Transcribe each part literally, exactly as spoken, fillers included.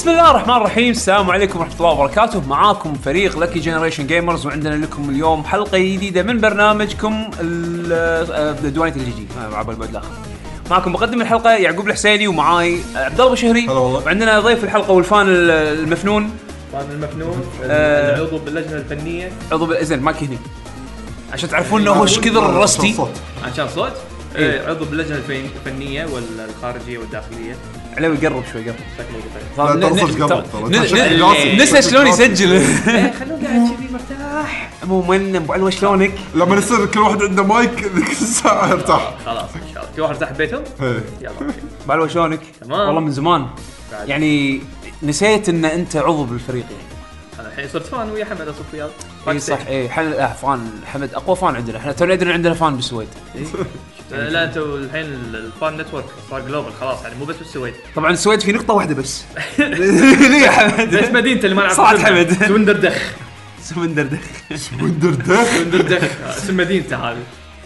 بسم الله الرحمن الرحيم. السلام عليكم ورحمة الله وبركاته. معاكم فريق لكي جنريشن جيمرز، وعندنا لكم اليوم حلقة جديدة من برنامجكم ديوانية الجي جي مع البعد الآخر. معكم مقدم الحلقة يعقوب الحسيني، ومعاي عبد الله بشهري، وعندنا ضيف الحلقة والفان المفنون فان المفنون آه العضو باللجنة الفنية، عضو بالإذن ماك هني عشان تعرفون انه وش كثر رستي عشان صوت. إيه؟ عضو باللجنة الفنية والخارجية والداخلية. عليه يقرب شوي قرب شكله نسى شلون يسجل. خلوه قاعد كذي مرتاح. عموما ابو علوه شلونك؟ لما يصير كل واحد عنده مايك ذيك الساعه ارتاح. خلاص ان شاء الله كل واحد ارتاح ببيتهم. يلا ابو علوه شلونك؟ والله من زمان يعني نسيت ان انت عضو بالفريق. يعني انا الحين صرت فان ويا حمد اصف وياه. اي صح. اي حنا فان حمد اقوى فان عندنا. احنا تو ندري عندنا فان بالسويد. لا انتوا الحين الفان نتورك صار جلوبال خلاص، يعني مو بس بالسويد. طبعا السويد في نقطه واحده بس. ليه يا حمد؟ بس مدينته اللي ما نعرف صعد حمد سوندر دخ. سوندر دخ سوندر دخ سوندر دخ اسم مدينته هذه.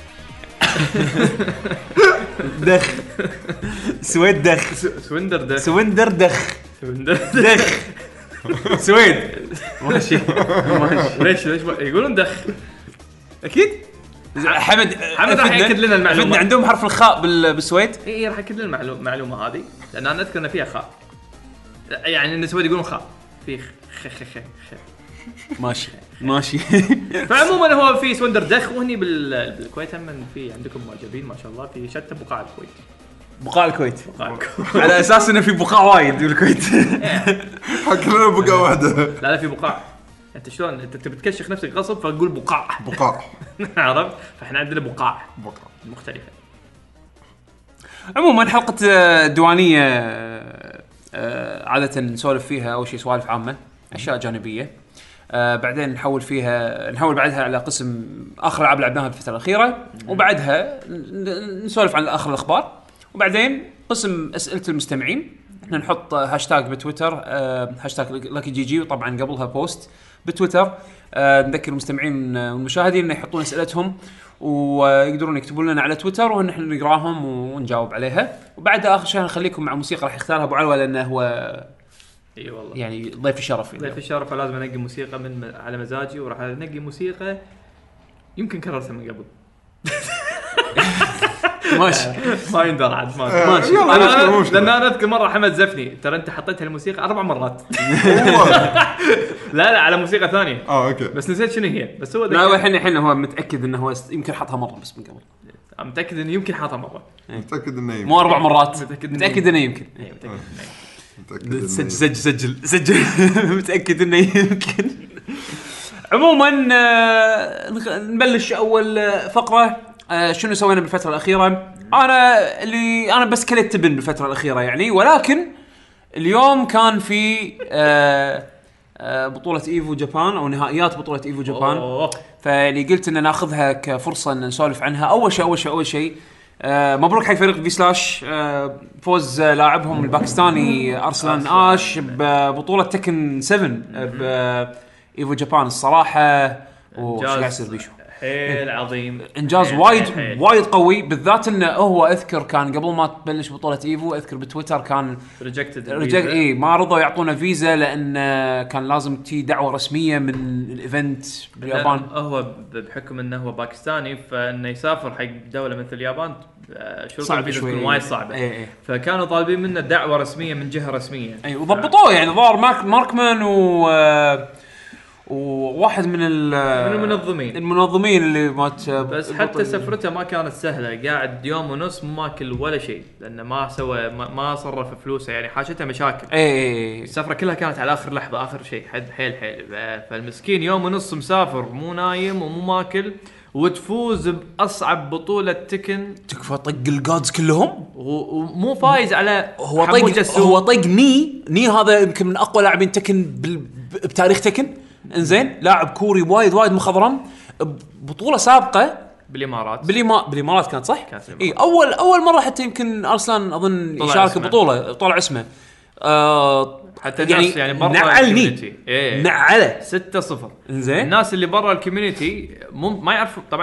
دخ سويد دخ سوندر دخ سوندر دخ سوندر دخ سويد ماشي ماشي. ليش ليش يقولون دخ؟ اكيد حمد حمد راح ياكد لنا المعلومه. عندهم حرف الخاء بالسويد. اي راح ياكد لنا المعلومه هذه، لان انا اذكر ان فيها خاء، يعني ان السويد يقولون خاء في خ خ خ خ. ماشي ماشي. فعموما هو في سوندر دخ، وهني بالكويت هم في عندكم معجبين ما شاء الله في شتى بقاع الكويت. بقاع الكويت بقاع الكويت على اساس انه في بقاع وايد بالكويت. حق لنا بقاع واحده. لا لا في بقاع. انت شلون انت تبي تكشخ نفسك غصب فتقول بقاع بقاع. عرفت؟ فاحنا عندنا بقاع بقاع مختلفه. عموما حلقه الديوانيه عاده نسولف فيها اول شيء سوالف عامه، اشياء جانبيه. آه بعدين نحول فيها نحول بعدها على قسم اخر العاب لعبناها بالفتره الاخيره، وبعدها نسولف عن اخر الاخبار، وبعدين قسم اسئله المستمعين. احنا نحط هاشتاج بتويتر آه هاشتاج لكي جي جي، وطبعا قبلها بوست بتويتر. آه نذكر المستمعين والمشاهدين انه يحطون اسئلتهم ويقدرون يكتبون لنا على تويتر، ونحن نقراهم ونجاوب عليها. وبعدها اخر شيء نخليكم مع موسيقى راح يختارها ابو علوه، لانه هو اي والله يعني ضيف الشرف. ضيف الشرف لازم انقي موسيقى من على مزاجي، وراح انقي موسيقى يمكن كررتها من قبل. ماشي ما يندر عاد ما ماشي. انا لان انا اذكر مره حمد زفني ترى انت حطيت هالموسيقى اربع مرات. لا لا على موسيقى ثانيه. اه اوكي بس نسيت شنو هي. بس هو لا الحين الحين هو متاكد انه هو يمكن حطها مره بس من قبل. انا متاكد انه يمكن حاطها مره. متاكد انه مو اربع مرات. متاكد متاكد انه يمكن. متاكد سجل سجل سجل سجل. متاكد انه يمكن. عموما نبلش اول فقره. شنو سوينا بالفتره الاخيره؟ انا اللي انا بس كليت تبن بالفتره الاخيره يعني، ولكن اليوم كان في بطوله ايفو جابان او نهائيات بطوله ايفو جابان. فاللي قلت ان ناخذها كفرصه ان نسولف عنها. اول شيء اول شيء اول شيء مبروك حق فريق في سلاش فوز لاعبهم الباكستاني ارسلان اش ببطوله تكن سبعة بايفو جابان. الصراحه وش قاعد يصير بيشو حيل عظيم، انجاز حيل وايد حيل. وايد قوي، بالذات انه هو اذكر كان قبل ما تبلش بطوله ايفو اذكر بتويتر كان ريجكتد ريجكت اي ما رضوا يعطونا فيزا، لان كان لازم تي دعوه رسميه من الايفنت باليابان. هو بحكم انه هو باكستاني فانه يسافر حق دوله مثل اليابان شروط الفيزا تكون وايد صعبه. اي اي. فكانوا طالبين منه دعوه رسميه من جهه رسميه. اي وضبطوه يعني ظهر مارك ماركمان و وواحد من من المنظمين المنظمين اللي مات. بس حتى سفرته ما كانت سهله، قاعد يوم ونص مو ماكل ولا شيء، لانه ما سوى ما, ما صرف فلوسه، يعني حاجته مشاكل. اي السفره كلها كانت على اخر لحظه اخر شيء حد حيل حيل. فالمسكين يوم ونص مسافر مو نايم ومو ماكل، وتفوز باصعب بطوله تكن. تكفى طق الجادز كلهم ومو فايز على هو طق هو طق ني ني هذا يمكن من اقوى لاعبين تكن بتاريخ تكن. انزين لاعب كوري وايد وايد مخضرم. بطوله سابقه بالامارات بالإما... بالامارات كانت صح. كانت اي اول اول مره حتى يمكن ارسلان اظن يشارك ببطوله طلع اسمه آه حتى الناس يعني, يعني برا نعلني إيه. نعله ستة صفر. انزين الناس اللي برا الكوميونتي مو ما يعرفوا طبعا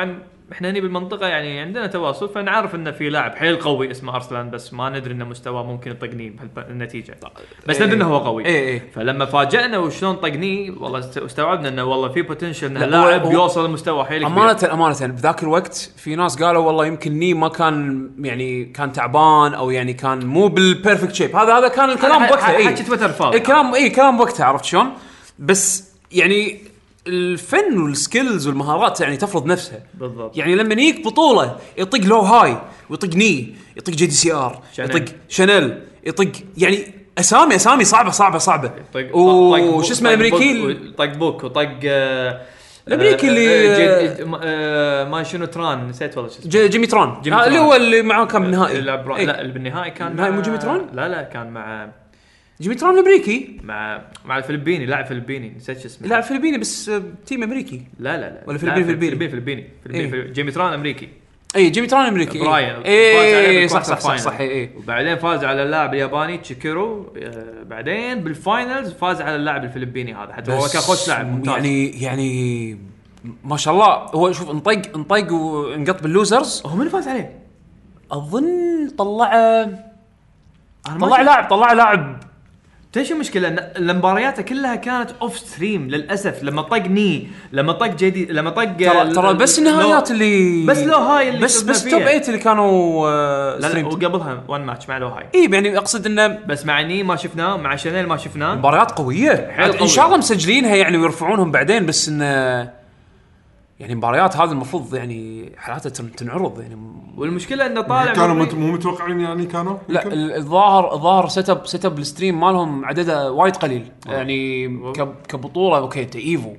احنا هني بالمنطقه يعني عندنا تواصل، فنعرف انه في لاعب حيل قوي اسمه ارسلان، بس ما ندري انه مستواه ممكن يطقني بهالنتيجه، بس إيه. ندري انه هو قوي. إيه إيه. فلما فاجئنا وشلون طقني والله استوعبنا انه والله في بوتنشل انه لا، لاعب هو- بيوصل لمستوى حيل كبير. امانه امانه بذاك الوقت في ناس قالوا والله يمكن ني ما كان يعني كان تعبان او يعني كان مو بالبيرفكت شيب. هذا هذا كان الكلام ح- بوقتها. ح- اي حكي تويتر فاضي. الكلام اي كلام بوقتها، عرفت شلون؟ بس يعني الفن والسكيلز والمهارات يعني تفرض نفسها بالضبط. يعني لما يجيك بطوله يطق لو هاي ويطق ني يطق جي دي سي ار شانيل. يطق شانيل يطق يعني اسامي اسامي صعبه صعبه صعبه طق وش اسمه الامريكي طق بوك وطق آه، الامريكي آه، اللي- آه، جي- آه، ما شنو تران نسيت والله شو اسمه. ج- جيمي ترون جيمي آه، اللي ترون. هو اللي معاه كان بالنهائي يلعب برا- إيه. لا اللي بالنهائي كان النهائي مع- مو جيمي ترون؟ لا لا كان مع جيمي ترون الامريكي مع مع الفلبيني، لاعب فلبيني نسيت شو اسمه. لاعب فلبيني بس آه، تيم امريكي. لا لا لا ولا فلبيني- لا، فلبيني. فلبيني فلبيني فلبيني إيه. فلبيني. جيمي تران امريكي. اي جيمي ترون امريكي براين اي صح صح صح صح اي وبعدين فاز على اللاعب الياباني تشيكيرو. آه، بعدين بالفاينلز فاز على اللاعب الفلبيني هذا، حتى هو كان خوش لاعب ممتاز. يعني يعني ما شاء الله. هو شوف انطق انطق وانقط باللوزرز. هو من فاز عليه؟ اظن طلع أنا ما طلع شفت. لاعب طلع لاعب تيش المشكلة ان المباريات كلها كانت اوف ستريم للاسف. لما طق ني، لما طق جدي، لما طق ترى ترى بس النهايات اللي بس لو هاي اللي بس شفنا بس فيها. توب ثمانية اللي كانوا آه، لا لا ستريم. وقبلها وان ماتش مع لو هاي. اي يعني اقصد انه بس مع ني ما شفناه، مع شانيل ما شفناه. مباريات قويه حيل ان قوية. شاء الله مسجلينها يعني ويرفعونهم بعدين. بس انه يعني مباريات هذه المفروض يعني حالاتها تن- تنعرض يعني. والمشكلة انه طالع كانوا مري- مت- مو متوقعين يعني كانوا لا يمكن؟ ال- الظاهر الظاهر سيت اب سيت اب الستريم مالهم عدده وايد قليل يعني كب- كبطوله. اوكي تايفو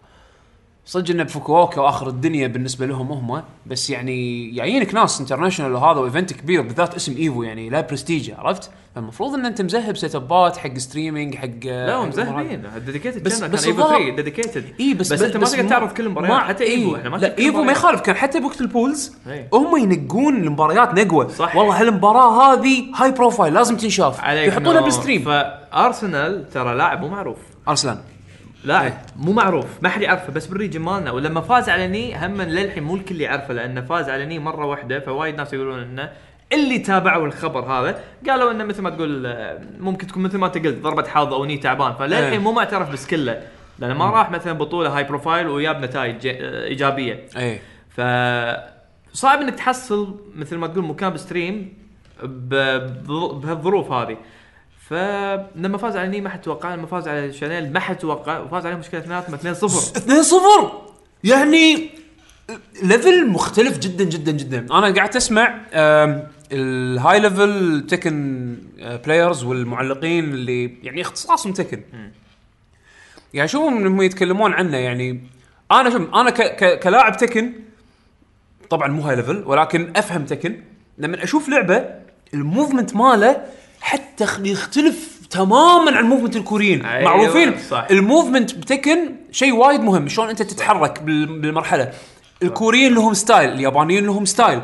صدق انه بفوكووكا واخر الدنيا بالنسبه لهم هم، بس يعني جايينك ناس انترناشونال وهذا ايفنت كبير بالذات اسم ايفو يعني لا برستيج، عرفت؟ فالمفروض ان انت مذهب سيت ابات حق ستريمينج حق لا هم مزهبين ديديكيتد. بس- كان بس ايفو الظاهر- ثري ديديكيتد. اي بس بس انت ما تقدر تعرض كل المباريات حتى ايفو. احنا ما لا نشوف كل ايفو ما المباريات. يخالف كان حتى بوقت البولز إيه. هم ينقون المباريات نقوه. صح. والله هالمباراه هذه هاي بروفايل لازم تنشاف عليك يحطونها نور. بالستريم. فارسنال ترى لاعب مو معروف، ارسلان لاعب مو معروف ما حد يعرفه بس بالريجن مالنا. ولما فاز على ني هم للحين مو الكل يعرفه، لانه فاز على ني مره واحده. فوايد ناس يقولون انه اللي تابعوا الخبر هذا قالوا انه مثل ما تقول آه، ممكن تكون مثل ما انت قلت ضربه حظ او ني تعبان. إيه. فللحين مو معترف بسكله، لانه ما راح مثلا بطوله هاي بروفايل وياب نتائج جي- آه، ايجابيه. اي ف صعب انك تحصل مثل ما تقول مكان بستريم ب- بهالظروف هذه. فلما فاز على ني ما حد توقع، لما فاز على شانيل ما حد توقع، وفاز عليه مشكله اثنيناتهم اثنين صفر. اثنين صفر يعني ليفل مختلف جدا جدا جدا. انا قاعد اسمع الهاي ليفل تكن بلايرز والمعلقين اللي يعني اختصاصهم تكن يعني شوفهم انهم يتكلمون عنه. يعني انا شوف انا ك- ك- كلاعب تكن طبعا مو هاي ليفل ولكن افهم تكن. لما اشوف لعبه الموفمنت ماله حتى خ- يختلف تماما عن موفمنت الكوريين. أيوة، معروفين صح. الموفمنت بتكن شيء وايد مهم، شلون انت تتحرك بال- بالمرحله. الكوريين لهم ستايل، اليابانيين لهم ستايل.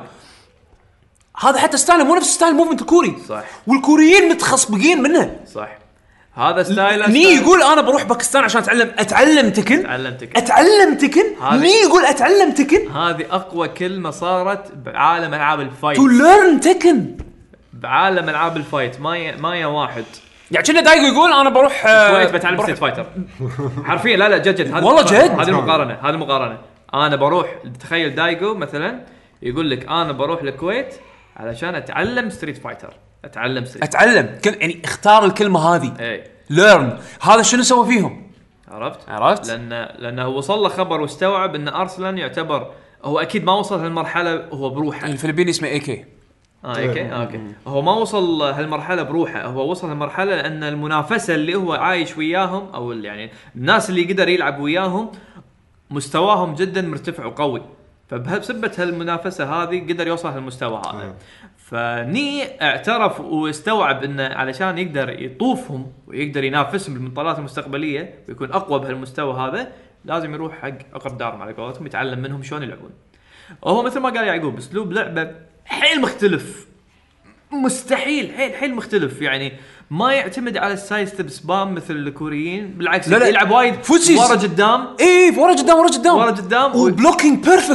هذا حتى ستايل مو نفس ستايل موفمنت الكوري. صح. والكوريين متخصبقين منه. صح. هذا ستايل ني يقول انا بروح باكستان عشان اتعلم اتعلم تكن اتعلم تكن. اتعلم تكن هذه- ني يقول اتعلم تكن هذه اقوى كلمه صارت بعالم العاب الفايت. تو ليرن تكن. بعالم العاب الفايت ما ي... ما يا واحد يعني كنا دايجو يقول انا بروح آه، كويت بتعلم بروح- ستريت فايتر. حرفيا لا لا جد جد هذه والله المقارنة. جد؟ هذه المقارنه هذه المقارنه انا بروح تخيل دايجو مثلا يقول لك انا بروح الكويت علشان اتعلم ستريت فايتر. اتعلم ستريت اتعلم كل يعني اختار الكلمه هذه اي ليرن. هذا شنو سوى فيهم؟ عرفت عرفت؟ لان لانه وصل له خبر واستوعب ان ارسلان يعتبر هو اكيد ما وصل هالمرحله هو بروحه. الفلبيني اسمه اي كي. اه اوكي آه اوكي هو ما وصل هالمرحله بروحه، هو وصل هالمرحله لان المنافسه اللي هو عايش وياهم او يعني الناس اللي يقدر يلعب وياهم مستواهم جدا مرتفع وقوي. فبسبه هالمنافسه هذه قدر يوصل هالمستوى هذا. فني اعترف واستوعب انه علشان يقدر يطوفهم ويقدر ينافسهم بالمنطلقات المستقبليه ويكون اقوى بهالمستوى هذا لازم يروح حق اقرب دارهم على قولتهم يتعلم منهم شلون يلعبون. وهو مثل ما قال يعقوب اسلوب لعبه حيل مختلف، مستحيل حيل حيل مختلف. يعني ما يعتمد على السايد ستيب سبام مثل الكوريين، بالعكس لا لا. يلعب وايد فوتسيز. ورا قدام ايه ورا قدام ورا قدام ورا قدام وبلوكينج بيرفكت.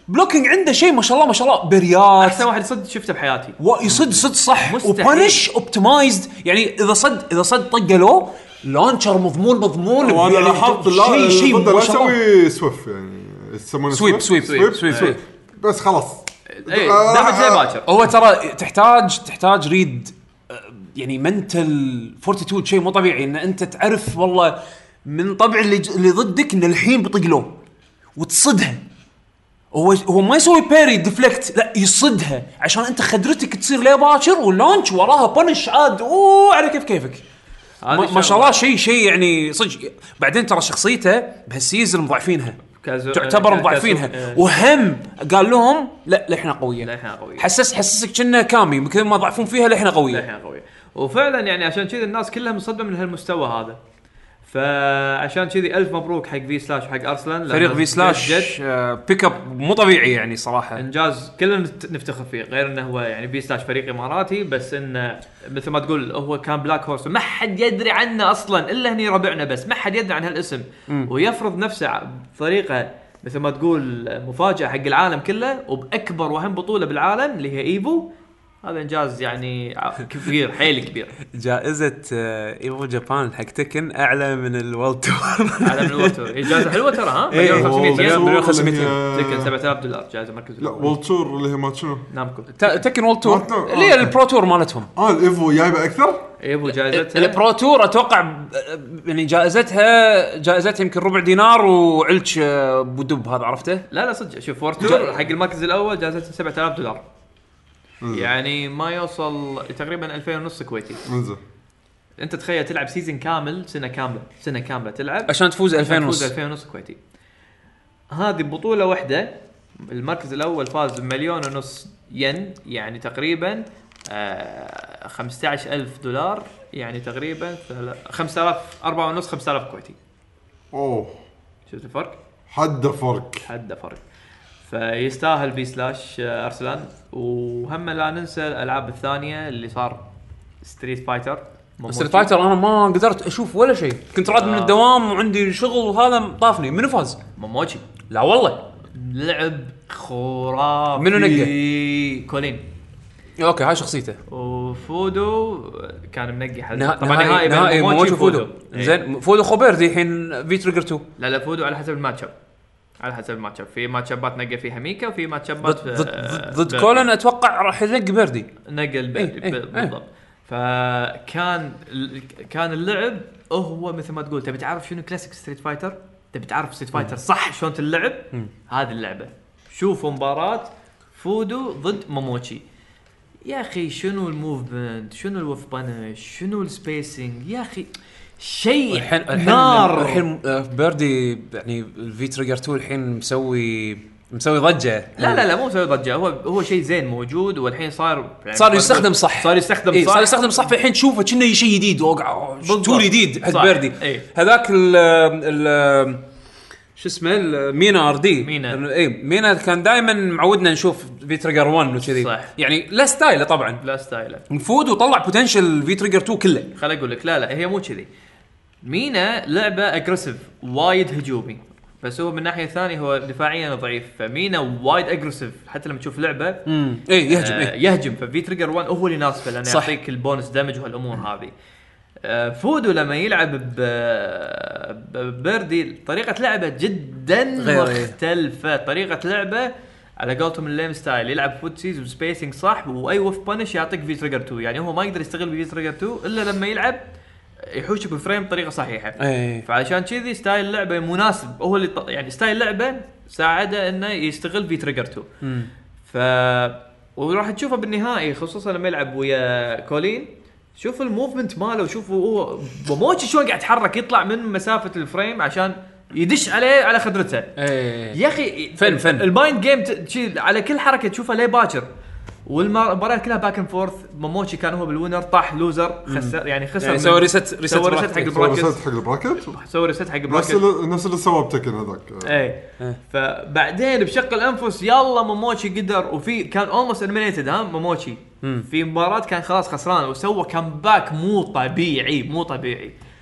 بلوكينج عنده شيء ما شاء الله ما شاء الله بريات احسن واحد صد شفته بحياتي ويصد صد صح مستحيل. وبانش اوبتمايزد يعني اذا صد اذا صد طقه لو لانشر مضمون مضمون وانا يعني لاحظت لا شيء شيء ضده لا ما شاء الله. يسوي سويف يعني يسمونه سويب سويب سويب سويب سويب بس خلاص اي آه، دامج زي آه. باكر هو ترى تحتاج تحتاج ريد آه، يعني منتل فورتيتود شيء مو طبيعي ان انت تعرف والله من طبع اللي اللي ضدك ان الحين بيطق له وتصدها. هو هو ما يسوي بيري ديفلكت لا يصدها عشان انت خدرتك تصير ليه باكر واللانش وراها بانش عاد اوه على كيف كيفك. ما, ما شاء الله شيء شيء يعني صدق. بعدين ترى شخصيته بهالسيزون مضاعفينها كازو... تعتبر مضاعفينها كازو... وهم قال لهم لا لحنا قويه لحنا قويه حسس حسسك كنا كامي مثل ما ضعفون فيها لحنا قويه لحنا قويه وفعلا يعني عشان كذا الناس كلها مصدمه من هالمستوى هذا. فعشان كذي الف مبروك حق في سلاش وحق ارسلان فريق في سلاش بيك اب مو طبيعي يعني صراحه انجاز كلنا نفتخر فيه غير انه هو يعني في سلاش فريق اماراتي بس انه مثل ما تقول هو كان بلاك هورس ما حد يدري عنه اصلا الا هني ربعنا بس ما حد يدري عن هالاسم م. ويفرض نفسه بطريقه مثل ما تقول مفاجاه حق العالم كله وباكبر واهم بطوله بالعالم اللي هي ايفو. هذا انجاز يعني كبير حيل كبير. جائزه ايفو جابان حق تكن اعلى من الورلد تور اعلى من الورلد تور اجازه حلوه ترى ها مليون وخمسمية تكن سبعة آلاف دولار جائزه مركز لا وورلد تور اللي هي ما شنو نامكو تكن وورلد تور اللي هي البرو تور مالتهم. اه الايفو جايبه اكثر ايفو جائزتها البرو تور اتوقع يعني جائزتها جائزتها يمكن ربع دينار وعلش بدب هذا عرفته. لا لا صدق شوف وورلد تور حق المركز الاول جائزتها سبعة آلاف دولار يعني ما يوصل تقريبا ألفين ونص كويتي. انزين انت تخيل تلعب سيزن كامل سنه كامله سنه كامله تلعب عشان تفوز ألفين ونص تفوز ألفين ونص كويتي. هذه بطوله واحده المركز الاول فاز بمليون ونص ين يعني تقريبا آه خمسة عشر ألف دولار يعني تقريبا خمسة آلاف أربعة ونص خمسة آلاف كويتي. اوه شفت الفرق حد فرق حد فرق. فيستاهل بي سلاش ارسلان. وهم لا ننسى الالعاب الثانيه اللي صار ستريت فايتر. ستريت فايتر انا ما قدرت اشوف ولا شيء كنت راد آه. من الدوام وعندي شغل وهذا طافني. منو فاز؟ موموتشي. لا والله لعب خرافي. منو نقى؟ كولين. اوكي هاي شخصيته. وفودو كان منقي حل نه... طبعا نهائي نهائي موموتشي فودو, فودو. زين فودو خوبيردي الحين في تريجر تو. لا لا فودو على حسب الماتش اب على حسب الماتش اب. في ماتش ابات نقى فيها ميكا وفي ماتش ابات ضد ضد كولن اتوقع راح ينقي بيردي نقى البيردي ايه بالضبط ايه. فكان كان اللعب هو مثل ما تقول تبي تعرف شنو كلاسيك ستريت فايتر تبي تعرف ستريت فايتر صح شلون اللعب هذه اللعبه. شوفوا مباراه فودو ضد موموتشي يا اخي شنو الموفمنت شنو الوف بانش شنو السبيسنج يا اخي شيء نار. الحين بيردي يعني الفي تريجر تو الحين مسوي مسوي ضجه. لا لا لا مو مسوي ضجه هو هو شيء زين موجود والحين صار يعني صار يستخدم صح صار يستخدم إيه صح صار يستخدم صح. في الحين تشوفه كأنه شيء جديد وقع تول جديد حق بيردي ايه. هذاك ال ال شو اسمه مينا ار دي مينا اي مينا كان دائما معودنا نشوف في تريجر واحد وكذي يعني لا ستايله طبعا لا ستايله نفوت وطلع بوتنشل في تريجر تو كله. خل اقول لك لا لا هي مو كذي. مينا لعبه اجريسيف وايد هجومي بس هو من ناحيه ثانيه هو دفاعيا ضعيف. فمينا وايد اجريسيف حتى لما تشوف لعبه امم اي يهجم آه إيه؟ يهجم. ففي تريجر واحد هو اللي ناسبه لانه يعطيك البونس دامج وهالامور هذه. آه فودو لما يلعب ببيردي طريقه لعبه جدا مختلفه. طريقه لعبه على قولتهم الليم ستايل يلعب فوتسيز وسبيسنج صح واي وف بانش يعطيك في تريجر تو. يعني هو ما يقدر يستغل في تريجر تو الا لما يلعب يحوشك بالفريم بطريقه صحيحه. أيه. فعشان كذي ستايل لعبه مناسب هو اللي ط... يعني ستايل لعبه ساعده انه يستغل في تريجر تو. ف وراح تشوفه بالنهائي خصوصا لما يلعب ويا كولين. شوف الموفمنت ماله وشوفوا هو موموتشي شلون قاعد يتحرك يطلع من مسافه الفريم عشان يدش عليه على خدرته. أيه. يا اخي فن فن المايند جيم ت... على كل حركه تشوفها ليه باكر. والمباراه كلها باك اند فورث. موموتشي كان هو بالوينر طاح لوزر خسر يعني خسر يعني سوى ريست ريست سوى ريست حق البراكت ريست حق البراكت سوى ريست حق البراكت نفس نفس اللي سواه بتكن هذاك اي. فبعدين بشق الانفس يلا موموتشي قدر وفي كان اولموست المينيتد ها موموتشي في مباراه كان خلاص خسران وسوى كامباك مو طبيعي مو طبيعي.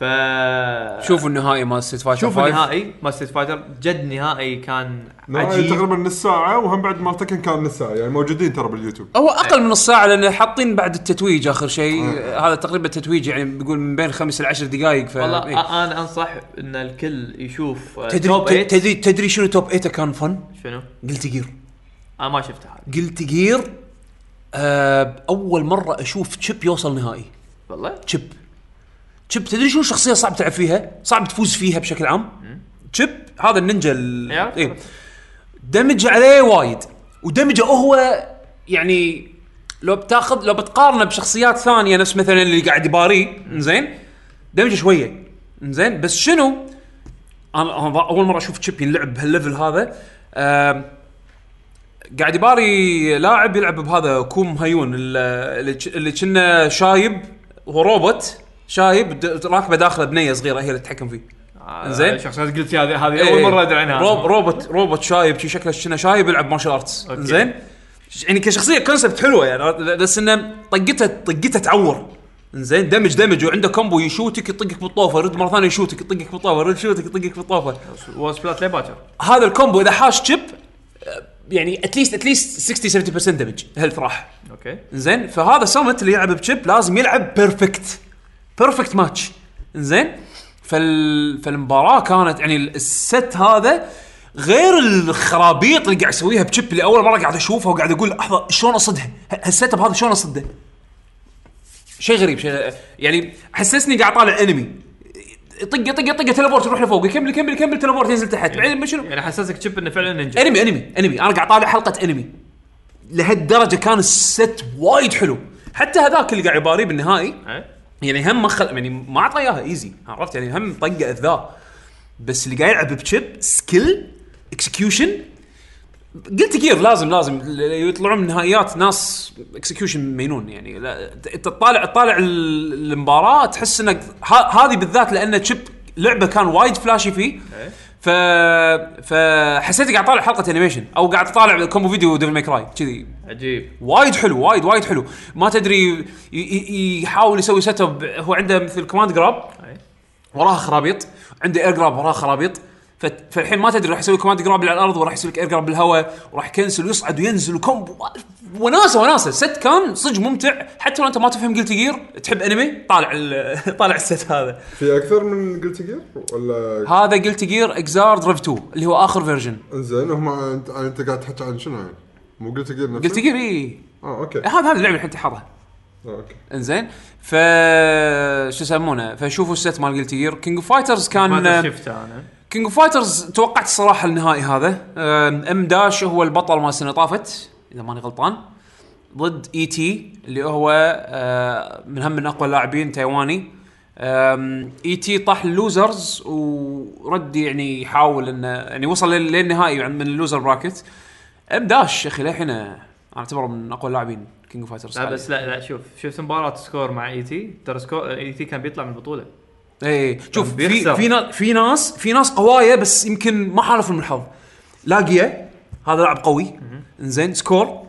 ف شوفوا النهائي مال ستريت فايتر شوفوا النهائي مال ستريت فايتر جد نهائي كان عجيب تقريبا نص ساعه وهم بعد مال تكن كان نص ساعه يعني موجودين ترى باليوتيوب هو اقل من نص ساعه لان حاطين بعد التتويج اخر شيء آه. هذا تقريبا التتويج يعني بيقول من بين خمس لعشر دقائق ف... والله إيه؟ انا انصح ان الكل يشوف تدري تدري تدري شنو توب ثمانية كان فن شنو قلت جير انا ما شفتها قلت جير أه اول مره اشوف تشيب يوصل نهائي والله تشيب تشيب تدري شنو شخصيه صعب تلعب فيها صعب تفوز فيها بشكل عام تشيب هذا النينجا ايه دمج عليه وايد ودمجه هو يعني لو بتاخذ لو بتقارنه بشخصيات ثانيه نفس مثلا اللي قاعد يباري زين دمجه شويه زين بس شنو انا اول مره اشوف تشيب يلعب بهالليفل هذا أه قاعد يباري لاعب يلعب بهذا كوم هايون اللي اللي كنا شايب وهو روبوت شايب راكبه داخله بنيه صغيره هي اللي تتحكم فيه زين شخصيات قلت هذه هذه اول مره ادري عنها روب روبوت روبوت شايب شي شكله كنا شايب يلعب مارشال ارتس زين يعني كشخصيه كونسبت حلوه يعني بس انه طقته طقته تعور زين دمج دمج وعنده كومبو يشوتك يطقك بالطوفه يرد مره ثانيه يشوتك يطقك بالطوفه يرد يشوتك يطقك بالطوفه وسبلات ليباتر هذا الكومبو اذا حاش تشيب يعني اتليست اتليست ستين سبعين بالمية دمج هيلث راح اوكي زين فهذا سمت اللي يلعب بشيب لازم يلعب بيرفكت بيرفكت ماتش زين فال فالمباراه كانت يعني الست هذا غير الخرابيط اللي قاعد يسويها بشيب اللي اول مره قاعد اشوفها وقاعد اقول لحظه شلون اصدها هالسيت اب هذا شلون اصده شيء غريب شيء يعني حسسني قاعد طالع انمي طق طق طق تليبورت يروح لفوق يكمل يكمل يكمل تليبورت ينزل تحت يعني شنو يعني حسسك تشيب انه فعلا نينجا انمي انمي انمي انا قاعد طالع حلقه انمي لهالدرجه كان الست وايد حلو حتى هذاك اللي قاعد يباري بالنهائي يعني هم مخل يعني ما اعطى اياها ايزي عرفت يعني هم طقه اذى بس اللي قاعد يلعب بشيب سكيل اكسكيوشن قلت كثير لازم لازم يطلعون من نهائيات ناس اكسكيوشن مينون يعني لا انت تطالع تطالع المباراه تحس انك هذه بالذات لان تشيب لعبه كان وايد فلاشي فيه ف فحسيت قاعد طالع حلقه انيميشن او قاعد طالع كومبو فيديو ديفل ماي كراي كذي عجيب وايد حلو وايد وايد حلو ما تدري يحاول يسوي سيت اب هو عنده مثل كوماند جراب وراها خرابيط عنده اير جراب وراها خرابيط فالحين ما تدري راح يسوي كوماند جراب على الارض وراح يسوي لك اير جراب بالهواء وراح يكنسل ويصعد وينزل وكومبو وناسه وناسه ست كان صدق ممتع حتى لو انت ما تفهم قلت جير تحب انمي طالع طالع الست هذا في اكثر من قلت جير ولا هذا قلت جير اكزارد ريف تو اللي هو اخر فيرجن انزين هم انت انت قاعد تحكي عن شنو يعني مو قلت جير نفسه قلت جير اي اه اوكي هذا هذا اللعبه الحين تحضرها اه اوكي انزين ف شو يسمونه فشوفوا الست مال قلت جير كينج اوف فايترز كان ما شفته انا كينج اوف فايترز توقعت الصراحه النهائي هذا ام داش هو البطل مال السنه طافت اذا ماني غلطان ضد اي تي اللي هو من هم من اقوى اللاعبين تايواني اي تي طاح اللوزرز ورد يعني يحاول انه يعني وصل للنهائي من اللوزر براكت ام داش يا اخي للحين انا اعتبره من اقوى اللاعبين كينج اوف فايترز لا بس لا لا شوف شفت مباراه سكور مع اي تي ترى سكور اي تي كان بيطلع من البطوله ايه شوف في في ناس في ناس في ناس قوايه بس يمكن ما حالفوا من الحظ لاقيه هذا لاعب قوي انزين سكور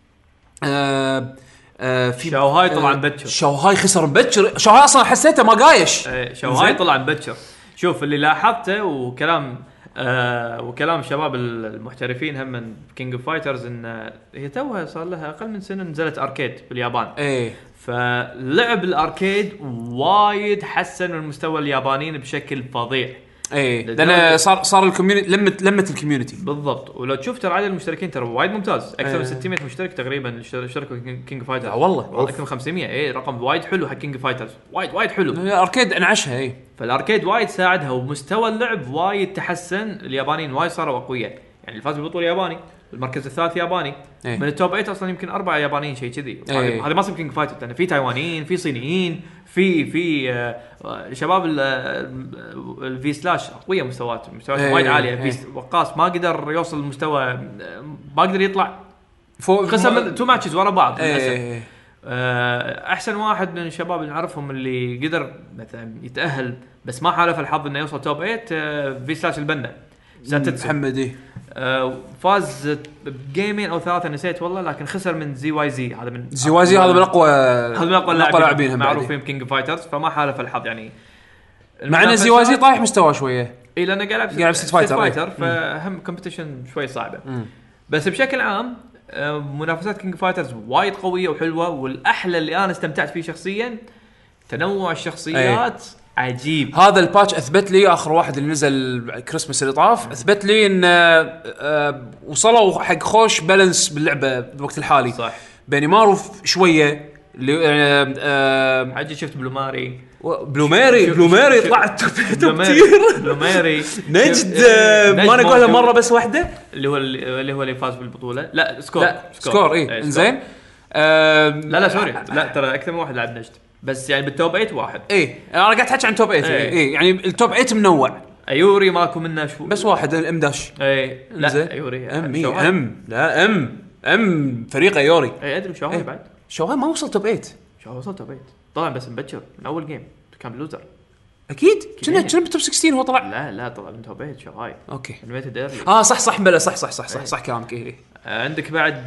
آه آه في شاوهاي طبعا بتشر شاوهاي خسر مبكر شاوهاي اصلا حسيته ما قايش ايه شاوهاي طلع مبكر شوف اللي لاحظته وكلام آه وكلام الشباب المحترفين هم من كينج اوف فايترز ان هي توها صار لها اقل من سنه نزلت اركيد باليابان ايه فلعب الاركيد وايد حسن من مستوى اليابانيين بشكل فظيع ايه لان صار صار الكوميونتي لمت لمت الكوميونتي بالضبط ولو تشوف ترى عدد المشتركين ترى وايد ممتاز اكثر ايه. من ستمية مشترك تقريبا اشتركوا كينج فايترز والله اكثر من خمسمية ايه رقم وايد حلو حق كينج فايترز وايد وايد حلو الاركيد انعشها ايه فالاركيد وايد ساعدها ومستوى اللعب وايد تحسن اليابانيين وايد صاروا اقوياء يعني الفاز بالبطوله ياباني المركز الثالث ياباني ايه. من التوب ثمانية اصلا يمكن اربعه يابانيين شيء كذي ايه. هذا ما اسمه كينج فايتر لان في تايوانيين في صينيين في في آه شباب الفي سلاش اقوياء مستويات مستويات ايه. وايد عاليه ايه. في وقاص ما قدر يوصل لمستوى ما قدر يطلع فوق خسر تو ماتشز ورا بعض ايه. آه احسن واحد من الشباب اللي نعرفهم اللي قدر مثلا يتاهل بس ما حالف الحظ انه يوصل توب ثمانية آه في سلاش البنا محمدي آه فاز بجيمين او ثلاثه نسيت والله لكن خسر من زي واي زي هذا من زي واي زي هذا من اقوى هذا من اقوى اللاعبين معروفين كينج فايترز فما حالف الحظ يعني مع ان زي واي زي طايح مستوى شويه. اي لانه قاعد يلعب ستريت فايتر, فايتر فهم كومبيتيشن شوي صعبه. مم. بس بشكل عام منافسات كينج فايترز وايد قويه وحلوه. والاحلى اللي انا استمتعت فيه شخصيا تنوع الشخصيات أي. عجيب. هذا الباتش اثبت لي اخر واحد اللي نزل كريسماس اللي طاف اثبت لي ان أه وصلوا حق خوش بالانس باللعبه بالوقت الحالي. صح. بيني ماروف شويه اللي أه أه حاجه شفت بلوماري بلوميري بلوميري طلعت توب كثير. بلوميري نجد ما نقولها مره بس واحده اللي هو اللي هو اللي فاز بالبطوله. لا سكور لا سكور, سكور. اي انزين أه لا لا سوري لا ترى اكثر من واحد لعب نجد بس يعني بالتوب ثمانية واحد. اي انا قاعد احكي عن توب ثمانية. اي إيه. يعني التوب ثمانية منوع. ايوري ماكو منه شو بس واحد الام داش. اي لا ايوري ام إيه. ام لا ام ام فريق ايوري. اي ادري شو هاي بعد شو هاي ما وصل توب ثمانية. شو وصل توب ثمانية طبعا بس مبكر من اول جيم كان بلوزر اكيد كنا كنا بالتوب ستة عشر هو طلع. لا لا طلع من توب ثمانية شو هاي اوكي انويتد ايرلي. اه صح صح بلا صح صح صح صح, صح, صح كلامك. ايه عندك بعد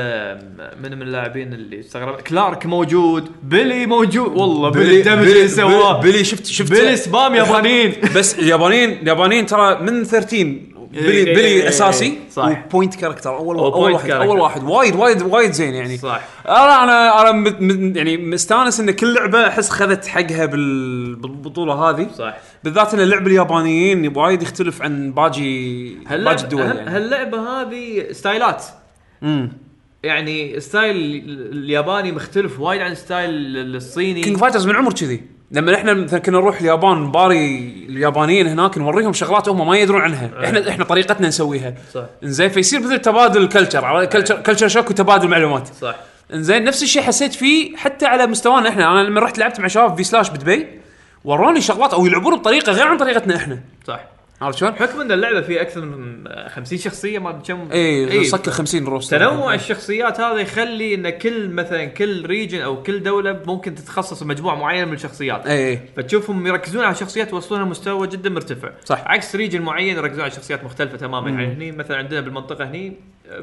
من من اللاعبين اللي استغرب كلارك موجود بيلي موجود والله بيلي الدمج اللي سواه بيلي شفت شفت بيلي سبام يابانيين بس اليابانيين اليابانيين ترى من ثلاثة عشر بيلي بيلي اساسي وبوينت كاركتر اول اول واحد اول واحد وايد وايد وايد زين يعني. صح. انا انا انا يعني مستانس ان كل لعبه احس خذت حقها بالبطوله هذه. صح. بالذات ان اللعب اليابانيين وايد يختلف عن باقي باقي الدول يعني. هاللعبه هذه ستايلات امم يعني ستايل الياباني مختلف وايد عن ستايل الصيني. كينج فايترز من عمر كذي لما احنا مثلا كنا نروح اليابان باري اليابانيين هناك نوريهم شغلات هم ما يدرون عنها. أه. احنا احنا طريقتنا نسويها. صح. انزين فيصير مثل تبادل كلتشر على كلتشر كلتشر شوك وتبادل معلومات. صح. انزين نفس الشيء حسيت فيه حتى على مستوانا احنا. انا لما رحت لعبت مع شباب في سلاش بدبي وروني شغلات او يلعبون بطريقه غير عن طريقتنا احنا. صح. عرفت شلون؟ حكم ان اللعبه فيه اكثر من خمسين شخصيه ما كم اي اي صك خمسين روستر. تنوع الشخصيات هذا يخلي ان كل مثلا كل ريجن او كل دوله ممكن تتخصص بمجموعه معينه من الشخصيات. اي فتشوفهم يركزون على شخصيات وصلونها مستوى جدا مرتفع. صح. عكس ريجن معين يركزون على شخصيات مختلفه تماما. يعني هني مثلا عندنا بالمنطقه هني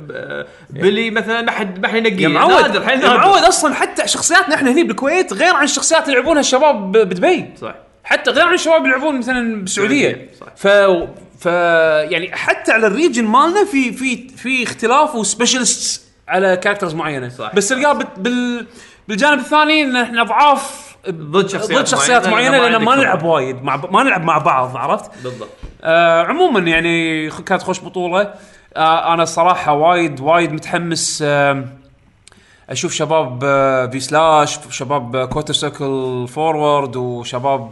بلي مثلا ما حد ما حد ينقي نادر الحين معود اصلا. حتى شخصياتنا احنا هني بالكويت غير عن الشخصيات اللي يلعبونها الشباب بدبي. صح. حتى غير عن الشباب اللي يلعبون مثلا بالسعوديه. ف ف يعني حتى على الريجن مالنا في في في اختلاف وسبيشالست على كاركترز معينه. صح. بس تلقى بال بالجانب الثاني ان احنا ضعاف ضد شخصيات, ضد شخصيات معينه, معينة لان ما نلعب وايد مع ما نلعب مع بعض. عرفت بالضبط. آه عموما يعني كانت خوش بطوله. آه انا الصراحه وايد وايد متحمس آه اشوف شباب في سلاش شباب كوتر سيركل فورورد وشباب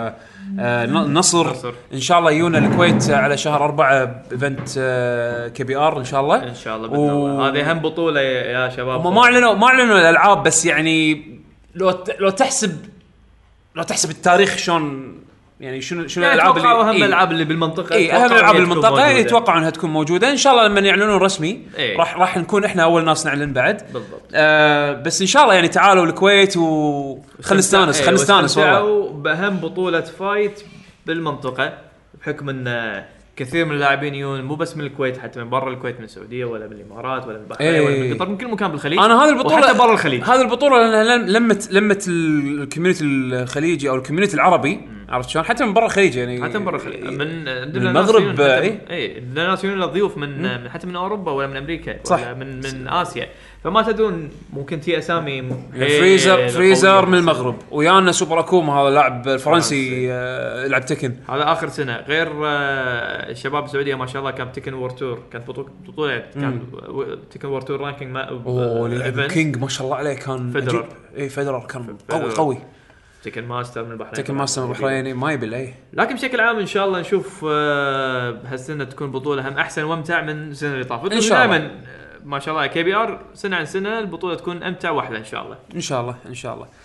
آه نصر. نصر ان شاء الله يجونا الكويت على شهر أربعة ايفنت آه كي بي ار ان شاء الله. ان شاء الله باذن الله. هذه اهم بطوله يا شباب. ما اعلنوا ما اعلنوا الالعاب بس يعني لو لو تحسب لو تحسب التاريخ شلون يعني شنو شنو يعني الالعاب اللي اهم الالعاب اللي بالمنطقه. اي اهم الالعاب بالمنطقه يتوقعوا انها تكون موجوده ان شاء الله لما يعلنون رسمي. إيه؟ راح راح نكون احنا اول ناس نعلن بعد. بالضبط. آه بس ان شاء الله يعني تعالوا الكويت وخلنا نستانس خلنا نستانس والله باهم بطوله فايت بالمنطقه بحكم ان كثير من اللاعبين يجون مو بس من الكويت حتى من برا الكويت من السعوديه ولا من الامارات ولا من البحرين إيه ولا من قطر من كل مكان بالخليج. انا هذه البطوله حتى برا الخليج هذه البطوله لمت لمت الكوميونتي الخليجي او الكوميونتي العربي. عرفت شلون حتى من برا الخليج يعني حتى من برا الخليج من, من المغرب. اي اي ناس يجون ضيوف من, من حتى من اوروبا ولا من امريكا صح. ولا من من اسيا. فما تدون ممكن تي اسامي فريزر فريزر من المغرب ويانا سوبر اكوما هذا لاعب الفرنسي آه لعب تكن هذا اخر سنه. غير آه الشباب السعوديه ما شاء الله كان تكن وور تور كانت بطوله كان تكن وور تور رانكينج ما اوه لعب كينج ما شاء الله عليه كان فيدرر. اي فيدرر كان قوي قوي. تكن ماستر من البحرين تكن ماستر من البحرين ما يبل اي. لكن بشكل عام ان شاء الله نشوف آه هالسنه تكون بطوله هم احسن وامتع من السنه اللي طافت ان شاء الله. ما شاء الله كي بي ار سنه عن سنه البطوله تكون امتع واحلى ان شاء الله. ان شاء الله ان شاء الله.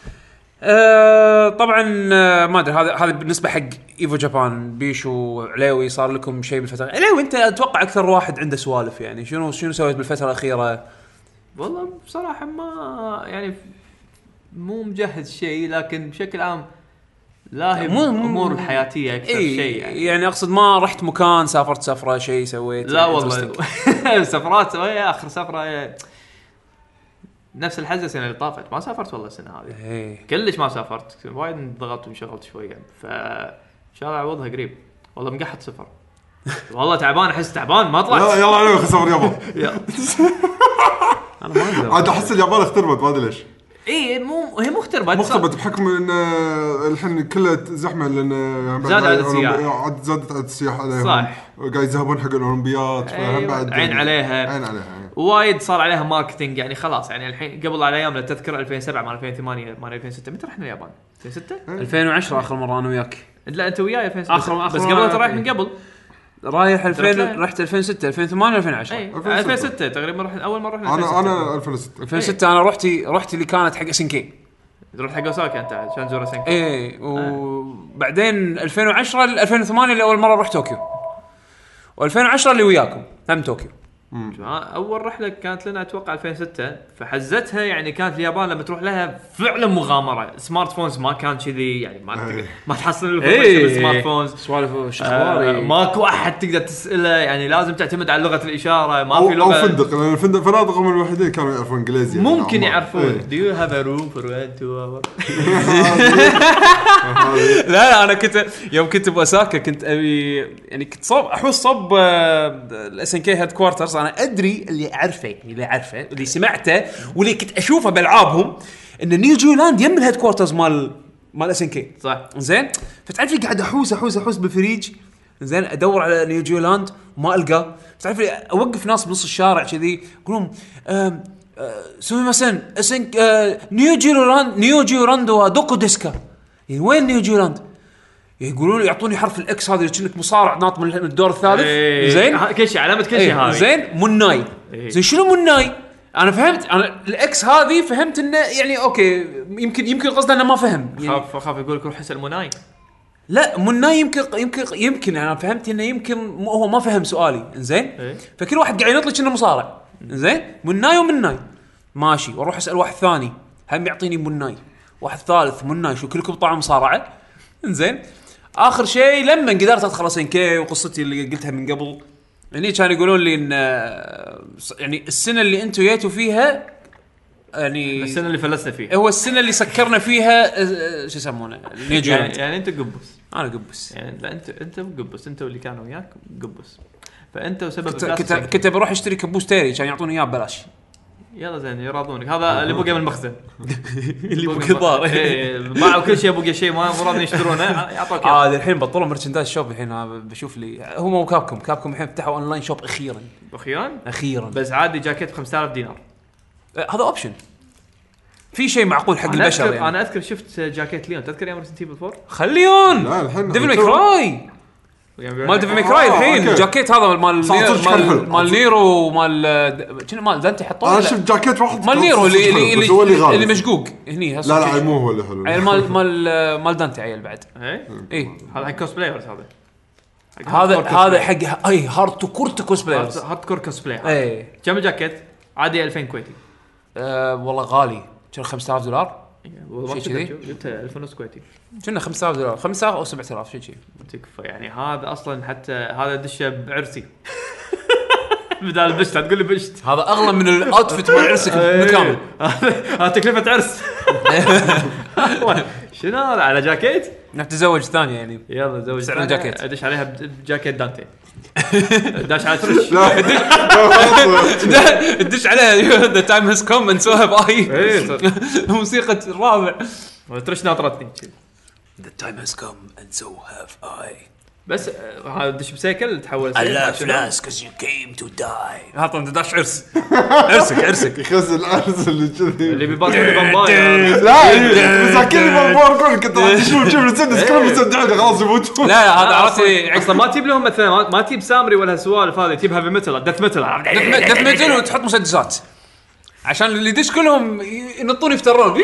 أه طبعا أه ما ادري هذا هذا بالنسبه حق ايفو جابان. بيشو عليوي صار لكم شيء بالفتره عليوي انت اتوقع اكثر واحد عنده سوالف يعني شنو شنو سويت بالفتره الاخيره؟ والله بصراحه ما يعني مو مجهز شيء لكن بشكل عام لاهي امور الحياتيه اكثر إيه شيء يعني. يعني اقصد ما رحت مكان سافرت سفره شيء سويت لا والله سفرات ويا اخر سفره نفس الحزه السنه اللي طافت ما سافرت والله السنه هذه. إيه. كلش ما سافرت وايد ضغطت وانشغلت شويه ف شارع عوضها قريب والله مقحط صفر والله تعبان احس تعبان ما طلعت يلا عليك خسر اليابان انا ما اقدر عاد احس اليابان اختربت ما ادري ليش اي مو هي مختربه مختربت بحكم ان الحين كلها زحمه لان زاد عدد السياح عاد زادت عدد السياح عليهم صح قاعد يذهبون حق الاولمبيات فهم بعد عين عليها عين عليها وايد صار عليها ماركتينج يعني خلاص يعني الحين قبل على ايام تذكر ألفين وسبعة مال ألفين وثمانية مال ألفين وستة متى رحنا اليابان ألفين وستة ألفين وعشرة اخر مره انا وياك لا انت وياي ألفين وستة آخر بس قبل انت رايح من قبل رايح ألفين رحت ألفين وستة ألفين وثمانية ألفين وعشرة ألفين وستة تقريبا رحنا اول مره رحنا انا انا ألفين وستة ألفين وستة انا رحتي رحت اللي كانت حق سنكي رحت حق اوساكا انت عشان تزور سنكي ايه وبعدين ألفين وعشرة ل ألفين وثمانية اللي اول مره رحت طوكيو و2010 اللي وياكم هم طوكيو. اول رحله كانت لنا اتوقع ألفين وستة فحزتها يعني كانت اليابان لما تروح لها فعلا مغامره. سمارت فونز ما كان كذي يعني ما ما تحصل الانفورميشن بالسمارت فونز سوالف شخباري آه ماكو احد تقدر تساله يعني لازم تعتمد على لغه الاشاره ما في لغه او فندق لان الفندق فنادقهم الوحيدين كانوا يعرفون انجليزي ممكن يعرفون do you have a room for one two hour لا انا كنت يوم كنت بأوساكا كنت ابي يعني كنت صوب احوس صوب الاس ان كي هيد كوارترز. انا ادري اللي اعرفه يعني اللي اعرفه اللي سمعته واللي كنت اشوفه بالعابهم ان نيوزيلاند يم الهيد كوارترز مال مال اس ان كي صح زين. فتعرف لي قاعد احوس احوس احوس بالفريج زين ادور على نيوزيلاند وما القى. تعرف لي اوقف ناس بنص الشارع كذي يقولون سوي مثلا اسن نيوزيلاند نيوزيلاند ودوكو ديسكا يعني وين نيوزيلاند يقولون يعطوني حرف الاكس هذا كأنك مصارع ناط من الدور الثالث ايه زين كل شيء علامه كل شيء هذه زين موناي ايه زين شنو موناي. انا فهمت انا الاكس هذه فهمت انه يعني اوكي يمكن يمكن قصده انه ما فهم يعني خاف خاف يقول لك روح اسال موناي لا موناي يمكن يمكن يمكن انا فهمت انه يمكن هو ما فهم سؤالي زين ايه؟ فكل واحد قاعد يطلع انه مصارع زين موناي ومناي ماشي واروح اسال واحد ثاني هم يعطيني موناي واحد ثالث موناي شو كلكم طالعوا مصارعه زين. اخر شيء لما قدرت ادخل اس ان كي وقصتي اللي قلتها من قبل يعني كانوا يقولون لي ان يعني السنه اللي انتم جيتوا فيها يعني السنه اللي فلسنا فيها هو السنه اللي سكرنا فيها شو يسمونه نيوزيلاند يعني, يعني انت قبس انا قبس يعني لا انت انت قبس انت واللي كانوا وياك قبس فانت وسبب كنت كنت, كنت بروح اشتري كبوس تيري كان يعطوني اياه ببلاش. يلا زين يراضونك هذا اللي بقى من المخزن اللي بكبار باعوا كل شيء بقى شيء ما راضين يشترونه يعطوك اه الحين بطلوا مرشندايز شوب الحين بشوف لي هم وكابكم كابكم الحين فتحوا اونلاين شوب اخيرا اخيرا اخيرا بس عادي جاكيت ب خمسة آلاف دينار هذا اوبشن في شيء معقول حق أنا البشر أذكر يعني. انا اذكر شفت جاكيت ليون تذكر يوم ريزنت ايفل فور خليون لا الحين ديفل ماكراي مال ديفل ماكراي الحين الجاكيت هذا مال مال مال نيرو مال شنو مال دانتي حطوه انا شفت جاكيت واحد مال نيرو اللي اللي اللي, اللي مشقوق هني لا لا مو هو اللي حلو عيل مال مال مال دانتي عيل بعد اي اي هذا حق كوسبلايرز هذا هذا هذا حق اي هارد تو كورت كوسبلايرز هارد كور كوسبلاي اي كم الجاكيت عادي ألفين كويتي أه والله غالي كان خمسة آلاف دولار والله كذي جبت ألف ونص كويتي كنا خمسة آلاف دولار خمسة آلاف او سبعة آلاف شيء شيء تكفى يعني. هذا اصلا حتى هذا دشه بعرسي بدال بشت تقول لي بشت هذا اغلى من الاوتفيت مال عرسك بالكامل هذا تكلفه عرس شنو هذا على جاكيت نتزوج ثانيه يعني يلا زوج سعر الجاكيت ادش عليها بجاكيت دانتي داش على ترش ادش عليها ذا تايم هاز كوم اند سو هاف اي موسيقى الرابع ترش ناطرتني ذا تايم هاز كوم اند سو هاف اي بس هذا دش بسيكل تحول لا فلاس كز يو كيم تو داي هاط انت داش عرس عرسك عرسك يخزن العرس اللي كذي اللي بيباط بالباير لا مساكين بالباير كل كنت راح تشوف شوف السدس كلهم مصدعين خلاص يموتون. لا هذا عرفتي اصلا ما تجيب لهم مثلا ما تجيب سامري ولا سوالف هذه تجيب هيفي ميتال دث ميتال دث ميتال وتحط مسدسات عشان اللي يدش كلهم ينطون يفترون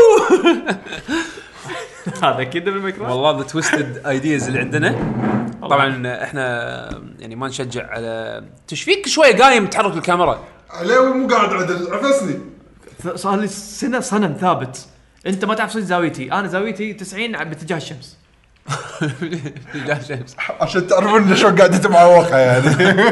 هذا كده بالميكرو. والله ذا تويستد ايدياز اللي عندنا طبعا احنا يعني ما نشجع على تشفيك شويه قايم تحرك الكاميرا عليه مو قاعد عدل عفسني صار لي سنه صنم ثابت. انت ما تعرف زاويتي انا زاويتي تسعين باتجاه الشمس اتجاه الشمس عشان تعرفون شو قاعد معوقه يعني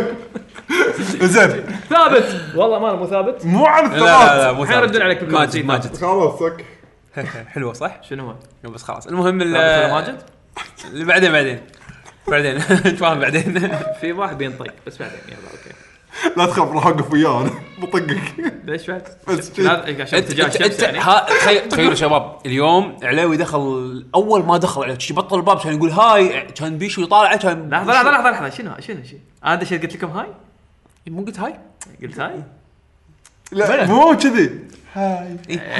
زين ثابت والله ما مو ثابت مو عن لا لا مو الحين ردوا عليك ماجد ماجد خلاص صك حلوه صح شنو هو بس خلاص المهم ماجد اللي بعدين بعدين بعدين نتفاهم بعدين. في واحد بينطق بس بعدين يلا اوكي. لا تخاف راح اوقف وياه انا بطقك. ليش بعد؟ بس لا عشان اتجاه الشمس يعني. تخيل تخيلوا شباب اليوم علاوي دخل اول ما دخل عليه شي بطل الباب كان يقول هاي كان بيشو يطالع كان لحظه لحظه لحظه لحظه شنو شنو شيء انا دشيت قلت لكم هاي مو قلت هاي قلت هاي لا مو كذي هاي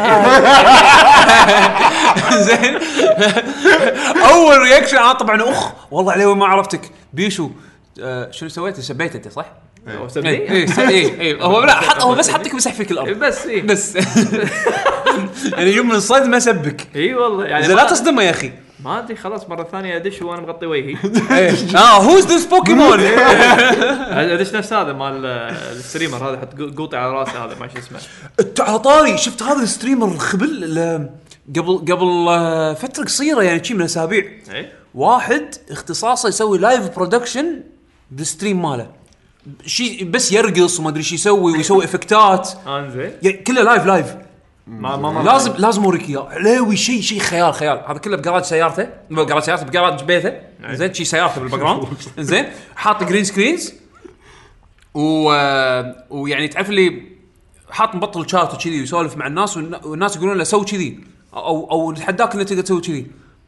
زين. اول رياكشن انا طبعا اخ والله عليوي ما عرفتك بيشو. آه شنو سويت سبيت انت صح؟ ايه ايه ايه ايه هو لا حط هو بس حطك مسح فيك الارض بس ايه بس يعني يوم من الصدمه سبك. اي والله يعني لا تصدمه يا اخي ما ادري خلاص مره ثانيه ادش وانا مغطي وجهي. اه هوز ذس بوكيمون. ادش نفس هذا مال الستريمر هذا حط قوطي على راسه هذا ما شو اسمه. على طاري شفت هذا الستريمر الخبل قبل قبل فتره قصيره يعني شي من اسابيع واحد اختصاصه يسوي لايف برودكشن بالستريم ماله شيء بس يرقص وما ادري شو يسوي ويسوي افكتات انزين يعني كله لايف لايف ما ما لازم لازم اوريك اياه علاوي شيء شيء خيال خيال. هذا كله بجراج سيارته بجراج سيارته بجراج بيته زين شيء سيارته بالباك جراوند زين حاط جرين سكرينز و ويعني تعرف اللي حاط مبطل شات وكذي ويسولف مع الناس والناس يقولون له سوي كذي او او نتحداك انك تقدر تسوي كذي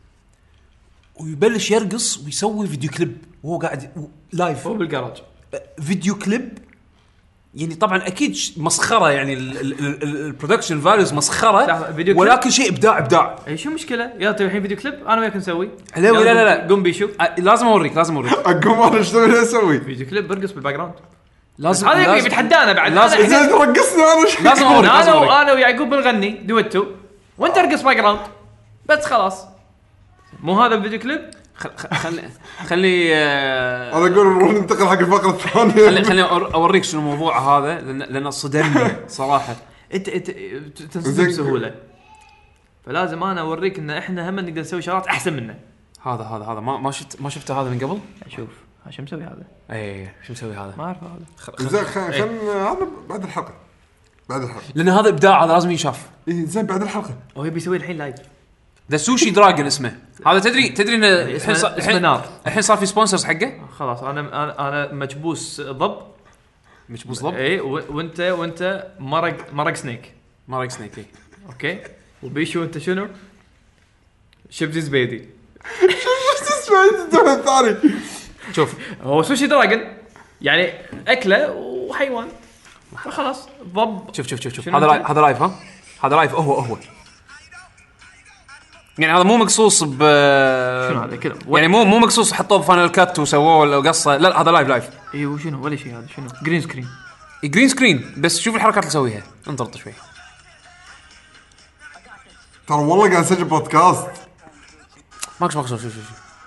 ويبلش يرقص ويسوي فيديو كليب وهو قاعد لايف هو بالجراج فيديو كليب يعني طبعا اكيد مسخره يعني البرودكشن فاليوز مسخره ولكن شيء ابداع ابداع. اي شو مشكله يا تبي الحين فيديو كليب انا وياك نسوي لا لا لا قم بيشوف لازم اوريك لازم اوريك اقوم انا ايش اسوي فيديو كليب برقص بالباك جراوند لازم هذا يبي يتحدانا بعد لازم زين رقصني انا لازم اوريك انا انا ويعقوب بنغني دويتو وانت ارقص باك جراوند بس خلاص مو هذا الفيديو كليب. خلي خلي انا اقول نروح ننتقل حق الفقره الثانيه. خلي خليني اوريك شنو الموضوع هذا لان صدمني صراحه. انت انت تنصدم بسهوله فلازم انا اوريك ان احنا هم نقدر نسوي شغلات احسن منه. هذا هذا هذا ما ما شفت ما شفته هذا من قبل. شوف شو مسوي هذا اي شو مسوي هذا ما اعرف هذا زين خلينا هذا بعد الحلقه بعد الحلقه لان هذا ابداع هذا لازم ينشاف. اي زين بعد الحلقه هو يبي يسوي الحين لايف ذا سوشي دراجون اسمه هذا تدري تدري انه الحين اسمه نار الحين صار في سبونسرز حقه خلاص انا انا انا مكبوس ضب مكبوس ضب اي وانت وانت مرق مرق سنيك مرق سنيك اي اوكي وبيشو انت شنو شبزي زبيدي شو اسمه الثاني شوف هو سوشي دراجون يعني اكله وحيوان خلاص ضب. شوف شوف شوف هذا لايف هذا لايف ها هذا لايف هو هو يعني هذا مو مقصوص ب شنو هذا كذا يعني مو مو مقصوص حطوه بفانل كات وسووه القصه لا هذا لايف لايف اي وشنو ولا شيء هذا شنو جرين سكرين جرين سكرين بس شوف الحركات اللي يسويها انطرط شوي ترى والله قاعد اسجل بودكاست ماكش ماكش شوف شوف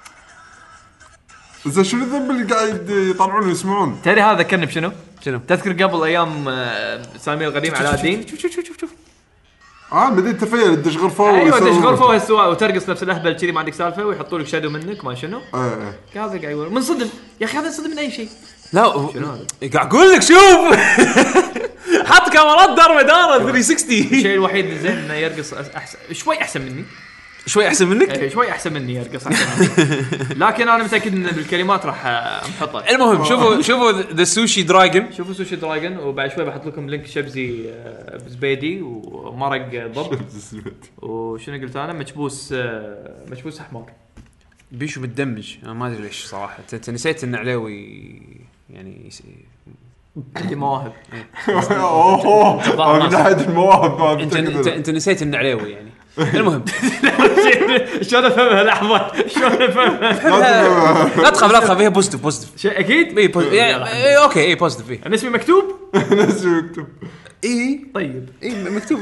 زين شنو الذنب اللي قاعد يطلعون ويسمعون تدري هذا ذكرني بشنو شنو تذكر قبل ايام سامي القديم علاء الدين شوف شوف شوف شوف اه بديت تفيل تدش غرفه ايوه تدش غرفه وهالسواء وترقص نفس الاهبل كذي ما عندك سالفه ويحطوا لك شادو منك ما شنو ايه ايه هذا قاعد يقول منصدم يا اخي هذا ينصدم من اي شيء لا قاعد اقول لك شوف حط كاميرات دار مدار ثلاثمية وستين الشيء الوحيد اللي زين انه يرقص احسن شوي احسن مني شوي احسن منك ايه شوي احسن مني يرقص احسن مني لكن انا متاكد ان بالكلمات راح نحطها. المهم شوفوا شوفوا ذا سوشي دراجون شوفوا سوشي دراجون وبعد شوي بحط لكم لينك شبزي زبيدي ومرق ضب وشنو قلت انا مكبوس مكبوس حمار بيشو متدمج انا ما ادري ليش صراحه انت نسيت ان علاوي يعني عندي مواهب اوه من ناحيه المواهب انت انت انت نسيت ان علاوي يعني المهم شلون افهمها لحظه شلون افهمها لا تخاف لا تخاف فيها بوزيتيف بوزيتيف شيء اكيد اي يعني اوكي اي بوزيتيف فيه انا اسمي مكتوب اسمي مكتوب اي طيب اي مكتوب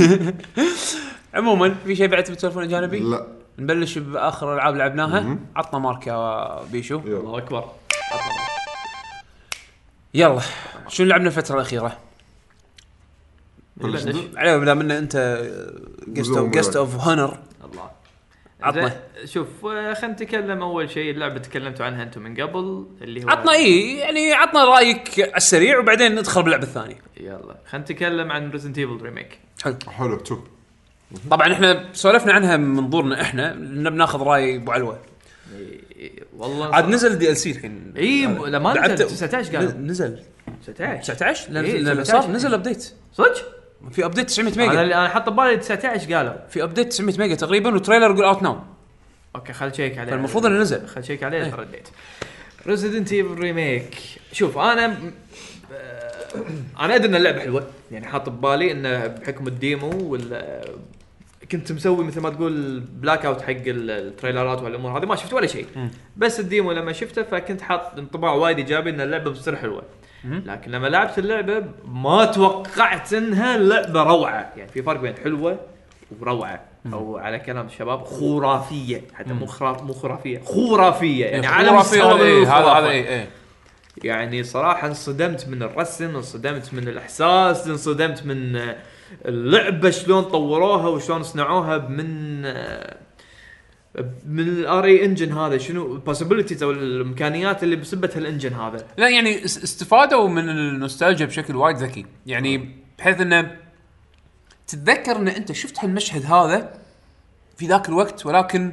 عموما في شيء بعد تسولفون جانبي لا نبلش باخر الالعاب لعبناها عطنا مارك يا بيشو الله اكبر يلا شو لعبنا الفتره الاخيره على بلا منا انت جست اوف جست اوف هونر الله عطنا شوف خلينا نتكلم اول شيء اللعبه تكلمتوا عنها انتم من قبل اللي هو عطنا ايه يعني عطنا رايك على السريع وبعدين ندخل باللعبه الثانيه. يلا خلينا نتكلم عن ريزنت ايفل ريميك. حلو حلو شوف طبعا احنا سولفنا عنها من منظورنا احنا بناخذ راي ابو علوه والله عاد نزل دي ال سي الحين. اي لما نزل تسعة عشر قال نزل تسعة عشر تسعة عشر إيه لان صار نزل ابديت صدق. في ابديت تسعمية ميجا. انا اللي انا حاط ببالي تسعة عشر قالوا في ابديت تسعمية ميجا تقريبا وتريلر يقول اوت ناو. اوكي خل تشيك عليه. فالمفروض انه نزل. خل تشيك عليه. ايه. رديت ريزيدنت ايفل ريميك. شوف انا انا ادري ان اللعبه حلوه يعني حاط ببالي انه بحكم الديمو ولا كنت مسوي مثل ما تقول بلاك اوت حق التريلرات والامور هذه ما شفت ولا شيء. بس الديمو لما شفته فكنت حاط انطباع وايد ايجابي ان اللعبه بتصير حلوه. لكن لما لعبت اللعبه ما توقعت انها لعبه روعه يعني في فرق بين حلوه وروعه او على كلام الشباب خرافيه حتى مو مو خرافيه خرافيه يعني على مستوى هذا هذا اي يعني صراحه انصدمت من الرسم انصدمت من الاحساس انصدمت من اللعبه شلون طوروها وشلون صنعوها من من الار اي انجن هذا شنو البوسيبيليتيز او الامكانيات اللي بسبه هالانجن هذا. لا يعني استفادوا من النوستالجيا بشكل وايد ذكي يعني بحيث انه تتذكر ان انت شفت هالمشهد هذا في ذاك الوقت ولكن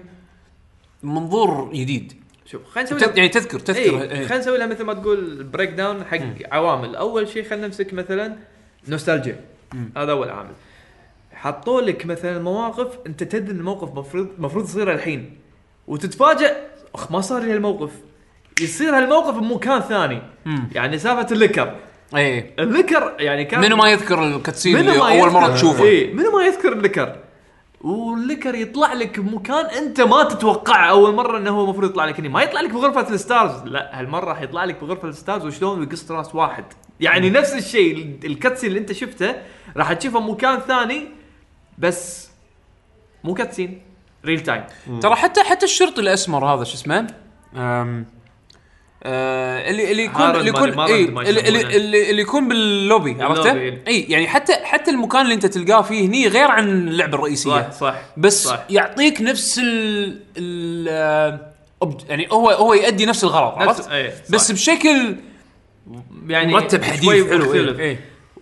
منظور جديد. شوف خلينا نسوي يعني تذكر تذكر ايه. ايه. خلينا نسوي لها مثل ما تقول بريك داون حق م. عوامل. اول شيء خلينا نمسك مثلا نوستالجيا هذا اول عامل. حطوا لك مثلا مواقف انت تدري الموقف مفروض مفروض يصير الحين وتتفاجئ اخ ما صار لي الموقف يصير هالموقف بمكان ثاني. مم. يعني سالفه الليكر اي الليكر يعني كان منو ما يذكر الكاتسين اللي اول مره تشوفه. اي منو ما يذكر الليكر والليكر يطلع لك بمكان انت ما تتوقع اول مره انه هو المفروض يطلع لك هنا ما يطلع لك بغرفه الستارز لا هالمره راح يطلع لك بغرفه الستارز وشلون يقص راس واحد يعني مم. نفس الشيء الكاتسين اللي انت شفته راح تشوفه بمكان ثاني بس مو كاتسين ريل تايم. ترى حتى حتى الشرطي الاسمر هذا شو اسمه امم آه اللي اللي يكون اللي يكون إيه اللي, اللي اللي يكون باللوبي عرفته اي يعني حتى حتى المكان اللي انت تلقاه فيه هني غير عن اللعبه الرئيسيه صح صح بس صح. يعطيك نفس ال, ال يعني هو هو يؤدي نفس الغرض عرفت ايه بس بشكل يعني مرتب حديث حلو ايه, ايه.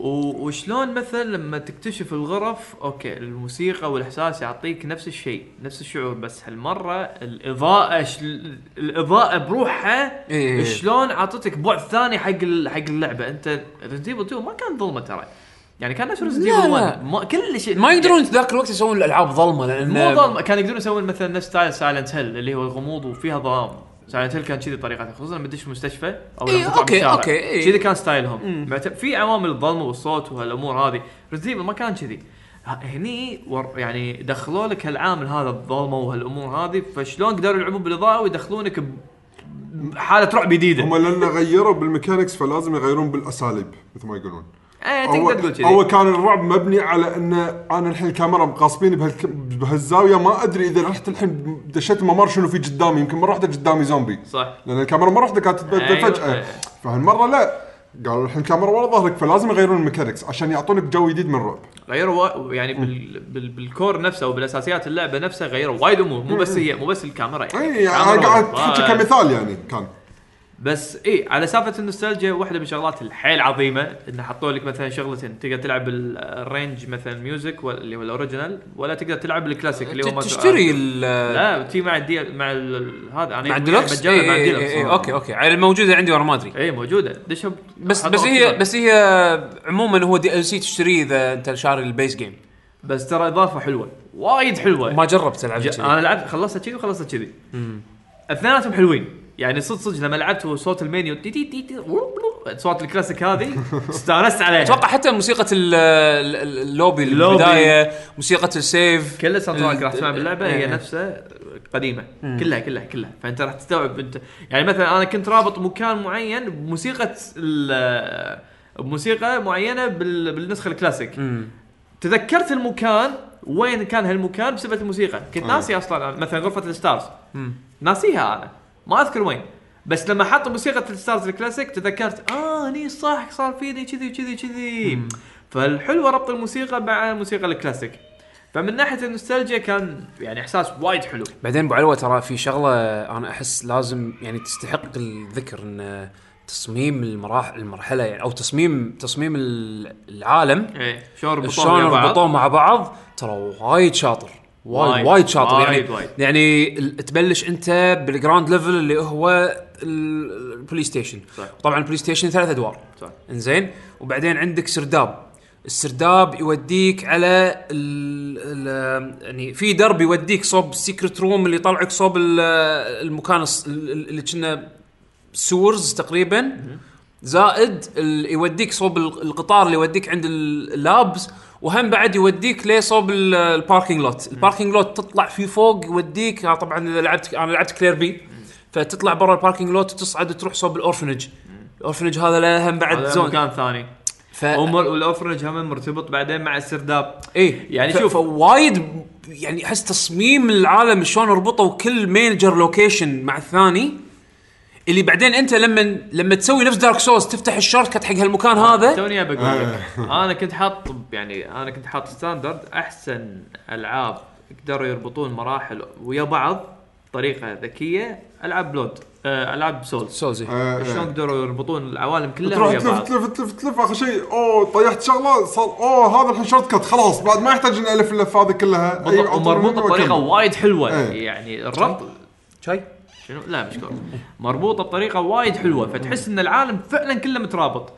وشلون مثلا لما تكتشف الغرف اوكي الموسيقى والاحساس يعطيك نفس الشيء نفس الشعور بس هالمره الاضاءه شل... الاضاءه بروحها إيه. شلون عطتك بعد ثاني حق ال... حق اللعبه. انت ريزيدنت تو ما كان ظلمه ترى يعني كان نفس ريزيدنت واحد ما كل شيء ما يقدرون ذاك الوقت يسوون الالعاب ظلمه لان مو ظلمه كان يقدرون يسوون مثلا نفس ستايل سايلنت هيل اللي هو الغموض وفيها ظلام. سايلنت هيل كان كذي طريقته خصوصا لما تدش المستشفى او إيه لما تطلع أوكي بالشارع أوكي إيه. كذي كان ستايلهم في عوامل الظلمه والصوت وهالامور هذه. ريزيدنت ما كان كذي هني يعني دخلوا لك هالعامل هذا الظلمه وهالامور هذه فشلون قدروا يلعبون بالاضاءه ويدخلونك بحاله رعب جديده. هم لان غيروا بالميكانكس فلازم يغيرون بالاساليب مثل ما يقولون. ايه تقدر تقول كذي. هو كان الرعب مبني على ان انا الحين الكاميرا مقاصبيني بهالك... بهالزاويه ما ادري اذا رحت الحين دشيت ممر شنو في قدامي يمكن مره واحده قدامي زومبي صح لان الكاميرا مره واحده كانت تتبدل أيوة. فجاه فهالمره لا قالوا الحين الكاميرا ورا ظهرك فلازم يغيرون الميكانكس عشان يعطونك جو جديد من الرعب. غيروا يعني بال... بال... بالكور نفسه وبالاساسيات اللعبه نفسها غيروا وايد امور مو بس هي مو بس الكاميرا يعني اي يعني قاعد تحكي كمثال يعني كان بس ايه على سالفه النوستالجيا واحده من الشغلات الحيل عظيمه ان حطوا لك مثلا شغلتين تقدر تلعب الرينج مثلا ميوزك اللي هو الاوريجينال ولا تقدر تلعب الكلاسيك اللي هو ما تشتري لا تي مع الدي مع هذا انا مع الديلوكس ايه مع الديلوكس ايه ايه اوكي اوكي على الموجوده عندي ورا ما ادري ايه موجوده دش بس بس هي بس هي عموما هو دي ال سي تشتريه اذا انت شاري البيس جيم بس ترى اضافه حلوه وايد حلوه ما جربت العب ج... انا لعبت خلصت كذي وخلصت كذي اثنيناتهم حلوين يعني صدق صدق لما لعبت صوت المنيو تي تي تي صوت الكلاسيك هذه استانست عليها. اتوقع حتى موسيقى اللوبي البدايه موسيقى السيف كل الساوند راح تسمع باللعبه هي نفسها قديمه كلها كلها كلها فانت راح تستوعب انت يعني مثلا انا كنت رابط مكان معين بموسيقى بموسيقى معينه بالنسخه الكلاسيك تذكرت المكان وين كان هالمكان بسبب الموسيقى كنت ناسي اصلا مثلا غرفه الستارز ناسيها انا ما اذكر وين بس لما حطوا موسيقى الستارز الكلاسيك تذكرت اه هني صح صار فيني كذي كذي كذي فالحلوه ربط الموسيقى مع الموسيقى الكلاسيك فمن ناحيه النوستالجيا كان يعني احساس وايد حلو. بعدين ابو علوه ترى في شغله انا احس لازم يعني تستحق الذكر ان تصميم المراحل المرحله يعني او تصميم تصميم العالم ايه شلون ربطوه مع بعض ترى وايد شاطر وايد وايد شاطر وايد يعني وايد. يعني ال- تبلش انت بالجراوند ليفل اللي هو ال- البلاي ستيشن. صح. طبعا البلاي ستيشن ثلاث ادوار صح. انزين، وبعدين عندك سرداب. السرداب يوديك على ال ال يعني في درب يوديك صوب السيكرت روم اللي يطلعك صوب ال- المكان الص- ال- اللي كنا سورز تقريبا، زائد ال- يوديك صوب ال- القطار اللي يوديك عند ال- اللابس، وهم بعد يوديك ليه صوب ال- الباركينج لوت. الباركينج لوت تطلع فيه فوق يوديك، آه طبعا اذا لعبت انا لعبت كلير بي، فتطلع برا الباركينج لوت وتصعد وتروح صوب الاورفنج. الاورفنج هذا له هم بعد هذا زون مكان ثاني. ف... عمر والاورفنج هم مرتبط بعدين مع السرداب. ايه يعني ف... شوف. وايد يعني احس تصميم العالم شلون ربطوا كل ميجر لوكيشن مع الثاني، اللي بعدين انت لما لما تسوي نفس دارك سولز تفتح الشورت كت حق هالمكان هذا. توني بقول لك انا كنت حاط يعني انا كنت حاط ستاندرد احسن العاب يقدروا يربطون مراحل ويا بعض بطريقه ذكيه، العاب بلود، آه، العاب سولز. سولزي آه، شلون قدروا يربطون العوالم كلها تروح ويا تلف بعض. تلف تلف تلف اخر شيء اوه طيحت شغله صار اوه هذا الحين شورت كت خلاص بعد ما يحتاج ان الف اللف هذه كلها. بالضبط، ومربوطه بطريقه وايد حلوه. ايه. يعني الربط شاي شنو لا مش كور مربوطه بطريقه وايد حلوه، فتحس ان العالم فعلا كله مترابط.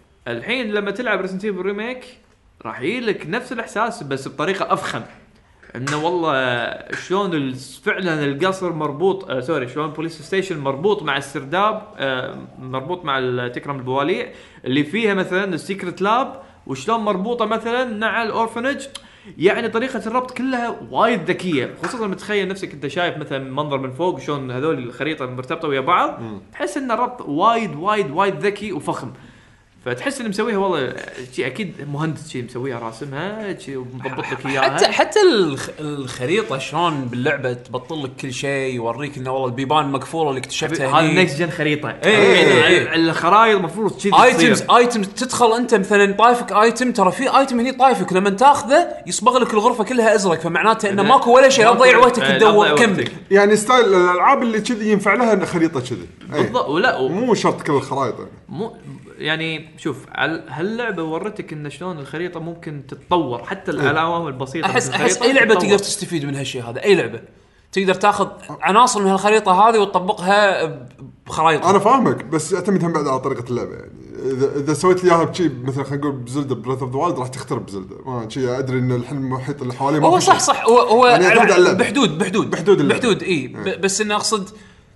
الحين لما تلعب ريزنت ايفل ريميك راح يجيلك نفس الاحساس بس بطريقه افخم، انه والله شلون ال- فعلا القصر مربوط، آه سوري شلون بوليس ستيشن مربوط مع السرداب، آه مربوط مع التكرم البواليع اللي فيها مثلا السيكرت لاب، وشلون مربوطه مثلا مع الاورفنج. يعني طريقه الربط كلها وايد ذكيه، خصوصا لما تخيل نفسك انت شايف مثلا منظر من فوق شلون هذول الخريطه مرتبطه ويا بعض، تحس ان الربط وايد وايد وايد ذكي وفخم. فتحس انه مسويها والله شيء اكيد مهندس شيء مسويها راسمها شيء مضبط لك اياها. حتى حتى الخ... الخريطه شلون باللعبه تبطل لك كل شيء، يوريك انه والله البيبان مقفوله اللي اكتشفتها هذا هني. نكست جن خريطه. إيه. يعني الخرائط المفروض كذي ايتمز ايتمز تدخل انت مثلا طايفك ايتم، ترى في ايتم هني طايفك لما تاخذه يصبغ لك الغرفه كلها ازرق، فمعناته انه ماكو ولا شيء، لا تضيع وقتك تدور كمل. يعني ستايل الالعاب اللي كذي ينفع لها خريطه كذي. بالضبط. ولا و... مو شرط كل الخرائط يعني. مو يعني شوف هاللعبه ورتك ان شلون الخريطه ممكن تتطور، حتى العوامل البسيطه. احس احس اي لعبه تقدر تستفيد من هالشيء هذا، اي لعبه تقدر تاخذ عناصر من هالخريطه هذه وتطبقها بخرائط. انا فاهمك بس اعتمد هم بعد على طريقه اللعبه. يعني اذا اذا سويت لي اياها بشيء مثلا خلينا نقول بزلده بريث اوف ذا وايلد راح تخترب بزلده، ما شيء ادري ان الحين المحيط اللي حواليه ما هو في صح شيء. صح هو هو يعني يعتمد على اللعبة. بحدود بحدود بحدود اللعبة. بحدود اي ب- بس اني اقصد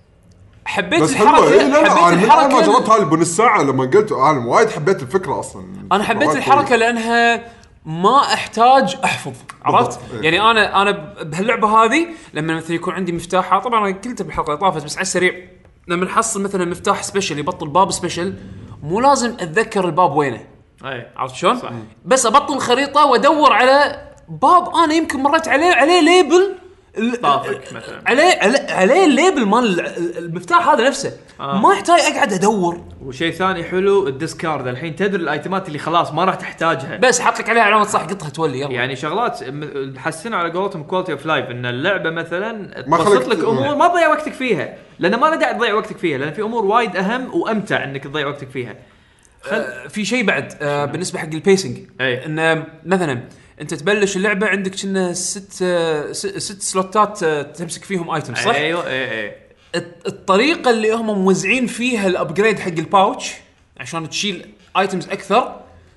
حبيت بس الحركه. حلوه. إيه لا لا حبيت انا الحركه ما جربت هاي بنص ساعه لما قلت انا وايد حبيت الفكره اصلا. انا حبيت وايد الحركه قوية. لانها ما احتاج احفظ، عرفت؟ إيه. يعني انا انا بهاللعبه هذه لما مثلا يكون عندي مفتاح، طبعا انا قلت بالحلقه اللي طافت بس على السريع، لما نحصل مثلا مفتاح سبيشل يبطل باب سبيشل مو لازم اتذكر الباب وينه، اي عرفت شلون؟ صح. بس ابطل الخريطه وادور على باب انا يمكن مريت عليه عليه ليبل طافك مثلا عليه عليه, عليه الليبل مال المفتاح هذا نفسه. آه. ما يحتاج اقعد ادور. وشيء ثاني حلو الديسكارد، الحين تدري الايتمات اللي خلاص ما راح تحتاجها، بس حط لك عليها علامه صح قطها تولي يلا. يعني شغلات م- حسنا على قولتهم كواليتي اوف لايف، ان اللعبه مثلا ما تبسط خلقت- لك امور ما تضيع وقتك فيها، لان ما له داعي تضيع وقتك فيها، لان في امور وايد اهم وامتع انك تضيع وقتك فيها. آه في شيء بعد آه بالنسبه حق البيسنج، أي. ان مثلا انت تبلش اللعبه عندك كنا ست آه ست, ست سلوتات آه تمسك فيهم ايتم صح؟ ايوه اي اي الط- الطريقه اللي هم موزعين فيها الابجريد حق الباوتش عشان تشيل ايتمز اكثر،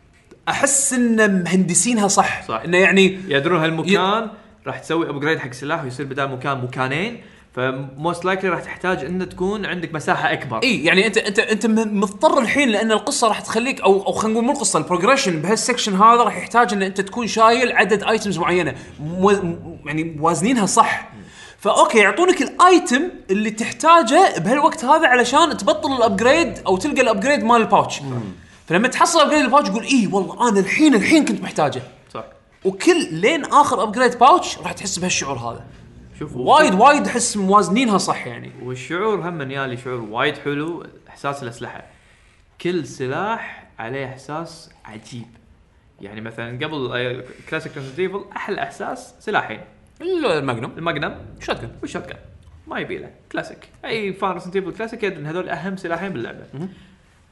احس ان مهندسينها صح, صح. انه يعني يدرون هالمكان راح تسوي ابجريد حق سلاح ويصير بدال مكان مكانين، فموست لايكلي راح تحتاج ان تكون عندك مساحه اكبر. اي يعني انت انت انت م- مضطر الحين لان القصه راح تخليك او او خلينا نقول مو القصه البروجريشن بهالسكشن هذا راح يحتاج ان انت تكون شايل عدد ايتمز معينه مو يعني موازنينها صح. فاوكي يعطونك الايتم اللي تحتاجه بهالوقت هذا علشان تبطل الابجريد او تلقى الابجريد مال الباوتش. فلما تحصل ابجريد الباوتش تقول اي والله انا الحين الحين كنت محتاجه. صح. وكل لين اخر ابجريد باوتش راح تحس بهالشعور هذا. شوف وايد وايد احس موازنينها صح يعني. والشعور هم من يالي شعور وايد حلو، احساس الاسلحه كل سلاح عليه احساس عجيب. يعني مثلا قبل كلاسيك ريزنت ايفل احلى احساس سلاحين، الماجنوم الماجنم شوتجن والشوتجن، ما يبي له كلاسيك. اي فان ريزنت ايفل كلاسيك يدري ان هذول اهم سلاحين باللعبه.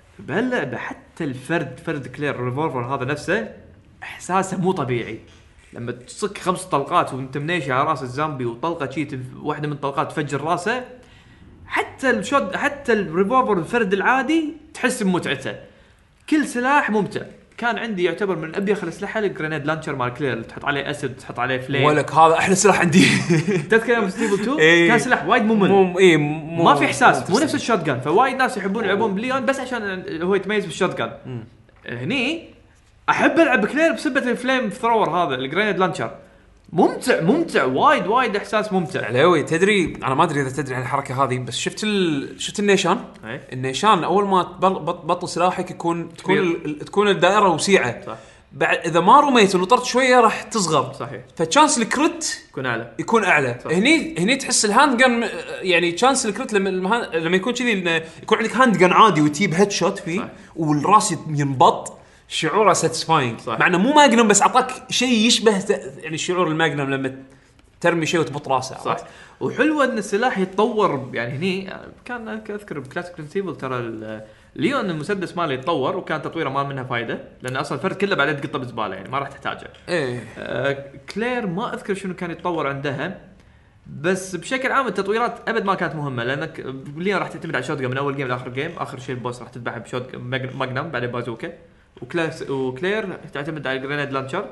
بهاللعبه حتى الفرد فرد كلير ريفولفر هذا نفسه احساسه مو طبيعي. لما تصك خمس طلقات وانت منيشي على راس الزامبي وطلقه شيء واحده من الطلقات تفجر راسه. حتى الشوت حتى الريفولفر الفرد العادي تحس بمتعته. كل سلاح ممتع. كان عندي يعتبر من ابيخ الاسلحه الجرينيد لانشر مال كلير، تحط عليه اسد تحط عليه فليم. ولك هذا احلى سلاح عندي. تذكر يوم ستيبل تو إيه. كان سلاح وايد ممل مو اي مو ما في احساس، مو نفس الشوت جان. فوايد ناس يحبون يلعبون بليون بس عشان هو يتميز بالشوت جان. هني احب العب كلير بسبه الفليم ثرور هذا الجرينيد لانشر. ممتع ممتع وايد وايد احساس ممتع. علوي تدري انا ما ادري اذا تدري عن الحركه هذه، بس شفت ال... شفت النيشان أي. النيشان اول ما تبطل سلاحك يكون تكون ال... تكون الدائره وسيعه. صح. بعد اذا ما رميت ونطرت شويه راح تصغر. صحيح. فالشانس الكريت يكون اعلى يكون اعلى. صح. هني هني تحس الهاند جن يعني شانس الكريت لما المهان... لما يكون كذي يكون عندك هاند جن عادي وتجيب هيد شوت فيه. صح. والراس ينبط شعوره ساتسفاينج، مع انه مو ماجنوم بس عطاك شيء يشبه يعني شعور الماجنوم لما ترمي شيء وتبط راسه. صح. وحلوه ان السلاح يتطور. يعني هني كان اذكر بكلاسيك برنسيبل ترى ليون المسدس ماله يتطور وكان تطويره ما منها فايده لان اصلا الفرد كله بعدين تقطه بزباله يعني ما راح تحتاجه. ايه آه كلير ما اذكر شنو كان يتطور عندها، بس بشكل عام التطويرات ابد ما كانت مهمه لانك ليون راح تعتمد على شوت جيم من اول جيم لاخر جيم. اخر شيء البوس راح تذبحه بشوت ماجنم بعدين بازوكا. وكلاس وكلير تعتمد على الجرينيد لانشر.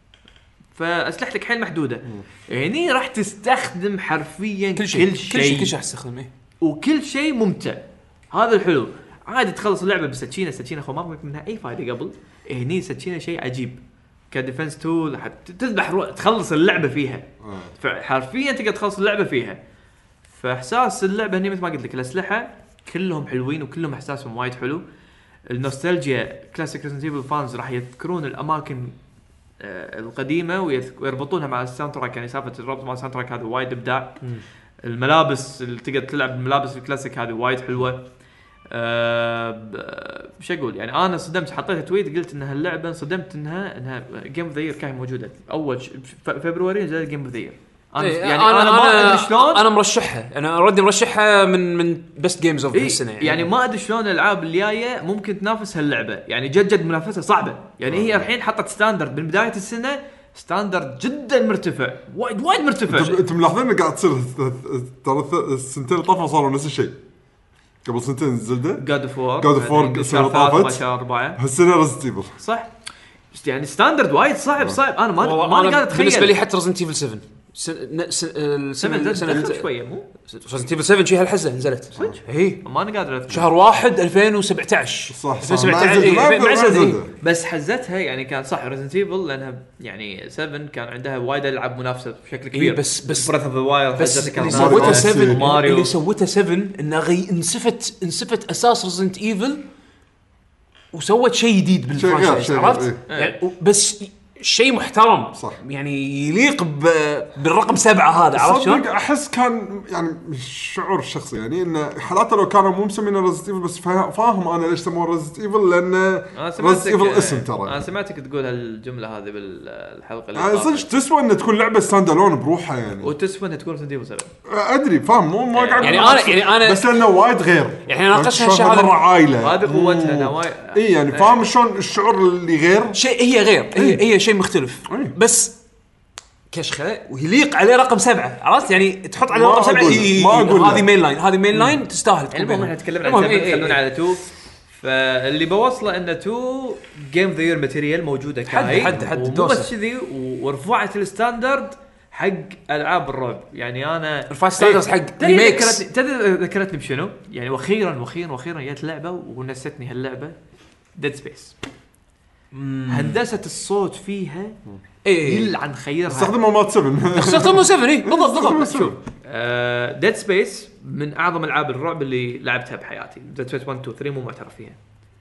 فاسلحتك حيل محدوده. يعني راح تستخدم حرفيا كل شيء كل شيء كل شيء استخدمه وكل شيء ممتع. هذا الحلو. عادي تخلص اللعبه بسكينه سكينه خو ما منها اي فائده قبل. هني سكينه شيء عجيب كديفنس تول حتى تذبح رو... تخلص اللعبه فيها. فحرفيا تقدر تخلص اللعبه فيها. فاحساس اللعبه هني مثل ما قلت لك الاسلحه كلهم حلوين وكلهم احساسهم وايد حلو. النوستالجيا كلاسيك ريزنت ايفل فانز راح يذكرون الاماكن آه القديمه ويربطونها مع الساوند تراك. يعني سالفه الربط مع الساوند تراك هذا وايد ابداع. الملابس اللي تقدر تلعب بالملابس الكلاسيك هذه وايد حلوه. أه بش اقول يعني انا صدمت حطيت تويت قلت ان هاللعبه صدمت انها انها جيم اوف ذا يير كانت موجوده اول فبراير نزل جيم اوف ذا يير. أنا يعني انا, أنا ما ادري شلون انا مرشحها انا اوريدي مرشحها من من بيست جيمز اوف السنه يعني. يعني ما ادري شلون الالعاب الجايه ممكن تنافس هاللعبه. يعني جد جد منافسه صعبه. يعني هي الحين حطت ستاندرد من بدايه السنه ستاندرد جدا مرتفع وايد وايد مرتفع. انتم ملاحظين انه قاعد تصير ترى السنتين اللي طافوا صاروا نفس الشيء. قبل سنتين زلدة جاد اوف وور جاد اوف وور السنه طافت هالسنه ريزنت ايفل. صح. يعني ستاندرد وايد صعب صعب. انا ما ما قاعد اتخيل بالنسبه لي حتى ريزنت ايفل سفن السنه سنه شويه مو ريزنت ايفل سفن شي هالحزه نزلت. اي ما انا قادر اذكر شهر واحد ألفين وسبعة عشر صح ألفين وسبعة عشر إيه. بس حزتها يعني كان صح ريزنت ايفل لانها يعني سبعة كان عندها وايد العاب منافسه بشكل كبير. إيه بس بس بريث اوف ذا وايلد بس اللي سوته سبعة اللي سوته سبعة انه غي انسفت انسفت اساس ريزنت ايفل وسوت شيء جديد بالفرانشايز عرفت يعني بس شيء محترم صح. يعني يليق بالرقم سبعة هذا عرفت شلون؟ احس كان يعني الشعور الشخصي يعني ان حالاته لو كانوا مو مسمينه ريزنت ايفل بس فاهم انا ليش سموه ريزنت ايفل لان ريزنت ايفل اسم ترى. انا سمعتك تقول هالجمله هذه بالحلقه اللي يعني صدق تسوى ان تكون لعبه ستاند الون بروحها يعني وتسوى ان تكون ريزنت ايفل سبعة. ادري فاهم مو ما قاعد يعني انا يعني انا بس لانه وايد غير يعني ناقشنا الشيء هذا عائله هذه قوتها نوايا. اي يعني فاهم شلون الشعور اللي غير شيء هي غير هي هي شيء مختلف أيه. بس كشخه ويليق عليه رقم سبعة عرفت يعني تحط عليه رقم سبعة هذه مين لاين هذه مين لاين تستاهل. المهم احنا تكلمنا عن سبعة خلونا على تو. فاللي بوصله ان تو جيم ذا يير ماتيريال موجوده كاي حد حد بس كذي ورفعت الستاندرد حق العاب الرعب. يعني انا رفعت الستاندرد حق ريميكس. تدري ذكرتني بشنو يعني واخيرا واخيرا واخيرا جت لعبه ونستني هاللعبه ديد سبيس. هندسه الصوت فيها ايه يلعن خيرها استخدموا مات سبعة استخدموا سبعة اي بالضبط بالضبط. شوف ديد سبيس من اعظم العاب الرعب اللي لعبتها بحياتي. ديد سبيس واحد اثنين ثلاثة مو معترف فيها.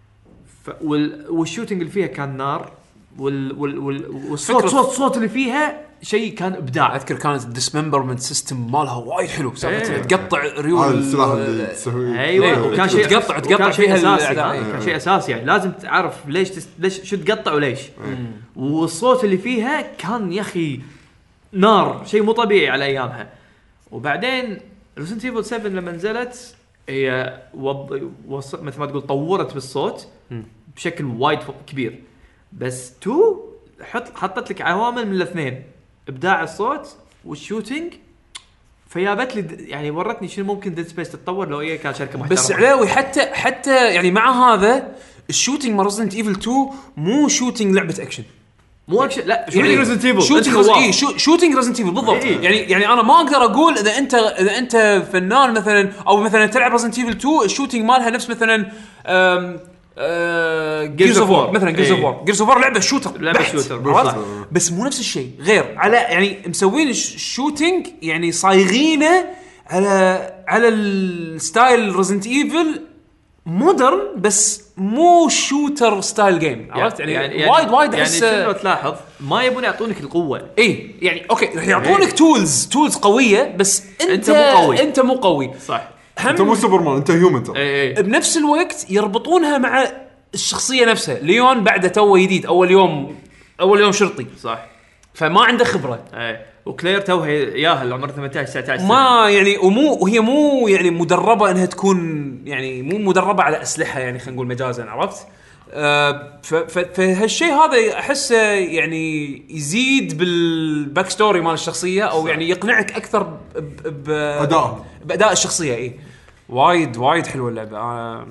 وال والشوتنج اللي فيها كان نار وال وال وال والصوت صوت صوت اللي فيها شيء كان ابداع. اذكر كانت الديسممبرمنت سيستم مالها وايد حلو سالفه تقطع ريول هذا السلاح اللي تسويه ايوه وكان شيء تقطع تقطع فيها اساسي كان شيء اساسي يعني لازم تعرف ليش تس... ليش شو تقطع وليش. والصوت اللي فيها كان يا اخي نار شيء مو طبيعي على ايامها. وبعدين ريزنت ايفل سبعة لما نزلت هي وض... وص... مثل ما تقول طورت بالصوت بشكل وايد كبير. بس تو حط حطت لك عوامل من الاثنين، ابداع الصوت والشوتينج، فيابت لي يعني ورتني شنو ممكن ديد سبيس تتطور لو هي كان شركه محترمه. بس علاوي حتى حتى يعني مع هذا الشوتينج مال ريزدنت ايفل تو مو شوتينج لعبه اكشن، مو اكشن لا يعني شوتينج ريزدنت ايفل شوتينج رز... إيه شو... شوتينج ريزدنت ايفل بالضبط. إيه. يعني يعني انا ما اقدر اقول اذا انت اذا انت فنان مثلا او مثلا تلعب ريزدنت ايفل تو الشوتينج مالها نفس مثلا أم... جيرز اوف وور مثلا جيرز اوف وور جيرز اوف وور لعبه شوتر لعبه شوتر بس مو نفس الشيء، غير على يعني مسوين الشوتينج يعني صايغينه على على الستايل ريزدنت ايفل مودرن بس مو شوتر ستايل جيم، عرفت يعني, يعني, يعني وايد وايد يعني احس شنو تلاحظ ما يبون يعطونك القوه. اي يعني اوكي رح يعطونك تولز تولز قويه بس انت انت مو قوي انت مو قوي صح، انت مو سوبرمان انت هيومن ترى. اي اي. بنفس الوقت يربطونها مع الشخصيه نفسها. ليون بعده توه جديد اول يوم اول يوم شرطي صح، فما عنده خبره. اي وكلير توها ياهل اللي عمره ثمانية عشر تسعة عشر ما يعني ومو وهي مو يعني مدربه انها تكون يعني مو مدربه على اسلحه يعني خلينا نقول مجازا، عرفت؟ آه فهالشيء هذا احسه يعني يزيد بالباك ستوري مال الشخصيه او صح. يعني يقنعك اكثر باداء باداء الشخصيه. اي وايد وايد حلوه اللعبه. آه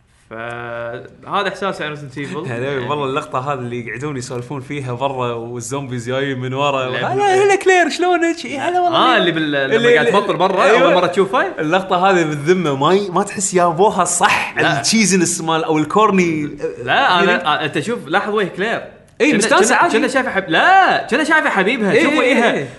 فهذا احساسي عن ريزدنت ايفل. والله اللقطه هذه اللي يقعدون يسولفون فيها برا والزومبيز جايين من ورا هلا هلا كلير شلونك هلا والله اه اللي بال... لما قاعد تمطر برا أيوة. اول مره تشوفها اللقطه هذه بالذمه ما ي... ما تحس يابوها صح التشيزنس مال او الكورني. لا انا انت شوف لاحظ وجه كلير اي مستانسه عادي كنا شايفه حب... لا كنا شايفه حبيبها إيه شوف وجهها إيه.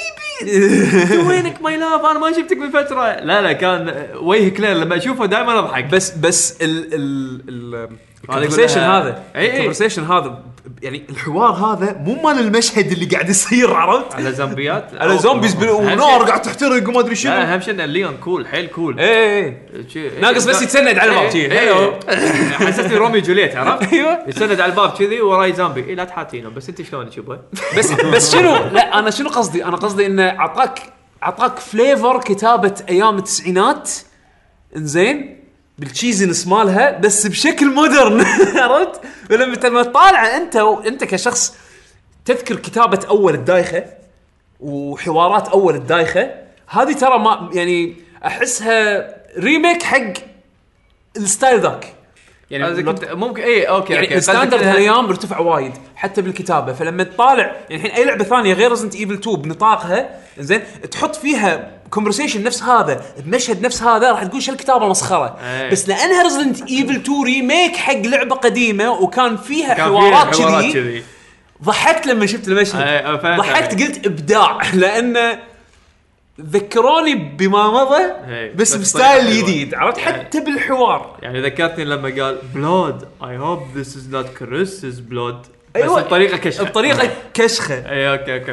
حبيبي وينك ماي لاف انا ما شفتك من فتره. لا لا كان وجه كلير لما اشوفه دائما اضحك. بس بس ال ال الكونفرسيشن هذا الكونفرسيشن هذا يعني الحوار هذا مو مال المشهد اللي قاعد يصير، عرفت؟ على زومبيات على زومبيز ونار قاعد تحترق وما ادري شنو. لا اهم شيء ان ليون كول حيل كول. ايه ناقص بس يتسند على الباب كذي. ايوه حسيتني روميو جولييت عرفت؟ ايوه يتسند على الباب كذي وراي زومبي. ايه لا تحاتينه بس انت شلون تشوفه؟ بس بس شنو لا انا شنو قصدي انا قصدي انه اعطاك اعطاك فليفر كتابه ايام التسعينات انزين بالتشيزنس مالها بس بشكل مودرن عرفت؟ ولما لما تطالع انت انت كشخص تذكر كتابه اول الدايخه وحوارات اول الدايخه هذه ترى ما يعني احسها ريميك حق الستايل ذاك يعني ممكن اي اوكي يعني الستاندرد هالايام ارتفع وايد حتى بالكتابه. فلما تطالع يعني الحين اي لعبه ثانيه غير ريزدنت ايفل تو بنطاقها زين تحط فيها كونفرسيشن نفس هذا بمشهد نفس هذا راح تقول شو الكتابه المسخره. بس لانها ريزدنت ايفل تو ريميك حق لعبه قديمه وكان فيها كان حوارات كذي ضحكت لما شفت المشهد ضحكت قلت ابداع لانه ذكروني بما مضى بس بستايل جديد عرفت حتى بالحوار. يعني ذكرتني لما قال blood I hope this is not Chris's blood أيوة بس بطريقه كشخه بطريقه كشخه. اي اوكي اوكي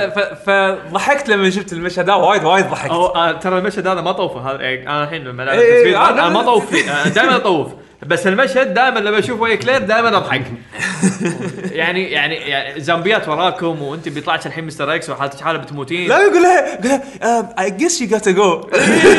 فضحكت لما شفت المشهد هذا وايد وايد ضحكت. أو ترى المشهد هذا ما طوفه هذا يعني انا الحين لما العب التصوير انا ما طوف دائما اطوف بس المشهد دائما لما اشوف ويا كلير دائما اضحك. يعني يعني يعني زومبيات وراكم وانت بيطلعش الحين مستر اكس وحالتك حاله بتموتين. لا يقول لها يقول لها I guess you got to go.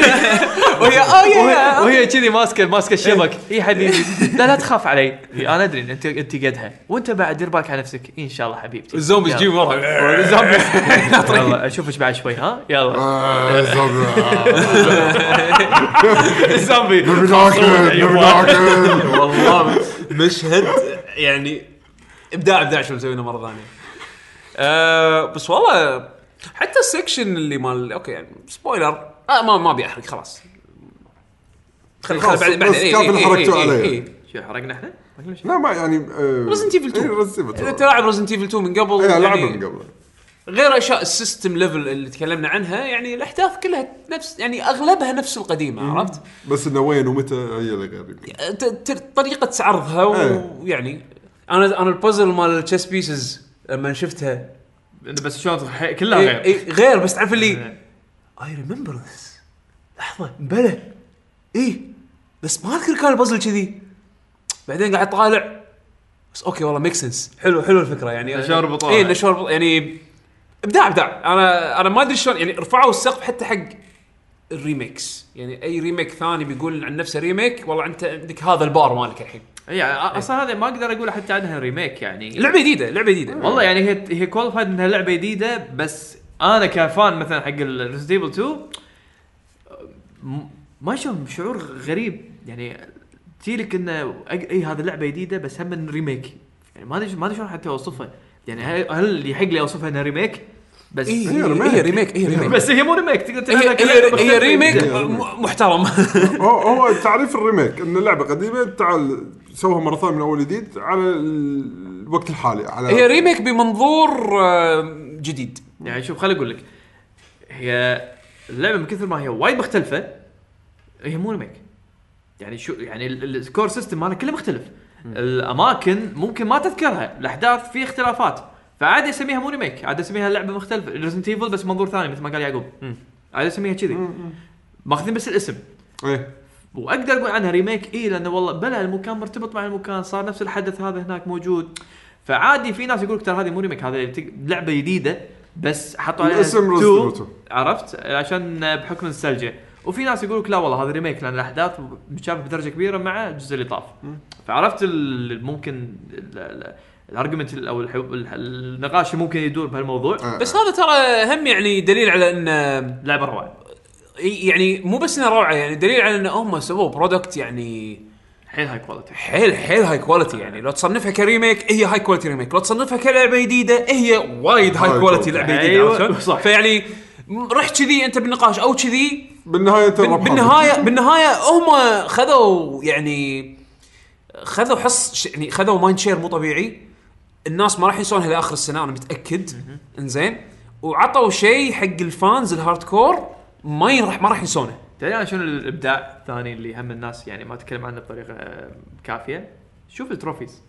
وهي اه يا وهي كذي ماسكه ماسكه الشبك. اي حبيبي لا لا تخاف علي انا ادري انت انت قدها وانت بعد دير بالك على نفسك ان شاء الله حبيبتي. الزومبي يجي ورا الزومبي يلا اشوفك بعد شوي ها يلا الزومبي والله مشهد يعني ابداع ابداع شو مسوينه مره ثانيه. أه بس والله حتى السكشن اللي مال اوكي يعني سبويلر آه ما ما بيحرق خلاص خلي خلي بعد بعد اي اي شو حرقنا احنا لا ما يعني ريزنت ايفل تو اذا تلعب ريزنت ايفل تو من قبل اي لعبه من قبل غير اشياء السيستم ليفل اللي تكلمنا عنها يعني الاحداث كلها نفس يعني اغلبها نفس القديمه عرفت بس انه وين ومتى هي اللي غير طريقه عرضها ويعني انا انا البازل مال التشيس بيسز لما شفتها بس شلون كلها غير إيه غير بس تعرف اللي اي ريممبر ذس لحظه بلا ايه بس ما اذكر كان البازل كذي بعدين قاعد طالع بس اوكي والله ميك سنس حلو حلو الفكره يعني نشور بطاقه ايه نشور يعني ابداع ابداع. انا انا ما ادري شلون يعني رفعوا السقف حتى حق الريميكس يعني اي ريميك ثاني بيقول عن نفسه ريميك والله انت عندك هذا البار مالك الحين يعني اصلا هذا ما اقدر اقول حتى عنها ريميك يعني لعبه جديده لعبه جديده والله يعني هي هي كواليفايد انها لعبه جديده بس انا كفان مثلا حق الريزيدنت ايفل تو ما شلون شعور غريب يعني تجيلك انه اي هذا لعبه جديده بس هم من ريميك يعني ما ادري ما ادري شلون حتى اوصفها يعني هل يحق لي اوصفها انها ريميك بس إيه هي ريميك هي ريميك هي ريميك بس هي مو ريميك تقدر تلعبها هي, هي ريميك محترم. هو هو تعريف الريميك ان اللعبه قديمه تعال سووها مره ثانيه من اول جديد على الوقت الحالي على هي ريميك بمنظور جديد يعني شوف خليني اقول لك هي اللعبه من كثر ما هي وايد مختلفه هي مو ريميك يعني شو يعني السكور سيستم ماله كله مختلف م. الاماكن ممكن ما تذكرها الاحداث في اختلافات فعادي اسميها مو ريميك عادي اسميها لعبه مختلفه ريزنت ايفل بس منظور ثاني مثل ما قال يعقوب عادي اسميها كذي ماخذين بس الاسم ايه واقدر اقول عنها ريميك ايه لانه والله بلا المكان مرتبط مع المكان صار نفس الحدث هذا هناك موجود فعادي في ناس يقولك ترى هذه مو ريميك هذه لعبه جديده بس حطوا عليها اسم تو عرفت عشان بحكم النوستالجيا وفي ناس يقولك لا والله هذا ريميك لان الاحداث متشابهه بدرجه كبيره مع الجزء اللي طاف فعرفت ممكن الارجيومنت او النقاش ممكن يدور بهالموضوع بس هذا ترى هم يعني دليل على ان لعبه روعه يعني مو بس انها روعه يعني دليل على ان هم سووا برودكت يعني حيل هاي كواليتي حيل حيل هاي كواليتي يعني لو تصنفها كريميك هي هاي كواليتي ريميك لو تصنفها كلعبه جديده هي وايد هاي كواليتي لعبه جديده أيوة فيعني رح كذي انت بالنقاش او كذي بالنهايه بالنهايه بالنهايه هم خذوا يعني خذوا حص يعني خذوا مايند شير مو طبيعي الناس ما راح ينسونها لاخر السنه انا متاكد انزين وعطوا شيء حق الفانز الهارد كور ما راح ما راح ينسونه. تدري انا شنو الابداع الثاني اللي هم الناس يعني ما تكلم عنه بطريقه كافيه شوف التروفيز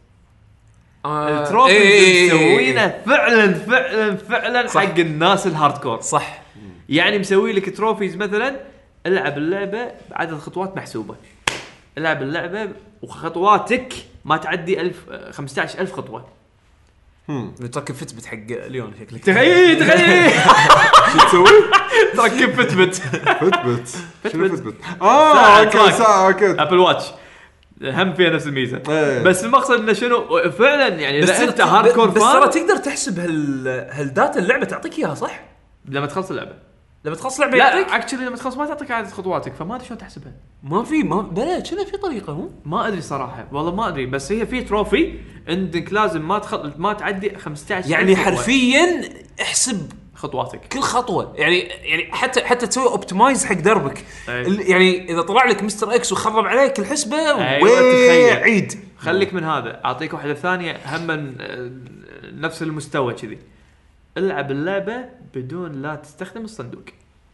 آه التروفيز إيه مسوينه فعلا فعلا فعلا صح. حق الناس الهارد كور صح يعني مسوي لك تروفيز مثلا العب اللعبه بعدد خطوات محسوبه العب اللعبه وخطواتك ما تعدي ألف خمسة عشر ألف خطوه امم تركب فتبت حق ليون شكلك تخيل تخيل شو تسوي تركب فتبت فتبت شنو فتبت اه اوكي ساعه اوكي ابل واتش هم فيها نفس الميزه ايه. بس المقصد انه شنو فعلا يعني اذا انت هارد كور بس ترى تقدر تحسب هال هالداتا اللعبه تعطيك اياها صح لما تخلص اللعبه لما تخلص لعبه لا يعطيك اكشلي لما تخلص ما تعطيك عدد خطواتك فما ادري شلون تحسبها ما في ما بلا كنا في طريقه مو ما ادري صراحه والله ما ادري بس هي في تروفي عندك لازم ما تخل... ما تعدي خمسة عشر يعني حرفيا احسب خطواتك كل خطوه يعني يعني حتى حتى تسوي اوبتمايز حق دربك أيوة. يعني اذا طلع لك مستر اكس وخرب عليك الحسبه أيوة تخيل عيد خليك من هذا اعطيك واحده ثانيه هم من نفس المستوى كذي العب اللعبه بدون لا تستخدم الصندوق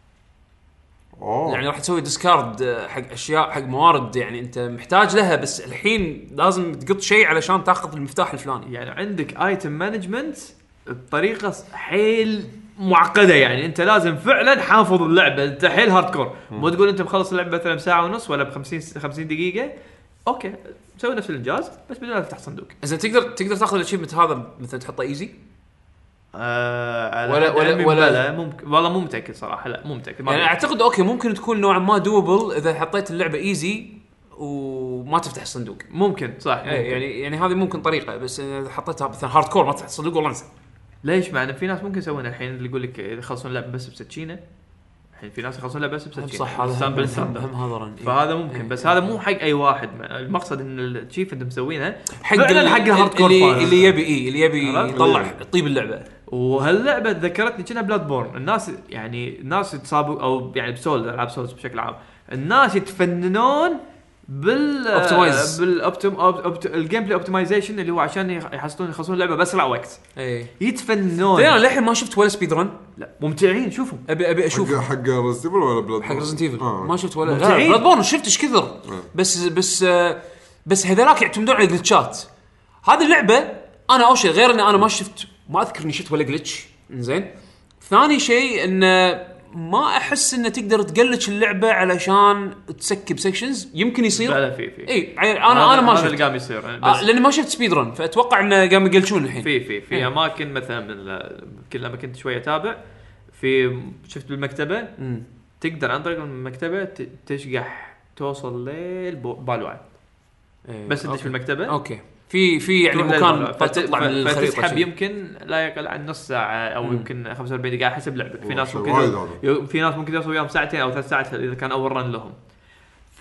أوه. يعني راح تسوي ديسكارد حق اشياء حق موارد يعني انت محتاج لها بس الحين لازم تقط شيء علشان تاخذ المفتاح الفلاني يعني عندك ايتم مانجمنت بطريقه حيل معقده يعني انت لازم فعلا حافظ اللعبه انت حيل هارد كور مو تقول انت مخلص اللعبه مثلا بساعه ونص ولا ب خمسين خمسين دقيقه اوكي سوي نفس الانجاز بس بدون لا تفتح صندوق اذا تقدر تقدر تاخذ الاتشيفمنت هذا مثلا تحطه ايزي آه ولا ولا ولا ممكن والله مو متاكد صراحه لا مو متاكد يعني اعتقد اوكي ممكن تكون نوعا ما دوبل اذا حطيت اللعبه ايزي وما تفتح الصندوق ممكن صح ممكن. يعني يعني هذه ممكن طريقه بس اذا حطيتها مثلا هارد كور ما تفتح الصندوق والله انسى ليش معنا في ناس ممكن يسوونها الحين اللي يقول لك يخلصون اللعبه بس بسكينه الحين في ناس يخلصون اللعبه بس بسكينه صح هذا هم هذا رن فهذا ممكن إيه. بس هذا مو حق اي واحد المقصد ان التشيف انت مسوينها حق حق الهارد كور اللي, اللي يبي ايه اللي يبي يطلع طيب اللعبه وهاللعبه ذكرتني كنا بلاد بورن الناس يعني الناس يتصابوا او يعني بسول العاب سولز بشكل عام الناس يتفننون بال اوبتمايز بالاوبتم الجيم بلاي اوبتمايزيشن اللي هو عشان يحصلون يخلصون اللعبه باسرع وقت اي يتفننون انا للحين ما شفت ولا سبيد رن لا ممتعين شوفوا ابي ابي اشوف حق حق ريزنت ايفل ولا بلاد حق ريزنت ايفل آه. ما شفت ولا بلاد بورن شفت ايش كثر آه. بس بس آه بس هذاك يعتمدون على الجلتشات هذه اللعبه انا اول شيء غير ان انا ما شفت ما اذكر اني شفت ولا جلتش زين ثاني شيء ان ما احس انه تقدر تقلش اللعبه علشان تسكب سيكشنز يمكن يصير لا في في اي انا انا ما شفت اللي قام يصير بس آه لاني ما شفت سبيد رن فاتوقع انه قام يقلشون الحين في في في اماكن مثلا كل لما كنت شويه اتابع في شفت بالمكتبه م. تقدر عن طريق المكتبه تشقح توصل للبالوعه إيه. بس تدش أوكي. في المكتبه اوكي في في يعني تروح مكان للبرا. فت- تطلع من ف- الخريطه فتسحب شي. يمكن لا يقل عن نص ساعه او مم. يمكن خمسة وأربعين دقيقه حسب لعبك. في والله ناس شيء ممكن وايد يو- هذا. يو- في ناس ممكن يوصلوا وياهم ساعتين او ثلاث ساعات اذا كان اول رن لهم. ف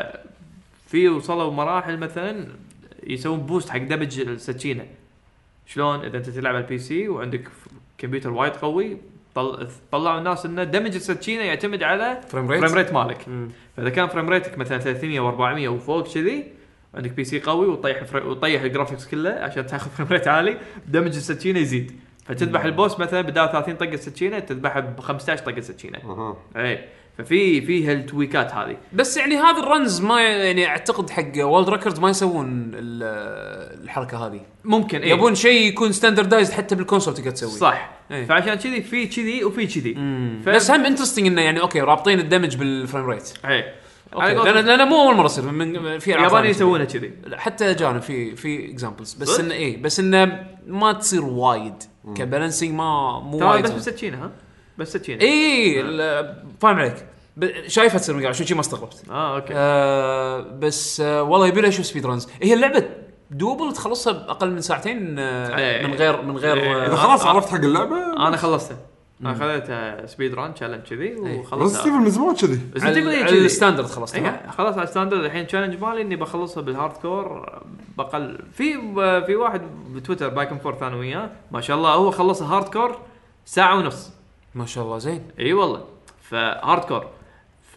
في وصلوا مراحل مثلا يسوون بوست حق دمج السكينه. شلون اذا انت تلعب على البي سي وعندك كمبيوتر وايد قوي طل... طلعوا الناس ان دمج السكينه يعتمد على فريم ريت فريم ريت مالك. مم. فاذا كان فريم ريتك مثلا ثلاثمية وأربعمية وفوق كذي عندك بي سي قوي وطيح فري... وطيح الجرافيكس كله عشان تاخذ فريم ريت عالي دمج السكينه يزيد. فتذبح البوس مثلا بدال ثلاثين طقه سكينه تذبحه ب خمسة عشر طقه سكينه. اها اي ففي في هالتويكات هذه. بس يعني هذا الرنز ما يعني اعتقد حق وولد ريكورد ما يسوون ال- الحركه هذه. ممكن إيه؟ يبون شيء يكون ستاندردايزد حتى بالكونسول تقدر تسوي. صح. إيه. فعشان كذي في كذي وفي كذي. ف... ف... بس هم انترستنج انه يعني اوكي رابطين الدمج بالفريم ريت. اي اوكي لان لان مو اول مره يصير من في الياباني يسوونها كذي. حتى اجانب في في اكزامبلز بس صدق؟ انه ايه بس انه ما تصير وايد كبالانسنج ما مو ترى وايد بس بالسكينه ها بس سكينه. اي فاهم عليك ب- شايفها تصير من قاعد عشان شي ما استغربت. اه اوكي. آه بس آه والله يبي لها شو سبيد رانز. هي اللعبه دوبل تخلصها باقل من ساعتين آه إيه. من غير من غير إيه. اذا آه خلاص عرفت حق اللعبه انا خلصتها. انا خذيتها سبيد ران تشالنج كذي ريزنت وخلصتها. ايفل من زمان كذي. على على الستاندرد خلصتها. إيه خلاص على الستاندرد. الحين تشالنج مالي اني بخلصها بالهارد كور بقل. في في واحد بتويتر باك اند فورث انا وياه ما شاء الله هو خلص هارد كور ساعه ونص. ما شاء الله زين. اي والله فهارد كور ف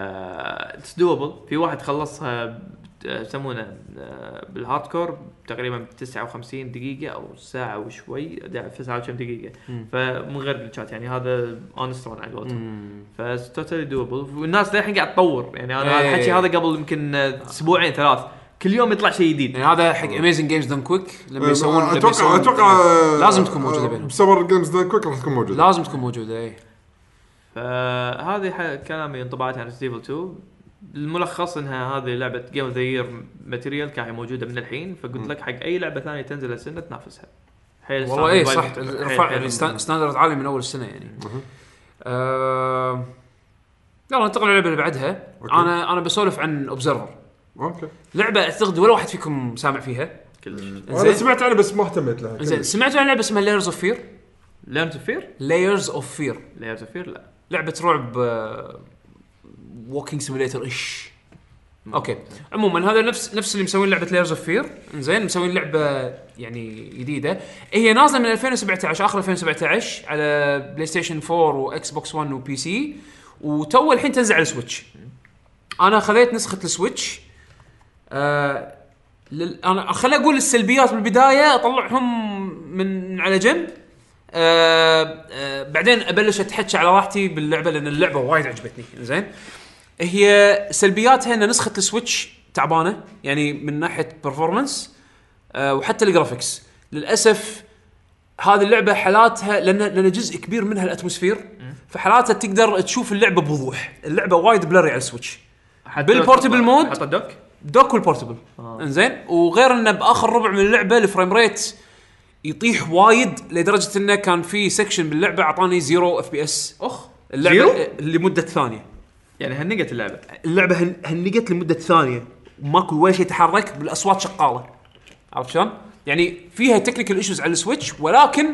دوبل. في واحد خلصها يسمونه بالهارد كور تقريبا تسعة وخمسين دقيقه او ساعه وشوي في ساعه وكم دقيقه. فمن غير الشات يعني هذا اونست ران على قولتهم. فتوتالي دوبل والناس للحين قاعد تطور يعني انا إيه. الحكي هذا قبل يمكن اسبوعين ثلاث كل يوم يطلع شيء جديد. يعني هذا حق اميزنج جيمز دون كويك لما يسوون لما اتوقع يسوون اتوقع لازم تكون موجوده بينهم. بسمر جيمز دان كويك راح تكون موجوده. لازم تكون موجوده اي. فهذه كلامي انطباعات عن ستيفل تو. الملخص انها هذه لعبه جيم اوف ذا يير ماتيريال كانت موجوده من الحين. فقلت لك حق اي لعبه ثانيه تنزل السنه تنافسها. والله ايه صح رفع ستاندرد عالي من اول السنه يعني. آه... يلا ننتقل للعبه اللي بعدها. أوكي. انا انا بسولف عن اوبزرفر. اوكي لعبه اعتقد ولا واحد فيكم سامع فيها. انا سمعت عنها بس ما اهتميت لها. زين سمعتوا عن لعبه اسمها لايرز اوف فير؟ لايرز اوف فير لايرز اوف فير لايرز اوف فير لا لعبه رعب ووكينج سيميليتر ايش. اوكي عموما هذا نفس نفس اللي مسوين لعبه لايرز اوف فير. زين مسوين لعبه يعني جديده. هي نازله من ألفين وسبعة عشر اخر ألفين وسبعة عشر على بلاي ستيشن فور واكس بوكس ون وبي سي وتو الحين تنزل على السويتش. انا خذيت نسخه السويتش. آه لل... انا خليني اقول السلبيات بالبدايه اطلعهم من على جنب. آه آه بعدين ابلش اتحكي على راحتي باللعبه لان اللعبه وايد عجبتني. زين هي سلبياتها ان نسخه السويتش تعبانه يعني من ناحيه برفورمانس آه وحتى الجرافيكس. للاسف هذه اللعبه حالاتها لان لان جزء كبير منها الاتموسفير فحالاتها تقدر تشوف اللعبه بوضوح. اللعبه وايد بلري على السويتش بالبورتبل مود. حط الدوك دوك والبورتبل آه. انزين وغير انه باخر ربع من اللعبه الفريم ريت يطيح وايد لدرجه انه كان في سيكشن باللعبه اعطاني زيرو اف بي اس. اخ اللعبه لمده ثانيه يعني هنقت اللعبه. اللعبه هن... هنقت لمده ثانيه ماكو ولا شيء يتحرك بالاصوات شغاله. عرفت شلون يعني فيها تكنيكال ايشوز على السويتش ولكن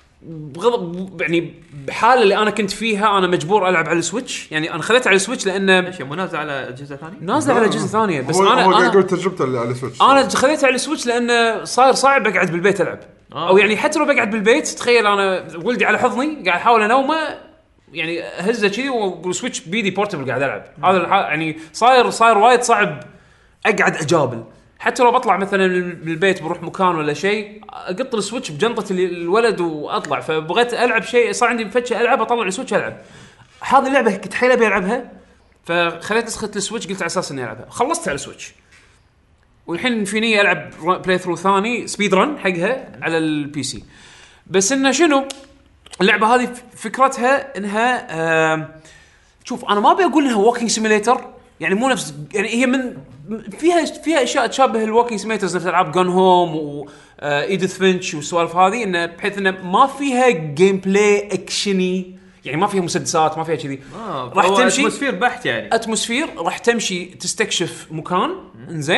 بغض يعني بحاله اللي انا كنت فيها انا مجبور العب على السويتش. يعني انا خذيت على السويتش لانه ماشي مو نازل على اجهزه ثانيه نازل على اجهزه ثانيه بس هو انا هو انا قاعد تجربته اللي على السويتش. انا خذيت على السويتش لانه صاير صعب اقعد بالبيت العب آه. او يعني حتى لو بقعد بالبيت تخيل انا ولدي على حضني قاعد احاول انومه يعني هزه كذي والسويتش بيدي بورتبل قاعد العب. هذا يعني صاير صاير وايد صعب اقعد اجابل. حتى لو بطلع مثلا من البيت بروح مكان ولا شيء اقط السويتش بجنطه الولد واطلع. فبغيت العب شيء صار عندي فتشه العب اطلع السويتش العب. هذه اللعبه كنت حيل ابي العبها فخليت نسخه السويتش قلت على اساس اني العبها. خلصت على السويتش والحين فيني العب بلاي ثرو ثاني سبيد رن حقها على البي سي. بس انه شنو اللعبه هذه فكرتها انها آه شوف انا ما ابي اقول انها ووكينج سيميليتر يعني مو نفس يعني هي من فيها فيها اشياء تشابه الووكينج سيميليترز نفس العاب جون هوم وايديث فينش والسوالف هذه انه بحيث انه ما فيها جيم بلاي اكشني يعني ما فيها مسدسات ما فيها كذي. آه راح تمشي اتموسفير بحت يعني اتموسفير راح تمشي تستكشف مكان انزين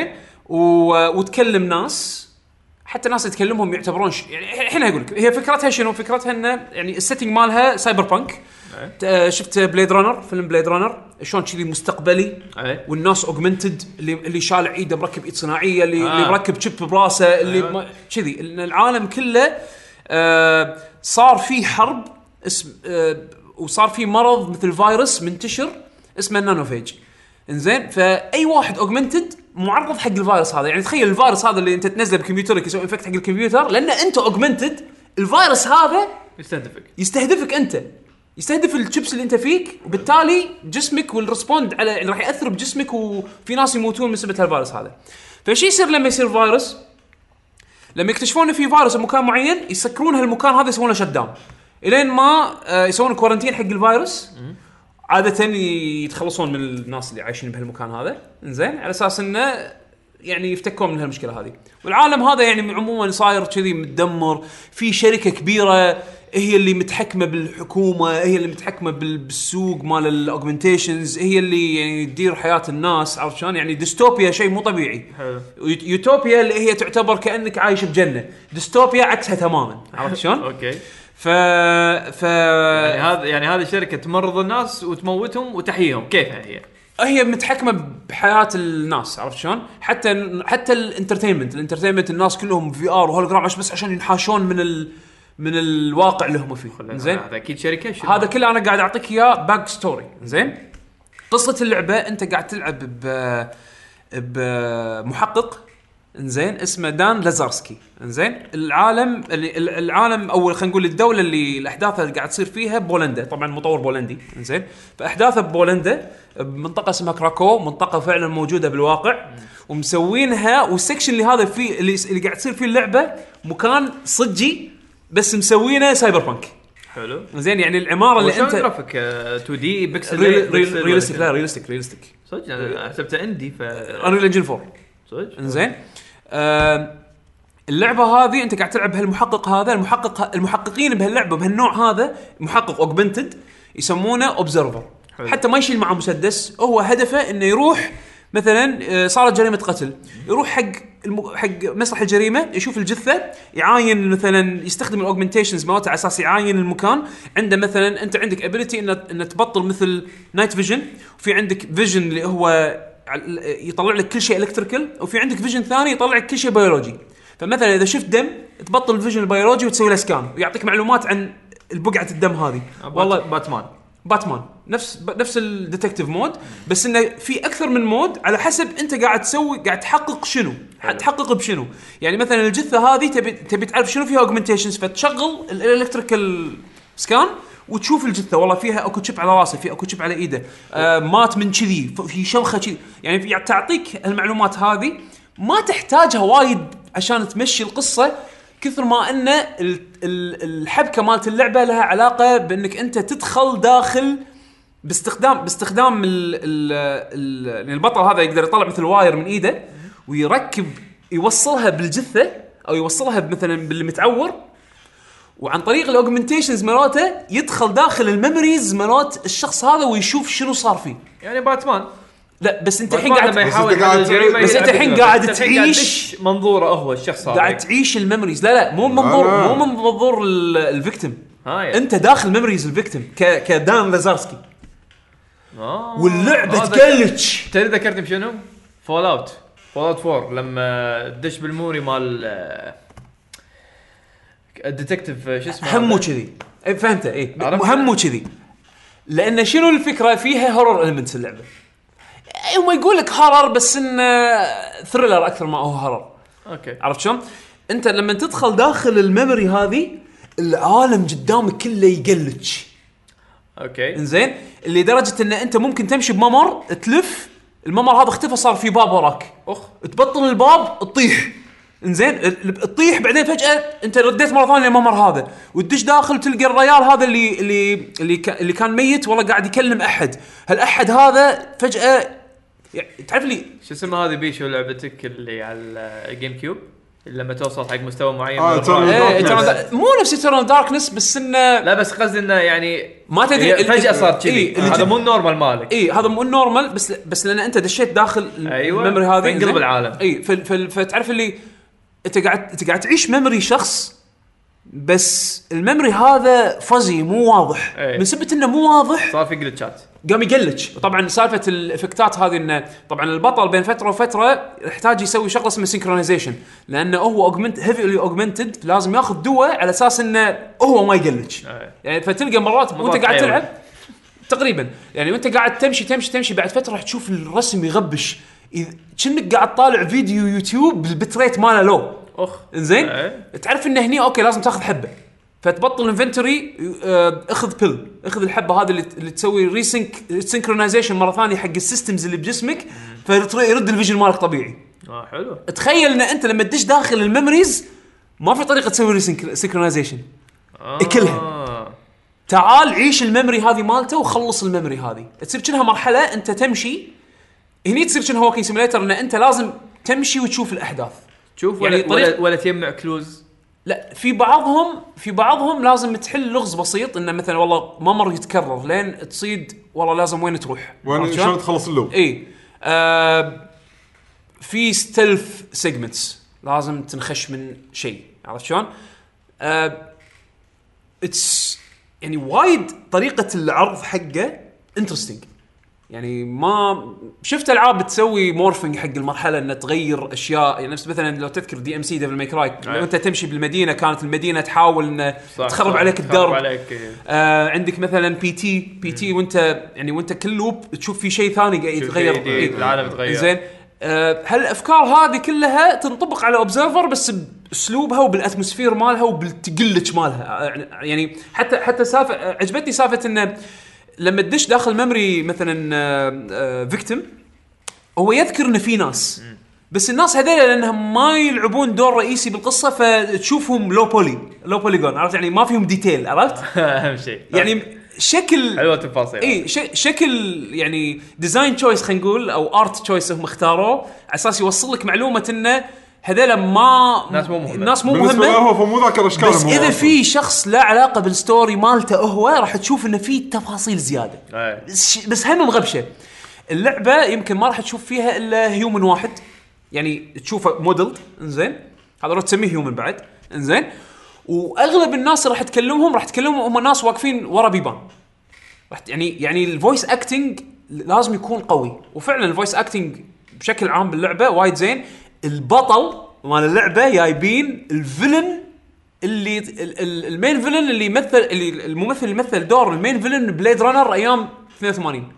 و... وتكلم ناس، حتى ناس يتكلمهم يعتبرون ش... يعني الحين اقول لك هي فكرتها شنو. فكرتها انه يعني السيتنج مالها سايبر بانك. أه. شفت بليد رانر، فيلم بليد رانر شلون كذي مستقبلي. أه. والناس اوجمنتد، اللي اللي شالع ايده مركب ايد صناعيه، اللي, آه. اللي مركب شيب براسه، اللي كذي. أه. العالم كله أه صار فيه حرب اسم أه وصار فيه مرض مثل فيروس منتشر اسمه النانوفيج. انزين، فاي واحد اوجمنتد معرض حق الفيروس هذا. يعني تخيل الفيروس هذا اللي انت تنزله بكمبيوترك يسوي انفكت حق الكمبيوتر، لان انت اوجمنتد الفيروس هذا يستهدفك يستهدفك انت، يستهدف الشيبس اللي انت فيك، وبالتالي جسمك والريسبوند على يعني راح ياثر بجسمك، وفي ناس يموتون بسبب الفيروس هذا. فشي يصير لما يصير فيروس، لما يكتشفون ان في فيروس بمكان معين يسكرون هالمكان هذا، يسوون له شت داون الين ما يسوون كورنتين حق الفيروس. عاده يتخلصون من الناس اللي عايشين بهالمكان هذا، انزين، على اساس انه يعني يفتكون من هالمشكله هذه. والعالم هذا يعني عموما صاير كذي متدمر. في شركه كبيره هي اللي متحكمه بالحكومه، هي اللي متحكمه بالسوق مال الاوجمنتيشنز، هي اللي يعني تدير حياه الناس. عرفت شلون؟ يعني ديستوبيا شيء مو طبيعي. يوتوبيا اللي هي تعتبر كانك عايش بجنه، ديستوبيا عكسها تماما. عرفت شلون؟ اوكي. ف ف يعني هذا يعني هذه شركه تمرض الناس وتموتهم وتحييهم، كيفها هي؟ هي متحكمه بحياه الناس. عرفت شلون؟ حتى حتى الانترتينمنت الانترتينمنت الناس كلهم في ار وهولوجرام بس عشان ينحاشون من ال... من الواقع اللي هم فيه. زين، هذا اكيد شركه. هذا كله انا قاعد اعطيك اياه باك ستوري. زين، قصه اللعبه انت قاعد تلعب ب بمحقق انزين اسمه دان لازارسكي. انزين، العالم اللي العالم او خلينا نقول الدوله اللي الاحداث اللي قاعد تصير فيها بولندا، طبعا مطور بولندي. انزين، فاحداثها ببولندا بمنطقه اسمها كراكو، منطقه فعلا موجوده بالواقع، ومسوينها. والسكشن اللي هذا فيه اللي, اللي قاعد تصير فيه اللعبه مكان صجي بس مسوينه سايبر بانك. حلو. زين، يعني العماره اللي انت جرافيك تو دي بيكسل ريالستيك. لا ريالستيك ريالستيك صدق انا حسبته عندي ف انريل انجن فور صدق. زين، آه اللعبه هذه انت قاعد تلعب بهالمحقق هذا. المحقق المحققين بهاللعبه بهالنوع هذا محقق اوجمنتد يسمونه اوبزرفر. حتى ما يشيل معه مسدس، هو هدفه انه يروح مثلا صارت جريمه قتل، يروح حق الم... حق مسرح الجريمه، يشوف الجثه، يعاين مثلا، يستخدم الاوجمنتيشنز مالته على اساس يعاين المكان. عنده مثلا انت عندك ابيليتي ان ان تبطل مثل نايت فيجن، وفي عندك فيجن اللي هو يطلع لك كل شيء الكتريكال، وفي عندك فيجن ثاني يطلع لك كل شيء بيولوجي. فمثلا اذا شفت دم تبطل الفيجن البيولوجي وتسوي له سكان ويعطيك معلومات عن البقعه الدم هذه. والله باتمان باتمان نفس نفس الديتكتيف مود، بس انه في اكثر من مود على حسب انت قاعد تسوي، قاعد تحقق شنو، تحقق بشنو. يعني مثلا الجثه هذه تبي تبي تعرف شنو فيها اوجمنتيشنز، فتشغل الالكتريكال سكان وتشوف الجثه والله فيها اكو شيب على راسه، في اكو شيب على ايده، آه مات من كذي، في شلخه كذي. يعني تعطيك المعلومات هذه ما تحتاجها وايد عشان تمشي القصه، كثر ما ان الحبكه مالت اللعبه لها علاقه بانك انت تدخل داخل باستخدام باستخدام ال ال البطل هذا يقدر يطلع مثل واير من ايده ويركب يوصلها بالجثه او يوصلها مثلا بالمتعور، وعن طريق الاوجمنتيشنز مالته يدخل داخل الميموريز مالت الشخص هذا ويشوف شنو صار فيه. يعني باتمان. لا بس انت الحين قاعد يحاول على الجريمه، بس انت الحين قاعد تعيش منظوره هو الشخص هذا، قاعد تعيش الميموريز. لا لا مو منظور مو من منظور الفيكتيم، انت داخل ميموريز الفيكتيم ك كدان لازارسكي. اه واللعبه تكلتش. تدري ذكرتني بشنو؟ فول اوت فول اوت فور لما دش بالموري مال الديتكتيف شو اسمه همو كذي. فهمته؟ ايه همو كذي، لان شنو الفكره فيها؟ هورر المنتس اللعبه. هم يقول لك هورر بس انه ثريلر اكثر ما هو هورر. اوكي، عرفت شلون؟ انت لما تدخل داخل الميموري هذه العالم قدامك كله يقلج. اوكي انزين، اللي درجه ان انت ممكن تمشي بممر تلف الممر هذا اختفى صار في باب وراك، اخ تبطل الباب تطيح. انزين تطيح بعدين فجاه انت رديت مره ثانيه الممر هذا وتدش داخل تلقى الريال هذا اللي اللي اللي, اللي كان ميت والله قاعد يكلم احد. هالاحد هذا فجاه يعني تعرف لي شو اسمها هذه بيشو لعبتك اللي على الجيم كيوب لما توصل حق مستوى معين آه، من ترى الرعب. إيه، Darkness. Eternal- مو نفس Eternal Darkness بس انه لا بس قصدي انه يعني ما تدري هي فجاه صار كذي إيه، اللي هذا جد- مو النورمال مالك. اي هذا مو النورمال بس بس لان انت دشيت داخل أيوة، الميموري هذه تنقلب زين؟ العالم. اي ف- ف- فتعرف اللي انت قاعد انت قاعد تعيش ميموري شخص بس الميموري هذا فuzzy مو واضح أي. من سبه انه مو واضح صار في جلتشات. قام يقلج. طبعا سالفه الافكتات هذه انه طبعا البطل بين فتره وفتره يحتاج يسوي شغله اسمها سينكرونايزيشن لانه هو اوجمنت هيفلي اوجمنتد لازم ياخذ دواء على اساس انه هو ما يقلج. أي. يعني فتلقى مرات وانت مرات قاعد أيوة. تلعب تقريبا يعني وانت قاعد تمشي تمشي تمشي بعد فتره راح تشوف الرسم يغبش إذ- كأنك قاعد طالع فيديو يوتيوب بالبتريت ماله لو اخ انزين أي. تعرف انه هني اوكي لازم تاخذ حبه فتبطل انفنتوري اخذ بيل اخذ الحبه هذه اللي, اللي تسوي ريسينك سينكرونايزيشن مره ثانيه حق السيستمز اللي بجسمك فيرد الفيجن مالك طبيعي. اه حلو. تخيل ان انت لما تدش داخل الميموريز ما في طريقه تسوي ريسينكرونايزيشن آه. اكلها. تعال عيش الميموري هذه مالته وخلص الميموري هذه تصير كأنها مرحله انت تمشي هني تصير كأنها ووكينج سيميليتر ان انت لازم تمشي وتشوف الاحداث. شوف يعني ولا طريق- ولا, ولا تجمع كلوز. لا في بعضهم في بعضهم لازم تحل لغز بسيط انه مثلا والله ما مر يتكرر لين تصيد والله لازم وين تروح وين عرفت شلون تخلص اللوب؟ اي آه في ستيلث سيجمنتس لازم تنخش من شيء عرفت شلون آه اتس يعني وايد طريقه العرض حقه انترستينج. يعني ما شفت العاب تسوي مورفينج حق المرحله ان تغير اشياء يعني نفس مثلا لو تذكر دي ام سي ديفل ماي كراي لو انت تمشي بالمدينه كانت المدينه تحاول ان تخرب عليك الدرب. عليك. آه عندك مثلا بي تي بي تي وانت يعني وانت كل لوب تشوف في شيء ثاني قاعد يتغير جديد، العالم يتغير. زين آه هالافكار هذه كلها تنطبق على اوبزرفر بس باسلوبها وبالاتموسفير مالها وبالتقلج مالها. يعني حتى حتى سالفه عجبتني سالفه انه لما تدش داخل ميموري مثلا فيكتيم هو يذكر ان في ناس بس الناس هذول لانهم ما يلعبون دور رئيسي بالقصه فتشوفهم لو بولي لو بوليجون عرفت يعني ما فيهم ديتيل عرفت اهم شيء يعني شكل حلوه التفاصيل. اي شكل يعني ديزاين تشويس خلينا نقول او ارت تشويس هم اختاروه على اساس يوصل لك معلومه انه هذول ما ناس مو مهمه ناس مو بالنسبه له مهمه هو فمو ذاكر اشكالهم بس هو اذا أصلاً. في شخص لا علاقه بالستوري مالته هو راح تشوف انه في تفاصيل زياده أي. بس, بس هم مغبشه. اللعبه يمكن ما راح تشوف فيها الا هيومن واحد يعني تشوفه موديل انزين هذا راح تسميه هيومن بعد انزين واغلب الناس راح تكلمهم راح تكلمهم هم ناس واقفين ورا بيبان راح يعني يعني الفويس اكتنج لازم يكون قوي وفعلا الفويس اكتنج بشكل عام باللعبه وايد زين. البطل مال اللعبه جايبين الفيلن اللي ال- ال- المين فيلن اللي يمثل اللي الممثل اللي يمثل دور المين فيلن بليد رانر ايام اثنين وثمانين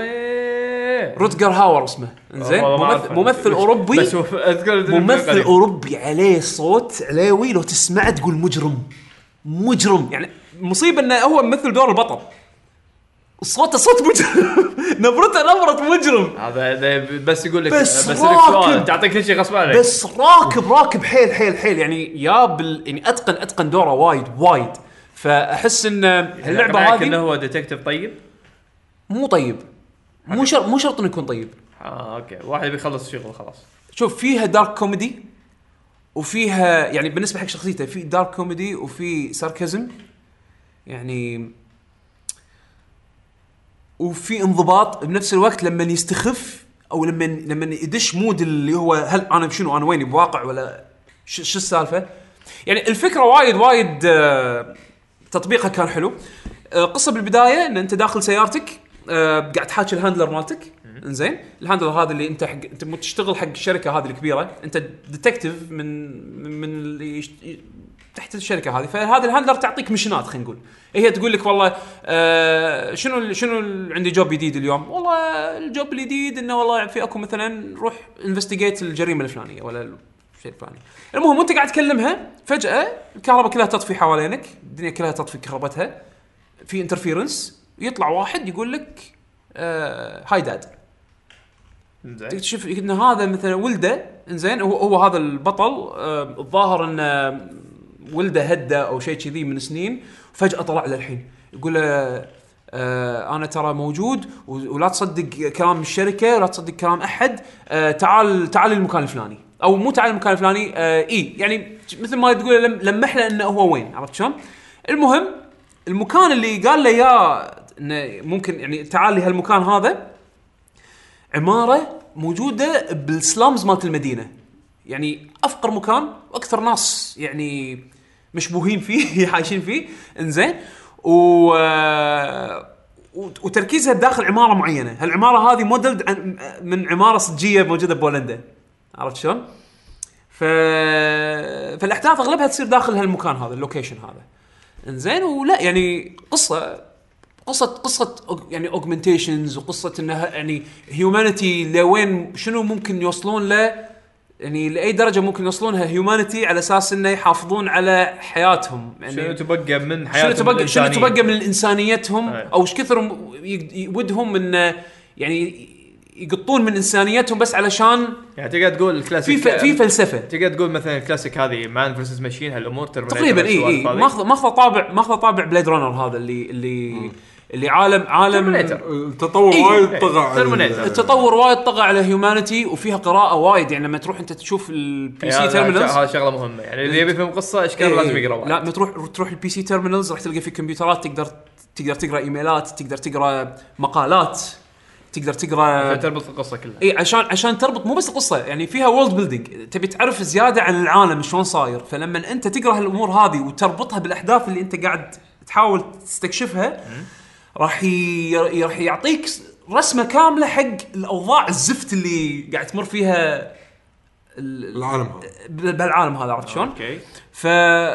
وي روتجر هاور اسمه انزين والله ما ممثل, أعرف. ممثل اوروبي بس هو اذكر ممثل اوروبي عليه صوت علاوي لو تسمع تقول مجرم مجرم يعني مصيبه انه هو ممثل دور البطل صوته صوت مجرم نبرته نبره مجرم هذا ده بس يقول لك بس بس راكب. سؤال تعطيك كل شيء غصب عليك بس راكب راكب حيل حيل حيل يعني يا بال يعني اتقن اتقن دوره وايد وايد. فاحس ان اللعبه هذه انه هذه هو ديتكتيف طيب مو طيب مو شرط مو شرط انه يكون طيب. اه اوكي واحد بيخلص شغله خلاص. شوف فيها دارك كوميدي وفيها يعني بالنسبه حق شخصيته في دارك كوميدي وفي ساركازم يعني وفي انضباط بنفس الوقت لما يستخف او لما لما يدش مود اللي هو هل انا شنو انا ويني بواقع ولا شو شو السالفه. يعني الفكره وايد وايد آه تطبيقها كان حلو. آه قصه بالبدايه ان انت داخل سيارتك آه قاعد تحاكي الهاندلر مالتك انزين الهاندلر هذا اللي انت حق انت تشتغل حق الشركه هذه الكبيره انت ديتكتيف من من اللي يشت... تحت الشركه هذه فهذا الهاندلر تعطيك مشنات خلينا نقول هي تقول لك والله آه شنو شنو عندي جوب جديد اليوم والله الجوب الجديد انه والله في اكو مثلا روح انفستيجيت الجريمه الفلانيه ولا الشيء الفلاني. المهم وانت قاعد تكلمها فجاه الكهرباء كلها تطفي حوالينك الدنيا كلها تطفي كهربتها في انترفيرنس يطلع واحد يقول لك آه هاي داد تكتشف ان هذا مثلا ولده انزين هو هو هذا البطل آه الظاهر ان ولده هدى او شيء كذي من سنين فجاه طلع له الحين يقول له آه انا ترى موجود ولا تصدق كلام الشركه ولا تصدق كلام احد آه تعال تعال المكان الفلاني او مو تعال المكان الفلاني آه اي يعني مثل ما تقول لم لمح له انه هو وين. عرفت شلون؟ المهم المكان اللي قال له يا انه ممكن يعني تعال لي هالمكان هذا عماره موجوده بالسلامز مالت المدينه، يعني افقر مكان واكثر ناس يعني مشبوهين فيه عايشين فيه. انزين و وتركيزها داخل عماره معينه. هالعماره هذه موديلد من عماره صجيه موجوده ببولندا. عرفت شلون؟ ف فالاحداث اغلبها تصير داخل هالمكان هذا اللوكيشن هذا. انزين ولا يعني قصه قصه قصه يعني اوجمنتيشنز وقصه انها يعني هيومانيتي لوين شنو ممكن يوصلون له، يعني لاي درجه ممكن يوصلونها هيومانيتي على اساس انه يحافظون على حياتهم. يعني شنو تبقى من حياتهم، شنو تبقى شنو تبقى من انسانيتهم أي. او ايش كثر يودهم ان يعني يقطون من انسانيتهم بس علشان يعني تقدر تقول الكلاسيك في في فلسفه. تقدر تقول مثلا الكلاسيك هذه مان فيرسس ماشين هالامور تقريبا اي اي ماخذ ماخذ طابع ماخذ طابع بليد رانر هذا اللي اللي م. اللي عالم عالم التطور إيه وايد طغى التطور وايد طغى على هيومانيتي وفيها قراءه وايد. يعني لما تروح انت تشوف البي سي تيرمينالز هذا شغله مهمه، يعني اللي يبي يفهم قصه اشكال إيه لازم يقرا. لا ما تروح تروح البي سي تيرمينالز راح تلقى في كمبيوترات تقدر تقدر تقرا ايميلات، تقدر تقرا مقالات، تقدر تقرا تربط القصه كلها. اي عشان عشان تربط مو بس القصه، يعني فيها وورلد بيلدينج، تبي تعرف زياده عن العالم شلون صاير. فلما انت تقرا هالامور هذه وتربطها بالاحداث اللي انت قاعد تحاول تستكشفها راح ي... راح يعطيك رسمه كامله حق الاوضاع الزفت اللي قاعد تمر فيها ال... العالم هذا بالعالم هذا. عرفت شلون؟ اوكي. ف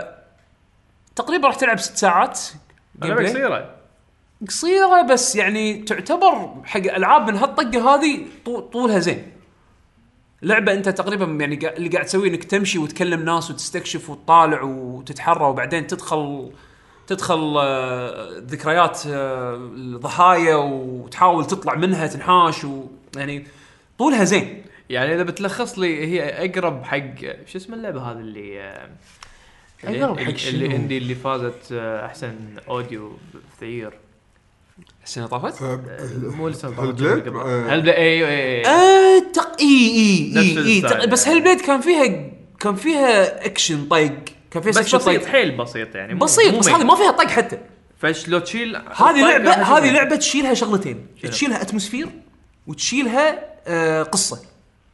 تقريبا راح تلعب ست ساعات. لعبه قصيره قصيره بس يعني تعتبر حق العاب من هالطقه هذه طولها زين. لعبه انت تقريبا يعني اللي قاعد تسويه انك تمشي وتكلم ناس وتستكشف وتطالع وتتحرى وبعدين تدخل تدخل ذكريات الضحايا وتحاول تطلع منها تنحاش ويعني طولها زين. يعني اذا بتلخص لي هي اقرب حق شو اسم اللعبه هذه اللي اقرب حق اللي عندي اللي فازت احسن اوديو ثير السنه طافت مو لسه طافت هل اي اي اي تق اي اي اي بس هالبليد كان فيها كان فيها اكشن طيق، كان فيها بس بسيط حيل بسيط يعني بسيط بس هذه ما فيها طق حتى. فايش لو تشيل هذه لعبه هذه لعبه تشيلها شغلتين، تشيلها اتموسفير وتشيلها آه قصه.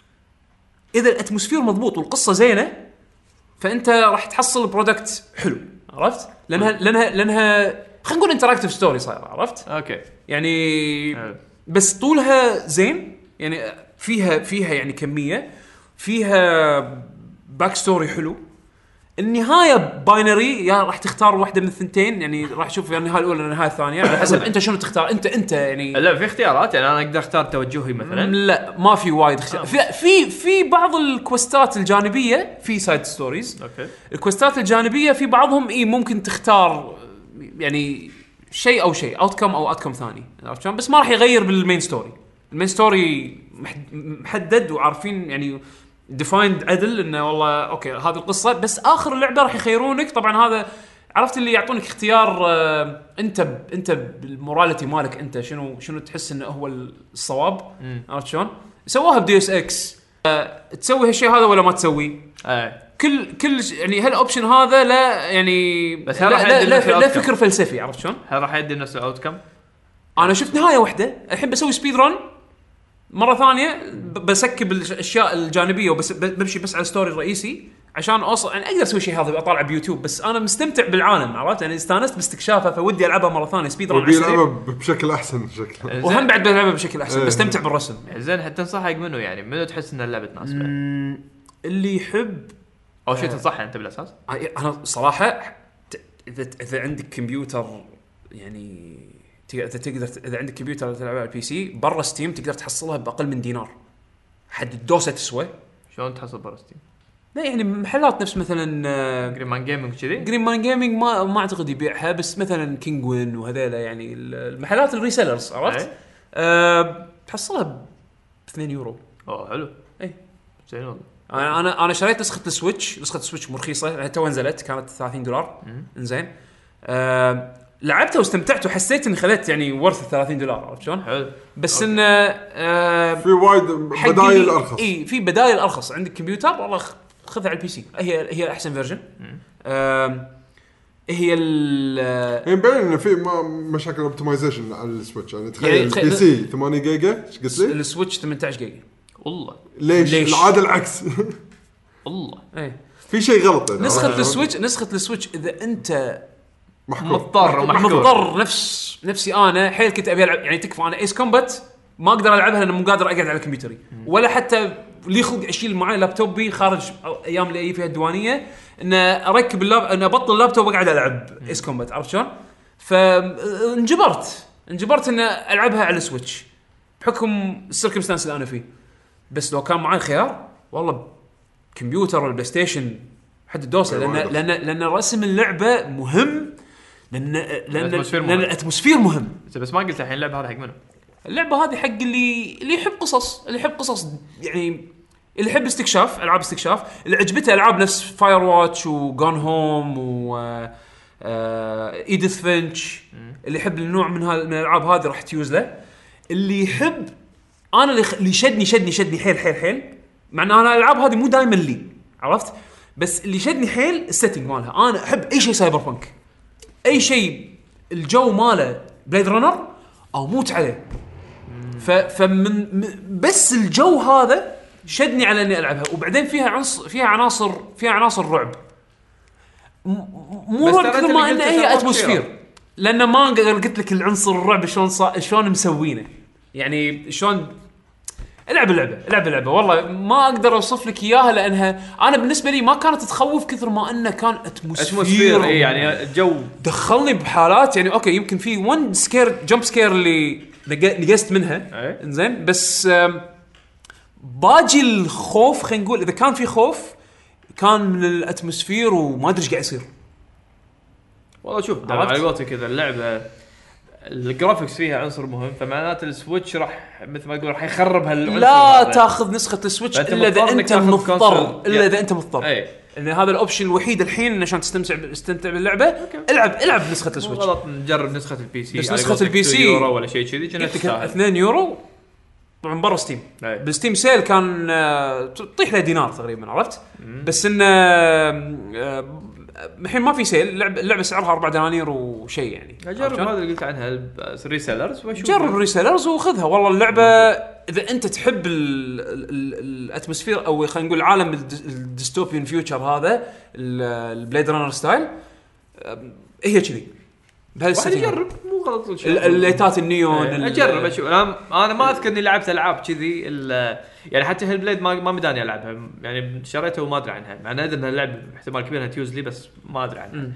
اذا الاتموسفير مضبوط والقصه زينه فانت راح تحصل برودكت حلو. عرفت؟ لانها لانها لانها خلينا نقول انتراكتيف ستوري صايره. عرفت؟ اوكي يعني بس طولها زين، يعني فيها فيها يعني كميه، فيها باك ستوري حلو. النهايه باينري، يا راح تختار واحده من الثنتين، يعني راح تشوف يعني النهايه الاولى النهايه الثانيه على حسب انت شنو تختار. انت انت يعني لا في اختيارات، يعني انا اقدر اختار توجهي مثلا. لا ما في وايد اختيار. في في في بعض الكوستات الجانبيه في سايد ستوريز. اوكي الكوستات الجانبيه في بعضهم اي ممكن تختار يعني شيء او شيء اوتكم او اوتكم ثاني. عرفت شلون؟ بس ما راح يغير بالمين ستوري. المين ستوري محدد وعارفين يعني ديفايند عدل انه والله اوكي هذه القصه. بس اخر اللعبه راح يخيرونك طبعا. هذا عرفت اللي يعطونك اختيار آه انت ب... انت بالموراليتي مالك انت شنو شنو تحس انه هو الصواب. عرفت شلون؟ سووها بديوس اكس. آه تسوي هالشيء هذا ولا ما تسوي. آه. كل كل يعني هالاوبشن هذا لا يعني بس لا, لا, لا, لا فكر فلسفي. فلسفي. عرفت شلون؟ هل راح يدي نفس الاوتكم؟ انا شفت نهايه واحده الحين بسوي سبيد رن مره ثانيه، بسكب الاشياء الجانبيه وبس بمشي بس على الستوري الرئيسي عشان اوصل. انا اقدر اسوي شيء هذا اطالع بيوتيوب، بس انا مستمتع بالعالم. عرفت؟ يعني استانست باستكشافها فودي العبها مره ثانيه سبيد رن بيلعبها بشكل احسن شكله، وهم بعد بلعبها بشكل احسن. بستمتع بالرسم. زين حتى تنصحك منه يعني منو تحس ان اللعبه تناسبه؟ اللي يحب او شيء تنصحه انت بالاساس. انا صراحه اذا اذا عندك كمبيوتر يعني اذا تقدر اذا عندك كمبيوتر تلعب على البي سي برا ستيم تقدر تحصلها باقل من دينار. حد الدوسه تسوى. شلون تحصل برا ستيم؟ لا يعني محلات نفس مثلا جرين مان جيمنج كذي. جرين مان جيمنج ما ما اعتقد يبيعها، بس مثلا كينجوين وهذيلا يعني المحلات الريسيلرز. عرفت؟ أه تحصلها ب اثنين يورو. اوه حلو. اي زين والله. انا انا انا شريت نسخه السويتش. نسخه السويتش مرخيصه تو نزلت كانت ثلاثين دولار. انزين أه لعبته واستمتعت وحسيت اني خذيت يعني ورث ثلاثين دولار عرفت شلون؟ حلو. بس انه آه في وايد بدايل ارخص. اي في بدايل ارخص. عندك كمبيوتر والله خذها على البي سي، هي هي احسن فيرجن. آه هي ال هي مبين انه في مشاكل اوبتمايزيشن على السويتش يعني. تخيل يعني البي سي ثمانية جيجا ايش قلت لي؟ السويتش ثمانية عشر جيجا. والله ليش, ليش؟ العاده العكس. والله اي في شيء غلط يعني. نسخه السويتش نسخه السويتش اذا انت محكوم مضطر مضطر نفس نفسي انا حيل كنت ابي العب يعني تكفى انا ايس كومبات ما اقدر العبها لانه مو قادر اقعد على كمبيوتري ولا حتى لي خلق اشيل معي لابتوبي خارج ايام اللي فيها الديوانيه ان اركب اللاب ان ابطل اللابتوب واقعد العب ايس كومبات عرفت شلون؟ فانجبرت انجبرت ان العبها على السويتش بحكم السيركمستانس اللي انا فيه. بس لو كان معي الخيار والله كمبيوتر ولا بلاي ستيشن حد الدوسه لان لان لان رسم اللعبه مهم لان لان لان الاتموسفير مهم. بس ما قلت الحين اللعبه هذه حق منو؟ اللعبه هذه حق اللي اللي يحب قصص اللي يحب قصص يعني اللي يحب استكشاف العاب استكشاف اللي عجبته العاب نفس فاير واتش وجون هوم و ايديث فينش اللي يحب النوع من هال من الالعاب هذه راح تيوز له. اللي يحب انا اللي, اللي شدني شدني شدني حيل حيل حيل مع ان انا الالعاب هذه مو دائما لي عرفت بس اللي شدني حيل السيتنج مالها. انا احب اي شيء سايبر بانك اي شيء الجو ماله بليد رانر او موت عليه ف فمن بس الجو هذا شدني على اني العبها. وبعدين فيها عنصر فيها عناصر فيها عناصر رعب مو رعب كثر ما انها هي اتموسفير لان ما قلت لك العنصر الرعب شلون صا... شلون مسوينه يعني شلون العب اللعبه العب اللعبه والله ما اقدر اوصف لك اياها لانها انا بالنسبه لي ما كانت تخوف كثر ما انه كان اتموسفير اي يعني الجو دخلني بحالات يعني اوكي يمكن في ون سكير جمب سكير اللي نقست منها انزين بس باجي الخوف خلينا نقول اذا كان في خوف كان من الاتموسفير وما ادري ايش قاعد يصير. والله شوف على قولتك كذا اللعبه الجرافيكس فيها عنصر مهم فمعناته السويتش راح مثل ما يقول راح يخرب هالعنصر. لا تاخذ نسخه السويتش الا اذا انت مضطر الا اذا انت مضطر اي ان هذا الاوبشن الوحيد الحين عشان تستمتع تستمتع باللعبه. أوكي. العب العب نسخه السويتش. غلط نجرب نسخه البي سي بس نسخه البي سي يورو ولا شيء كذي كانت اثنين يورو طبعا برا ستيم. أي. بالستيم سيل كان تطيح له دينار تقريبا عرفت مم. بس انه الحين ما في سيل اللعبه اللعبه سعرها أربعة دنانير وشيء يعني. اجرب هذا اللي قلت عنها الريسيلرز واشوف جرب الريسيلرز وخذها والله اللعبه اذا انت تحب الاتموسفير او خلينا نقول عالم الديستوبيان فيوتشر هذا البليد رانر ستايل هي كذي بهالسيتنج. اجرب مو غلط الليتات النيون اجرب اشوف انا انا ما اذكر اني لعبت العاب كذي يعني حتى هالبليد ما ما مداني العبها يعني شريتها وما ادري عنها مع ان ادري ان اللعبه احتمال كبير انها تيوز لي بس ما ادري عنها.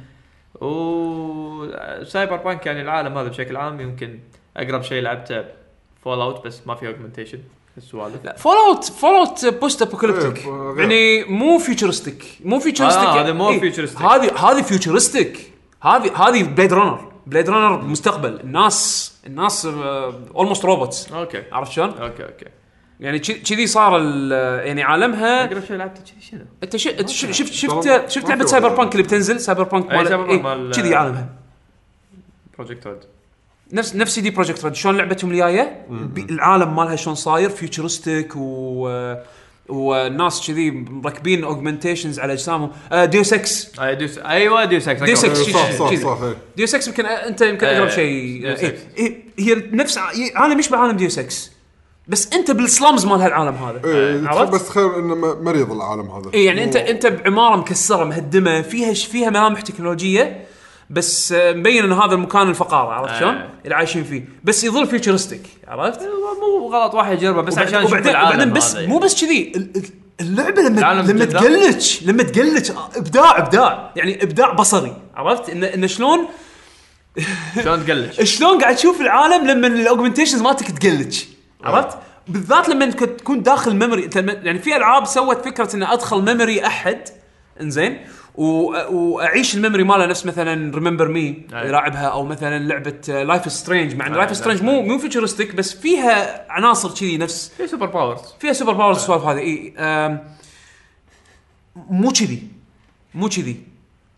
وسايبر بانك يعني العالم هذا بشكل عام يمكن اقرب شيء لعبته فول اوت بس ما فيه اوجمنتيشن السوالف. لا فول اوت فول اوت بوست ابوكاليبتيك يعني مو فيوتشرستيك مو فيوتشرستيك هذا آه مو فيوتشرستيك هذه هذه فيوتشرستيك هذه هذه بليد رانر بليد رانر مستقبل الناس الناس اولموست روبوتس. اوكي عرفت شلون؟ اوكي اوكي يعني كذي صار يعني عالمها. اقرب شيء لعبته كذي شنو انت شفت شفت شفت شفت لعبه سايبر بانك اللي بتنزل سايبر بانك مال كذي عالمها بروجكت ريد نفس نفس دي بروجكت ريد شلون لعبتهم الجايه العالم مالها شلون صاير فيوتشرستيك و والناس كذي مركبين اوجمنتيشنز على اجسامهم. ديوس اكس اي ديوس ايوه ديوس اكس ديوس اكس صح صح صح ديوس اكس يمكن انت يمكن اقرب شيء. هي نفس عالم يشبه عالم ديوس اكس بس انت بالسلامز مال هالعالم هذا. عرفت بس خير انه مريض العالم هذا. اي يعني انت انت بعماره مكسره مهدمه فيها فيها ملامح تكنولوجيه بس مبين ان هذا المكان الفقاره عرفت شلون اللي عايشين فيه بس يظل فيوتشرستيك عرفت مو غلط واحد يجربه بس عشان نشوف العالم. وبعدين بس مو بس كذي اللعبه لما لما تقلش لما تقلش ابداع ابداع يعني ابداع بصري عرفت ان ان شلون شلون تقلش شلون قاعد تشوف العالم لما الاوجمنتيشنز مالتك تقلش عرفت بالذات لما تكون داخل ميموري يعني في العاب سوت فكره ان ادخل ميموري احد انزين واعيش الميموري ماله نفس مثلا ريممبر مي يلعبها او مثلا لعبه لايف سترينج مع ان لايف سترينج مو مو فيوتشرستيك بس فيها عناصر كذي نفس فيها سوبر باورز فيها سوبر باورز السوالف هذه اي مو كذي مو كذي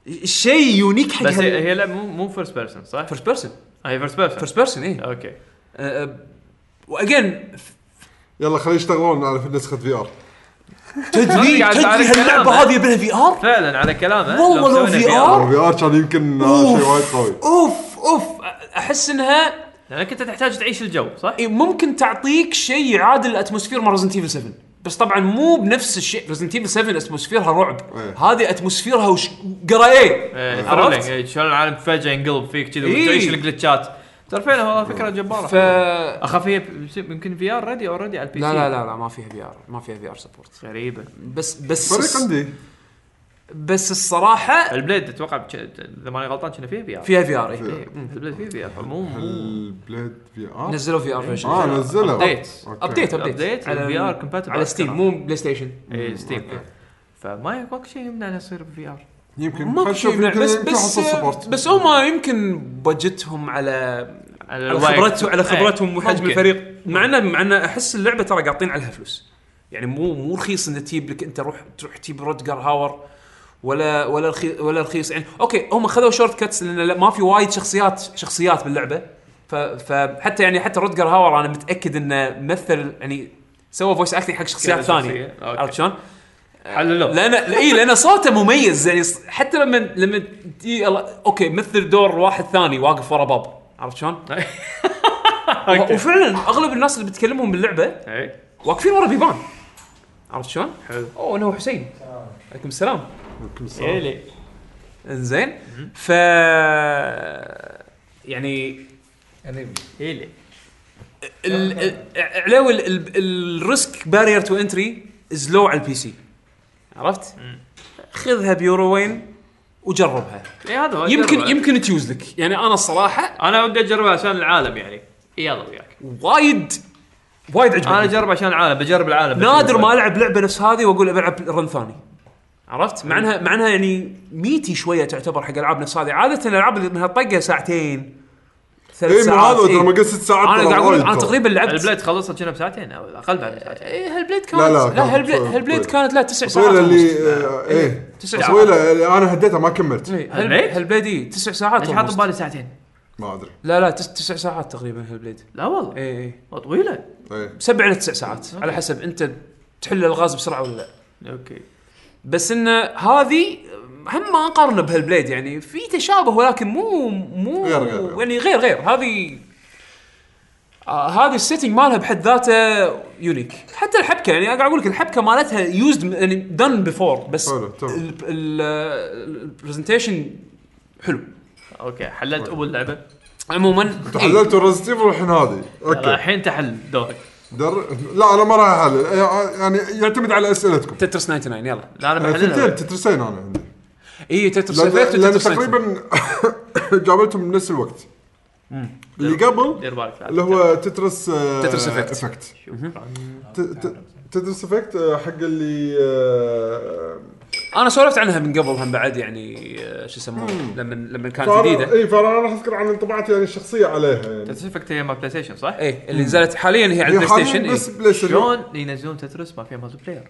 الشيء يونيك حق بس هي هي لعبه مو مو فيرست بيرسون صح؟ فيرست بيرسون هي فيرست بيرسون فيرست بيرسون اي اوكي. واجين يلا خلينا يشتغلون على نسخه في ار. تدري على تدري هاللعبه كلامه. هذه يبيها في ار فعلا على كلامه والله لو سوينا في في آر. آر. في ار كان يمكن أوف. شيء وايد قوي. اوف اوف احس انها لانك انت تحتاج تعيش الجو صح؟ إيه ممكن تعطيك شيء يعادل الاتموسفير مال ريزنت ايفل سفن، بس طبعا مو بنفس الشيء. ريزنت ايفل سفن اتموسفيرها رعب، إيه. هذه اتموسفيرها وش قرايه ايه عرفت؟ ثرولينج شلون العالم فجاه ينقلب فيك كذا إيه. وتعيش الجلتشات. ترى فعلا والله فكره جباره. ف اخاف هي يمكن في ار ريدي اوريدي على البي سي. لا لا لا لا ما فيها في ار، ما فيها في ار سبورت غريبه. بس بس فريق عندي بس الصراحه البليد اتوقع بش... اذا ماني غلطان كنا فيها في ار. فيها في ار إيه. إيه، البليد فيه في ار مو مو البليد في ار نزلوا في ار فيرجن اه نزلوا ابديت ابديت ابديت ابديت على في ار كومباتبل على ستيم مو بلاي ستيشن. اي ستيم. فما ماكو شيء يمنع انه يصير في ار. يمكن ما خلينا نشوف شيء يمكن بس يمكن بس يحصل سبورت. بس هم يمكن بجتهم على على خبرتهم على خبرتهم وحجم ممكن. الفريق. مع انه مع انه احس اللعبه ترى قاطين عليها فلوس، يعني مو مو رخيص ان تجيب لك انت روح تروح تجيب رودجر هاور ولا ولا رخيص ولا رخيص يعني. اوكي هم خذوا شورت كاتس لان ما في وايد شخصيات شخصيات باللعبه، ف فحتى يعني حتى رودجر هاور انا متاكد انه مثل يعني سوى فويس اكتنج حق شخصيات ثانيه عرفت شلون؟ حللوا لان اي لان صوته مميز يعني حتى لما لما تي اوكي مثل دور واحد ثاني واقف ورا باب عرفت شلون؟ وفعلا اغلب الناس اللي بتكلمهم باللعبه اي واقفين ورا بيبان عرفت شلون؟ حلو. اوه انا هو حسين عليكم السلام اي لي انزين ف يعني يعني اي لي علاوي الريسك بارير تو انتري از لو على البي سي عرفت؟ خذها بيوروين وجربها اي هذا هو يمكن جربها. يمكن تيوز لك يعني. انا الصراحه انا ودي اجربها عشان العالم يعني. يلا وياك وايد وايد عجبني. انا اجرب عشان العالم بجرب العالم. نادر ما العب لعبه نفس هذه واقول ابي العب رن ثاني عرفت؟ مع انها مع انها يعني ميتي شويه تعتبر حق العاب نفس هذه. عاده الالعاب اللي انها طقه ساعتين ثلاث اي مو ساعات هذا إيه. ترى ما قصت ساعات. انا ترى قاعد اقول وايد انا ترى. تقريبا لعبت البليد خلصت كنا بساعتين او اقل بعد ساعتين. ايه هالبليد كانت لا، لا, لا، لا كانت هالبليد بليد. هالبليد كانت لا تسع ساعات طويله ونص. اللي آه، ايه تسع ساعات طويله اللي انا هديتها ما كملت. إيه، هال- هالبليد؟ هالبليد إيه، تسع ساعات ليش حاط ونص. ببالي ساعتين؟ ما ادري لا لا تس- تسع ساعات تقريبا هالبليد. لا والله ايه ايه طويله. ايه سبع الى تسع ساعات على حسب انت تحل الغاز بسرعه ولا لا. اوكي بس ان هذه هم ما نقارن بهالبليد يعني في تشابه ولكن مو مو غير- غير- غير. يعني غير غير هذه آه هذه السيتنج مالها بحد ذاته يونيك. حتى الحبكه يعني قاعد اقول لك الحبكه مالتها يوزد يعني دن بيفور بس حلو، تمام. البرزنتيشن حلو. اوكي حللت ابو اللعبه. عموما انت حللت ريزنت ايفل والحين هذه اوكي. الحين تحل دورك. در... لا انا ما راح احلل يعني يعتمد على اسئلتكم. تترس تسعة وتسعين يلا. لا انا ثنتين بحللها. تترسين انا عندي اي تترس لان, افكت لأن وتترس تقريبا جابلتهم بنفس الوقت. اللي قبل دير بالك اللي هو تترس آه، تترس إفكت. افكت شكراً. ت- ت- تترس افكت آه، حق اللي آه، انا سولفت عنها من قبل هم بعد يعني آه، شو يسمونه لما لما كانت فأنا- جديده. اي فانا راح اذكر عن انطباعاتي يعني الشخصيه عليها يعني. تترس افكت هي مال بلاي ستيشن صح؟ ايه اللي نزلت حاليا هي على هي البلاي حالياً ستيشن. بس إيه. بلاي ستيشن شلون ينزلون تترس ما فيها مالتي بلاير؟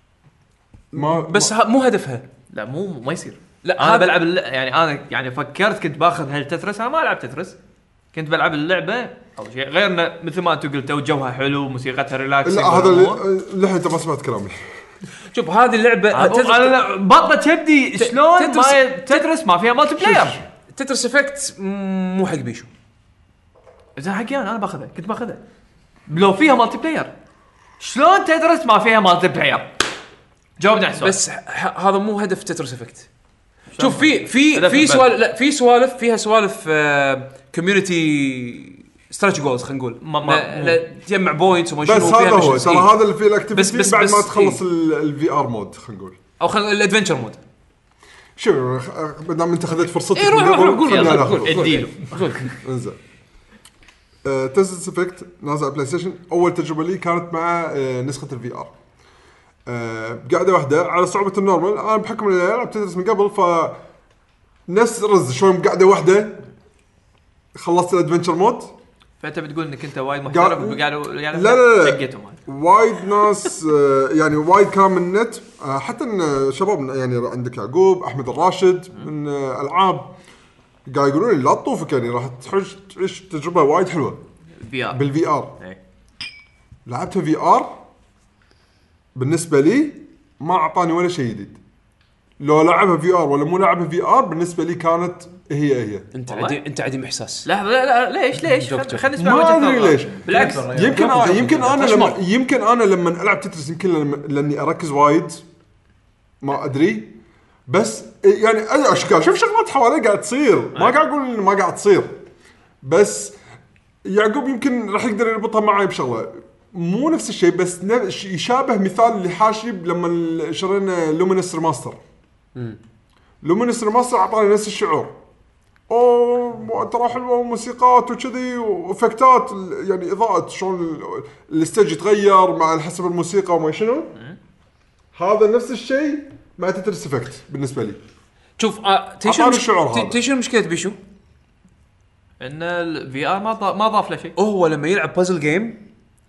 ما بس ها مو هدفها. لا مو ما يصير. لا انا هذا- بلعب الل... يعني انا يعني فكرت كنت باخذ هالتترس. انا ما العب تترس كنت بلعب اللعبه او شيء غير انه مثل ما انت قلت وجوها حلو موسيقتها ريلاكس. لا هذا اللي اللي انت ما سمعت كلامي. شوف هذه اللعبه تترس- انا بطه كبدي شلون تترس- ما تترس ما فيها مالتي بلاير. تترس افكت مو حق بيشو. اذا حكي انا انا باخذها كنت باخذها لو فيها مالتي بلاير. شلون تترس ما فيها مالتي بلاير؟ جاوبني على السؤال. بس ح- هذا مو هدف تترس افكت. شوف في في هدف في البلد. سوالف لا في سوالف فيها سوالف كوميونتي ستراتش جولز خلينا نقول ما- ما- لا- لا تجمع بوينتس وما شنو بس فيها هذا هو missions. ترى إيه. هذا اللي فيه بس- الاكتيفيتي بس- بعد ما بس- تخلص الفي ار مود خلينا نقول. او خل الادفنتشر مود. شوف ما دام انت خذيت فرصتك ايه روح من روح قبل، روح قول خليني يلا أنا قول أخذ. اديله. قول. انزين تيست افكت نازل على بلاي ستيشن. اول تجربه لي كانت مع آه، نسخه الفي ار. آه، قاعده واحده على صعوبه النورمال. انا بحكم اني لعبت تدرس من قبل ف نفس رز شوي قاعده واحده خلصت الادفنتشر مود فانت بتقول انك انت وايد محترف قالوا يعني لا لا لا شقيتهم وايد ناس آه، يعني وايد كلام من النت آه، حتى ان شباب يعني عندك يعقوب احمد الراشد من آه، العاب قاعد يقولون لي لا تطوفك يعني راح تحج تعيش تجربه وايد حلوه في ار بالفي ار. لعبتها في ار بالنسبه لي ما اعطاني ولا شيء جديد. لو لعبها في ار ولا مو لعبها في ار بالنسبه لي كانت هي هي. انت عديم انت عديم احساس. لا لا لا ليش ليش خلينا نسمع ما وجهه ادري نظر. ليش بالعكس يمكن آه يمكن انا لما يمكن انا لما العب تترس يمكن لما لاني اركز وايد ما ادري بس يعني اشكال شوف شغلات حوالي قاعد تصير ما قاعد اقول ما قاعد تصير بس يعقوب يمكن راح يقدر يربطها معي بشغله مو نفس الشيء بس يشابه مثال اللي حاشب لما شرينا لومينس ريماستر. لومينس ريماستر اعطاني نفس الشعور اوه ترى حلوه وموسيقات وكذي وافكتات يعني اضاءه شلون الاستيج يتغير مع حسب الموسيقى وما شنو. هذا نفس الشيء مع تترس افكت بالنسبه لي. شوف آه تيش المشكله بيشو ان الفي ار ما ما ضاف له شيء. هو لما يلعب بازل جيم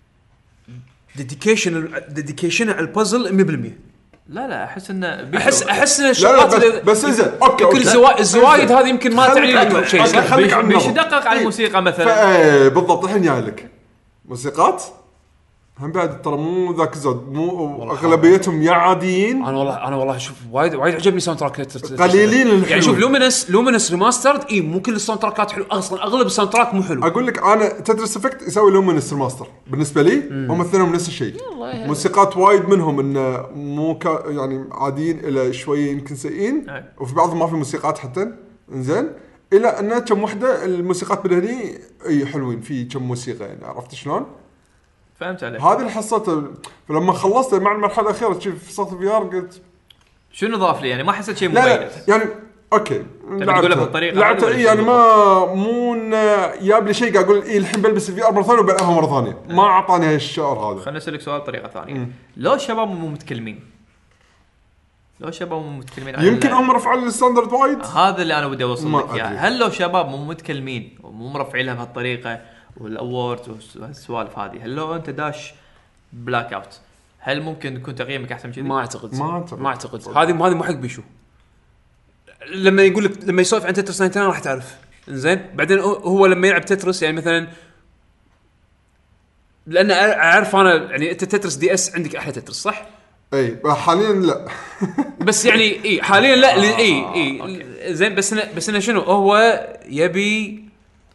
ديديكيشن ديديكيشن على البازل مية بالمية. لا لا احس انه احس احس ان الشغلات بس, بس اذا اوكي كل الزوايد الزوايد هذه يمكن ما تعني لك شيء صح. بيش يدقق على الموسيقى مثلا ايه بالضبط. الحين جاي لك موسيقات هم بعد ترى مو ذاك الزود مو اغلبيتهم يا عاديين. انا والله انا والله شوف وايد وايد عجبني ساوند تراك قليلين يعني شوف لومينس لومينس ريماسترد اي مو كل الساوند تراكات حلو اصلا اغلب الساوند تراك مو حلو. اقول لك انا تترس افكت يسوي لومينس ريماستر بالنسبه لي هم اثنينهم نفس الشيء. موسيقات وايد منهم انه مو كا يعني عاديين الى شويه يمكن سيئين وفي بعضهم ما في موسيقات حتى انزين الى ان كم وحده الموسيقات بالهني اي حلوين في كم موسيقى يعني عرفت شلون. فهمت عليك. هذه اللي حصلته فلما خلصت مع المرحله الاخيره تشوف في صوت الفي ار قلت شنو ضاف لي يعني ما حسيت شيء مميز يعني اوكي لعبتها بهالطريقه لعبتها إيه يعني ما مو جاب لي شيء قاعد اقول إيه الحين بلبس الفي ار مره ثانيه وبلعبها مره ثانيه ما اعطاني هالشعور هذا. خليني اسالك سؤال بطريقه ثانيه. لو الشباب مو متكلمين لو الشباب مو متكلمين يمكن هم رفعوا الستاندرد وايد. هذا اللي انا ودي اوصل لك اياه. هل لو شباب مو متكلمين ومو مرفعين لها بهالطريقه والاورد والسوالف هذه هل لو انت داش بلاك اوت هل ممكن يكون تقييمك احسن من كذي؟ ما اعتقد ما اعتقد ما اعتقد هذه هذه مو حق بيشو. لما يقول لك لما يسولف عن تترس تسعة راح تعرف زين. بعدين هو لما يلعب تترس يعني مثلا لان اعرف انا يعني انت تترس دي اس عندك احلى تترس صح؟ اي حاليا لا بس يعني اي حاليا لا اي اي زين بس أنا بس انا شنو هو يبي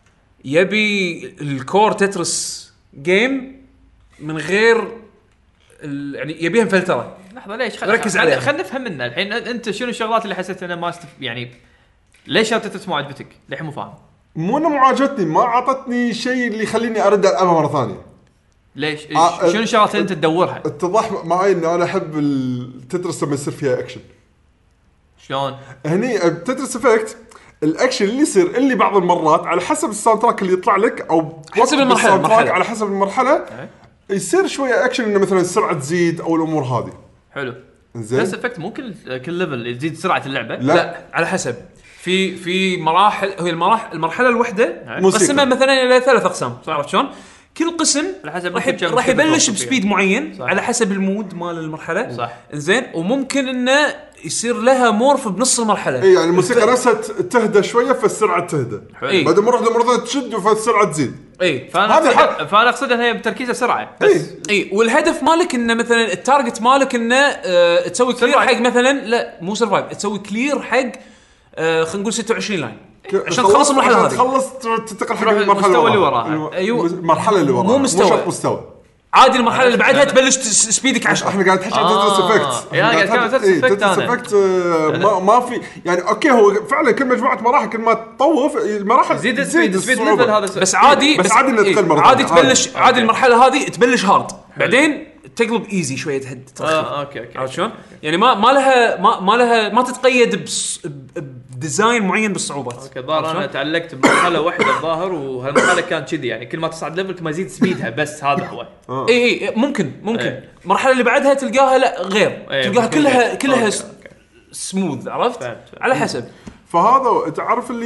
يبي الكور تترس جيم من غير يعني يبيها مفلتره. لحظه ليش ركز عليها خلينا نفهم منه الحين انت شنو الشغلات اللي حسيت انا ما استف... يعني ليش تترس مو عجبتك ليه مو فاهم؟ مو انه مو عجبتني ما عطتني شيء اللي يخليني ارد العبها مره ثانيه. ليش آه شنو الشغلات اللي انت تدورها؟ اتضح معي ان انا احب التترس لما يصير فيها اكشن. شلون هني تترس افكت الاكشن اللي يصير اللي بعض المرات على حسب الساوند تراك اللي يطلع لك او حسب المرحله, المرحلة. على حسب المرحله أه؟ يصير شويه اكشن انه مثلا السرعه تزيد او الامور هذه. حلو زين بس افكت ممكن كل ليفل يزيد سرعه اللعبه. لا, لا على حسب في في مراحل هي المراحل المرحله الواحده مقسمه مثلا الى ثلاث اقسام عرفت شلون. كل قسم راح راح يبلش بسبيد معين صح. على حسب المود مال المرحله صح زين وممكن انه يصير لها مورف بنص المرحله. اي يعني الموسيقى ف... نفسها تهدى شويه فالسرعه تهدى إيه؟ بعد مره مره تشد فالسرعه تزيد. اي فانا أقصد... فانا اقصد انها بتركيزها سرعه بس اي إيه؟ والهدف مالك انه مثلا التارجت مالك انه اه تسوي كلير حق مثلا لا مو سرفايف تسوي كلير حق اه خلينا نقول ستة وعشرين لاين عشان تخلص المرحله هذه تخلص تنتقل حق المرحله اللي وراها. ايوه المرحله اللي وراها مو مستوى مستوى عادي. المرحله اللي بعدها تبلش سبيدك عشرة. احنا قاعد نحكي عن تترس افكت يعني قاعد نحكي عن تترس افكت انا افكت ما ما في يعني اوكي هو فعلا كل مجموعه مراحل كل ما تطوف المراحل زيد السبيد السبيد ليفل هذا بس عادي بس عادي نتقل عادي تبلش عادي المرحله هذه تبلش هارد بعدين تقلب ايزي شويه تهد اه اوكي اوكي عرفت شلون يعني ما ما لها ما, ما لها ما تتقيد بديزاين معين بالصعوبات. اوكي ظاهر انا تعلقت بمرحله واحده الظاهر وهالمرحله كانت كذي يعني كل ما تصعد ليفل كل ما يزيد سبيدها بس هذا هو. اي اي ممكن ممكن المرحله اللي بعدها تلقاها لا غير تلقاها كلها كلها سموث عرفت على حسب. فهذا تعرف اللي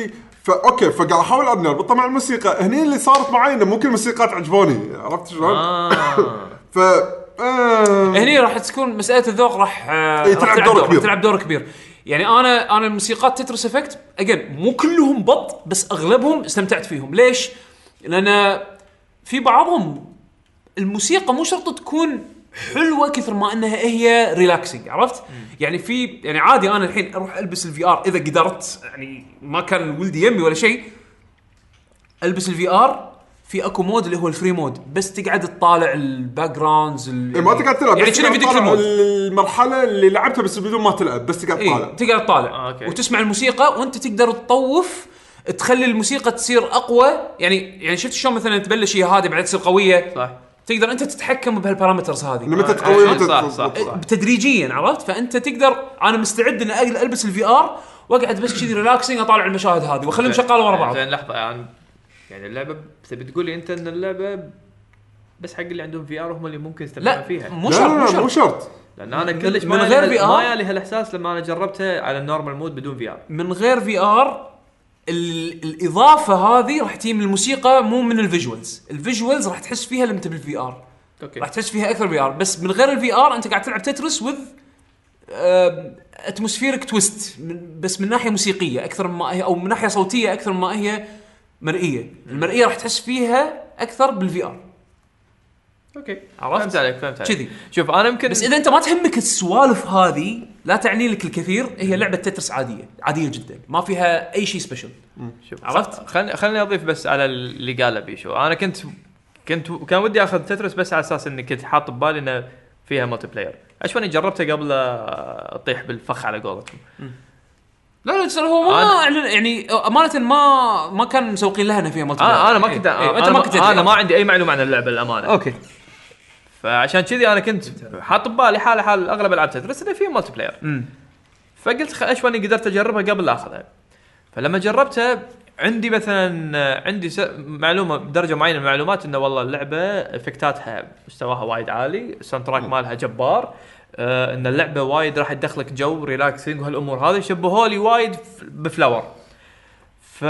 فاوكي فقاعد احاول ابني اربطها مع الموسيقى. هني اللي صارت معي انه ممكن الموسيقات عجبوني، عرفت شلون؟ اه ف آه... هني راح تكون مساله الذوق راح آه إيه، راح تلعب تلعب دور دور كبير. تلعب دور كبير. يعني انا انا الموسيقات تترس افكت اجين مو كلهم بط، بس اغلبهم استمتعت فيهم. ليش؟ لان في بعضهم الموسيقى مو شرط تكون حلوه كثر ما انها هي ريلاكسنج، عرفت؟ يعني في يعني عادي انا الحين اروح البس الفي ار اذا قدرت، يعني ما كان ولدي يمي ولا شيء، البس الفي ار في اكو مود اللي هو الفري مود، بس تقعد تطالع الباك جراوندز إيه ما تقعد تلعب، يعني بس كذا تقعد فيديو تطالع مود المرحله اللي لعبتها بس بدون ما تلعب، بس تقعد تطالع. إيه تقدر تطالع آه، أوكي. وتسمع الموسيقى وانت تقدر تطوف تخلي الموسيقى تصير اقوى. يعني يعني شفت شلون مثلا تبلش هي هادي بعد تصير قويه، صح. تقدر انت تتحكم بهالبارامترز هذه إنه متى آه، تقوي آه، متى صح، تضبط. صح، صح. تدريجيا، عرفت؟ فانت تقدر انا مستعد ان البس الفي ار واقعد بس كذي ريلاكسنج اطالع المشاهد هذه واخليهم شغاله ورا بعض. زين لحظه يعني يعني اللعبه تبي تقول لي انت ان اللعبه بس حق اللي عندهم في ار هم اللي ممكن يستمتعون لا فيها؟ مو لا شرط لا مو لا مو شرط شرط. لان انا من- كلش من ما غير يالي- في آر. ما يالي هالاحساس لما انا جربتها على النورمال مود بدون في ار. من غير في ار ال- الاضافه هذه راح تجي من الموسيقى مو من الفيجوالز. الفيجوالز راح تحس فيها لما تبي الفي ار، اوكي راح تحس فيها اكثر في ار. بس من غير الفي ار انت قاعد تلعب تترس وذ اتموسفيرك تويست، بس من ناحيه موسيقيه اكثر ما هي، او من ناحيه صوتيه اكثر ما هي مرئيه. المرئيه راح تحس فيها اكثر بالفي ار، اوكي عرفت؟ فهمت عليك فهمت عليك كذي. شوف انا يمكن بس اذا انت ما تهمك السوالف هذه لا تعني لك الكثير، هي لعبه تترس عاديه عاديه جدا ما فيها اي شيء سبيشل. شوف عرفت؟ خلني خلني اضيف بس على اللي قاله بيشو. انا كنت كنت كان ودي اخذ تترس بس على اساس اني كنت حاط ببالي انه فيها مالتي بلاير. اشواني جربتها قبل اطيح بالفخ على قولتهم. لا لا ترى هو ما أعلن- يعني امانه ما ما كان مسوقين لها انها فيها مالتي آه انا ما إيه، كنت إيه، أنا, انت ما كنت انا ما عندي اي معلومه عن اللعبه الامانه. اوكي. فعشان كذي انا كنت حاط ببالي حال حال اغلب العاب تترس انه فيها مالتي بلاير. امم فقلت خ- اشواني قدرت اجربها قبل لا اخذها. فلما جربتها عندي مثلا عندي س... معلومه بدرجه معينه من المعلومات انه والله اللعبه افكتاتها مستواها وايد عالي، الساوند تراك مالها جبار، آه ان اللعبه وايد راح تدخلك جو ريلاكسينج وهالامور هذه شبهوا لي وايد ف- بفلاور. ف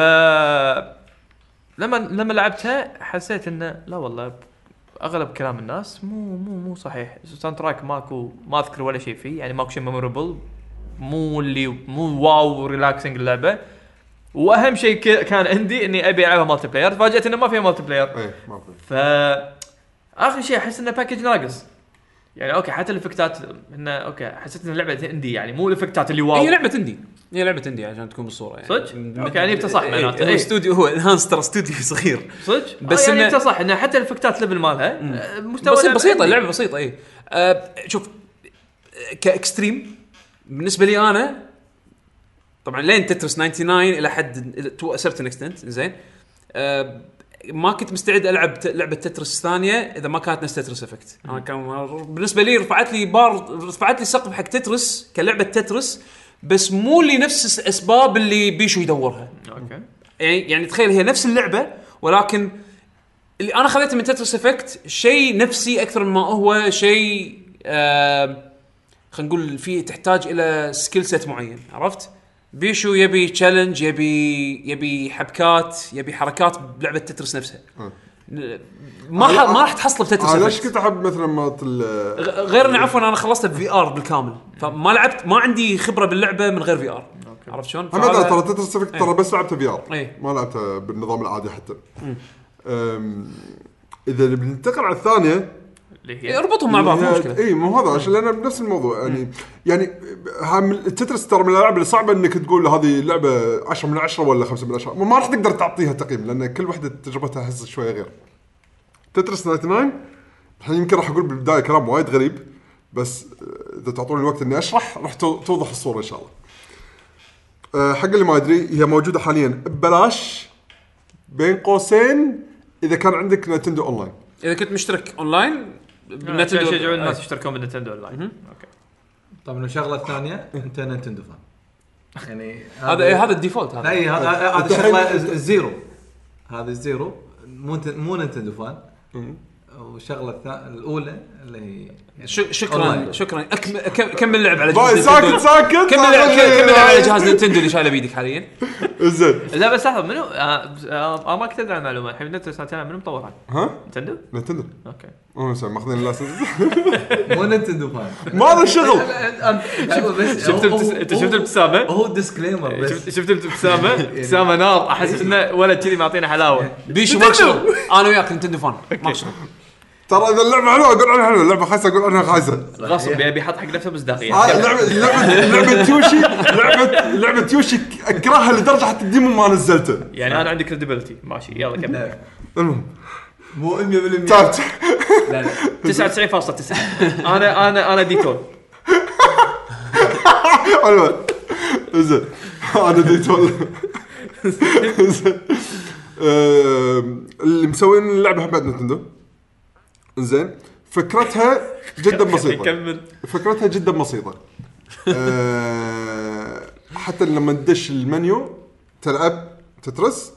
لما لما لعبتها حسيت انه لا والله اغلب كلام الناس مو مو مو صحيح. الساوند تراك ماكو ما اذكر ولا شيء فيه، يعني ماكو شيء ميموربل، مو اللي مو واو ريلاكسينج اللعبه. واهم شيء ك- كان عندي اني ابي العبها مالتي بلاير، تفاجأت انه ما فيها مالتي بلاير. ايه ما في. ف اخر شيء احس انه باكج ناقص. يعني اوكي حتى الافكتات انه اوكي حسيت ان اللعبه عندي يعني مو الافكتات اللي واو. هي لعبه اندي، هي لعبه اندي عشان تكون بالصوره يعني. صدق؟ اوكي يعني انت صح معناته. هو إيه. استوديو، هو انهانستر استوديو صغير صدق بس بس يعني إنه- انت صح انه حتى الافكتات ليفل مالها آه، مستوى بسيط لعبة بسيطه عندي. اللعبه بسيطه. اي أه شوف كاكستريم بالنسبه لي انا طبعا لين تترس تسعة وتسعين الى حد تو سيرتن اكستنت زين. أه ما كنت مستعد العب ت- لعبه تترس ثانيه اذا ما كانت نفس تترس افكت. انا كان بالنسبه لي رفعت لي بار، رفعت لي سقف حق تترس كلعبه تترس، بس مو لنفس الاسباب اللي بيشو يدورها. اوكي يعني يعني تخيل هي نفس اللعبه ولكن اللي انا خذيته من تترس افكت شيء نفسي اكثر مما هو شيء آه خلينا نقول فيه تحتاج الى سكيل سيت معين. عرفت؟ بيشو يبي تشالنج، يبي يبي حبكات، يبي حركات بلعبه تترس نفسها. ما ح... ما راح تحصل بتترس آه ليش افكت. كنت احب مثلا مالت ال غ- غير اني عفوا انا خلصتها بفي ار بالكامل، فما لعبت ما عندي خبره باللعبه من غير في ار. عرفت شلون؟ هم فهذا- ترى تترس افكت ترى بس لعبتها في ار، إيه. ما لعبتها بالنظام العادي حتى. أم، اذا بننتقل على الثانيه اللي إيه، هي اربطهم مع بعض مو مشكله. اي مو هذا عشان انا بنفس الموضوع يعني يعني هم تترس ترى من الالعاب اللي صعبه انك تقول هذه لعبه عشرة من عشرة ولا خمسة من عشرة، ما راح تقدر تعطيها تقييم لان كل وحده تجربتها احس شويه غير. تترس تسعة وتسعين الحين يمكن راح اقول بالبدايه كلام وايد غريب، بس اذا تعطوني الوقت اني اشرح راح تو- توضح الصوره ان شاء الله. أه، حق اللي ما يدري هي موجوده حاليا ببلاش بين قوسين اذا كان عندك نينتندو اونلاين. اذا كنت مشترك اونلاين نتندو يشجعون الناس يشتركون بالنينتندو اونلاين. اوكي طبعا الشغله الثانيه انت نينتندو فان يعني هذا إيه هذا الديفولت هذا. اي هذا هذا الشغله الزيرو، هذا الزيرو مو نت- مو نينتندو فان والشغله الثانيه الاولى اللي هي شكرا شكرا كمل اللعب على جهاز ساكت ساكت كمل كمل على جهاز نينتندو اللي شايله بيدك حاليا. زين لا بس لحظه منو اه ما كنت ادري عن المعلومه الحين نتندو سنتين منو مطورها؟ ها نينتندو نينتندو اوكي مو سامع ماخذين اللاسن مو نينتندو فان ما له شغل. شفت انت شفت الابتسامه هو ديسكليمر بس شفت الابتسامه ابتسامه نار احس انه ولد كذي معطينا حلاوه بيشو ماكسو انا وياك نينتندو فان ماكسو ترى اذا اللعبه حلوه اقول عنها حلوه اللعبه خايسه اقول عنها خايسه غصب يبي يحط حق نفسه مصداقيه. آه لعبه لعبه لعبه يوشي لعبه لعبه يوشي اكرهها لدرجه حتى الديمو ما نزلته يعني انا عندي كريديبيلتي ماشي يلا كمل. المهم مو مية بالمية تعبت لا لا تسعة وتسعين فاصلة تسعة انا انا انا ديتول حلوه زين انا ديتول زين اللي مسوين اللعبه بعد نينتندو زين فكرتها جدا بسيطه كمل فكرتها جدا بسيطه أه حتى لما تدش المنيو تلعب تترس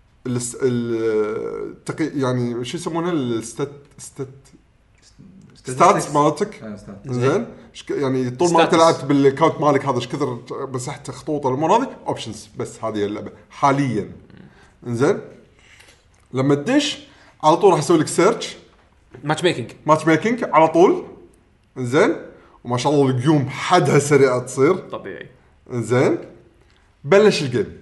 التقي يعني شو يسمونه الستات ستات ستاتس مالتك زين يعني طول ما انت لعبت بالكاونت مالك هذا ايش كثر مسحت خطوط الامور هذه اوبشنز بس هذه اللعبه حاليا زين لما تدش على طول راح اسوي لك سيرش ماتش ميكينج ماتش ميكينج على طول زين وما شاء الله القيوم حدها سريعه تصير طبيعي زين بلش الجيم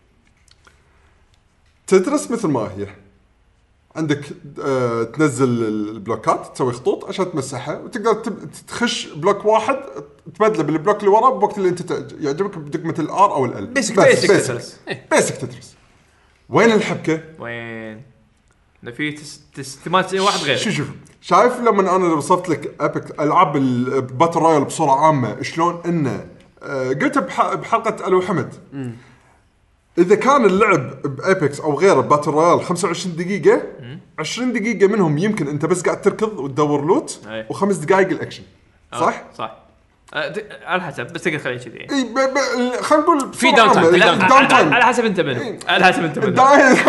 تدرس مثل ما هي عندك آه تنزل البلوكات تسوي خطوط عشان تمسحها وتقدر تخش بلوك واحد تبدله بالبلوك اللي وراه بوقت اللي انت يعجبك بدقمه الار او ال بيسك تدرس بيسك تدرس وين الحبكه وين ده في ثمانية وتسعين واحد غير شوف شوف شايف لما انا وصفت لك ابيك العاب الباتل رويال بصوره عامه شلون انه آه قلت بحلقه الو حمد م. اذا كان اللعب بابيكس او غيره باتل رويال خمسة وعشرين دقيقه م. عشرين دقيقه منهم يمكن انت بس قاعد تركض وتدور لوت أي. وخمس دقائق الاكشن صح صح على حسب بس تقدر خليه كذي اي خلينا نقول في داون تايم على حسب انت منو على حسب انت منو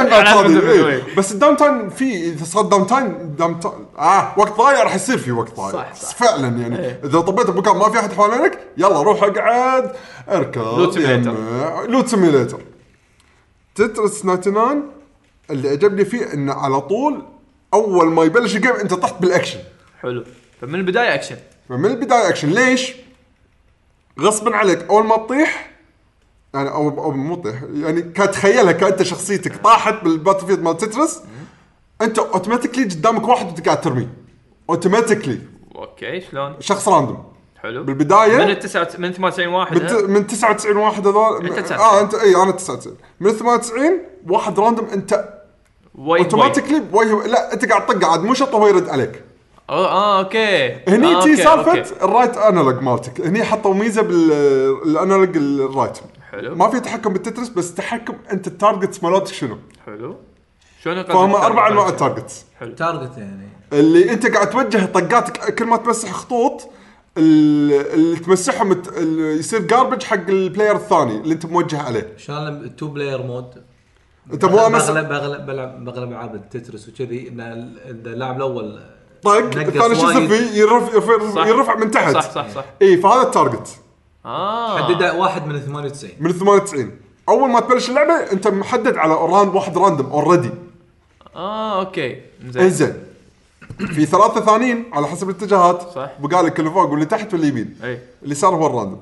بس الداون تايم في اذا صار داون تايم داون تايم اه وقت ضايع راح يصير في وقت ضايع صح صح. فعلا يعني ايه. اذا طبيت بمكان ما في احد حوالينك يلا روح اقعد اركض لوت سيميليتر لوت سيميليتر تترس تسعة وتسعين اللي عجبني فيه انه على طول اول ما يبلش الجيم انت طحت بالاكشن حلو فمن البدايه اكشن فمن البدايه اكشن ليش غصبا عليك اول ما تطيح يعني او او مو تطيح يعني كتخيلها كانت شخصيتك طاحت بالباتل فيلد مال تترس انت اوتوماتيكلي قدامك واحد وانت قاعد ترمي اوتوماتيكلي اوكي شلون شخص راندوم حلو بالبدايه من التسعة من ثمانية وتسعين واحد بت... من تسعة وتسعين واحد هذول اه انت اي انا تسعة وتسعين من ثمانية وتسعين واحد راندوم انت اوتوماتيكلي وي... لا انت قاعد طق قاعد مو شرط هو يرد عليك اه اوكي هني آه، تي أوكي. سالفه الرايت انالوج مالتك هني حطوا ميزه بالانالوج الرايت حلو ما في تحكم بالتترس بس تحكم انت التارجتس مالتك شنو حلو شلون فهم اربع انواع التارجتس حلو تارجت يعني اللي انت قاعد توجه طقاتك كل ما تمسح خطوط اللي تمسحهم اللي يصير جاربج حق البلاير الثاني اللي انت موجه عليه شلون التو بلاير مود انت مو بغلب بغلب بلعب بغلب العاب التترس وكذي ان اللاعب الاول طق الثاني شو يصير فيه يرفع يرفع من تحت صح صح صح اي فهذا التارجت اه حدد واحد من ثمانية وتسعين من ثمانية وتسعين اول ما تبلش اللعبه انت محدد على راند واحد راندوم اوريدي اه اوكي زين زين في ثلاثه ثانيين على حسب الاتجاهات صح بقى لك اللي فوق واللي تحت واللي يمين اي اللي صار هو الراندوم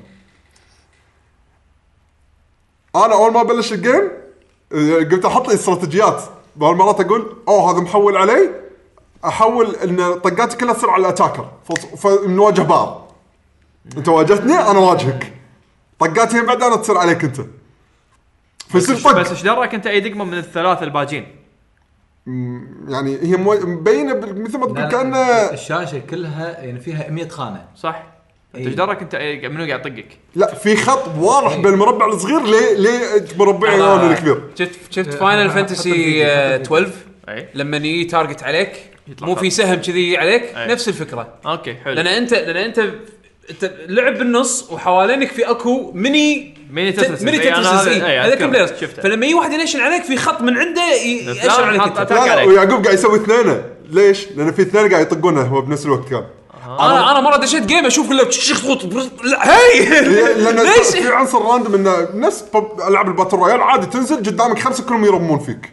انا اول ما بلش الجيم قلت احط لي استراتيجيات بالمرات اقول اوه هذا محول علي احول ان طقاتي كلها تصير على الاتاكر فنواجه بعض انت واجهتني انا واجهك طقاتي بعد انا تصير عليك انت فيصير طق بس ايش دراك انت اي دقمه من الثلاثه الباجين يعني هي مبينه مثل ما تقول كأن الشاشه كلها يعني فيها مية خانه صح انت ايش دراك انت منو قاعد يطقك لا في خط واضح بين المربع الصغير ليه ليه مربعين هون الكبير شفت شفت فاينل فانتسي اثنا عشر لما يجي تارجت عليك مو في سهم كذي عليك أي. نفس الفكره اوكي حلو لان انت لان انت انت لعب بالنص وحوالينك في اكو ميني ميني تترس ميني تترس هذا كم بلايرز فلما يجي واحد ينشن عليك في خط من عنده ياشر عليك لا ويعقوب قاعد يسوي اثنين ليش؟ لان في اثنين قاعد يطقونه هو بنفس الوقت كان. انا انا مره دشيت جيم اشوف كله شيخ خطوط لا هي لان ليش في عنصر راندوم انه نفس العاب الباتل رويال عادي تنزل قدامك خمسه كلهم يرمون فيك.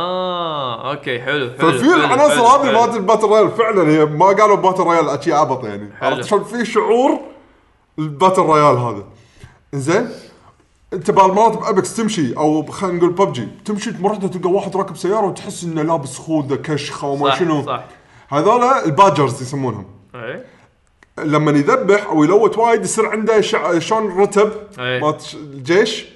اه اوكي حلو حلو. ففي العناصر هذه مالت الباتل رويال فعلا هي ما قالوا باتل رويال اشي عبط يعني. عرفت شلون في شعور الباتل رويال هذا. زين انت بالمرات بابكس تمشي او خلينا نقول ببجي تمشي مرات تلقى واحد راكب سياره وتحس انه لابس خوذه كشخه وما شنو. صح هذول الباجرز يسمونهم. اي لما يذبح او يلوت وايد يصير عنده شع... شلون رتب مات الجيش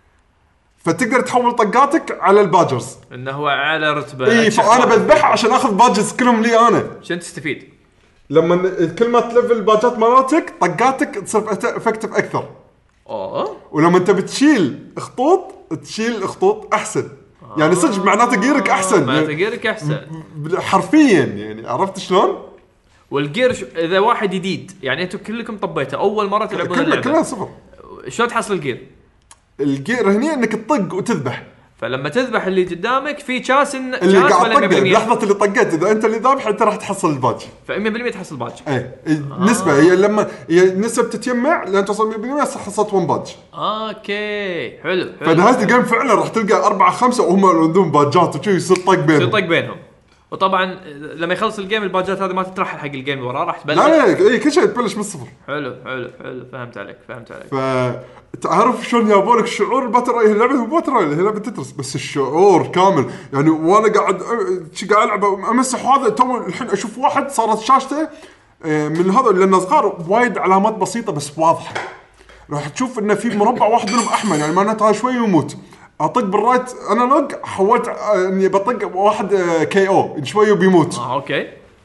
فتقدر تحول طقاتك على الباجرز انه هو على رتبه. اي فانا بذبحها عشان اخذ باجرز كلهم لي انا. شنو تستفيد لما كل ما تلفل الباجات مالتك طقاتك تصير افكتيف اكثر. اوه ولما انت بتشيل خطوط تشيل خطوط احسن. يعني صدق معناته جيرك احسن. معناته جيرك احسن حرفيا يعني. عرفت شلون؟ والجير ش... اذا واحد جديد يعني انتم كلكم طبيته اول مره تلعبون اللعبه كلها صفر. شلون تحصل الجير؟ الجير هني انك تطق وتذبح. فلما تذبح اللي قدامك في شانس ان اللي شانس قاعد ولا تطقه لحظه اللي طقيت اذا انت اللي ذابح انت راح تحصل الباج. ف مية بالمية تحصل باج. ايه النسبه آه. هي لما هي النسبه تتجمع لين توصل مية بالمية حصلت ون باج. اوكي حلو حلو. فنهايه الجيم فعلا راح تلقى أربعة خمسة وهم عندهم باجات وشي يصير طق بينهم. يصير طق بينهم. وطبعا لما يخلص الجيم الباجات هذه ما تترحل حق الجيم اللي وراه راح تبلش. لا لا اي كل شيء تبلش من الصفر. حلو حلو حلو فهمت عليك فهمت عليك. فتعرف شلون جابوا لك شعور الباتل رويال. اللعبه باتل رويال هي لعبه تترس بس الشعور كامل يعني. وانا قاعد شي قاعد العب امسح هذا تو الحين اشوف واحد صارت شاشته من هذا لان صغار وايد علامات بسيطه بس واضحه. راح تشوف انه في مربع واحد منهم احمر يعني معناته شوي يموت. اطق بالرايت انالوج حولت اني بطق واحد كي او شوي وبيموت. اه اوكي.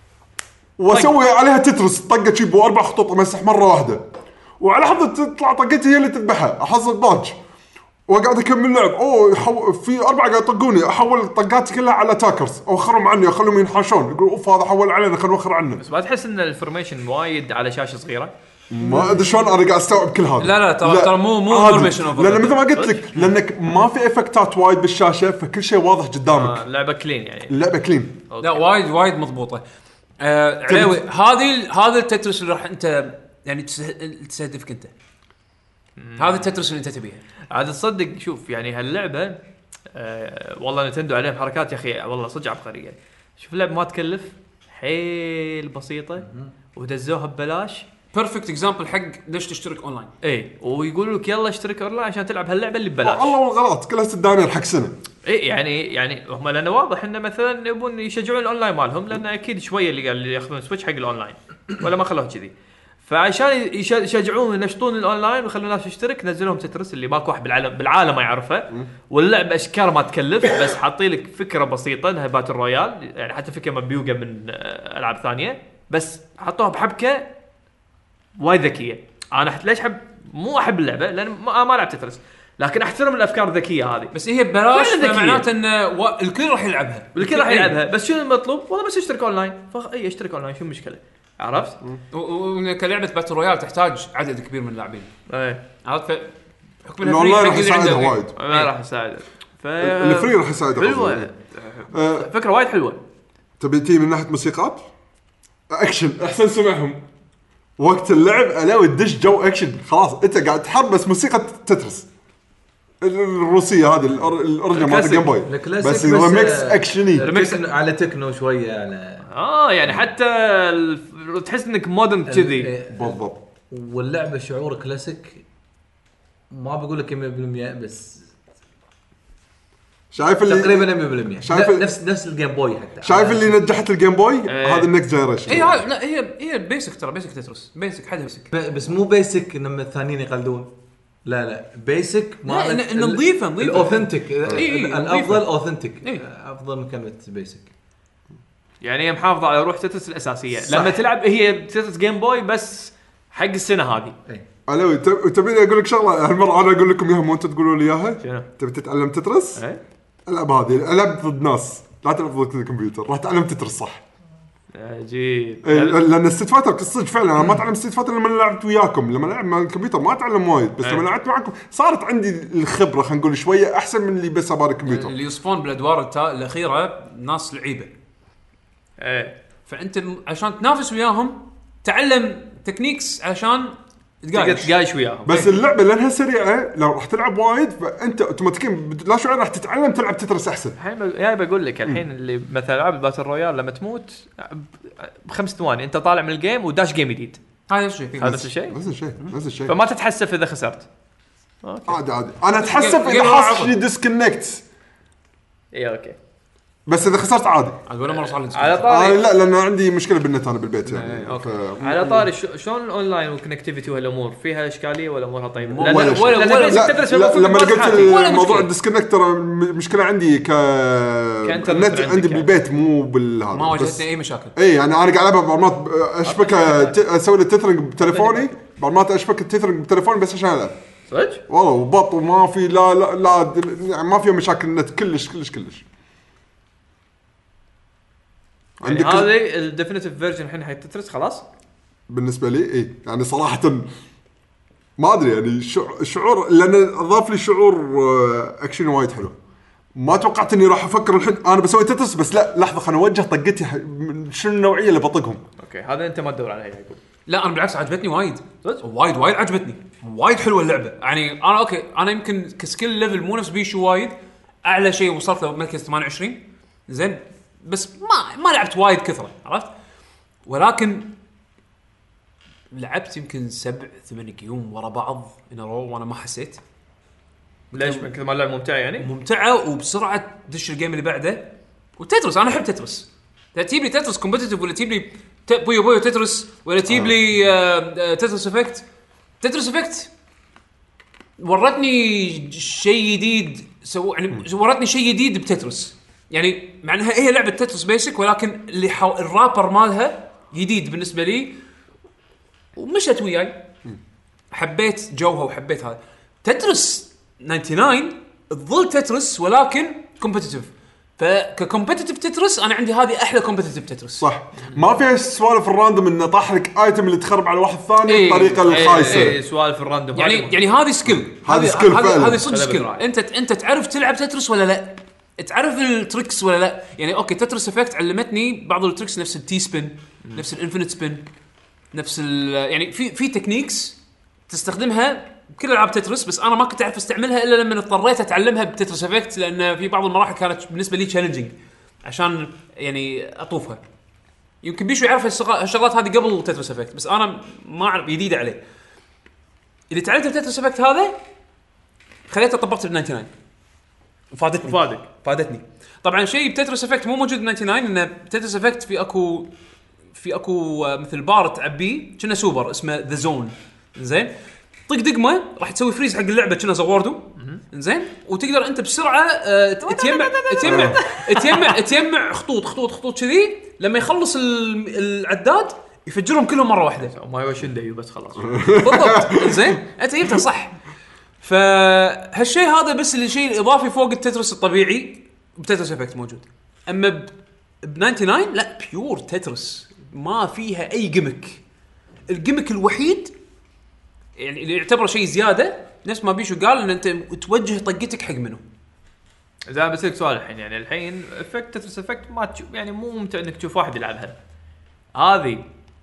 واسوي عليها تترس طقه شي بو اربع خطوط امسح مره واحده وعلى حظ تطلع طقتي هي اللي تذبحها احصل باج واقعد اكمل لعب. اوه حو... في اربعه قاعد يطقوني احول طقاتي كلها على تاكرز او خرم عني اخليهم ينحاشون يقول اوف هذا حول علينا خلينا نوخر عنه. بس ما تحس ان الانفورميشن وايد على شاشه صغيره؟ ما ادري شلون انا قاعد استوعب كل هذا. لا لا ترى ترى مو مو انفورميشن اوفر لان مثل ما قلت لك لانك ما في افكتات وايد بالشاشه فكل شيء واضح قدامك. آه لعبه كلين يعني. اللعبه كلين. لا وايد وايد مضبوطه. آه علاوي هذه هذا التترس اللي راح انت يعني تستهدفك انت. هذا التترس اللي انت تبيها. عاد تصدق شوف يعني هاللعبه آه والله نتندو عليهم حركات يا اخي والله صدق عبقريه. شوف اللعبه ما تكلف حيل بسيطه ودزوها ببلاش. بيرفكت اكزامبل حق ليش تشترك اونلاين. اي ويقولوا لك يلا اشترك اونلاين عشان تلعب هاللعبه اللي ببلاش. الله والغلط كلها ستدانير حق سنه. اي يعني يعني هم لانه واضح انه مثلا يبون يشجعون الاونلاين مالهم لان اكيد شويه اللي قال ياخذون سويتش حق الاونلاين ولا ما خلوه كذي. فعشان يشجعون ينشطون الاونلاين ويخلون الناس تشترك نزلهم تترس اللي ماكو واحد بالعالم بالعالم ما يعرفها. واللعبه اشكال ما تكلف بس حاطين لك فكره بسيطه انها باتل رويال يعني حتى فكره مبيوقه من العاب ثانيه بس حطوها بحبكه وايد ذكيه. انا ليش حب مو احب اللعبه لان ما, ما لعبت تترس لكن احترم الافكار الذكيه هذه. بس هي ببلاش معناته ان و... الكل راح يلعبها الكل راح يلعبها بس شنو المطلوب والله بس اشترك اونلاين فخ اي اشترك اونلاين شو المشكله عرفت. وكلعبه باتل رويال تحتاج عدد كبير من اللاعبين. اي عرفت حكم الفري راح يساعدها وايد. ما راح يساعدها ف الفري راح يساعدها حلوه أه فكره وايد حلوه. تبي تي من ناحيه موسيقات اكشن احسن سمعهم وقت اللعب الاوي الدش جو اكشن خلاص انت قاعد تحرب بس موسيقى تترس الروسيه هذه الاوريجنال مال الجيم بوي بس ريمكس اكشني ريمكس على تكنو شويه على اه يعني حتى تحس انك مودرن كذي بالضبط. واللعبه شعور كلاسيك ما بقول لك مية بالمية بس شايف اللي تقريبا مية بالمية شايف نفس نفس الجيم بوي حتى شايف اللي نجحت الجيم بوي ايه. هذا النكست جنريشن. اي هاي لا هي هي بيسك ترى بيسك تترس بيسك حد بيسك بس مو بيسك لما الثانيين يقلدون لا لا بيسك ما ان نظيفه نظيفه الاوثنتيك إيه الافضل اوثنتيك إيه. افضل من كلمه بيسك يعني محافظه على روح تترس الاساسيه صح. لما تلعب هي تترس جيم بوي بس حق السنه هذه. علوي تبيني اقول لك شغله هالمره انا اقول لكم اياها مو انتم تقولوا لي اياها. تبي تتعلم تترس ايه؟ العب هذه العب ضد ناس لا تلعب ضد الكمبيوتر راح تعلم تترس صح. عجيب إيه لان ستيت فايتر صدق فعلا انا ما تعلم ستيت فايتر لما لعبت وياكم لما لعب مع الكمبيوتر ما اتعلم وايد بس لما لعبت معكم صارت عندي الخبره خلينا نقول شويه احسن من اللي بس ابار الكمبيوتر. اللي يصفون بالادوار التا... الاخيره ناس لعيبه ايه فانت م- عشان تنافس وياهم تعلم تكنيكس عشان تقدر تقايش. تقايش وياهم. بس اللعبه لانها سريعه لو راح تلعب وايد فانت اوتوماتيكيا لا شعور راح تتعلم تلعب تترس احسن. الحين ب- يعني بقول لك الحين اللي مثلا لعب الباتل رويال لما تموت ب- بخمس ثواني انت طالع من الجيم وداش جيم جديد. هذا الشيء هذا نفس الشيء. نفس الشيء نفس الشيء فما تتحسف اذا خسرت. عادي عادي. انا اتحسف جيم- اذا جيم حاصل عرض. شي ديسكونكت اي اوكي. بس اذا خسرت عادي. عاد ولا مره صار لي على آه طاري لا لانه عندي مشكله بالنت انا بالبيت يعني إيه، أوكي. ف... على طاري شو- شلون الاونلاين والكونكتيفيتي وهالامور فيها اشكاليه ولا امورها طيبه؟ مو- لأن- ولا شيء. لأن ولا- بس لا, تدرس لا المفروض لما ما قلت تحاتي. ولا الموضوع مشكلة. الديسكونكت ترى م- مشكله عندي ك كإنترنت النت عندك عندي يعني. بالبيت مو بالهذا ما بس- واجهتني اي مشاكل. اي يعني انا قاعد العبها بعض اشبكها ت- اسوي له تثرنج بتليفوني بعض مرات اشبك التثرنج بتليفوني بس عشان العب صدق؟ والله وبط وما في لا لا, لا يعني ما فيها مشاكل النت كلش كلش كلش يعني عندك هذه الديفينيتيف فيرجن الحين حق تترس خلاص. بالنسبه لي اي يعني صراحه ما ادري يعني شع- شعور لان اضاف لي شعور آه، اكشن وايد حلو. ما توقعت اني راح افكر الحين انا بسوي تترس بس لا لحظه خليني اوجه طقتي ح- من شنو النوعيه اللي بطقهم. اوكي هذا انت ما تدور عليها يعقوب. لا انا بالعكس عجبتني وايد صدق؟ وايد وايد عجبتني وايد حلوه اللعبه. يعني انا اوكي انا يمكن كسكيل ليفل مو نفس بيشو وايد اعلى شيء وصلت له مركز ثمانية وعشرين زين بس ما ما لعبت وايد كثره عرفت ولكن لعبت يمكن سبع ثمان جيوم ورا بعض ان رو وانا ما حسيت. ليش من كثر ما اللعبه ممتعه يعني؟ ممتعه وبسرعه دش الجيم اللي بعده. وتترس انا احب تترس. تجيب لي تترس كومبتيتيف ولا تجيب لي ت- بويو بويو تترس ولا تجيب لي آه، آه، تترس افكت. تترس افكت ورتني شيء جديد سو يعني ورتني شيء جديد بتترس. يعني مع انها هي لعبه تترس بيسك ولكن اللي حو... الرابر مالها جديد بالنسبه لي ومشت وياي. حبيت جوها وحبيت هذا. تترس تسعة وتسعين تظل تترس ولكن كومبتيتيف. فككومبتيتيف تترس انا عندي هذه احلى كومبتيتيف تترس. صح ما فيها سوالف الراندوم انه طاح لك ايتم اللي تخرب على واحد ثاني إيه. بالطريقه الخايسه. اي سوالف الراندوم يعني يعني هذه سكيل. هذه سكيل فعلاً. هذه صدق خليها سكيل. بالراحة. انت انت تعرف تلعب تترس ولا لا؟ تعرف التريكس ولا لا؟ يعني اوكي تترس افكت علمتني بعض التريكس نفس التي سبين نفس الانفينيت سبين نفس يعني في في تكنيكس تستخدمها بكل العاب تترس بس انا ما كنت اعرف استعملها الا لما اضطريت اتعلمها بتترس افكت لان في بعض المراحل كانت بالنسبه لي تشالنجينج عشان يعني اطوفها. يمكن بيشو يعرف الشغ- الشغلات هذه قبل تترس افكت بس انا ما اعرف جديده عليه. اللي تعلمت التترس افكت هذا خليته طبقت ب تسعة وتسعين وفادتني فادك. فادتني. طبعا شيء بتترس افكت مو موجود ب تسعة وتسعين انه بتترس افكت في اكو في اكو آه، مثل بار تعبيه كنا سوبر اسمه ذا زون زين طق دقمه راح تسوي فريز حق اللعبه كنا زواردو زين وتقدر انت بسرعه آه، تجمع تجمع تجمع تجمع خطوط خطوط خطوط كذي لما يخلص ال- العداد يفجرهم كلهم مره واحده. ما يوشن ديو بس خلاص. بالضبط زين انت جبتها صح. فهالشيء هذا بس الشيء الاضافي فوق التترس الطبيعي بتترس افكت موجود. اما ب ب تسعة وتسعين لا بيور تترس ما فيها اي جيمك. الجيمك الوحيد يعني اللي يعتبره شيء زياده نفس ما بيشو قال ان انت توجه طقتك حق منه. اذا بسالك سؤال الحين يعني الحين افكت تترس افكت ما تشوف يعني مو ممتع انك تشوف واحد يلعبها هذه.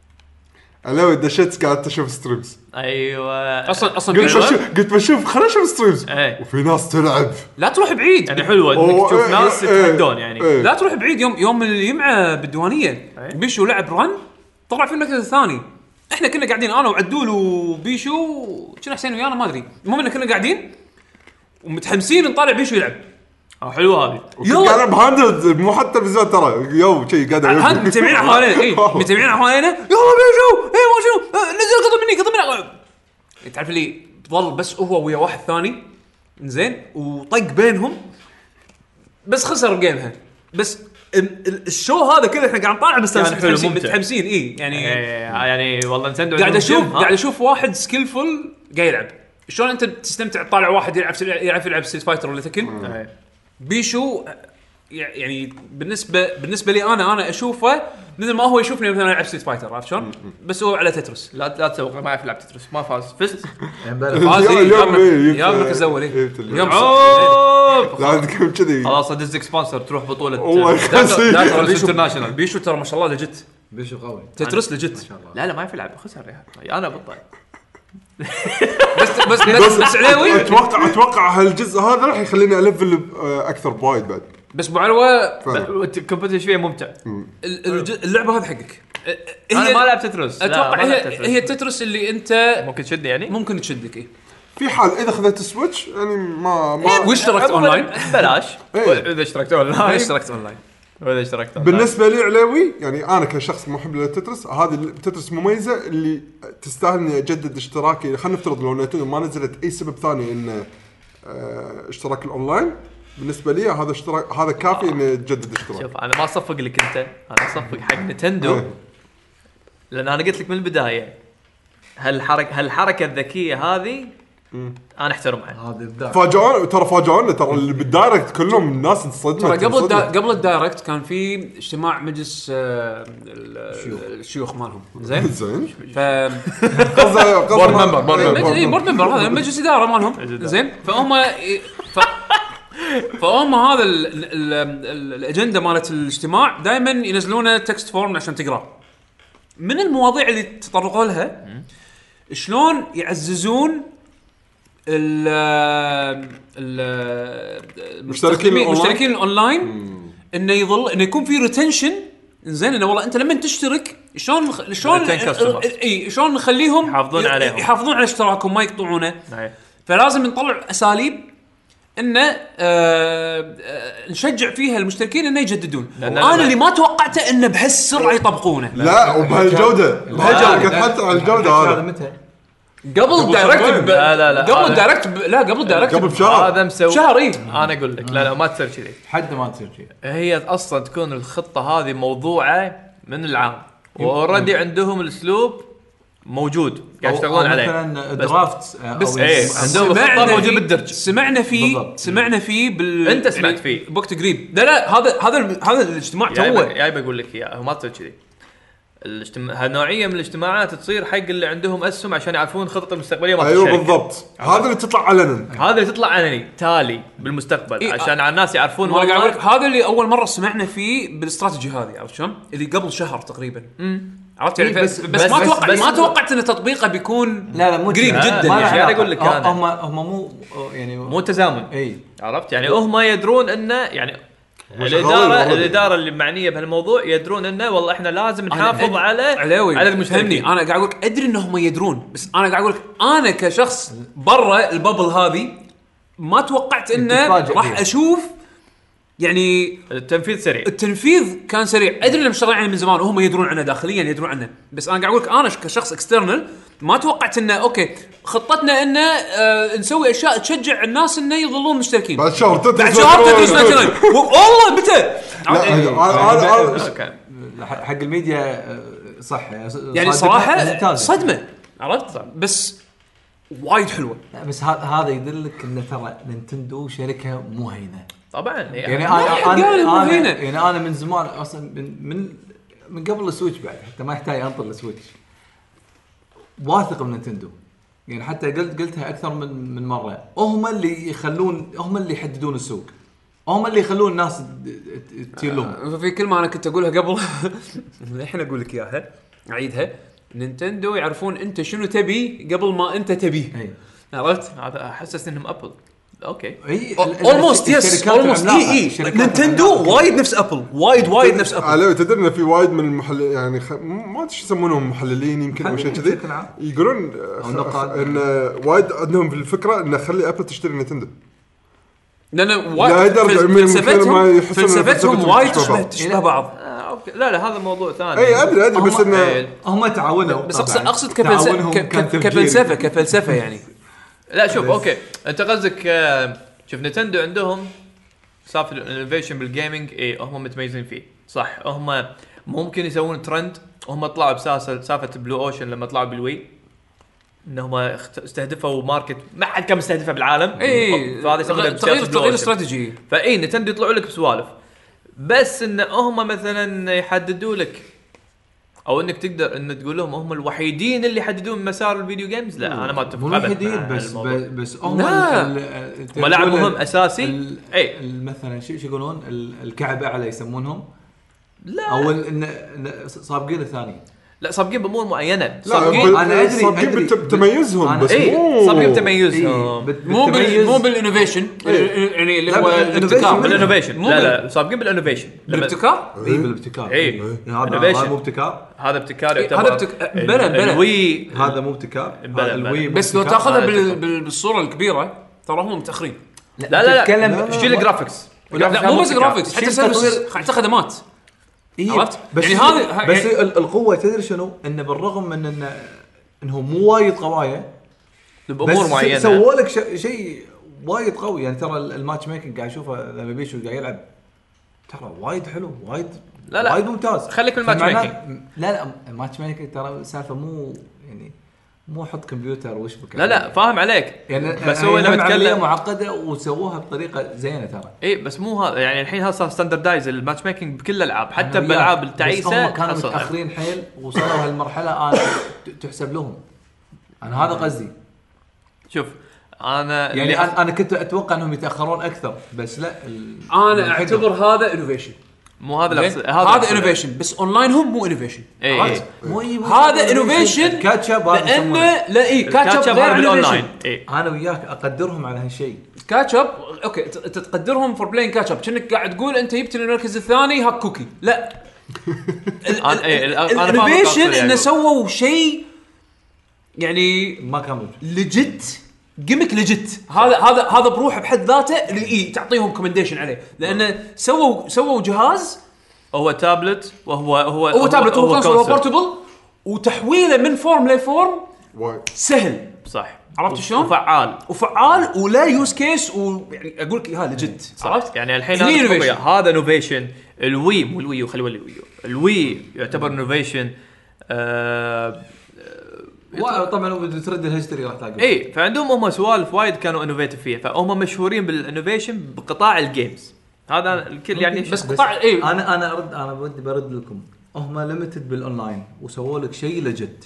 لو دشيت قاعد تشوف ستريمز ايوه اصلا اصلا قلت بيشو بشوف قلت بشوف خليني اشوف ستريمز ايه. وفي ناس تلعب لا تروح بعيد يعني حلوه انك أوه، تشوف إيه، ناس إيه، يتحدون يعني. إيه. لا تروح بعيد. يوم يوم الجمعه بالديوانيه أي. بيشو لعب رن طلع في المركز الثاني. احنا كنا قاعدين انا وعدول وبيشو كنا حسين ويانا ما ادري المهم ان كنا قاعدين ومتحمسين نطالع بيشو يلعب. اه حلوه هذه. يلا. قاعد بهاندد مو حتى بالزمان ترى يو شيء قاعد هند متابعين حوالينا اي متابعين حوالينا يلا بيشو اي ما شنو آه، نزل قطب مني قطب مني تعرف اللي ظل بس هو ويا واحد ثاني زين وطق بينهم بس خسر جيمها. بس ال- ال- الشو هذا كله احنا قاعد نطالع بس يعني حلو، متحمسين ممتع. متحمسين اي يعني إيه، يعني والله نسندو قاعد عندهم اشوف جيم، ها؟ قاعد اشوف واحد سكيلفul قاعد يلعب. شلون انت تستمتع تطالع واحد يلعب يلعب يلعب ستريت فايتر ولا تكن إيه. بيشو يعني بالنسبه بالنسبه لي انا انا اشوفه مثل ما هو يشوفني مثلا العب ستريت فايتر عرفت شلون بس هو على تترس. لا لا تسوق ما يعرف يلعب تترس ما فاز فزت. فاز اليوم إيه، يا جبت- المركز الاول جبت اليوم. اليوم اوه شوف لا تكون كذي خلاص ادزك سبونسر تروح بطوله الله يخليك. لا ترى بيشو انترناشونال بيشو ترى ما شاء الله لجت بيشو قوي تترس لجت لا لا ما في لعب خسر يا انا بطل بس بس بس, بس عليوي اتوقع اتوقع هالجزء هذا راح يخليني الفل اكثر بوايد بعد. بس ابو علوه الكومبيتيشن شويه ممتع. اللعبه هذه حقك انا ما لعبت تترس اتوقع هي هي تترس اللي انت ممكن تشدني يعني ممكن تشدك ايه في حال اذا خذيت سويتش يعني ما ما واشتركت اونلاين بلاش إيه. اذا اشتركت اونلاين اشتركت اونلاين واذا اشتركت أونلاين. بالنسبه لي عليوي يعني انا كشخص محب للتترس هذه التترس مميزه اللي تستاهل اني اجدد اشتراكي. خلينا نفترض لو نتندو ما نزلت اي سبب ثاني ان اشتراك الاونلاين بالنسبه لي هذا اشتراك هذا كافي اني اجدد اشتراك. شوف انا ما اصفق لك انت انا اصفق حق نتندو لان انا قلت لك من البدايه هالحركه هالحركه الذكيه هذه انا احترمها. هذا ابداع فاجئون ترى فاجئون ترى اللي بالدايركت كلهم الناس انصدمت. ترى قبل الدا... قبل الدايركت كان في اجتماع مجلس آه الشيوخ مالهم زين زين ف قصده بورد ممبر بورد ممبر هذا مجلس اداره مالهم زين فهم ف... فهم هذا ال... ال... ال... الاجنده مالت الاجتماع دائما ينزلونه تكست فورم عشان تقراه. من المواضيع اللي تطرقوا لها شلون يعززون ال المشتركين المشتركين الاونلاين انه يظل انه يكون في ريتنشن زين انه والله انت لما تشترك شلون شلون اي شلون نخليهم يحافظون عليهم يحافظون على اشتراكهم ما يقطعونه. فلازم نطلع اساليب انه آه نشجع فيها المشتركين انه يجددون. انا اللي ما توقعته انه بهالسرعه يطبقونه لا وبهالجوده بهالجوده حتى على الجوده هذا متى قبل الدايركت لا لا لا قبل الدايركت ب... لا قبل الدايركت قبل بشهر هذا مسوي شهر ايه انا اقول لك لا لا ما تصير كذي حد ما تصير كذي. هي اصلا تكون الخطه هذه موضوعه من العام واوريدي عندهم الاسلوب موجود قاعد يشتغلون عليه مثلا درافت بس ايه عندهم الخطه موجوده بالدرج سمعنا فيه سمعنا فيه بال انت سمعت فيه بوقت قريب لا لا هذا هذا هذا الاجتماع توه جاي بقول لك اياه ما تصير كذي. الاجتماع هالنوعيه من الاجتماعات تصير حق اللي عندهم اسهم عشان يعرفون خطط المستقبليه مال الشركه. ايوه بالضبط هذا اللي تطلع علنا هذا اللي تطلع علني تالي بالمستقبل إيه عشان على الناس يعرفون ما قاعد اقول لك هذا اللي اول مره سمعنا فيه بالاستراتيجي هذه عرفت شلون اللي قبل شهر تقريبا عرفت يعني إيه بس, بس, بس ما توقعت ما توقعت ان تطبيقه بيكون لا لا مو قريب جدا يعني اقول لك انا هم هم مو يعني مو تزامن اي عرفت يعني هم يدرون انه يعني الاداره الاداره اللي معنيه بهالموضوع يدرون انه والله احنا لازم نحافظ على على على المشتركين. انا قاعد اقول لك ادري انهم يدرون بس انا قاعد اقول لك انا كشخص برا البابل هذه ما توقعت انه راح اشوف يعني التنفيذ سريع. التنفيذ كان سريع. ادري انهم مشتغلين عليه من زمان وهم يدرون عنه داخليا يدرون عنه بس انا قاعد اقول لك انا كشخص اكسترنال ما توقعت انه اوكي خطتنا انه آه نسوي اشياء تشجع الناس انه يظلون مشتركين بعد شهر بعد شهر تدرس والله متى حق الميديا صح يعني صراحه صدمه عرفت بس وايد حلوه. بس هذا يدلك ان ترى نينتندو شركه مو هينه طبعا يعني انا انا, أنا يعني انا من زمان اصلا من من, من قبل السويتش بعد حتى ما يحتاج انطر السويتش واثق من نينتندو يعني حتى قلت قلتها اكثر من من مره هم اللي يخلون هم اللي يحددون السوق هم اللي يخلون الناس تصير لهم. في كلمه انا كنت اقولها قبل الحين اقول لك اياها اعيدها نينتندو يعرفون انت شنو تبي قبل ما انت تبيه عرفت هذا احسس انهم ابل اوكي اي اولموست يس اولموست اي اي نينتندو وايد نفس ابل وايد وايد نفس ابل. على تدري في وايد من المحل يعني خ... ما ادري ايش يسمونهم محللين يمكن او شيء كذي يقولون خ... ان وايد عندهم في الفكره ان خلي ابل تشتري نينتندو لان وايد فلسفتهم فلسفتهم وايد تشبه بعض. لا لا هذا موضوع ثاني. اي ادري ادري بس انه هم تعاونوا بس اقصد اقصد كفلسفه كفلسفه كفلسفه يعني. لا شوف اوكي انت قصدك شوف نينتندو عندهم صافي الانوفيشن بالجيمنج اي هم متميزين فيه صح. هم ممكن يسوون ترند هم طلعوا بسالفه سالفه بلو اوشن لما طلعوا بالوي انهم استهدفوا ماركت ما حد كان مستهدفه بالعالم. اي فهذا يسمونه تغيير تغيير استراتيجي. فاي نينتندو يطلعوا لك بسوالف بس ان هم مثلا يحددوا لك او انك تقدر ان تقول لهم هم الوحيدين اللي يحددون مسار الفيديو جيمز. لا انا ما اتفق مو الوحيدين بس بس هم هم لعبهم اساسي. اي مثلا شو يقولون الكعبه على يسمونهم لا او سابقين الثاني لا سابقين بامور معينه. سابقين انا ادري سابقين بتميزهم بس مو سابقين بتميزهم مو بال مو بالانوفيشن يعني اللي هو الابتكار بالانوفيشن. لا لا سابقين بالانوفيشن بالابتكار. اي بالابتكار. اي هذا مو ابتكار. هذا ابتكار هذا بلا بلا الوي هذا مو ابتكار. الوي بس لو تاخذها بالصوره الكبيره ترى هم متاخرين. لا لا لا شيل الجرافيكس. لا مو بس جرافيكس حتى سيرفيس حتى خدمات. عرفت بس يعني هذا بس يعني القوه تدري شنو انه بالرغم من انه انه مو وايد قوايه بامور معينه سووا لك شيء وايد قوي. يعني ترى الماتش ميكنج قاعد اشوفه لما بيشو قاعد يلعب ترى وايد حلو وايد لا لا وايد ممتاز. خليك بالماتش ميكنج. لا لا الماتش ميكنج ترى سالفه مو يعني مو حط كمبيوتر وشبكه. لا لا فاهم عليك يعني بس هو لما تكلم معقده وسووها بطريقه زينه ترى. اي بس مو هذا يعني الحين هذا صار ستاندردايز الماتش ميكنج بكل الالعاب حتى بالالعاب التعيسه كانوا متاخرين حيل وصلوا هالمرحله انا تحسب لهم. انا هذا قصدي. شوف انا يعني انا كنت اتوقع انهم يتاخرون اكثر بس لا انا اعتبر هذا انوفيشن. مو هذا هذا انوفيشن بس اونلاين هم مو انوفيشن. مو هذا انوفيشن كاتشاب لانه لا اي كاتشاب غير انوفيشن. انا وياك اقدرهم على هالشيء. كاتشاب اوكي تقدرهم فور بلاين كاتشاب كأنك قاعد تقول انت جبت المركز الثاني هاك كوكي. لا الانوفيشن انه سووا شيء يعني ما كان موجود لجت جيمك لجت. هذا هذا هذا بروحه بحد ذاته اللي إيه تعطيهم كومنديشن عليه لانه سووا سووا جهاز هو تابلت وهو هو هو تابلت هو كونسول هو بورتبل وتحويله من فورم لفورم سهل صح. عرفت شلون؟ وفعال وفعال ولا يوز كيس ويعني اقول لك هذا لجت. عرفت يعني الحين هذا انوفيشن. الوي مو الوي خلي الوي الوي يعتبر انوفيشن. آه طبعا بدك ترد الهيستوري راح تلاقي. اي فعندهم هم سوالف وايد كانوا انوفيتيف فيها فهم مشهورين بالانوفيشن بقطاع الجيمز. هذا الكل يعني بس قطاع اي انا انا ارد انا بدي برد لكم هم ليميتد بالاونلاين وسووا لك شيء لجد.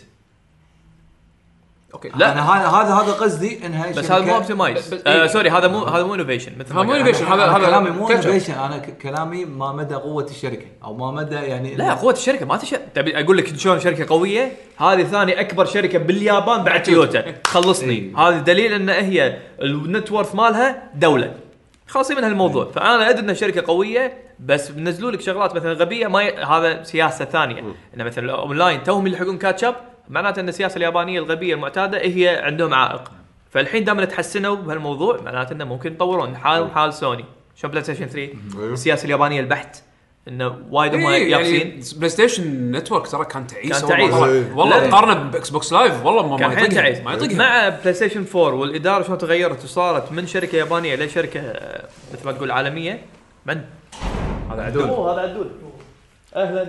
اوكي لا انا هذا هذا هذا قصدي انها بس هذا مو اوبتمايز. آه سوري هذا مو هذا مو انوفيشن مثل ما مو انوفيشن. هذا هذا كلامي مو انوفيشن. انا كلامي ما مدى قوه الشركه او ما مدى يعني لا قوه الشركه ما تشر. تبي اقول لك شلون شركه قويه. هذه ثاني اكبر شركه باليابان بعد تويوتا. خلصني هذا دليل ان هي النت وورث مالها دوله. خلاص من هالموضوع. فانا ادري انها شركه قويه بس بنزلوا لك شغلات مثلا غبيه ما ي... هذا سياسه ثانيه. ان مثلا اونلاين توهم يلحقون كاتشاب معناته ان السياسه اليابانيه الغبيه المعتاده هي عندهم عائق. فالحين دام تحسنوا بهالموضوع معناته انه ممكن يطورون حال حال سوني. شلون بلاي ستيشن ثري السياسه اليابانيه البحت انه وايد هم يابسين. يعني بلاي ستيشن نتورك ترى كان تعيس كان تعيس والله مقارنه باكس بوكس لايف والله ما ما يطيق ما يطيق. مع بلاي ستيشن فور والاداره شلون تغيرت وصارت من شركه يابانيه لشركه مثل ما تقول عالميه. من هذا عدول هذا عدول اهلا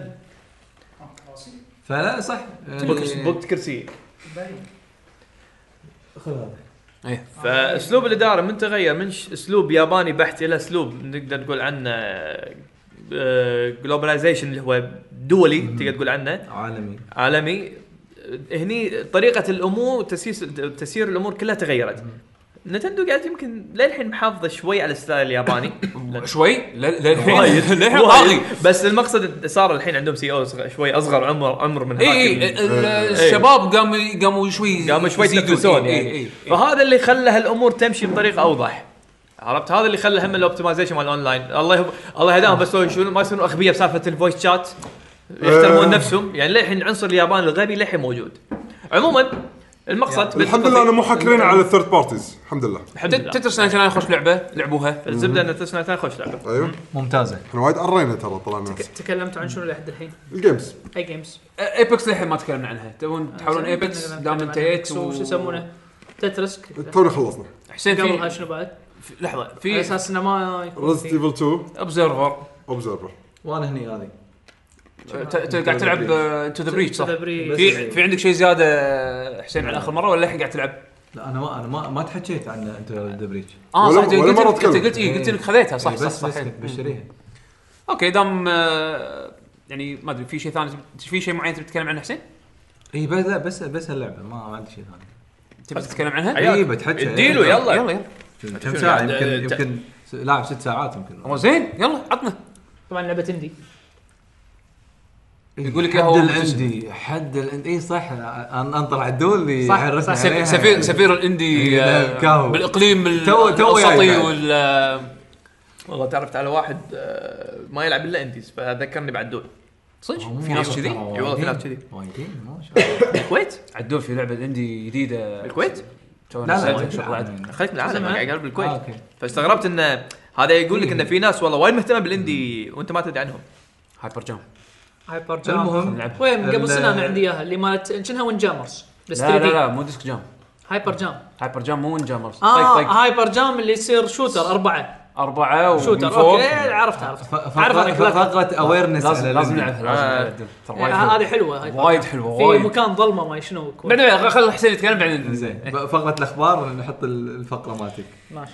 فلا صح يعني بوكت كرسي خذ هذا. ايه فاسلوب الاداره من تغير من اسلوب ياباني بحت الى اسلوب نقدر نقول عنه جلوباليزيشن اللي هو دولي تقدر تقول عنه عالمي عالمي. هني طريقه الامور تسيير تسيير الامور كلها تغيرت. نتندو قاعد يمكن للحين محافظه شوي على الستايل الياباني شوي للحين للحين طاغي. بس المقصد صار الحين عندهم سي او شوي اصغر عمر عمر من هذاك. اي الشباب قاموا قاموا شوي قاموا شوي يتنفسون يعني. فهذا اللي خلى هالامور تمشي بطريقه اوضح. عرفت هذا اللي خلى هم الاوبتمايزيشن مال الاونلاين. الله الله يهداهم بس شنو ما يصيرون اغبياء بسالفه الفويس شات يحترمون نفسهم. يعني للحين عنصر اليابان الغبي للحين موجود. عموما المقصد الحمد لله انا مو حاكرين على الثيرد بارتيز الحمد لله. تتر ناينتي خوش لعبه لعبوها. الزبده ان تتر ناينتي خوش لعبه ايوه ممتازه. احنا وايد قرينا ترى طلعنا تكلمتوا عن شنو لحد الحين الجيمز اي جيمز ايبكس للحين ما تكلمنا عنها. تبون تحاولون ايبكس دام انتهيت وشو يسمونه تترسك تونا خلصنا. حسين قبل هاي شنو بعد لحظه في على اساس انه ما يكون ريزنت ايفل تو اوبزرفر اوبزرفر وانا هني هذه قاعد تلعب انتو ذا بريتش صح؟ في في عندك شيء زياده حسين عن اخر مره ولا الحين قاعد تلعب؟ لا انا ما انا ما ما تحكيت عن انتو ذا بريتش. اه صح قلت قلت قلت ايه قلت انك خذيتها صح صح صح بشريها. اوكي دام يعني ما ادري في شيء ثاني في شيء معين تبي تتكلم عنه حسين؟ اي بس لا بس بس اللعبه ما ما عندي شيء ثاني. تبي تتكلم عنها؟ أيوة. اي بتحكي اديله يلا يلا يلا كم ساعه يمكن شنو؟ يمكن لاعب ست ساعات يمكن. هو زين يلا عطنا. طبعا لعبه اندي يقول لك حد هو الاندي حد الاندي اي صح انطر عدول اللي صح، يعرفنا صح. عليها. سفير سفير الاندي إيه، آه، كاهو. بالاقليم تو- تو الوسطي جاي بعد. وال والله تعرفت على واحد آه، ما يلعب الا انديز فذكرني بعدول صدق هم في ناس كذي. اي والله في ناس كذي. وايدين ما شاء الله. بالكويت عدول في لعبه اندي جديده بالكويت تو لا لا نزلتها وايد شغلات. يعني. خليك من العالم اسمها؟ قاعد اقرب بالكويت آه، اوكي. فاستغربت انه هذا يقول لك انه في ناس والله وايد مهتمه بالاندي وانت ما تدري عنهم. هايبر جام هايبر جام. المهم نلعبها. وين قبل ال- سنه انا عندي اياها اللي مالت شنها وين جامرز بس لا لا ثري دي. لا مو ديسك جام. هايبر جام. هايبر جام مو وين جامرز. اه طيق طيق هايبر جام اللي يصير شوتر اربعه أربعة شوتر ومن فوق. اوكي عرفت عرفت ف- عارف انا فقرة كلاك. فقرة اويرنس لازم لازم على نلعبها لازم آه. نلعبها. ترى يعني وايد حلوة. هذه حلوه هايبر وايد جام. حلوة، في وايد. مكان ظلمه ما شنو يكون. بعدين خل حسين يتكلم بعدين. زين فقرة الاخبار نحط الفقرة مالتك. ماشي.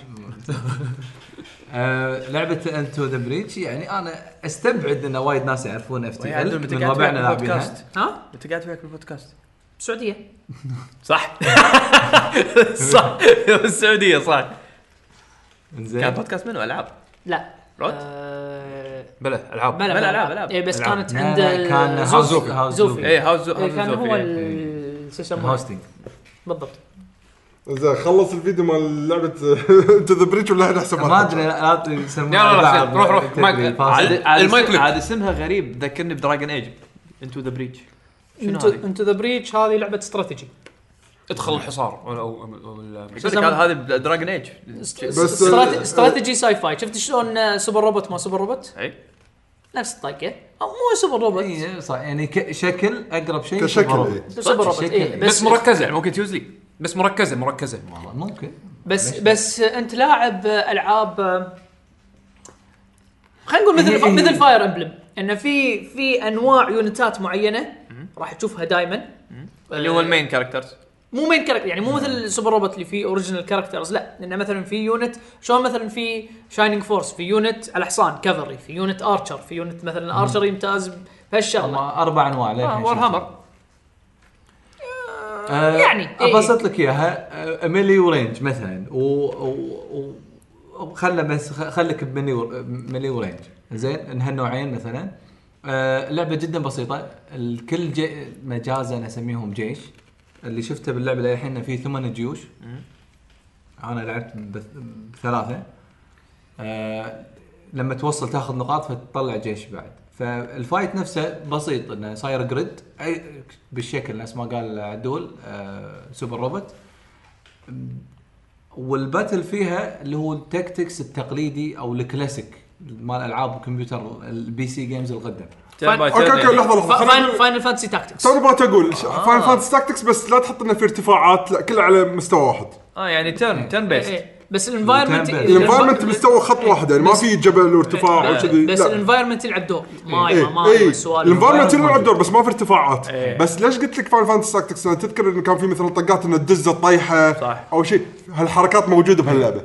آه، لعبة انتو ذا بريتش يعني انا استبعد ان وايد ناس يعرفون اف تي ويا عدول ال متى من قاعد ربعنا وياك لاعبينها. بالبودكاست؟ ها انت قاعد وياك بالبودكاست السعوديه صح صح السعوديه صح. كان زين بودكاست منو العاب لا رود؟ آه، بلا العاب. بلا بلا، بلا ألعاب، ألعاب. اي بس ألعاب. كانت لا، عند لا، كان ال- هاوس زوفي. هاوس زوفي. اي هاوس إيه، كان هو زوفي. ال- شو يسمونه الهوستنج. بالضبط. زين خلص الفيديو مال لعبه انتو ذا بريتش ولا احسن ما ادري لا يسمونها يلا، لا، بعض، روح، روح. تدري، ما- فاصل. عاد- المايك لك. عاد اسمها غريب ذكرني بدراجون ايج انتو ذا بريتش. شنو انتو هذه؟ انتو ذا بريتش هذه لعبه استراتيجي. ادخل الحصار او او ولا- يقول لك هذا هذا دراجون ايج بس- استراتي- استراتيجي ساي فاي. شفت شلون آه، سوبر روبوت ما سوبر روبوت اي نفس الطاقه او مو سوبر روبوت إيه، صح يعني ك- شكل اقرب شيء كشكل، سوبر إيه. روبوت. سوبر روبوت شكل. إيه، بس بس مركزه يعني ممكن تيوز لي بس مركزه مركزه والله ممكن بس بس انت لاعب العاب خلينا نقول هي- مثل هي- مثل فاير امبلم انه في في انواع يونتات معينه راح تشوفها دائما اللي هو المين كاركترز. مو مين كاركتر يعني مو مثل سوبر روبوت اللي فيه اوريجينال كاركترز لا لانه مثلا في يونت شلون مثلا في شاينينج فورس في يونت على حصان كافري في يونت ارشر في يونت مثلا ارشر يمتاز بهالشغله هم اربع انواع للحين اه وور شفت. هامر آه، يعني، إيه. ابسط لك اياها آه، ميلي ورينج مثلا و و- و خلنا بس خ- خليك بميلي ور- ميلي ورينج زين ان هالنوعين مثلا آه، لعبه جدا بسيطه الكل جي مجازا اسميهم جيش اللي شفته باللعبه للحين في ثمان جيوش انا لعبت بث- بثلاثه آه، لما توصل تاخذ نقاط فتطلع جيش بعد فالفايت نفسه بسيط انه صاير جريد اي بالشكل نفس ما قال عدول آه سوبر روبوت والباتل فيها اللي هو التكتكس التقليدي او الكلاسيك مال العاب الكمبيوتر البي سي جيمز القدم تيرن باي اوكي تيرن اوكي لحظه لحظه فاينل خليني- فاينل فانتسي تاكتكس توني بغيت اقول فاين فانتسي تاكتكس بس لا تحط لنا في ارتفاعات لا كله على مستوى واحد اه يعني تيرن تيرن بيست. بس الانفايرمنت التمبل. الانفايرمنت مستوى خط واحد يعني ما في جبل وارتفاع إيه. وكذي بس لا. الانفايرمنت يلعب دور ماي ايه ما ايه السوالف الانفايرمنت يلعب دور بس ما في ارتفاعات إيه. بس ليش قلت لك فاين فانتسي تاكتكس انا تذكر انه كان في مثلا طقات انه الدزه طايحه صح. او شيء هالحركات موجوده بهاللعبه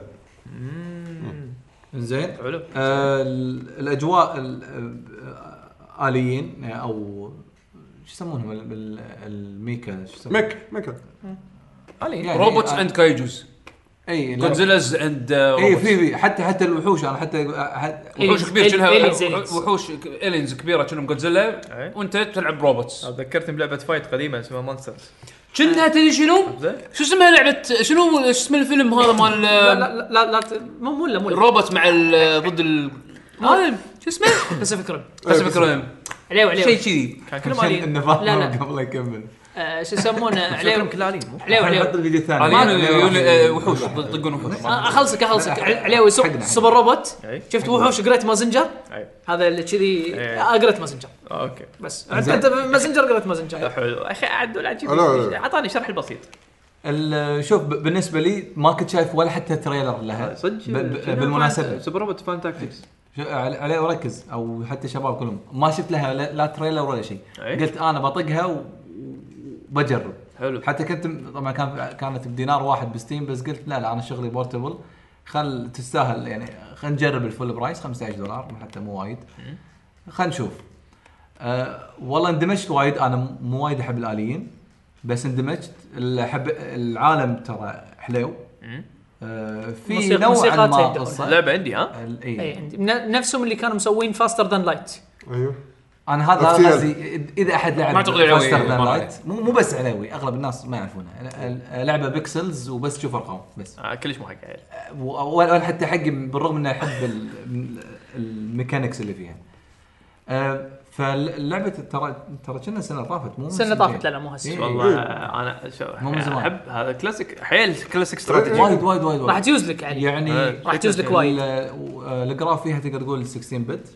زين حلو. آه ال- الاجواء ال- آه، اليين او شو يسمونهم ال- ال- الميكا شو يسمونهم؟ ميك ميك يعني روبوتس آه، اند كايجوز اي لا. جودزيلاز اند اي في في حتى حتى الوحوش انا حتى حت- وحوش إيه، كبير إيه، كأنها إيه، إيه. وحوش الينز كبيره كأنهم جودزيلا إيه. وانت تلعب روبوتس ذكرتني بلعبه فايت قديمه اسمها مونسترز. كأنها تدري شنو؟ زين. شو اسمها لعبه شنو شو اسم الفيلم هذا مال لا لا لا لا ت- مو مو لا مو الروبوت مع ال- ضد ال هذا شو اسمه؟ باسيفيك ريم باسيفيك ريم عليه وعليه شيء كذي كان كلهم عشان عاليين. النظام لا، لا. قبل لا يكمل آه، شو يسمونه عليه كلهم كلهم عاليين مو؟ عليه حط وعليه الفيديو الثاني ما وحوش يطقون وحوش آه، اخلصك اخلصك لا، عليه وسو- حقنا، حقنا. سوبر روبوت أي. شفت وحوش جريت مازنجر أي. هذا اللي كذي أي. آه، جريت مازنجر آه، اوكي بس انت انت مازنجر جريت مازنجر حلو اخي عدول عجيب لا، لا. اعطاني شرح البسيط. ال- شوف ب- بالنسبه لي ما كنت شايف ولا حتى تريلر لها صدق ب- ب- بالمناسبه سوبر روبوت فان تاكتكس. شو- علي علي وركز او حتى شباب كلهم ما شفت لها لا, لا تريلر ولا شيء أي. قلت انا بطقها و- وبجرب حلو. حتى كنت طبعا كان كانت بدينار واحد بستيم بس قلت لا لا انا شغلي بورتبل خل تستاهل يعني خلينا نجرب الفول برايس خمسة عشر دولار حتى مو وايد خلينا نشوف أه والله اندمجت وايد. انا مو وايد احب الاليين بس اندمجت. احب العالم ترى حلو. أه في نوع ما قصه لعبه عندي ها اي عندي نفسهم اللي كانوا مسوين فاستر ذان لايت. ايوه انا هذا قصدي. اذا احد لعب فاستر ذان لايت مو مو بس علوي اغلب الناس ما يعرفونها. لعبه بيكسلز وبس تشوف ارقام بس آه كلش مو حق عيل ولا حتى حقي بالرغم انه احب الميكانكس اللي فيها. أه فاللعبه ترى ترى كنا سنه طافت مو سنه طافت. لا لا مو هسه إيه والله. انا مو من زمان احب هذا كلاسيك حيل كلاسيك استراتيجي وايد وايد وايد راح تجوز لك يعني يعني راح تجوز لك وايد. الجراف فيها تقدر تقول ستة عشر بت.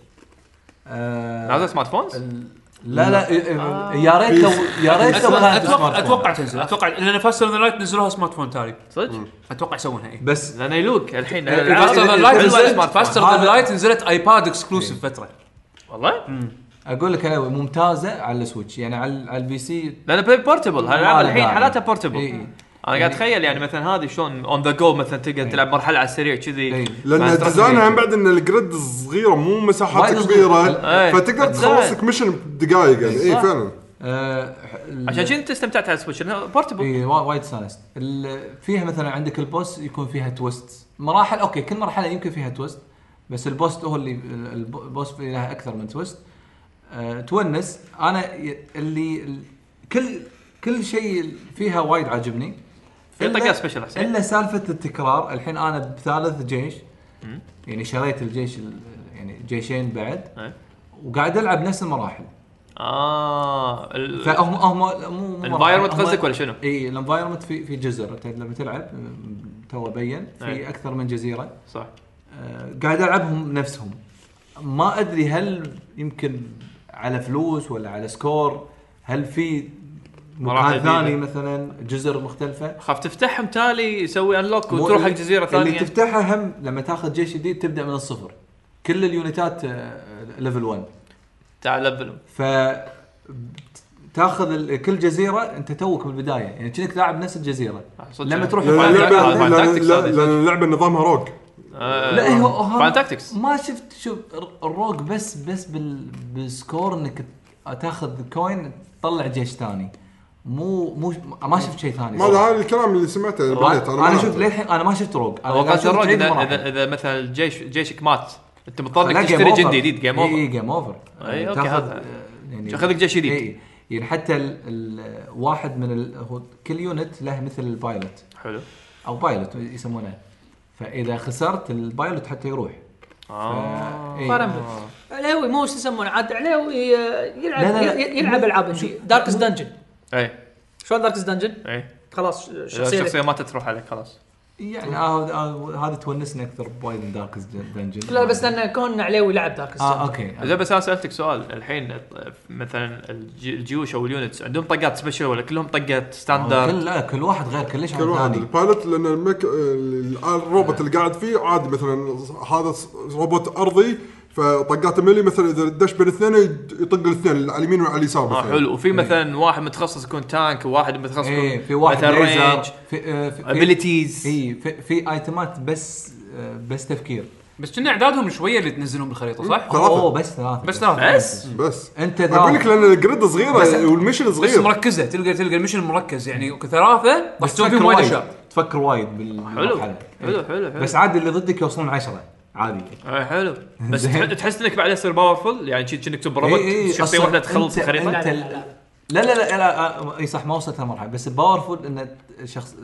نازل سمارت فونز. لا لا يا ريت لو يا ريت لو اتوقع اتوقع تنزل اتوقع لان فاستر ذان لايت نزلوها سمارت فون تالي صدق. اتوقع يسوونها اي بس لان يلوك الحين فاستر ذان لايت فاستر ذان لايت نزلت ايباد اكسكلوسيف فتره والله. اقول لك هلاوي ممتازه على السويتش يعني على على البي سي لان بورتبل هالالعاب الحين حالاتها بورتبل. إيه. انا قاعد اتخيل يعني مثلا هذه شلون اون ذا جو مثلا تقدر تلعب مرحله على السريع كذي. إيه. لان ديزاينها هم بعد ان الجريد صغيره مو مساحات كبيره إيه. فتقدر تخلص لك ميشن بدقائق يعني اي فعلا. آه عشان كذا انت استمتعت على السويتش انها بورتبل. اي وايد سانست. فيها مثلا عندك البوس يكون فيها تويست مراحل. اوكي كل مرحله يمكن فيها تويست بس البوس هو اللي البوس فيها اكثر من تويست. أه تونس. انا اللي كل كل شيء فيها وايد عاجبني في طقه سبيشال احسن الا سالفه التكرار. الحين انا بثالث جيش م? يعني شريت الجيش يعني جيشين بعد أه؟ وقاعد العب نفس المراحل. اه ال... فهم هم مو الانفايرمنت قصدك ولا شنو؟ اي الانفايرمنت في في جزر لما تلعب تو بين في أي. اكثر من جزيره صح. أه قاعد العبهم نفسهم. ما ادري هل يمكن على فلوس ولا على سكور. هل في مكان ثاني مثلا جزر مختلفه خاف تفتحهم تالي يسوي انلوك وتروح حق جزيره ثانيه اللي تفتحها هم لما تاخذ جيش جديد تبدا من الصفر. كل اليونيتات ليفل واحد تعال ليفل ف تاخذ كل جزيره انت توك بالبدايه يعني كأنك لاعب نفس الجزيره لما تروح اللعبه نظامها روج. آه لا هو فان تاكتكس ما شفت شوف الروج بس بس بال بالسكور انك تاخذ كوين تطلع جيش ثاني مو مو ما شفت شيء ثاني. ما هذا الكلام اللي سمعته بليت انا, أنا شفت للحين انا ما شفت روج. انا قاعد الروج اذا اذا, إذا مثلا الجيش جيشك مات انت مضطر انك تشتري جندي جديد جيم اوفر. اي جيم اوفر اي اوكي هذا يعني تاخذ لك جيش جديد. اي يعني حتى الواحد من هو كل يونت له مثل البايلوت حلو او بايلوت يسمونه. فاذا خسرت البايلوت حتى يروح. اه فارم علوي مو شو يسمونه عاد علوي يلعب لا لا يلعب العاب داركس دنجن. اي شلون داركس دنجن اي خلاص الشخصيه الشخصيه ما تروح عليك خلاص يعني هذا هذا تونسني اكثر بوايد من داركس دنجن. لا بس لان كون علوي لعب داركس اه اوكي اذا بس انا سالتك سؤال الحين مثلا الجيوش او اليونتس عندهم طقات سبيشال ولا كلهم طقات ستاندرد؟ كل لا كل واحد غير كلش عن ثاني. البايلوت لان المك... الروبوت اللي قاعد فيه عادي مثلا هذا روبوت ارضي فطقات ملي مثلا اذا دش بين اثنين يطق الاثنين على اليمين وعلى اليسار مثلا. اه حلو. وفي مثلا واحد متخصص يكون تانك وواحد متخصص ايه في واحد رينج في ابيليتيز اي في, في ايتمات بس بس تفكير بس كنا اعدادهم شويه اللي تنزلهم بالخريطه صح؟ اوه بس ثلاثه بس ثلاثه بس بس انت اقول لك لان الجريد صغيره والميشن بس صغير مركزه تلقى تلقى الميشن مركز يعني ثلاثه بس تسوي فيهم وايد اشياء تفكر وايد بالمرحله. حلو حلو حلو بس عادي اللي ضدك يوصلون عشرة عادي. اي حلو بس تحس انك بعد يصير باورفل يعني شيء كأنك تبغى روبوت شخصيه واحده تخلص الخريطه. لا لا لا لا, لا اي صح ما وصلت المرحله بس باورفل ان الشخص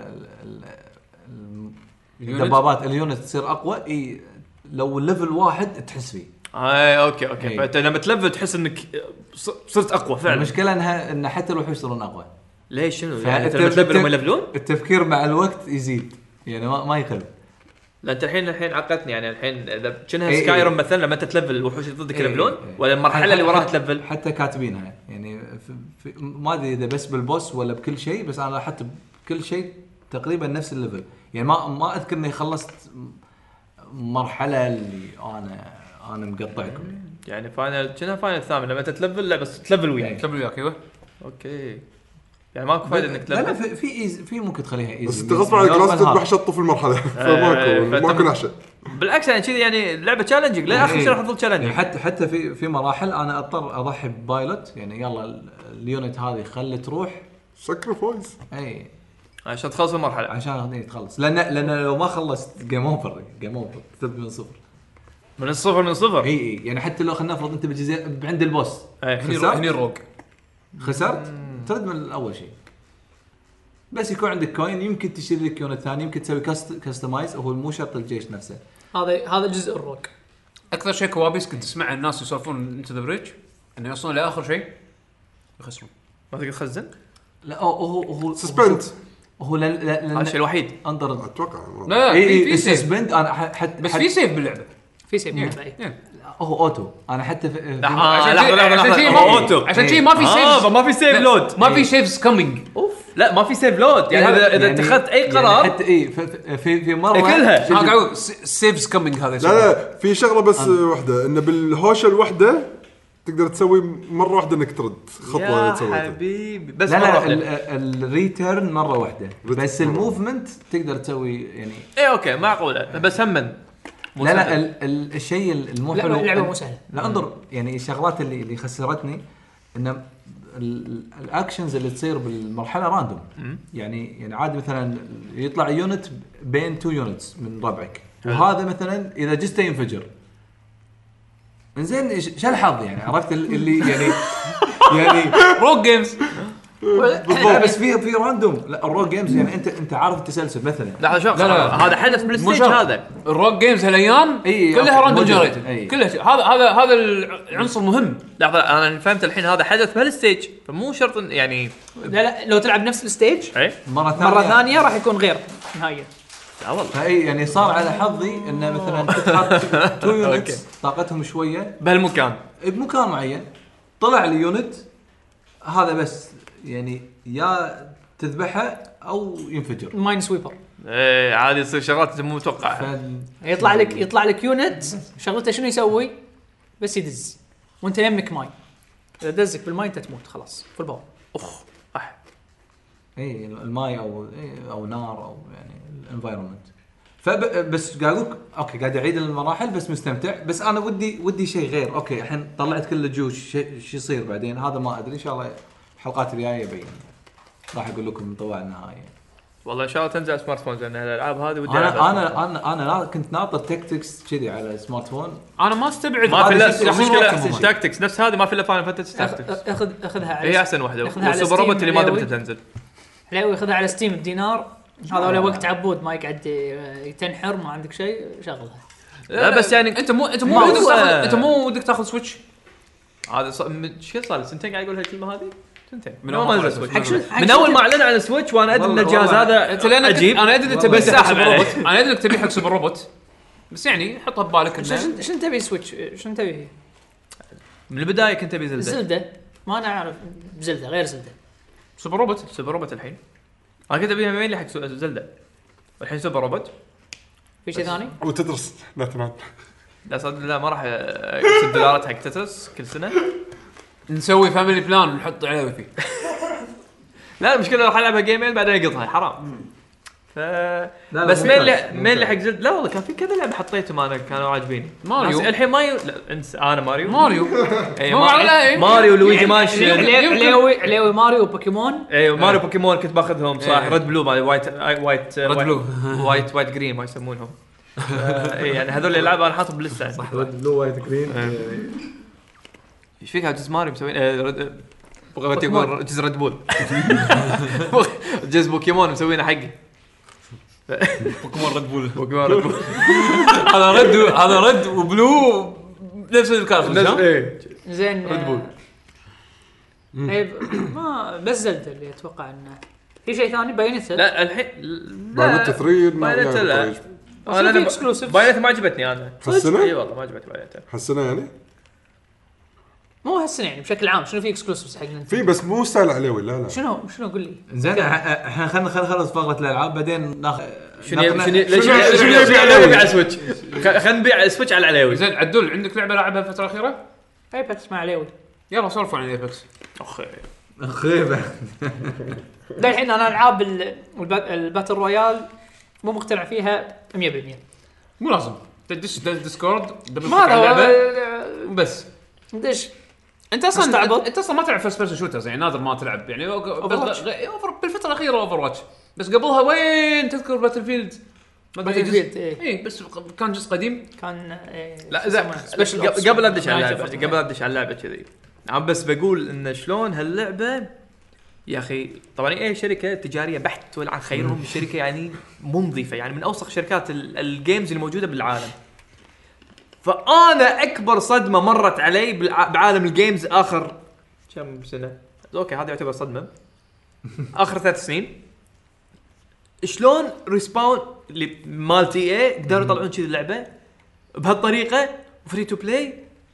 الدبابات اليونت تصير اقوى. اي لو ليفل واحد تحس فيه. اي اوكي اوكي فانت لما تلفل تحس انك صرت اقوى فعلا. المشكله انها ان حتى الوحوش يصيرون اقوى. ليش شنو يعني لما تلفل ما يلفلون التفكير مع الوقت يزيد يعني ما ما يخلي. لا انت الحين الحين عقدتني يعني الحين اذا كأنها ايه سكايرم ايه مثلا لما تتلفل الوحوش اللي ضدك يلفلون ايه ولا المرحله اللي وراها تلفل حتى كاتبينها يعني في في ما ادري اذا بس بالبوس ولا بكل شيء بس انا لاحظت بكل شيء تقريبا نفس الليفل يعني ما ما اذكر اني خلصت مرحله اللي انا انا مقطعكم يعني فاينل كنا فاينل الثامن لما تتلفل لا بس تلفل وياك تلفل وياك ايوه اوكي يعني ماكو فايده انك لا لا تلعب. في في إيز في ممكن تخليها ايزي بس انت غصب عنك لازم تذبح شط في المرحله فماكو فأنت- ماكو نحشه. بالعكس يعني كذي يعني لعبه تشالنجينج لا اخر شيء راح تظل يعني تشالنجينج. حتى حتى في في مراحل انا اضطر اضحي ببايلوت يعني يلا ال- اليونت هذه خلي تروح ساكريفايس. اي عشان تخلص المرحله. عشان هني تخلص لان لان لو ما خلصت جيم اوفر جيم اوفر تبدا من صفر. من الصفر من الصفر. اي اي يعني حتى لو خلينا نفرض انت بالجزء عند البوس اي هني خسرت؟ هني الروق. خسرت ترد من اول شيء. بس يكون عندك كوين يمكن تشتري لك يونت ثاني يمكن تسوي كاستمايز هو مو شرط الجيش نفسه. هذا هذا جزء الروك. اكثر شيء كوابيس كنت اسمع الناس يسولفون انت ذا بريدج انه يوصلون لاخر شيء يخسرون. ما تقدر تخزن. لا هو هو هو سسبند هو لا لا هذا الشيء الوحيد. انظر اتوقع. لا لا اي في اي في سيف سسبند انا حتى بس في سيف باللعبه. في سيف إيه. باللعبة. إيه. هو اوتو انا حتى في في- آه، عشان لحظة، شي- لحظة، عشان لحظة. شي هو ما أوتو. في عشان شي ما في اه سيف ما في سيف لود. ما في سيفز كومينج. لا ما في سيف لود يعني اذا اذا يعني- اتخذت اي يعني قرار حتى اي في في, في مره كلها. ها قاعد اقول سيفز كومينج هذا لا لا في شغله بس واحده انه بالهوشه الواحده تقدر تسوي مره واحده انك ترد خطوه يا تسويها. حبيبي بس لا مره لا واحده. ال- الريتيرن مره واحده بس مرة. الموفمنت تقدر تسوي يعني اي اوكي معقوله بس هم لا لا ال- ال- الشيء المو لا، حلو اللعبة مو سهلة. لا انظر يعني الشغلات اللي اللي خسرتني ان ال- ال- الاكشنز اللي تصير بالمرحله راندوم يعني يعني عادي مثلا يطلع يونت بين تو يونتس من ربعك وهذا مثلا اذا جسته ينفجر انزين ش- شو الحظ يعني عرفت ال- اللي يعني يعني روك جيمز. لا بس في في راندوم لا الرو جيمز يعني انت انت عارف التسلسل مثلا لحظه شوف لا، لا. هذا حدث مو بالستيج شرط. هذا. الروك جيمز هالايام إي، كلها أوكي، راندوم موجودة. جنريتد إي. كلها شيء. هذا هذا هذا العنصر مهم. لحظه انا فهمت الحين هذا حدث بهالستيج فمو شرط إن- يعني لا لا لو تلعب نفس الستيج اي مره ثانيه مرة ثانية راح يكون غير نهائيا. لا والله فاي يعني صار على حظي انه مثلا تحط تو أوكي. يونتس طاقتهم شويه بهالمكان. بمكان معين طلع اليونت هذا بس يعني يا تذبحه او ينفجر ماين سويبر ايه عادي يصير شغلات انت مو متوقعها. فال- يطلع لك يطلع لك يونت شغلته شنو يسوي بس يدز وانت يمك ماي. اذا دزك بالماي انت تموت خلاص فول باور. اخ اح اي الماي او إيه او نار او يعني الانفايرمنت فبس قاعد اقول اوكي قاعد اعيد المراحل بس مستمتع بس انا ودي ودي شيء غير اوكي الحين طلعت كل الجيوش شو يصير بعدين هذا ما ادري ان شاء الله الحلقات الجايه يبين راح اقول لكم طوع النهايه. والله ان شاء الله تنزل سمارت فونز لان الالعاب هذه ودي ألعبها انا سمارت فون. انا انا انا كنت ناطر تكتكس كذي على سمارت فون انا ما استبعد ما في هذا الا شيء- شيء مشكله أحسن تاكتكس نفس هذه ما في الا فاينل فانتسي تاكتكس. اخذ اخذها على هي احسن واحده ياخذها على والسوبر روبوت ستيم اللي ما حليوي. دمت تنزل. حليوي ياخذها على ستيم بدينار. هذا ولا وقت عبود ما يقعد يتنحر ما عندك شيء شغلها. لا بس يعني انت مو انت مو ما ودك هو- تاخذ انت مو ودك تاخذ سويتش. هذا ص... من شو صار لي سنتين قاعد يقول هالكلمه هذه سنتين من من أول اول ما ما نزل نزل سويتش. سويتش حق شو- حق من شو اول ت- ما اعلنوا عن السويتش وانا ادري ان والله- الجهاز والله. هذا انت لانك عجيب انا ادري انت تبي بس ساحب سوبر عليه. روبوت. انا ادري انك تبي حق سوبر روبوت بس يعني حطها ببالك انه شنو شنو تبي سويتش شنو تبي من البدايه كنت ابي زلده زلدة ما انا اعرف زلدة غير زلدة. سوبر روبوت. سوبر روبوت الحين انا كنت ابيها مين حق سو- زلده الحين سوبر روبوت. في شيء ثاني؟ وتدرس لا تمام. لا صدق لا ما راح اكسب دولارات حق تترس كل سنه. نسوي فاميلي بلان ونحط عليه فيه. لا المشكله راح العبها جيمين بعدين اقطها حرام. ف لا، بس ممتاز، مين اللي مين ممتاز. اللي حق زلد لا والله كان في كذا لعبه حطيتهم انا كانوا عاجبيني. ماريو. ناس- الحين مايو لا انت انا ماريو ماريو. اي مو على- إيه. ماريو لويجي مانشن. عليوي عليوي عليوي ماريو وبوكيمون. ايوه ماريو بوكيمون كنت باخذهم صح. إيه. ريد بلو مال وايت وايت ريد بلو. وايت وايت جرين ما يسمونهم. اي يعني هذول الالعاب انا حاطهم باللسته. صح رد بلو وايت جرين ايش فيك جزء ماريو مسوين آه، رد- بغيت يقول جزء ريد بول. جزء بوكيمون مسوينه حقي. بوكيمون ريد بول. بوكيمون ريد بول. هذا رد هذا رد وبلو نفس الكارت. ايه زين ريد بول. آه، إيه، ما بس زلدة اللي اتوقع انه في شيء ثاني بينته. لا الحين بايونيتا ثري بايونيتا لا أصلاً في exclusive. بايونيتا ما عجبتني انا. حسنا؟ اي والله ما عجبتني بايونيتا. حسنا يعني مو هالسنه يعني بشكل عام شنو في اكسكلوسيفز حق نينتندو؟ في بس مو ستايل عليوي لا لا. شنو شنو قول لي. زين احنا خلينا خلينا نخلص فقره الالعاب بعدين ناخذ شنو يبي- شنو ناخذ- ليش شنو- ليش شنو يبي يبي على عليوي؟ على سويتش. خلينا نبيع سويتش على العليوي. زين عدول عندك لعبه لعبها الفتره الاخيره؟ ايباكس مع عليوي. يلا سولفوا عن ايبكس. اخي خيبه. للحين انا العاب ال- الب- الباتل رويال مو مقتنع فيها مية بالمية. مو لازم تدش ديسكورد ما هذا هو بس. دش انت اصلا مستعبط. انت اصلا ما تلعب فيرست بيرسون شوترز يعني نادر ما تلعب يعني Overwatch. أوفر- بالفتره الاخيره اوفر واتش بس قبلها وين تذكر باتل فيلد Battlefield، إيه. اي بس كان جزء قديم كان إيه لا اذا Special Ops. قبل ادش على Night اللعبه of- قبل ادش على اللعبه كذي عم بس بقول ان شلون هاللعبه يا اخي طبعا ايه شركه تجاريه بحت والعن خيرهم شركه يعني مو نظيفه يعني من اوسخ شركات ال- الجيمز الموجوده بالعالم. فانا اكبر صدمه مرت علي بالع- بعالم الجيمز اخر كم سنه اوكي هذا يعتبر صدمه اخر ثلاث سنين شلون ريسباون اللي مالتي اي قدروا يطلعون كذي اللعبه بهالطريقه فري تو بلاي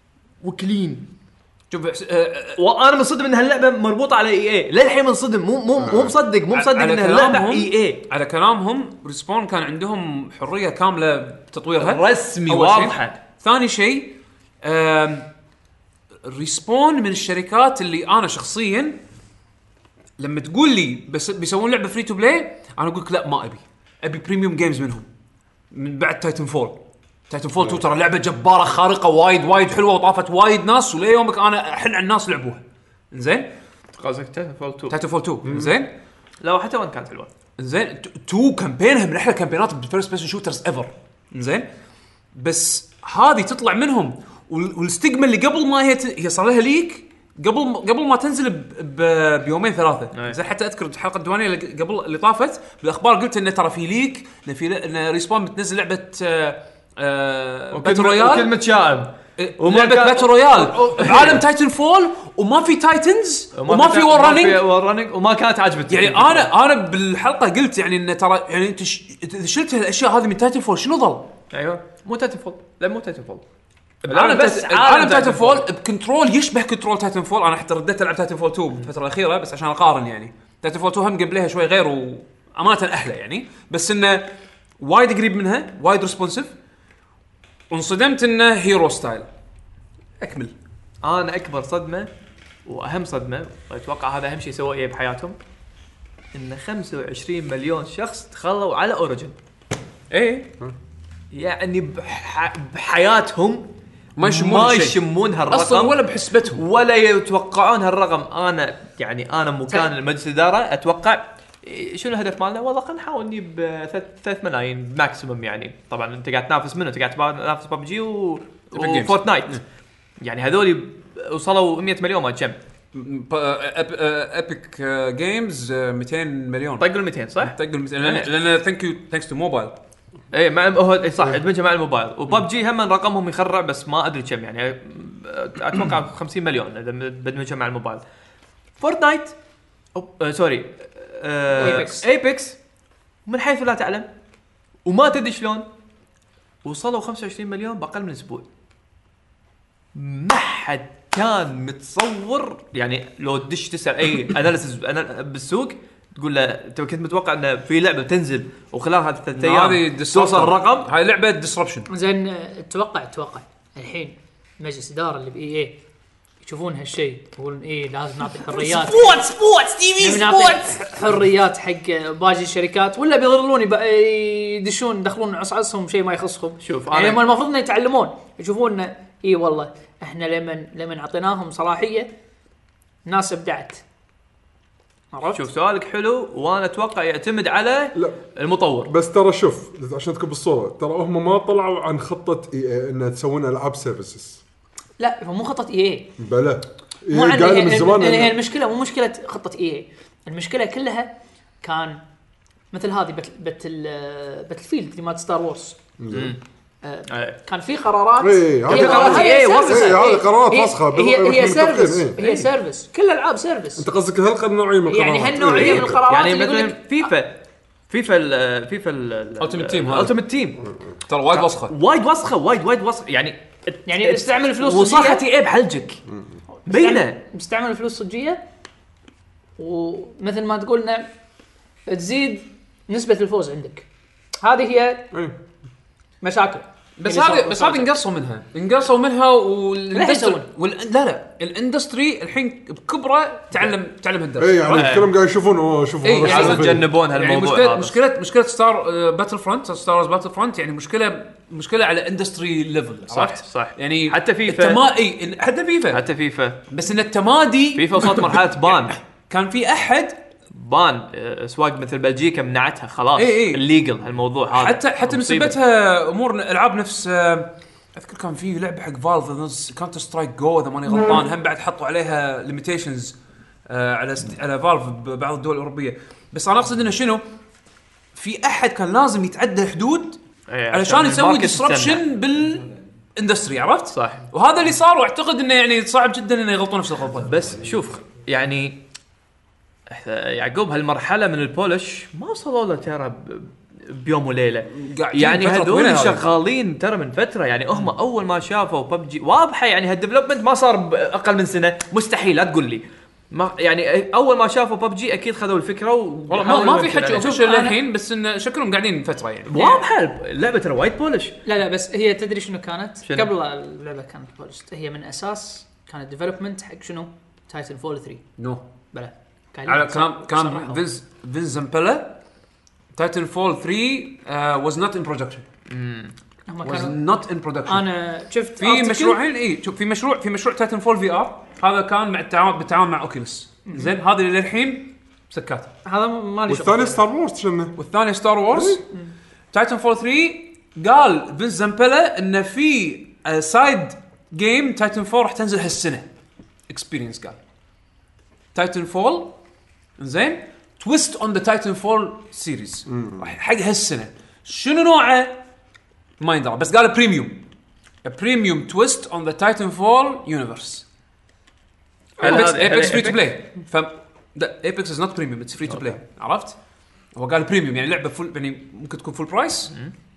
وكلين. شوف آه، وانا منصدم ان هاللعبه مربوطه على اي اي للحين منصدم مو مو مو مصدق مو مصدق على ان هاللعبه كلامهم- اي اي على كلامهم ريسبون كان عندهم حريه كامله بتطويرها رسمي أول شيء. واضحه. ثاني شيء آم، ريسبون من الشركات اللي انا شخصيا لما تقول لي بس بيسوون لعبه فري تو بلاي انا اقول لك لا ما ابي ابي بريميوم جيمز منهم من بعد تايتن فول. تايتن فول تو ترى لعبه جباره خارقه وايد وايد حلوه وطافت وايد ناس وليومك انا احن على الناس لعبوها زين. قصدك تايتن فول تو تايتن فول تو زين. لا حتى وين كانت حلوه زين تو كامبينها من احلى كامبينات بالفيرست بيرسون شوترز ايفر زين. بس هذه تطلع منهم وال- والستيغما اللي قبل ما هي ت... هي صار لها ليك قبل قبل ما تنزل ب... ب... بيومين ثلاثه أي. زين. حتى اذكر الحلقه الديوانيه اللي قبل اللي طافت بالاخبار قلت انه ترى في ليك ان في ل... ان ريسبون بتنزل لعبه آه... آه... باتل رويال كلمه شائب وما لعبه كان- باتل رويال بعالم تايتن فول وما في تايتنز وما في وور رانينج رانينج وما كانت عجبتني يعني انا انا بالحلقه قلت يعني ان ترى يعني انت ش... إذا شلت هالاشياء هذه من تايتن فول شنو ظل؟ ايوه مو تايتن فول لا مو تايتن فول عالم بس بس عالم تايتن فول بكنترول يشبه كنترول تايتن فول. انا حتى رديت العب تايتن فول تو بالفتره الاخيره بس عشان اقارن يعني تايتن فول تو هم جيم بلايها شوي غير وامانه احلى يعني بس انه وايد قريب منها وايد ريسبونسيف. وانصدمت انه هيرو ستايل. اكمل. انا اكبر صدمه واهم صدمه اتوقع هذا اهم شيء سووه ايه بحياتهم ان خمسة وعشرين مليون شخص تخلوا على اوريجن. ايه يعني بح... بحياتهم ما يشمون ما شيء. يشمون هالرقم اصلا ولا بحسبتهم ولا يتوقعون هالرقم. انا يعني انا مكان المجلس الاداره اتوقع إيه، شنو الهدف مالنا؟ والله خلينا نحاول نجيب ثلاث ملايين ماكسيمم يعني. طبعا انت قاعد تنافس منه، انت قاعد تنافس ببجي و... وفورتنايت يعني هذول وصلوا مية مليون ما كم ابيك جيمز مئتين مليون طقوا ال مئتين صح؟ طقوا مئتين لان لان ثانك يو ثانكس تو موبايل. ايه مع هو إيه صح ادمجها مع الموبايل. وببجي هم رقمهم يخرع بس ما ادري كم يعني اتوقع خمسين مليون اذا بدمجها مع الموبايل. فورتنايت أو آه سوري Apex. ايبكس من حيث لا تعلم وما تدري شلون وصلوا خمسة وعشرين مليون باقل من اسبوع. ما حد كان متصور يعني لو تدش تسال اي اناليسيس انا بالسوق تقول له انت كنت متوقع ان في لعبه تنزل وخلال هذه الثلاث ايام توصل الرقم. هاي لعبه ديسربشن. زين اتوقع اتوقع الحين مجلس اداره اللي باي اي يشوفون هالشيء يقولون ايه لازم نعطي حريات سبورت سبورت تي في سبورت حريات حق باقي الشركات ولا بيضلون يب- يدشون يدخلون عصعصهم شيء ما يخصهم. شوف يعني أنا- هم المفروض انه يتعلمون يشوفون انه اي والله احنا لمن لمن اعطيناهم صلاحيه ناس ابدعت. عرفت؟ شوف سؤالك حلو وانا اتوقع يعتمد على لا المطور. بس ترى شوف عشان تكون بالصوره ترى هم ما طلعوا عن خطه إيه ان تسوون العاب سيرفيسز. لا هو مو خطه اي اي بلا مو إيه عن قاعده من زمان هي إن- المشكله مو مشكله خطه اي اي. المشكله كلها كان مثل هذه بت بتل بتلفيلد اللي مال ستار وورز. إيه. كان في قرارات إيه، هذه هي قرارات هي إيه، سيرفيس. إيه، هذه قرارات هي- فاسخة. هي بالضبط، هي إحنا سيرفيس متفقين، هي إيه. سيرفيس كل الالعاب سيرفيس. انت قصدك هالنوعيه من القرارات. يعني هالنوعيه إيه. من القرارات يعني اللي يقول مثلا لك فيفا فيفا ال فيفا Ultimate Team هذا. التيمت تيم ترى وايد وسخه وايد وسخه وايد وايد وسخه يعني يعني استعمل فلوس وصاحتي صجية. ايه بحلجك بينه مستعمل فلوس صجيه ومثل ما تقولنا تزيد نسبه الفوز عندك. هذه هي إيه. مشاكل بس اللي هذه صار- بس صار- هذه انقصوا منها انقصوا منها لا والاندستري يسوون. وال... لا لا الاندستري الحين بكبره تعلم تعلم هالدرس اي يعني كلهم قاعد يشوفون اوه شوفوا إيه، يعني هذا يتجنبون يعني هالموضوع مشكله هذا. مشكله مشكله ستار باتل فرونت ستار وورز باتل فرونت يعني مشكله مشكله على اندستري ليفل صح صح يعني حتى فيفا التمائي حتى فيفا حتى فيفا بس ان التمادي فيفا وصلت مرحله بان كان في احد بان آه، اسواق مثل بلجيكا منعتها خلاص إيه إيه. الليجل هالموضوع هذا حتى حتى مصيبة. نسبتها امور العاب نفس آه، اذكر كان في لعبه حق فالف كانتر سترايك جو اذا ماني غلطان هم بعد حطوا عليها ليميتيشنز على ست... على فالف ببعض الدول الاوروبيه بس انا اقصد انه شنو في احد كان لازم يتعدى الحدود إيه، علشان عشان يسوي الماركت ديسربشن يستمع. بالاندستري عرفت صح. وهذا اللي صار واعتقد انه يعني صعب جدا انه يغلطون نفس الغلطه بس شوف يعني يعقوب هالمرحله من البولش ما وصلوا له ترى ب- بيوم وليله قاعدين يعني فترة هذول طويلة هذه. شغالين ترى من فتره يعني هم اول ما شافوا ببجي واضحه يعني هالديفلوبمنت ما صار باقل من سنه مستحيل لا تقول لي ما يعني اول ما شافوا ببجي اكيد خذوا الفكره والله ما, ما في حكي اوفيشال للحين بس انه شكلهم قاعدين فتره يعني واضحه اللعبه ترى وايد بولش لا لا بس هي تدري شنو كانت شنو؟ قبل اللعبه كانت بولشت هي من اساس كانت ديفلوبمنت حق شنو تايتن فول ثري نو بلا على كلام كلام فينز فينز زامبيلا تايتن فول ثري واز نوت ان برودكشن هم was كانوا not in production انا شفت في article- مشروعين اي شوف في مشروع في مشروع تايتن فول في ار هذا كان مع التعاون بالتعاون مع اوكيلس زين هذا اللي للحين سكات هذا ما لي والثاني ستار وورز شنو والثاني ستار وورز تايتن فول ثري قال فينس زامبيلا انه في سايد جيم تايتن فول راح تنزل هالسنه اكسبيرينس قال تايتن فول زين تويست اون ذا تايتن فول سيريز حق هالسنه شنو نوعه ما يندرى بس قال بريميوم بريميوم تويست اون ذا تايتن فول يونيفرس ايبكس ايبكس فري تو بلاي ف ايبكس از نوت بريميوم اتس فري تو بلاي عرفت هو قال بريميوم يعني لعبه فول يعني ممكن تكون فول برايس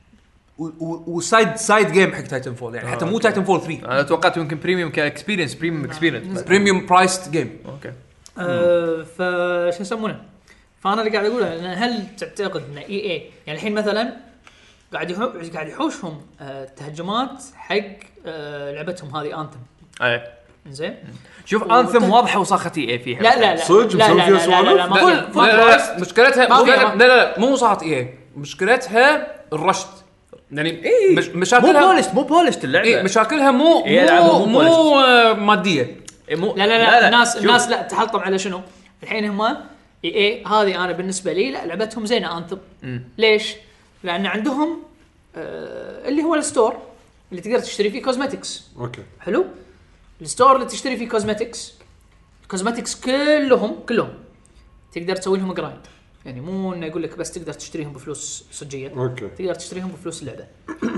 وسايد سايد جيم حق تايتن فول يعني حتى مو تايتن فول ثري انا توقعت يمكن بريميوم كاكسبيرينس بريميوم اكسبيرينس بريميوم برايسد جيم اوكي أه فشو يسمونه فانا اللي قاعد اقوله إن هل تعتقد ان اي اي يعني الحين مثلا قاعد يحو... قاعد يحوشهم أه تهجمات حق أه لعبتهم هذه انثم اي زين شوف انثم واضحه وصاخه اي فيها لا لا لا صدق لا مسوي لا فيها لا لا لا ما سوالف؟ فيها- فول لا برايس. لا مشكلتها ما فيها- مشكلتها لا لا مو صارت ايه مشكلتها الرشد يعني إيه. مش مو مشاكلها بولشت مو بولشت اللعبه ايه مشاكلها مو إيه، يلعبوا مو, مو مو آه، ماديه إيه مو لا لا لا, لا الناس شوف. الناس لا تحلطم على شنو الحين هم اي اي هذه انا بالنسبه لي لا لعبتهم زينه انثم ليش لان عندهم آه اللي هو الستور اللي تقدر تشتري فيه كوزمتكس اوكي حلو الستور اللي تشتري فيه كوزمتكس الكوزمتكس كلهم كلهم تقدر تسوي لهم جرايند يعني مو انه يقول لك بس تقدر تشتريهم بفلوس صجيه اوكي تقدر تشتريهم بفلوس اللعبه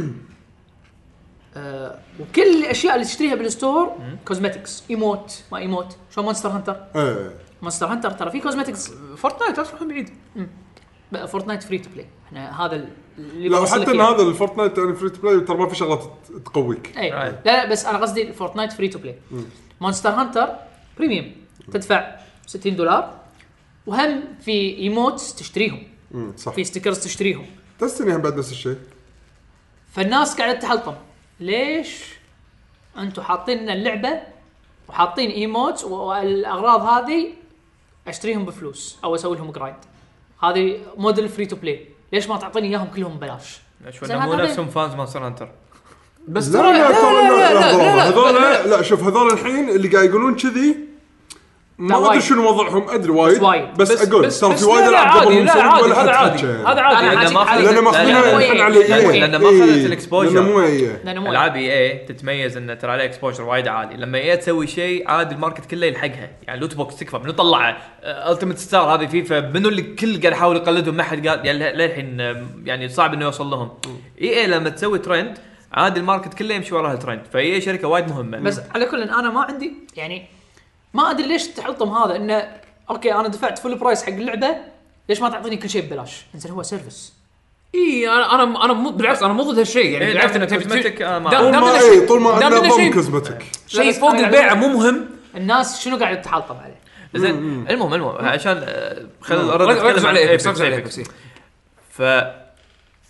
آه وكل الاشياء اللي تشتريها بالستور كوزمتكس ايموت ما ايموت شو مونستر هانتر ايه مونستر هانتر ترى في كوزمتكس فورتنايت اصلا بعيد بقى فورتنايت فري تو بلاي احنا هذا اللي لا بوصل لك حتى ان إياه. هذا الفورتنايت يعني فري تو بلاي ترى ما في شغلات تقويك اي Right. لا لا بس انا قصدي فورتنايت فري تو بلاي مونستر هانتر بريميوم تدفع ستين دولار وهم في ايموتس تشتريهم امم صح في ستيكرز تشتريهم دستني هم بعد نفس الشيء فالناس قاعده تحلطم ليش انتم حاطين لنا اللعبه وحاطين ايموتس والاغراض هذه اشتريهم بفلوس او اسوي لهم جرايند هذه موديل فري تو بلاي ليش ما تعطيني اياهم كلهم ببلاش شو زين مو هذا نفسهم فانز مونستر هانتر بس لا ترى لا ترى لا لا هذول لا لا شوف هذول الحين اللي قاعد يقولون كذي ما لا، ادري وايد. شنو وضعهم ادري وايد بس وايد. بس اقول بس ترى بس في وايد لا، لا، العاب عادي، قبلهم لا يسوون عادي ولا هذا حد عادي حكى. هذا عادي أنا لأن ما حاجي- أخذ- لان ماخذينها لا، لا، الحين لا، على لا، ايه لأن ما أخذت الإكسبوجر. لان مو ايه لانه مو العاب اي اي تتميز ان ترى عليه اكسبوجر وايد عالي لما اي تسوي شيء عادي الماركت كله يلحقها يعني لوت بوكس تكفى منو طلعه التيمت ستار هذه فيفا منو اللي كل قاعد يحاول يقلدهم ما حد قال يعني للحين آه، يعني صعب انه يوصل لهم اي اي لما تسوي ترند عادي الماركت كله يمشي وراها الترند فهي شركه وايد مهمه بس على كل انا ما عندي يعني ما ادري ليش تحلطم هذا انه اوكي انا دفعت فول برايس حق اللعبه ليش ما تعطيني كل شيء ببلاش انزين هو سيرفيس اي انا انا انا مو بالعكس انا مو ضد هالشيء يعني إيه، بالعكس لعبة انه تبي كوزمتك، آه، ما- دام- طول دام ما إنه ايه شيء- طول ما دام عندنا إنه ضم شيء- كوزمتك شيء بس فوق أنا البيع قاعد مو مهم الناس شنو قاعد تحلطم عليه زين المهم المهم عشان آه، خل الرد ركز نتكلم عن على ايبكس ايبكس ركز على ايبكس ف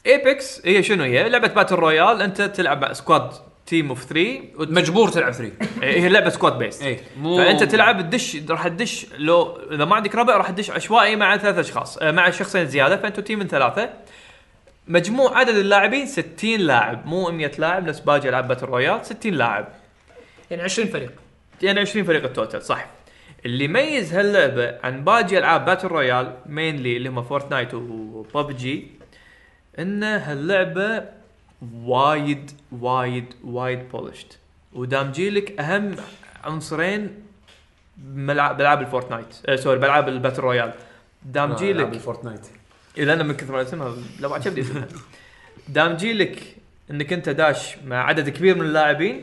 ايبكس هي شنو هي لعبه باتل رويال انت تلعب مع سكواد تيم اوف ثلاثة مجبور تلعب ثلاثة. هي لعبه سكواد بيس اي مو فانت تلعب الدش راح تدش لو اذا ما عندك ربع راح تدش عشوائي مع ثلاث اشخاص مع شخصين زياده فانتوا تيم من ثلاثه مجموع عدد اللاعبين ستين لاعب مو مية لاعب نفس باقي العاب باتل رويال ستين لاعب يعني عشرين فريق يعني عشرين فريق التوتال صح. اللي يميز هاللعبه عن باقي العاب باتل رويال مينلي اللي هم فورتنايت وببجي ان هاللعبه وايد وايد وايد بولشت ودامجي لك اهم عنصرين بملعب بلعب الفورتنايت آه سوري بلعب الباتل رويال دامجي لك الفورتنايت اذا انا من كثر ما اسمها لو عجبني اسمها دامجي لك انك انت داش مع عدد كبير من اللاعبين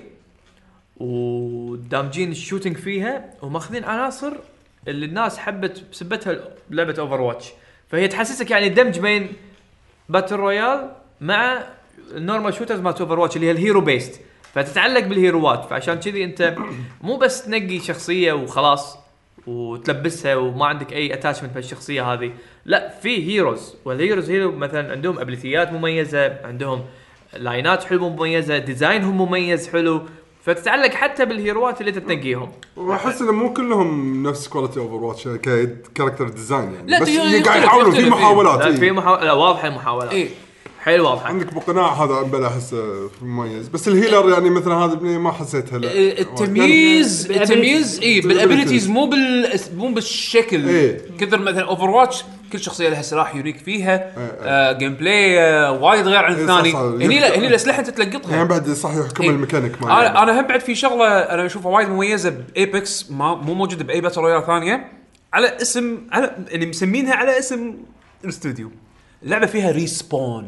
ودامجين الشوتينج فيها وماخذين عناصر اللي الناس حبت بسبتها بلعبه اوفر واتش فهي تحسسك يعني دمج بين باتل رويال مع النورمال شوترز مال اوفر واتش اللي هي الهيرو بيست فتتعلق بالهيروات فعشان كذي انت مو بس تنقي شخصيه وخلاص وتلبسها وما عندك اي اتاتشمنت بالشخصيه هذه لا في هيروز والهيروز هيرو مثلا عندهم ابيليتيات مميزه عندهم لاينات حلوه مميزه ديزاينهم مميز حلو فتتعلق حتى بالهيروات اللي تنقيهم واحس انه مو كلهم نفس كواليتي اوفر واتش ككاركتر ديزاين يعني لا بس دي- قاعد يحاولوا في يختلف. محاولات لا إيه. في محاولة واضحه المحاولات اي حلو واضحه عندك بقناع هذا بلا احس مميز بس الهيلر يعني مثلا هذا ابني ما حسيتها لا. التمييز يعني التمييز اي بالابيليتيز مو بال مو بالشكل إيه. كثر مثلا اوفر واتش كل شخصيه لها سلاح يونيك فيها إيه. آه جيم بلاي آه وايد غير عن إيه، الثاني صح، صح. هني لا هني الاسلحه انت تلقطها يعني بعد صح يحكم إيه. الميكانيك مال انا انا هم بعد في شغله انا اشوفها وايد مميزه بايبكس ما مو موجوده باي باتل رويال ثانيه على اسم على اللي مسمينها على اسم الاستوديو اللعبه فيها ريسبون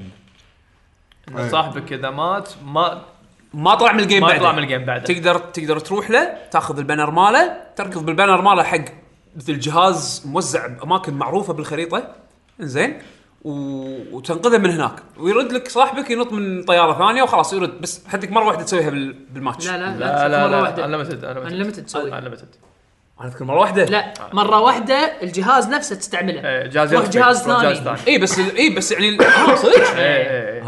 إن صاحبك اذا مات ما ما طلع من الجيم ما بعده يطلع من الجيم بعده تقدر تقدر تروح له تاخذ البانر ماله تركض بالبانر ماله حق مثل الجهاز موزع باماكن معروفه بالخريطه زين و... وتنقذه من هناك ويرد لك صاحبك ينط من طياره ثانيه وخلاص يرد بس حدك مره واحده تسويها بال... بالماتش لا لا لا لا مره لا واحده انليمتد انليمتد انليمتد تسوي انليمتد انا اذكر مره واحده لا مره واحده الجهاز نفسه تستعمله جهاز روح جهاز ثاني اي بس ال... اي بس يعني اه صدق ايه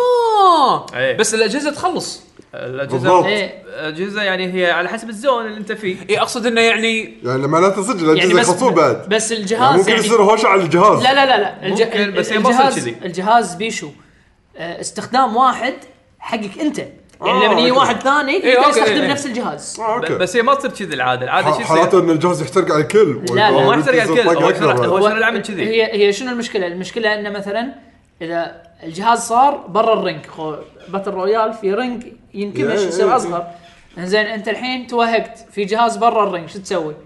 اه إيه. بس الاجهزه تخلص الاجهزه بالضبط. ايه الاجهزه يعني هي على حسب الزون اللي انت فيه اي اقصد انه يعني يعني لما لا تصج يعني الاجهزه بس يخلصون بعد بس يعني الجهاز ممكن يعني يصير هوشه على الجهاز لا لا لا لا الج... ممكن، بس هي ما تصير الجهاز كذي. الجهاز بيشو آه، استخدام واحد حقك انت يعني آه، لما يجي أوكي. واحد ثاني إيه، يقدر أوكي، يستخدم إيه. نفس الجهاز آه، اوكي بس هي ما تصير كذي العاده العاده شو حالاته يصير ان الجهاز يحترق على الكل لا، لا، ما يحترق على الكل، هو شنو- هو شنو العمل كذي؟ هي هي شنو المشكله المشكله انه مثلا اذا الجهاز صار برا الرينج خو باتل رويال في رينج ينكمش إيه، يصير إيه. اصغر زين انت الحين توهقت في جهاز برا الرينج شو تسوي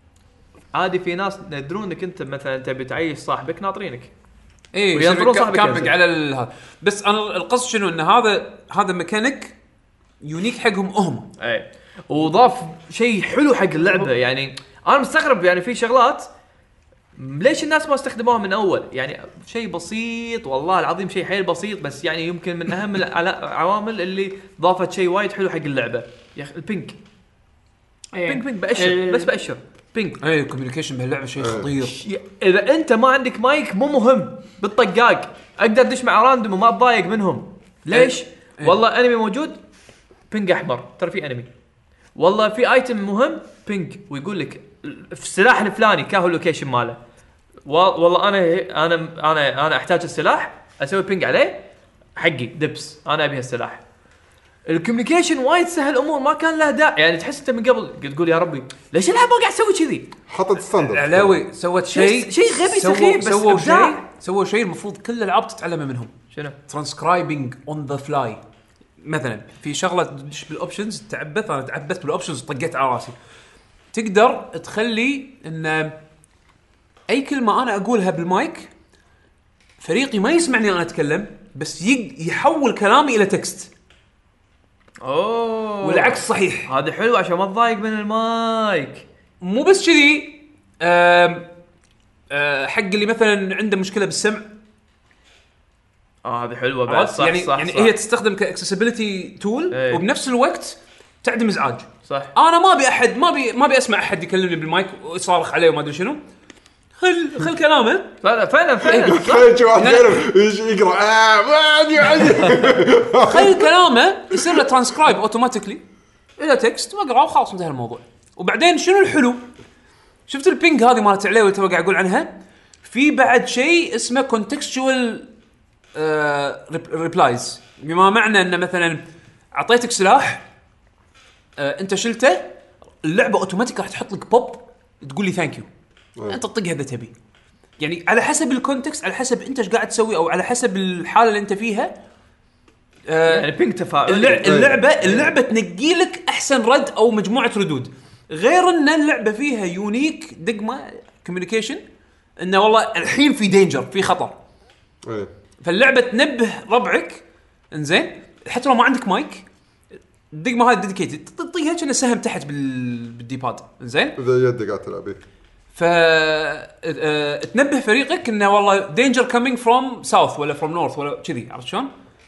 عادي في ناس يدرون انك انت مثلا تبي تعيش صاحبك ناطرينك اي وينطرون صاحبك كامبينج ينزل. على ال- هذا بس انا القصد شنو ان هذا هذا ميكانيك يونيك حقهم هم اي وضاف شيء حلو حق اللعبه يعني انا مستغرب يعني في شغلات ليش الناس ما استخدموها من اول يعني شيء بسيط والله العظيم شيء حيل بسيط بس يعني يمكن من اهم العوامل اللي ضافت شيء وايد حلو حق اللعبه يا اخي البينك إيه. بينك بينك بأشر ال- بس بأشر بينك اي الكوميونيكيشن بهاللعبه شيء خطير اذا انت ما عندك مايك مو مهم بالطقاق اقدر ادش مع راندوم وما اتضايق منهم ليش إيه. والله انمي موجود بينج احمر ترى في انمي والله في ايتم مهم بينج ويقول لك في السلاح الفلاني كاهو اللوكيشن ماله والله انا انا انا انا احتاج السلاح اسوي بينج عليه حقي دبس انا ابي هالسلاح الكوميونيكيشن وايد سهل امور ما كان له داعي يعني تحس انت من قبل تقول يا ربي ليش العب ما قاعد اسوي كذي حطت ستاندرد العلاوي سوت شيء شيء غبي سووا- سخيف بس سووا شيء إبداع. سووا شيء المفروض كل الالعاب تتعلمه منهم شنو ترانسكرايبنج اون ذا فلاي مثلا في شغله تدش بالاوبشنز تعبث انا تعبثت بالاوبشنز وطقيت على راسي تقدر تخلي ان اي كلمه انا اقولها بالمايك فريقي ما يسمعني انا اتكلم بس يحول كلامي الى تكست اوه والعكس صحيح هذا حلو عشان ما تضايق من المايك مو بس كذي آم، آه، حق اللي مثلا عنده مشكله بالسمع اه هذه حلوه بس عرفت؟ صح يعني صح يعني صح. هي تستخدم كاكسسبيلتي تول إيه. وبنفس الوقت تعدم ازعاج صح انا ما ابي احد ما ابي ما ابي اسمع احد يكلمني بالمايك ويصارخ عليه وما ادري شنو خل خل كلامه فعلا فعلا فعلا تخيل شو واحد يقرا آه ما عندي عندي خل كلامه يصير له ترانسكرايب اوتوماتيكلي الى تكست واقراه وخلاص انتهى الموضوع. وبعدين شنو الحلو؟ شفت البينج هذه مالت عليه اللي تو قاعد اقول عنها؟ في بعد شيء اسمه كونتكستوال ريبلايز، بما معنى ان مثلا اعطيتك سلاح آه انت شلته، اللعبه اوتوماتيك راح تحط لك بوب تقول لي ثانك يو، انت تطق هذا تبي. يعني على حسب الكونتكست، على حسب انت ايش قاعد تسوي، او على حسب الحاله اللي انت فيها. آه يعني بينج تفاعل. اللعبه اللعبه, اللعبة تنقي لك احسن رد او مجموعه ردود، غير ان اللعبه فيها يونيك دقمه كوميونيكيشن، انه والله الحين في دينجر، في خطر. فاللعبه تنبه ربعك انزين، حتى لو ما عندك مايك الدقمه هاي ديديكيتد تطيها كأنه سهم تحت بالديباد انزين، اذا يدك قاعد تلعب ف تنبه فريقك انه والله دينجر كامينج فروم ساوث ولا فروم نورث ولا كذي، عرفت شلون؟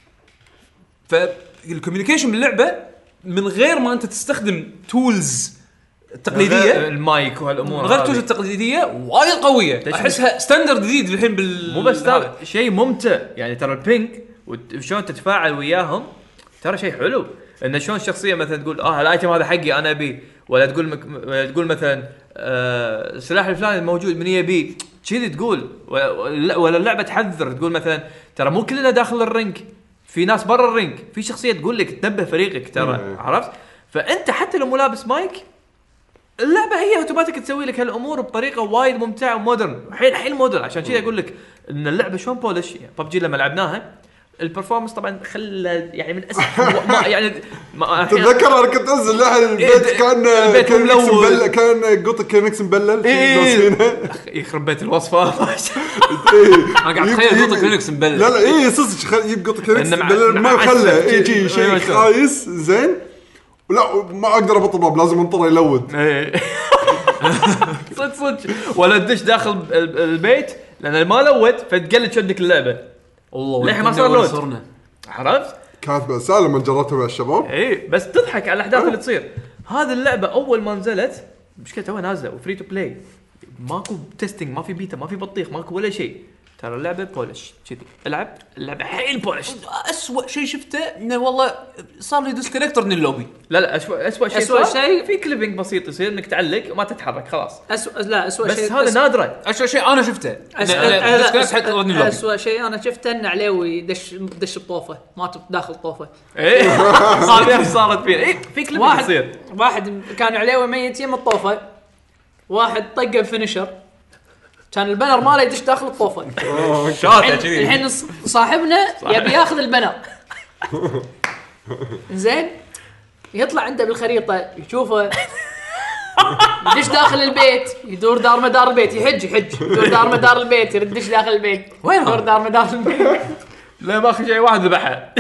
فالكوميونيكيشن باللعبه من غير ما انت تستخدم تولز تقليديه، المايك وهالامور، غير تولز التقليديه وايد قويه، احسها ستاندرد جديد الحين بال مو بس ترى شيء ممتع. يعني ترى البينج وشلون تتفاعل وياهم ترى شيء حلو. ان شلون الشخصيه مثلا تقول اه الايتم هذا حقي انا ابي، ولا تقول مك... تقول مثلا آه السلاح الفلاني موجود من يبي كذي تقول، ولا, ولا اللعبه تحذر تقول مثلا ترى مو كلنا داخل الرينج، في ناس برا الرينج، في شخصيه تقول لك تنبه فريقك ترى، عرفت؟ فانت حتى لو مو لابس مايك اللعبه هي اوتوماتيك تسوي لك هالامور بطريقه وايد ممتعه ومودرن، حيل حيل مودرن. عشان كذا اقول لك ان اللعبه شلون بولش. يعني ببجي لما لعبناها البرفورمانس طبعا خلى يعني من اسف ما يعني ما تتذكر انا كنت انزل لحد البيت كان كان مبلل، كان قط كينكس مبلل في يخرب بيت الوصفه. انا قاعد اتخيل قط كينكس مبلل. لا لا ايه صدق خل يجيب قط كينكس مبلل ما خلى اي شيء شيء خايس زين، ولا ما اقدر ابطل باب لازم انطر يلود صدق صدق. ولا تدش داخل البيت لان ما لود فتقلد شدك اللعبه والله ليه ما صار لود، عرفت؟ كانت بس لما جربتها مع الشباب اي بس تضحك على الاحداث اللي تصير. هذه اللعبه اول ما نزلت مشكلة توها نازله وفري تو بلاي، ماكو تيستينج، ما في بيتا، ما في بطيخ، ماكو ولا شيء. ترى اللعبه بولش كذي، العب اللعبه حيل بولش. اسوء شيء شفته انه والله صار لي ديسكونكتر من اللوبي. لا لا اسوء اسوء شيء أسوأ شيء في كليبينج بسيط يصير انك تعلق وما تتحرك خلاص. أسوأ لا اسوء بس شيء هذا نادرا. اسوء شيء انا شفته اسوء شيء انا شفته ان عليوي دش دش بطوفه ما داخل طوفه. ايه هذه صارت فيه. ايه في كليبينج يصير واحد كان عليوي ميت يم الطوفه، واحد طق فينيشر كان البنر ماله يدش داخل الطوفه. شاطر كذي. الحين صاحبنا يبي ياخذ البنر زين، يطلع عنده بالخريطه يشوفه يدش داخل البيت، يدور دار مدار البيت، يحج يحج يدور دار مدار البيت، يردش داخل البيت، وين يدور دار مدار البيت. لا ماخذ شيء واحد ذبحه.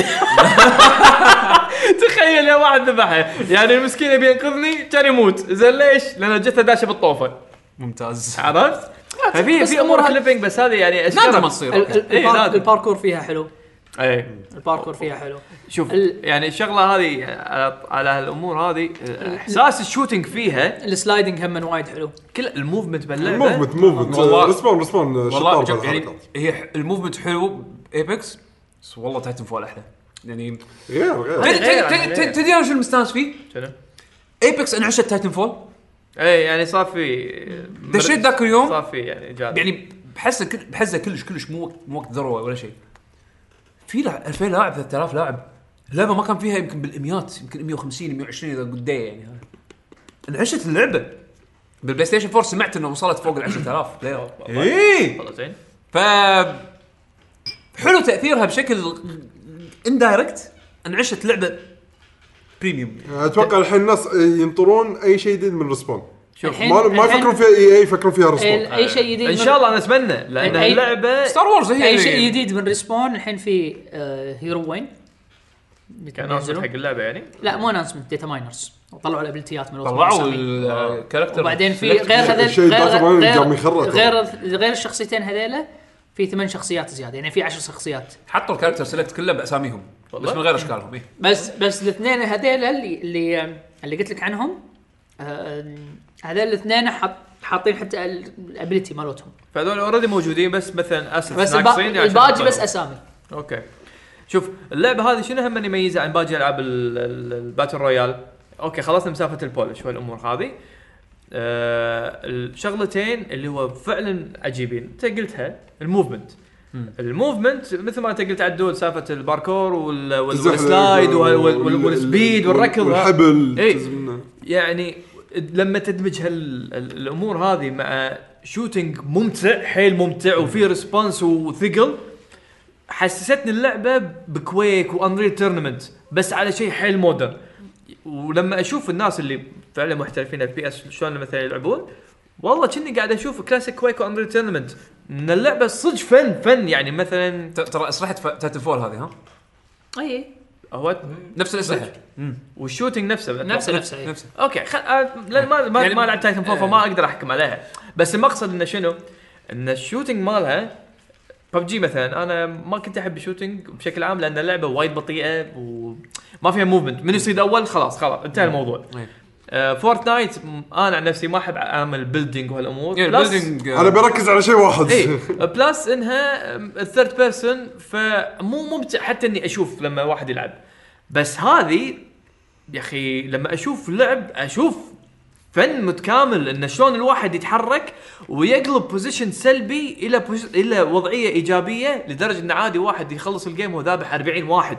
تخيل يا واحد ذبحه، يعني المسكين يبي ينقذني كان يموت. زين ليش؟ لأن جته داشه بالطوفه. ممتاز، عرفت؟ ففي في امور كليبينج بس هذه يعني نادر ما تصير. الباركور فيها حلو. اي الباركور فيها حلو. شوف ال... يعني الشغله هذه على على هالامور هذه احساس الشوتينج فيها. السلايدنج هم وايد حلو، كل الموفمنت باللعبه الموفمنت موفمنت ريسبون ريسبون والله يعني هي الموفمنت حلو ايبكس، بس والله تايتن فول احلى يعني غير غير. تدري انا شو المستانس فيه؟ شنو ايبكس انا عشت تايتن فول. اي يعني صار في دشيت ذاك اليوم صار في يعني جاد. يعني بحسه كل بحسه كلش كلش مو مو وقت ذروه ولا شيء. في لا ألفين لاعب ثلاثة آلاف لاعب، اللعبه ما كان فيها يمكن بالاميات، يمكن مية وخمسين مية وعشرين اذا قد يعني. انا عشت اللعبه بالبلاي ستيشن فور، سمعت انه وصلت فوق ال عشرة آلاف بلاير. اي والله زين. ف حلو تاثيرها بشكل اندايركت. انا عشت لعبه بريميوم. اتوقع الحين الناس ينطرون اي شيء جديد من ريسبون. شوف ما ما يفكرون فيها اي اي يفكرون فيها ريسبون. اي شيء جديد ان شاء الله انا اتمنى لان اللعبه ستار وورز هي اي شيء جديد من ريسبون. الحين في هيرو وين كان نازل حق اللعبه يعني. لا مو اناونسمنت، داتا ماينرز طلعوا الابيلتيات من طلعوا الكاركتر. وبعدين في غير هذول غير غير غير الشخصيتين هذيله في ثمان شخصيات زياده، يعني في عشر شخصيات حطوا الكاركتر سيلكت كله باساميهم بس من غير اشكالهم. إيه؟ بس بس الاثنين هذيله اللي اللي اللي قلت لك عنهم، آه هذول الاثنين حط حاطين حتى الابيليتي مالتهم فهذول اوريدي موجودين بس مثلا اسس بس ناقصين البا- عشان الباقي يطلعوا. بس اسامي. اوكي شوف اللعبه هذه شنو هم يميزها عن باقي العاب ال- ال- الباتل رويال. اوكي خلصنا مسافه البولش والامور هذه. آه الشغلتين اللي هو فعلا عجيبين انت قلتها الموفمنت. الموفمنت مثل ما انت قلت عدول سالفه الباركور وال- وال- الزحلق والسلايد وال- وال- وال- والسبيد وال- والركض والحبل إيه. تزمنه. يعني لما تدمج هالامور هذه مع شوتينج ممتع حيل ممتع وفي ريسبونس وثقل حسستني اللعبه بكويك وانريل تورنمنت بس على شيء حيل مودرن. ولما اشوف الناس اللي فعلا محترفين في اس شلون مثلا يلعبون والله كني قاعد اشوف كلاسيك كويك وانريل تورنمنت من اللعبه صدق فن فن يعني مثلا ت- ترى اسلحه تايتن فول هذه ها اي هو نفس الاسلحه والشوتينج نفسه نفسه نفسه إيه. نفسه اوكي خل... آه، لا ما ما, يعني- ما لعبت تايتن فول آه. فما اقدر احكم عليها بس المقصد انه شنو ان الشوتينج مالها ببجي مثلا انا ما كنت احب الشوتينج بشكل عام لان اللعبه وايد بطيئه وما فيها موفمنت من يصيد اول خلاص خلاص انتهى الموضوع. آه فورتنايت م- انا عن نفسي ما احب اعمل بيلدينج وهالامور يعني بلس- البيلدينج انا بركز على شيء واحد اي بلس انها الثيرد بيرسون فمو ممتع حتى اني اشوف لما واحد يلعب بس هذه يا اخي لما اشوف لعب اشوف فن متكامل ان شلون الواحد يتحرك ويقلب بوزيشن سلبي الى بوز... الى وضعيه ايجابيه لدرجه ان عادي واحد يخلص الجيم وهو ذابح أربعين واحد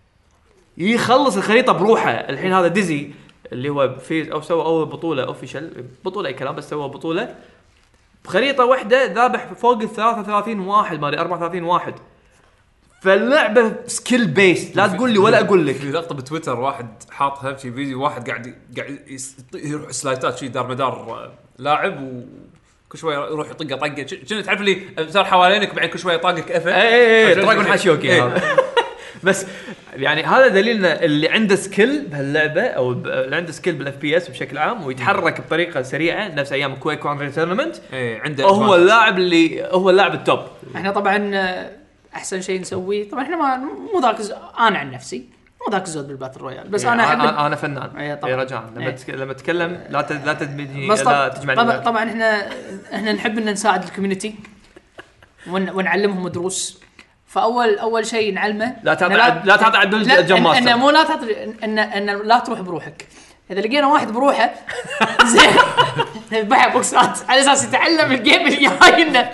يخلص الخريطه بروحه. الحين هذا ديزي اللي هو في او سوى اول بطوله اوفيشال بطوله اي كلام بس سوى بطوله بخريطه واحده ذابح فوق ال ثلاثة وثلاثين واحد مالي أربعة وثلاثين واحد. فاللعبه سكيل بيس لا تقول لي ولا اقول لك. في لقطه بتويتر واحد حاطها في فيديو واحد قاعد قاعد يس- يروح سلايتات شي دار مدار آه، لاعب وكل شويه يروح يطقه طقه شنو تعرف اللي صار حوالينك بعدين كل شويه طاقك افه اي اي اي عشان دراجون شيء. حاشوكي إيه. هذا بس يعني هذا دليلنا اللي عنده سكيل بهاللعبه او ب- اللي عنده سكيل بالاف بي اس بشكل عام ويتحرك بطريقه سريعه نفس ايام كويك وان تورنمنت ايه عنده هو advantage. اللاعب اللي هو اللاعب التوب. احنا طبعا آه، احسن شيء نسويه طبعا احنا ما مو ذاك الز- انا عن نفسي مو ذاك الزود بالباتل رويال بس انا احب انا, أنا فنان إيه طبعاً. يا رجال لما إيه. تك... لما تتكلم لا ت... لا تدمجني بس لا طب... تجمعني طبعا وياك. طبعا احنا احنا نحب ان نساعد الكوميونتي ون... ونعلمهم دروس. فاول اول شيء نعلمه لا تعطي إن عد- لا تعطي عدل لا الجيم إن... ماستر. إن مو لا تعطي ان ان لا تروح بروحك. اذا لقينا واحد بروحه زين نذبحه بوكسات على اساس يتعلم الجيم اللي جاي لنا.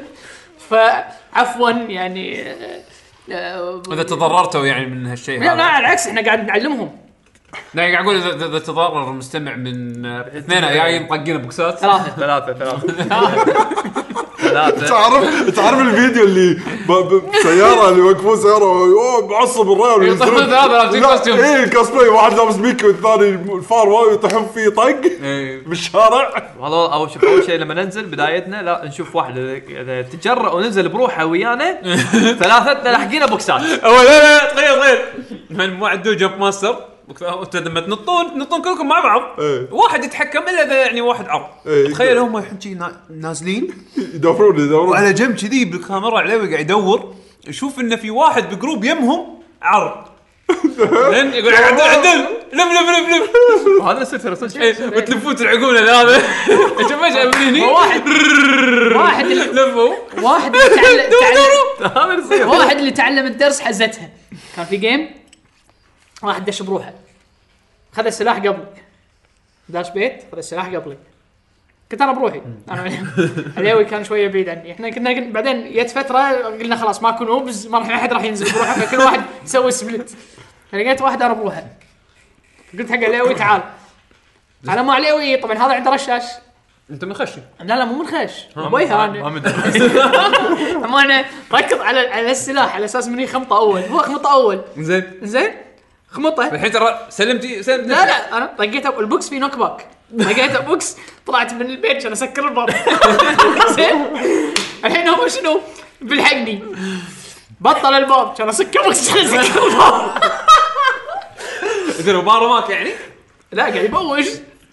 فعفوا يعني آه، اذا تضررتوا يعني من هالشيء لا لا هذا على العكس احنا قاعد نعلمهم. لا قاعد اقول اذا اذا تضرر المستمع من آه، اثنين جايين طاقين بوكسات ثلاثه ثلاثة ثلاثة ثلاثة تعرف تعرف الفيديو اللي ب- ب- بسياره اللي يوقفون سياره اوه معصب الريال يطيحون ثلاثة لابسين كوستيوم. اي كوستيوم واحد لابس ميكي والثاني الفار واو يطيحون فيه طق إيه. بالشارع. والله اول شوف اول شيء لما ننزل بدايتنا لا نشوف واحد إذا- اذا تجرأ وننزل بروحه ويانا ثلاثتنا لاحقينه بوكسات. اول لا لا تغير تغير من مو عندو جمب ماستر وانت لما تنطون تنطون كلكم مع بعض إيه. واحد يتحكم الا اذا يعني واحد عرض إيه. تخيل هم الحين شي نا- نازلين يدورون يدورون وعلى جنب كذي بالكاميرا عليه قاعد يدور يشوف انه في واحد بجروب يمهم عرض لين يقول عدل عدل لف لف لف لف وهذا يصير ترى صدق. إيه، وتلفون تلعقون هذا شوف ايش من هني واحد واحد اللي لفوا واحد اللي تعلم, تعلم هذا يصير. واحد اللي تعلم الدرس حزتها. كان في جيم واحد دش بروحه خذ السلاح قبلي داش بيت خذ السلاح قبلي كنت انا بروحي انا عليوي كان شويه بعيد عني. احنا كنا قلنا- بعدين جت فتره قلنا خلاص ماكو نوبز ما راح احد راح ينزل بروحه فكل واحد يسوي سبلت. فلقيت واحد انا بروحه قلت حق عليوي تعال على ما عليوي طبعا هذا عنده رشاش. انت مخشي لا لا مو منخش ابويها ما انا مدري. اما انا ركض على على السلاح على اساس مني خمطه اول هو خمطه اول زين زين خمطه الحين ترى سلمتي سلمت لا لا انا طقيته البوكس في نوك باك طقيته بوكس طلعت من البيت عشان اسكر الباب زين الحين هو شنو بيلحقني بطل الباب عشان اسكر بوكس عشان اسكر الباب اذا بارو ماك يعني لا قاعد يبوش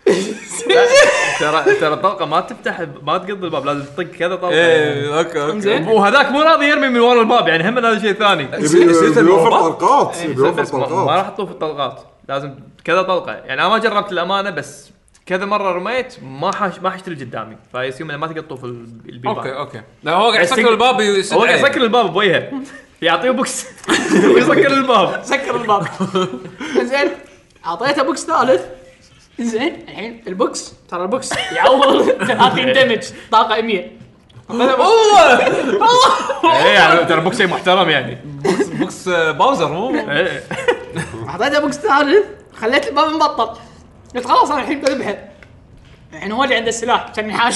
ترى ترى الطلقه ما تفتح ما تقضي الباب لازم تطق كذا طلقه. ايه اوكي اوكي زين وهذاك مو راضي يرمي من ورا الباب يعني هم هذا شيء ثاني. يبي يوفر طلقات يبي يوفر بس ما ما طلقات. راح تطوف الطلقات لازم كذا طلقه يعني انا ما جربت الامانه بس كذا مره رميت ما حاش ما حشتري قدامي فيسيوم ما تقطوا في البيبان. اوكي اوكي لا هو قاعد يسكر الباب ويسد هو قاعد عليه. يسكر الباب بوجهه يعطيه بوكس ويسكر الباب. سكر الباب. زين اعطيته بوكس ثالث. زين الحين البوكس ترى البوكس يعوض ثلاثين دمج طاقه مية. اوه ايه يعني ترى بوكس محترم يعني بوكس بوكس باوزر مو ايه. اعطيته بوكس ثالث خليت الباب مبطل. قلت خلاص انا الحين بذبحه. الحين هو اللي عنده السلاح كان ينحاش.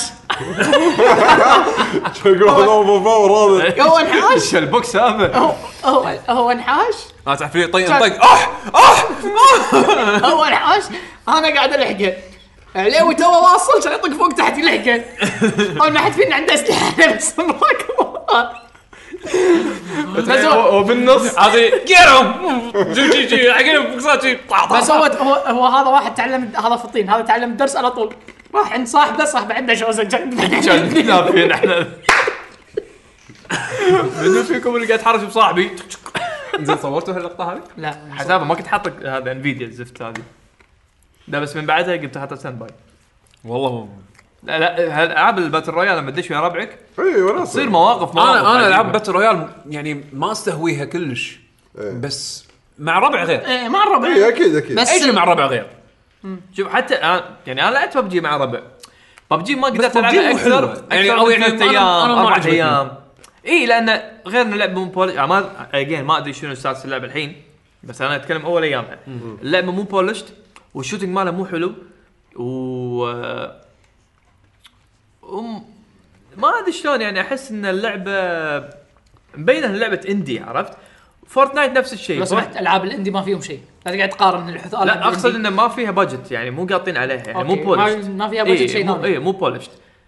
يقول هذا اوفر باور هذا. هو انحاش. البوكس هذا هو هو هو انحاش. اه تعرف لي طيب طيب اح اح هو انحاش. انا قاعد الحقه عليه وتو واصل كان يطق فوق تحت يلحقه. اول ما حد فينا عنده اسلحه بس راكب. بس هو بالنص هذه جيرهم جي جي جي عقلهم بوكسات شي. بس هو هو هو هذا واحد تعلم هذا في الطين. هذا تعلم الدرس على طول. راح عند صاحبه صاحبه عنده شوزن كان نافين احنا منو فيكم اللي قاعد يتحرش بصاحبي؟ زين صورتوا هاللقطه هذه؟ لا حسابه ما كنت حاط هذا انفيديا الزفت هذه. لا بس من بعدها قمت حاطه ستاند باي. والله لا لا العاب الباتل رويال لما تدش ويا ربعك اي ولا تصير مواقف مواقف انا انا عجيبة. العاب باتل رويال يعني ما استهويها كلش بس مع ربع غير. ايه مع الربع. اي اكيد اكيد. بس اي شيء مع ربع غير. شوف حتى أنا يعني انا لعبت ببجي مع ربع. ببجي ما قدرت PUBG العبها مو اكثر حلوة. يعني يعني أو او يعني يعني أنا- ايام أنا ما اربع عجبتني. ايام اي لان غير ان اللعبه مو بولش يعني ما اجين ما ادري شنو سالفه اللعبه الحين بس انا اتكلم اول ايامها. اللعبه مو بولشت والشوتنج ماله مو حلو و أم ما ادري شلون يعني احس ان اللعبه مبينه لعبه اندي عرفت. فورتنايت نفس الشيء. لو سمحت العاب الاندي ما فيهم شيء. لا تقعد تقارن الحثاء. لا اقصد انه ما فيها بادجت يعني مو قاطين عليها يعني مو أوكي، بولشت. ما- ما فيها budget شيء ثاني. اي مو بولشت.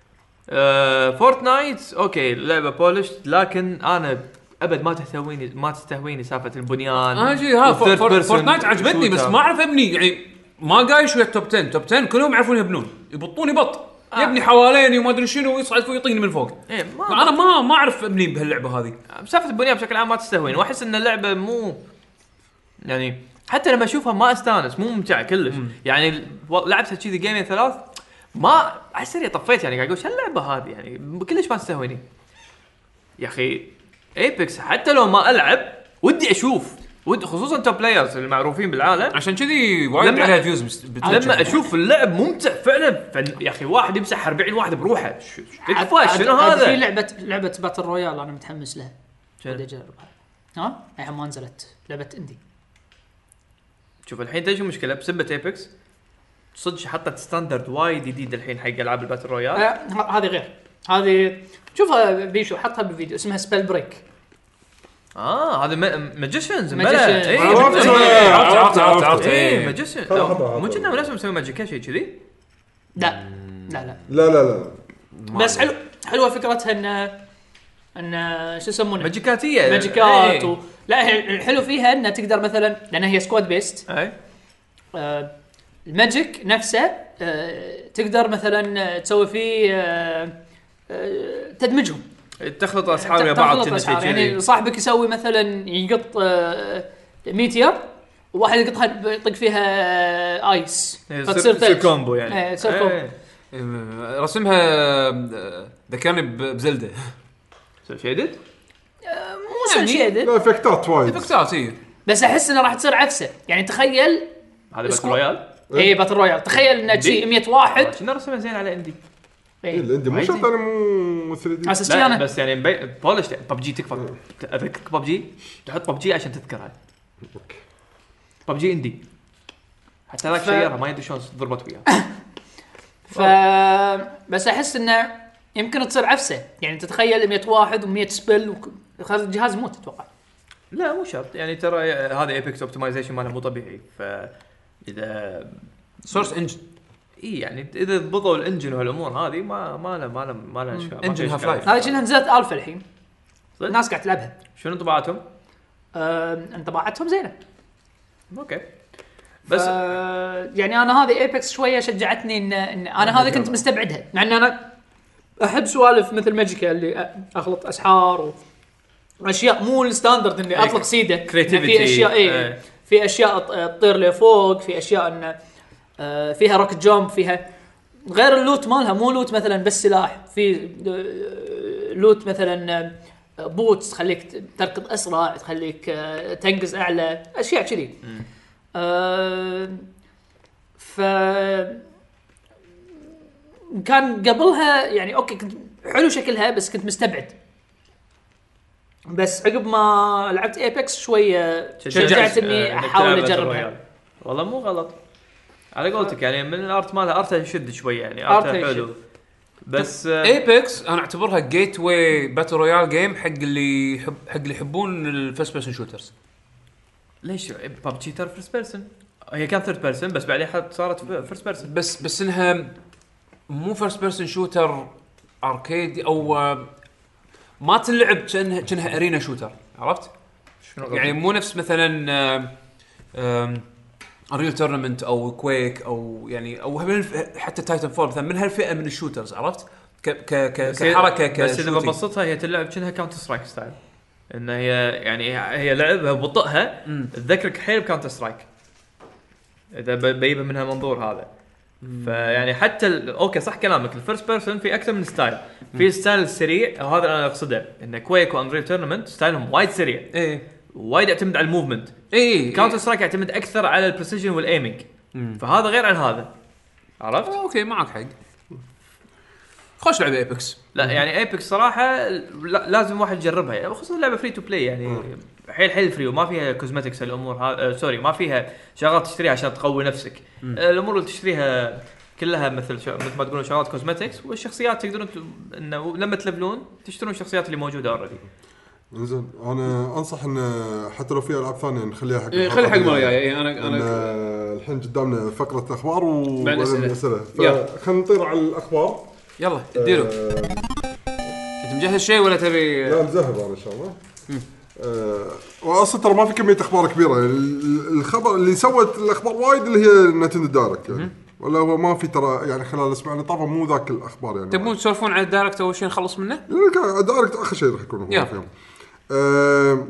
آه فورتنايت اوكي لعبه بولشت لكن انا ابد ما تستهويني ما تستهويني سالفه البنيان. انا شي ها والثيرد فور- بيرسون فورتنايت عجبتني بس شوتر. ما اعرف ابني يعني ما قايش ويا التوب عشرة. توب عشرة كلهم يعرفون يبنون يبطون يبط يبني حواليني وما ادري شنو ويصعد فوق يطيني من فوق. إيه ما انا ما ما اعرف ابني بهاللعبه هذه. سالفه البنيان بشكل عام ما تستهويني واحس ان اللعبه مو يعني حتى لما اشوفها ما استانس مو ممتعه كلش. يعني و- لعبتها كذي جيمين ثلاث ما احس طفيت يعني قاعد اقول شو اللعبه هذه يعني كلش ما تستهويني يا اخي. ايبكس حتى لو ما العب ودي اشوف ودي خصوصا توب بلايرز المعروفين بالعالم عشان كذي وايد لما- عليها فيوز مست... لما اشوف اللعب ممتع فعلا فن يا اخي واحد يمسح أربعين واحد بروحه ش- تكفى شنو عاد في هذا. لعبه لعبه باتل رويال انا متحمس لها. شنو؟ بدي اجربها. ها الحين ما نزلت لعبه اندي. شوف الحين تجي مشكله بسبه ايبكس صدق حطت ستاندرد وايد جديد الحين حق العاب الباتل رويال. آه، ه- هذه غير. هذه شوفها بيشو حطها بالفيديو اسمها سبيل بريك. اه هذا ماجيشنز Magicians. اي عرفت عرفت عرفت عرفت اي ماجيشن هذا خطأ، مو هذا. كنا نفسهم مسوي ماجيكا شيء كذي. لا لا لا لا لا لا بس حلو حلوه فكرتها ان ان شو يسمونه ماجيكاتيه ماجيكات إيه. و... لا هي الحلو فيها انها تقدر مثلا لان هي سكواد بيست اي آه الماجيك نفسه آه تقدر مثلا آه، تسوي فيه آه آه تدمجهم تخلط اسحار ويا بعض تخلط كنا أسحار. شيء يعني كذي. صاحبك يسوي مثلا يقط آه ميتير وواحد يقطها يطق فيها آه ايس إيه، فتصير تصير ثلج. كومبو يعني إيه، تصير كومبو. إيه. رسمها آه، ذكرني ب- بزلده سو شيدد مو سن شيء لا افكتات وايد. افكتات اي بس احس انه راح تصير عفسه يعني تخيل هذا بس اسمه- رويال اي باتل رويال تخيل انه شي مية واحد كنا رسمه زين على اندي. إيه، اي اللي عندي مو شرط انا مو ثري دي. اساس لا انا بس يعني مبي... بولش ببجي تكفى اذكرك ببجي تحط ببجي عشان تذكرها. ببجي اندي حتى ذاك ف- شيرها ما يدري شلون ضربت وياه. ف بس احس انه يمكن تصير عفسه يعني تتخيل مية واحد و100 سبل وك... خلاص الجهاز يموت اتوقع. لا مو شرط يعني ترى هذا ايبكس اوبتمايزيشن ماله مو طبيعي ف اذا سورس انجن اي يعني اذا ضبطوا الانجن وهالامور هذه ما ما له ما له ما له اشكال. ما في انجن إشكال. Half-Life. هذه كأنها نزلت الفا الحين صدق؟ الناس قاعد تلعبها. شنو طباعتهم؟ أه... انطباعاتهم زينه اوكي بس بس يعني انا هذه ايبكس شويه شجعتني ان, إن انا هذه كنت مستبعدها مع ان انا احب سوالف مثل ماجيكا اللي أ- اخلط اسحار و... اشياء مو الستاندرد اني اطلق سيده. creativity. في اشياء ايه إيه. في اشياء ت- تطير لفوق في اشياء ان آه فيها روك جامب، فيها غير اللوت مالها مو لوت مثلا بس سلاح، في آه لوت مثلا آه بوتس تخليك تركض اسرع، تخليك آه تنقز اعلى، اشياء كذي. آه ف كان قبلها يعني اوكي كنت حلو شكلها بس كنت مستبعد، بس عقب ما لعبت ايبكس شويه شجعت اني احاول اجربها. والله مو غلط على قولتك، يعني من الارت مالها ارتها يشد شويه، يعني ارتها حلو. بس ايبكس انا اعتبرها جيت واي باتل رويال جيم حق اللي يحب حق اللي يحبون الفيرست بيرسون شوترز. ليش ببجي ترى فيرست بيرسون، هي كانت ثيرد بيرسون بس بعدين صارت فيرست بيرسون، بس بس انها مو فيرست بيرسون شوتر اركيد او ما تلعب كأنها كأنها ارينا شوتر، عرفت يعني مو نفس مثلا ريل تورنمنت او كويك او يعني او حتى تايتن فول مثلا من هالفئه من الشوترز، عرفت ك ك كحركه ك بس اذا ببسطها هي تلعب كأنها كاونتر سترايك ستايل، ان هي يعني هي لعبها ببطئها تذكرك حيل بكاونتر سترايك اذا بيبه من هالمنظور هذا. فيعني حتى اوكي صح كلامك، الفيرست بيرسون في اكثر من ستايل، في ستايل سريع وهذا انا اقصده، ان كويك وانريل تورنمنت ستايلهم وايد سريع، ايه وايد يعتمد على الموفمنت، ايه كاونتر سترايك يعتمد اكثر على البريسيجن والايمينج، فهذا غير عن هذا، عرفت؟ اوكي معك حق. خوش لعبه ايبكس. لا يعني ايبكس صراحه لازم واحد يجربها، يعني خصوصا لعبه فري تو بلاي، يعني حيل حيل فري وما فيها كوزمتكس الامور هذا، آه سوري ما فيها شغلات تشتريها عشان تقوي نفسك. آه الامور اللي تشتريها كلها مثل شو... مثل ما تقولون شغلات كوزمتكس، والشخصيات تقدرون ت... انه لما تلفلون تشترون الشخصيات اللي موجوده اوريدي. زين انا انصح ان حتى لو في العاب ثانيه نخليها حق إيه خلي حق مرة جايه. انا انا الحين قدامنا فقره اخبار وبعدين اسئله، فخلينا نطير على الاخبار. يلا اديله. أه... انت مجهز شيء ولا تبي؟ لا مزهب انا ان شاء الله. أه... واصلا ترى ما في كميه اخبار كبيره، الخبر اللي سوت الاخبار وايد اللي هي نينتندو دايركت يعني، ولا هو ما في ترى يعني خلال اسبوعين طافوا مو ذاك الاخبار يعني. تبون تسولفون عن الدايركت اول شيء نخلص منه؟ لا دايركت اخر شيء راح يكون فيهم. أه...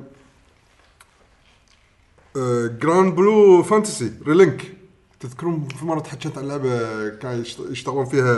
أه... جراند بلو فانتسي ريلينك، تذكرون في مره تحكيت عن لعبه كان يشتغلون فيها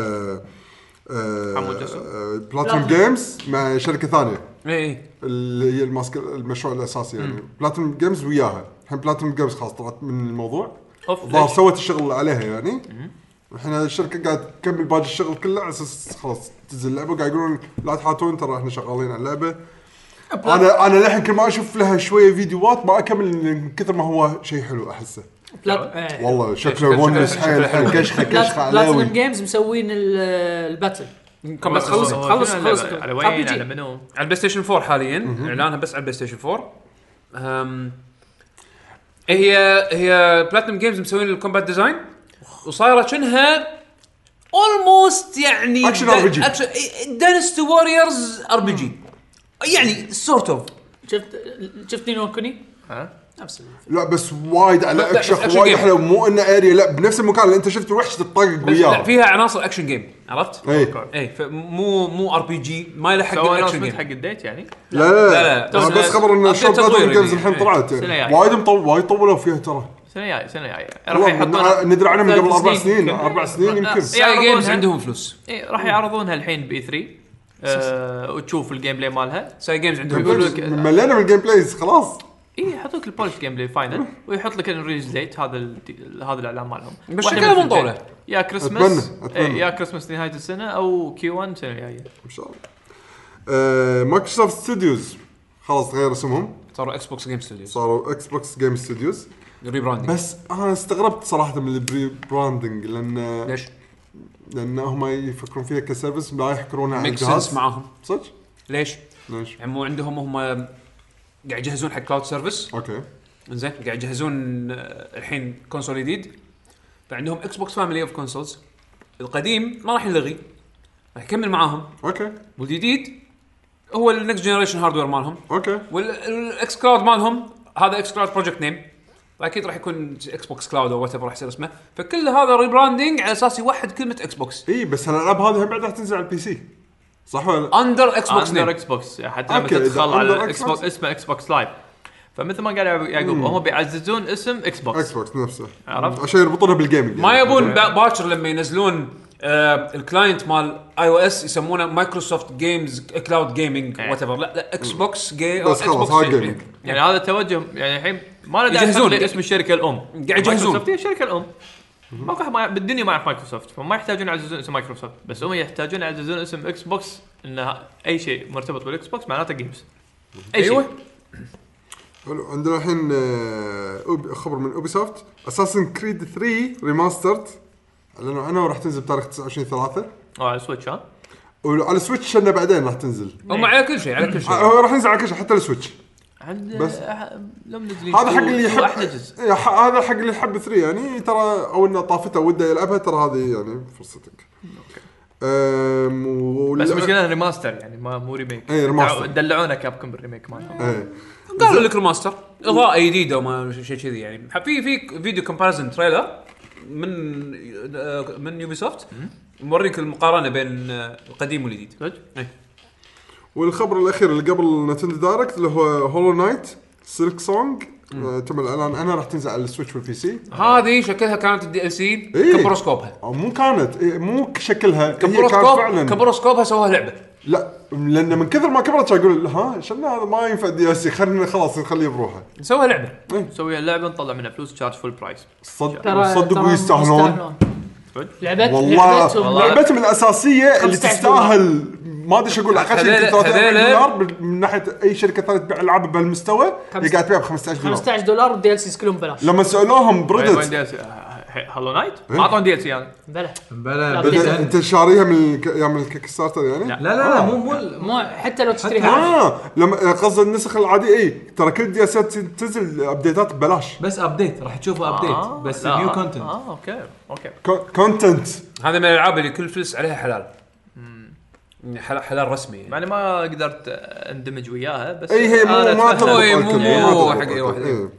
أه... بلاتينوم جيمز مع شركه ثانيه اي اللي هي الماسك المشروع الاساسي يعني بلاتينوم جيمز وياها. الحين بلاتينوم جيمز خلاص طلعت من الموضوع، ظهر سوت الشغل عليها يعني. الحين الشركه قاعد تكمل باقي الشغل كله على اساس خلاص تنزل اللعبه، قاعد يقولون لا تحاتون ترى احنا شغالين على اللعبه. انا انا الحين كل ما اشوف لها شويه فيديوهات ما اكمل من كثر ما هو شيء حلو احسه. والله شكله ونس حيل كشخه كشخه على بلاتينوم جيمز مسوين الباتل بس خلص خلص خلص على وين على منو على البلاي ستيشن فور حاليا، اعلانها بس على البلاي ستيشن فور. امم هي هي بلاتينوم جيمز مسوين الكومبات ديزاين وصايره كأنها اولموست يعني اكشن ار بي جي، داينستي واريورز ار بي جي يعني سورت اوف. شفت شفت نينو كوني ها نفس لا بس وايد على اكشن وايد حلو، مو انه اريا لا بنفس المكان اللي انت شفت الوحش تطقق وياه. لا فيها عناصر اكشن جيم، عرفت؟ اي اي مو مو ار بي جي ما له حق الاكشن جيم حق الديت يعني. لا لا, لا, لا, لا بس خبر ان الشوط بلاتينوم جيمز الحين طلعت وايد مطول وايد طولوا فيها ترى. سنه جايه سنه جايه راح يحطون ندري عنها من قبل اربع سنين اربع سنين يمكن. ساي جيمز عندهم فلوس، اي راح يعرضونها الحين بي ثري أه وتشوف الجيم بلاي مالها. ساي جيمز عندهم ملينا من الجيم بلايز خلاص. ايه يحطوك البولش جيم بلاي فاينل ويحط لك الريليز ديت، هذا هذا الاعلان مالهم بس شكلها من طوله يا كريسماس يا كريسماس نهايه السنه او كيو واحد سنه جايه ان شاء الله. آه مايكروسوفت ستوديوز خلاص غير اسمهم، صاروا اكس بوكس جيم ستوديوز، صاروا اكس بوكس جيم ستوديوز ريبراندنج. بس انا استغربت صراحه من الري براندنج لان ليش؟ لان هم يفكرون فيها كسيرفيس ما يحكرونها على الجهاز معاهم صدق. ليش؟ ليش؟ يعني مو عندهم هم قاعد يجهزون حق كلاود سيرفيس. اوكي انزين قاعد يجهزون الحين كونسول جديد، فعندهم اكس بوكس فاميلي اوف كونسولز. القديم ما راح يلغي، راح يكمل معاهم. اوكي والجديد هو النكست جنريشن هاردوير مالهم. اوكي والاكس كلاود مالهم هذا اكس كلاود بروجكت نيم، اكيد راح يكون اكس بوكس كلاود او وات ايفر راح يصير اسمه. فكل هذا ريبراندنج على اساس يوحد كلمه اكس بوكس. اي بس الالعاب هذه بعد راح تنزل على البي سي صح ولا اندر اكس بوكس اندر اكس بوكس حتى لما تدخل على اكس بوكس اسمه اكس بوكس لايف. فمثل ما قال يعقوب هم بيعززون اسم اكس بوكس اكس بوكس نفسه عرفت؟ عشان يربطونها بالجيمنج ما يبون با- باكر لما ينزلون آه الكلاينت مال اي او اس يسمونه مايكروسوفت جيمز كلاود جيمنج إيه. وات ايفر. لا لا اكس بوكس جي بس خلاص هاي جيمنج يعني هذا التوجه يعني الحين ما له داعي يجهزون. يحطون اسم الشركه الام قاعد يجهزون. مايكروسوفت هي الشركه الام ما في ما بالدنيا ما يعرف مايكروسوفت فما يحتاجون يعززون اسم مايكروسوفت بس هم يحتاجون يعززون اسم اكس بوكس انه اي شيء مرتبط بالاكس بوكس معناته جيمز اي شيء. ايوه حلو. عندنا الحين آه، أوب- خبر من اوبي سوفت اساسن كريد ثري ريماسترد اعلنوا عنها راح تنزل بتاريخ تسعة وعشرين ثلاثة اه على سويتش ها وعلى سويتش انه بعدين راح تنزل هم على كل شيء على كل شيء. آه، راح ينزل على كل شيء حتى السويتش عند بس. لو منزلين هذا حق اللي يحب احلى جزء إيه، ح- هذا حق اللي يحب ثري يعني ترى او انه طافته وده يلعبها ترى هذه يعني فرصتك أم ولا- بس مشكلة ريماستر يعني ما مو ريميك إيه، ريماستر. دلعونا كابكم بالريميك مالهم ايه قالوا لك ريماستر اضاءه جديده وما شيء كذي يعني. في في فيديو كومباريزن تريلر من آه، من يوبي سوفت موريك المقارنه بين آه، القديم والجديد. صدق؟ إيه. والخبر الاخير اللي قبل نتندو دايركت اللي هو هولو نايت سيلك سونج آه، تم الاعلان عنها راح تنزل على السويتش والبي سي هذه شكلها كانت الدي ال سي إيه. كبروسكوبها أو مو كانت إيه مو شكلها هي كانت كبروسكوب فعلا كبروسكوبها سووها لعبه. لا لان من كثر ما كبرت اقول ها شنو هذا ما ينفع دي اس خلينا خلاص نخليه بروحه سووها لعبه. نسوي اللعبة نطلع منها فلوس تشارج فول برايس صدق ترى صدق ترى ويستاهلون لعبت والله لعبتهم لعبتهم الاساسيه اللي خمسة عشر تستاهل ما ادري شو اقول اقل شيء هذيلا- ثلاثة آلاف هذيلا- دولار بال- من ناحيه اي شركه ثانيه تبيع العاب بهالمستوى اللي قاعد تبيع ب خمسة عشر دولار خمسة عشر دولار الدي ال سي كلهم بلاش. لما سالوهم وين بريدت دي ال سي هالو نايت إيه؟ ما اعطون دي ال سي يعني بلا بلا بدأ- بس انت شاريها من الك- يوم الكيك ستارتر يعني لا. لا لا لا مو مو مو حتى لو تشتريها اه لما قصد النسخ العادي اي ترى كل دي اس تنزل ابديتات ببلاش بس ابديت راح تشوفوا ابديت بس لا. نيو كونتنت اه اوكي اوكي كونتنت هذا من الالعاب اللي كل فلوس عليها حلال. يعني حلال, حلال رسمي يعني. يعني ما قدرت اندمج وياها بس اي هي مو أنا ما أتفهم. تربط هو مو- الكل، مو ما حق تربط أي واحد. الكل. إيه.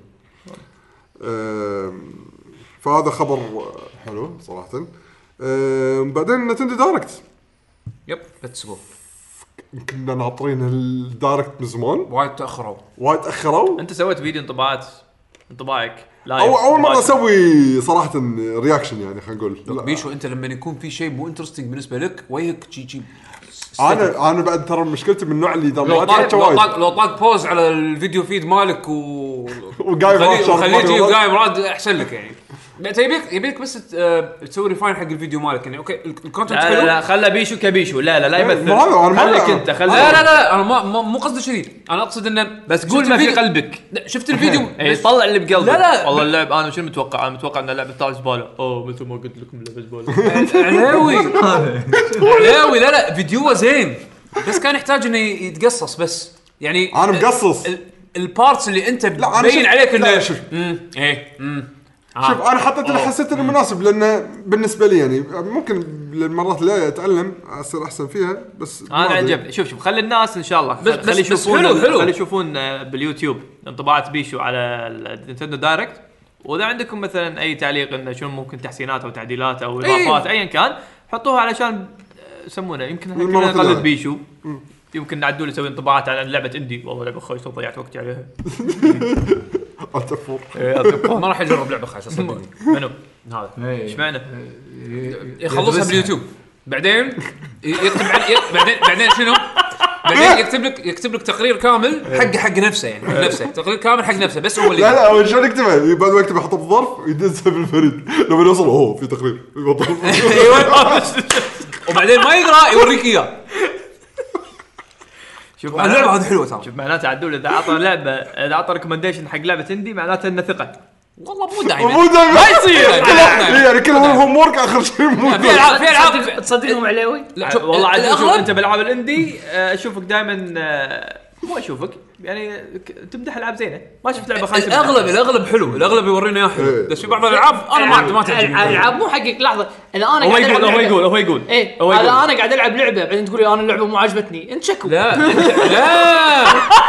آم، فهذا خبر حلو صراحه. آم، بعدين نتندو دايركت يب بتسبوا كنا ناطرين الدايركت من زمان وايد تاخروا. وايد اخروا انت سويت فيديو انطباعات انطباعك لايف أو اول مره مباشر. اسوي صراحه رياكشن يعني خلينا نقول لا. بيشو انت لما يكون في شيء مو انترستنج بالنسبه لك وجهك شي شي انا انا بعد ترى مشكلتي من النوع اللي اذا لو ما طاق تحكي لو وايد طاق لو طاق بوز على الفيديو فيد مالك و وقايم راد شارك وخليه مالي يجي راد. وقايم راد احسن لك يعني. انت يبيك يبيك بس ت- آه، تسوي ريفاين حق الفيديو مالك يعني اوكي الكونتنت لا حلو. لا لا خله بيشو كبيشو لا لا لا يمثل ما هذا، أنا ما خليك أعرف. انت خليك لا لا لا انا ما ما- مو قصدي كذي انا اقصد انه بس قول شفت ما في الفيديو- قلبك لا، شفت الفيديو اي بس- طلع اللي بقلبك لا، لا. والله اللعب انا شنو متوقع انا متوقع ان اللعبه طالع زباله اوه مثل ما قلت لكم لعبه زباله علاوي علاوي لا لا فيديوه زين بس كان يحتاج انه يتقصص بس يعني انا مقصص ال- البارتس اللي انت أنا بين شوف- عليك لا، انه شوف. امم ايه امم شوف انا حطيت اللي حسيت انه مناسب لانه بالنسبه لي يعني ممكن للمرات اللي اتعلم اصير احسن فيها بس انا ما أدري. عجبني شوف شوف خلي الناس ان شاء الله بس- خلي بس- بس يشوفون حلو- حلو. خلي يشوفون آه، باليوتيوب انطباعات بيشو على النينتندو دايركت واذا عندكم مثلا اي تعليق انه شنو ممكن تحسينات او تعديلات او اضافات ايا كان حطوها علشان آه، يسمونه يمكن احنا المرة كلنا نقلد الجاية. بيشو يمكن نعدول نسوي انطباعات على لعبه اندي والله لعبه خويس ضيعت وقتي عليها اتفور ما راح اجرب لعبه خايسه صدقني منو هذا ايش معنى يخلصها باليوتيوب بعدين ي- يكتب عن- ي- بعدين بعدين شنو بعدين يكتب لك يكتب لك تقرير كامل حق حق نفسه يعني حق نفسه تقرير كامل حق نفسه بس هو اللي لا لا اول شلون يكتبها بعد ما يكتب يحطه بالظرف ويدزها بالفريد لما يوصل اوه في تقرير يبطل. وبعدين ما يقرا يوريك اياه شوف اللعبه معناته هذه حلوه ترى شوف معناته عدول اذا عطى لعبه اذا عطى ريكومنديشن حق لعبه اندي معناته انه ثقه والله مو دائما مو دائما ما يصير يعني كل هوم وورك اخر شيء مو في العاب في العاب تصدق- تصدقهم عليوي لا شوف والله عاد شوف الأغلب- انت بالالعاب الاندي آه، اشوفك دائما آه، مو اشوفك يعني ك- تمدح العاب زينه ما شفت لعبه خايسه الاغلب الاغلب حلو الاغلب يورينا اياه حلو إيه. بس في بعض الالعاب انا ما ما تعجبني الالعاب مو حقك لحظه اذا انا هو قاعد يقول العب هو لعبة- يقول هو يقول ايه هو هذا يقول انا قاعد العب لعبه بعدين تقول لي انا اللعبه مو عجبتني انت شكو لا لا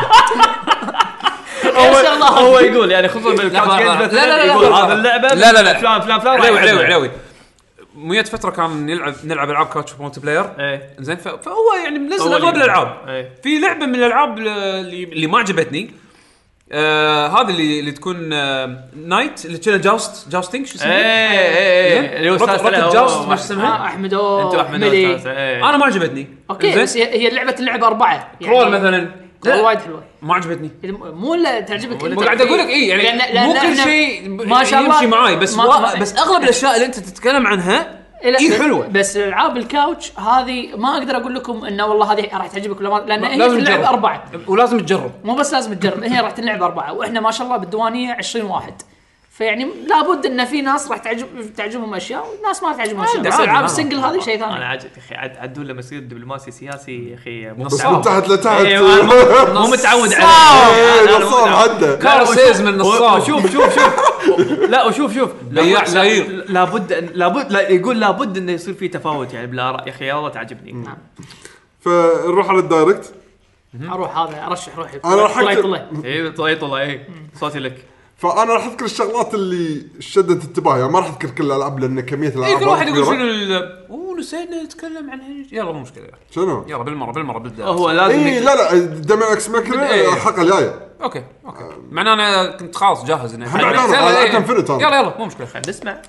يا شاء الله. هو يقول يعني خصوصا بالكاوتش لا، جيمز لا، لا، لا، يقول لا، هذا اللعبه لا، لا، لا. فلان فلان فلان علاوي رايح علاوي يلعب. علاوي مية فتره كان نلعب نلعب العاب كاوتش مالتي بلاير ايه زين ف- فهو يعني منزل هو اغلب اللي- الالعاب ايه في لعبه من الالعاب اللي اللي ما عجبتني آه هذا اللي اللي تكون آه نايت اللي كنا جاست جاستنج شو اسمه؟ ايه ايه اللي هو ركض جاست ما اسمها؟ احمد انتوا احمد انا ما عجبتني. اوكي بس هي لعبه اللعبه اربعه كرول مثلا وايد حلوه ما عجبتني. مو لا تعجبك مو قاعد اقول لك اي يعني لأن لأن مو كل شيء ما شاء الله يمشي معاي بس ما ما ما بس اغلب الاشياء اللي انت تتكلم عنها اي حلوه. بس العاب الكاوتش هذه ما اقدر اقول لكم انه والله هذه راح تعجبك ولا ما، لان هي تلعب اربعه ولازم تجرب. مو بس لازم تجرب، هي راح تلعب اربعه واحنا ما شاء الله بالديوانيه عشرين واحد، فيعني لابد ان في ناس راح تعجب تعجبهم اشياء وناس ما راح تعجبهم اشياء. بس العاب السنجل هذه شيء ثاني. انا عجب يا اخي عدول لما يصير دبلوماسي سياسي يا اخي مو بس من تحت لتحت مو متعود عليه. نصاب حده كارسيز من نصاب. شوف شوف شوف لا وشوف شوف بياع زهير لابد لابد لا يقول لابد انه يصير في تفاوت يعني بالاراء يا اخي والله تعجبني. نعم. فنروح على الدايركت. اروح هذا ارشح روحي. انا راح اي طلع طلع اي صوتي لك. فانا راح اذكر الشغلات اللي شدت انتباهي، يعني ما راح اذكر كل الالعاب لان كميه الالعاب اي كل واحد يقول شنو اوه نسينا نتكلم عنها. يلا مو مشكله شنو يلا بالمره بالمره بدأ هو لازم إيه لا لا دم اكس ماكر الحلقه الجايه. اوكي اوكي معناه انا كنت خلاص جاهز اني يلا يلا مو مشكله خلينا نسمع.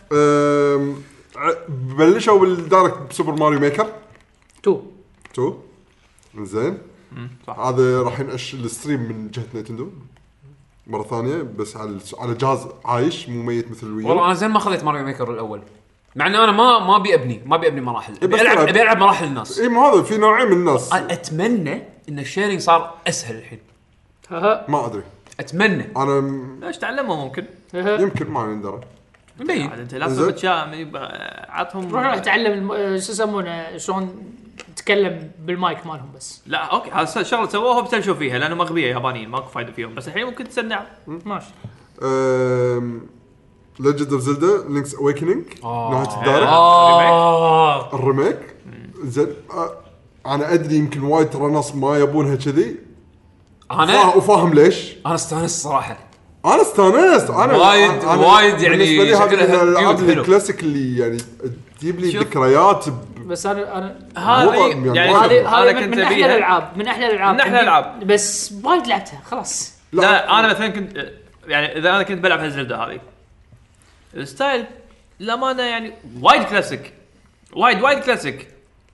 بلشوا بالدايركت بسوبر ماريو ميكر تو تو زين. هذا راح ينقش الستريم من جهه نينتندو مره ثانيه بس على على جهاز عايش مو ميت مثل الويو. والله انا زين ما خذيت ماريو ميكر الاول مع ان انا ما ما ابي ابني ما ابي ابني مراحل ابي العب ابي العب مراحل الناس. اي مو هذا في نوعين من الناس. اتمنى ان الشيرنج صار اسهل الحين. ما ادري اتمنى انا ليش تعلمه ممكن يمكن ما ندري مبين انت لازم تشاء عطهم روح اتعلم شو يسمونه شلون تتكلم بالمايك مالهم بس. لا اوكي هذا شغله سووها وبتلشوا فيها لانه مغبيه يابانيين ماكو فايده فيهم بس الحين ممكن تسنع ماشي. امم ليجند اوف زلدا لينكس اويكنينج نهايه الدايركت آه. الريميك زين. انا ادري يمكن وايد ترى ناس ما يبونها كذي انا وفاهم ليش. انا استانس صراحه انا استانست انا وايد وايد يعني بالنسبه لي هذه شكلها الالعاب حلو. الكلاسيك اللي يعني تجيب لي ذكريات بس انا انا هذه يعني هذه هذه كنت من احلى الالعاب من احلى الالعاب من احلى الالعاب بس وايد لعبتها خلاص. لا, لا انا مثلا كنت يعني اذا انا كنت بلعب هالزلده هذه الستايل للامانه يعني وايد كلاسيك وايد وايد كلاسيك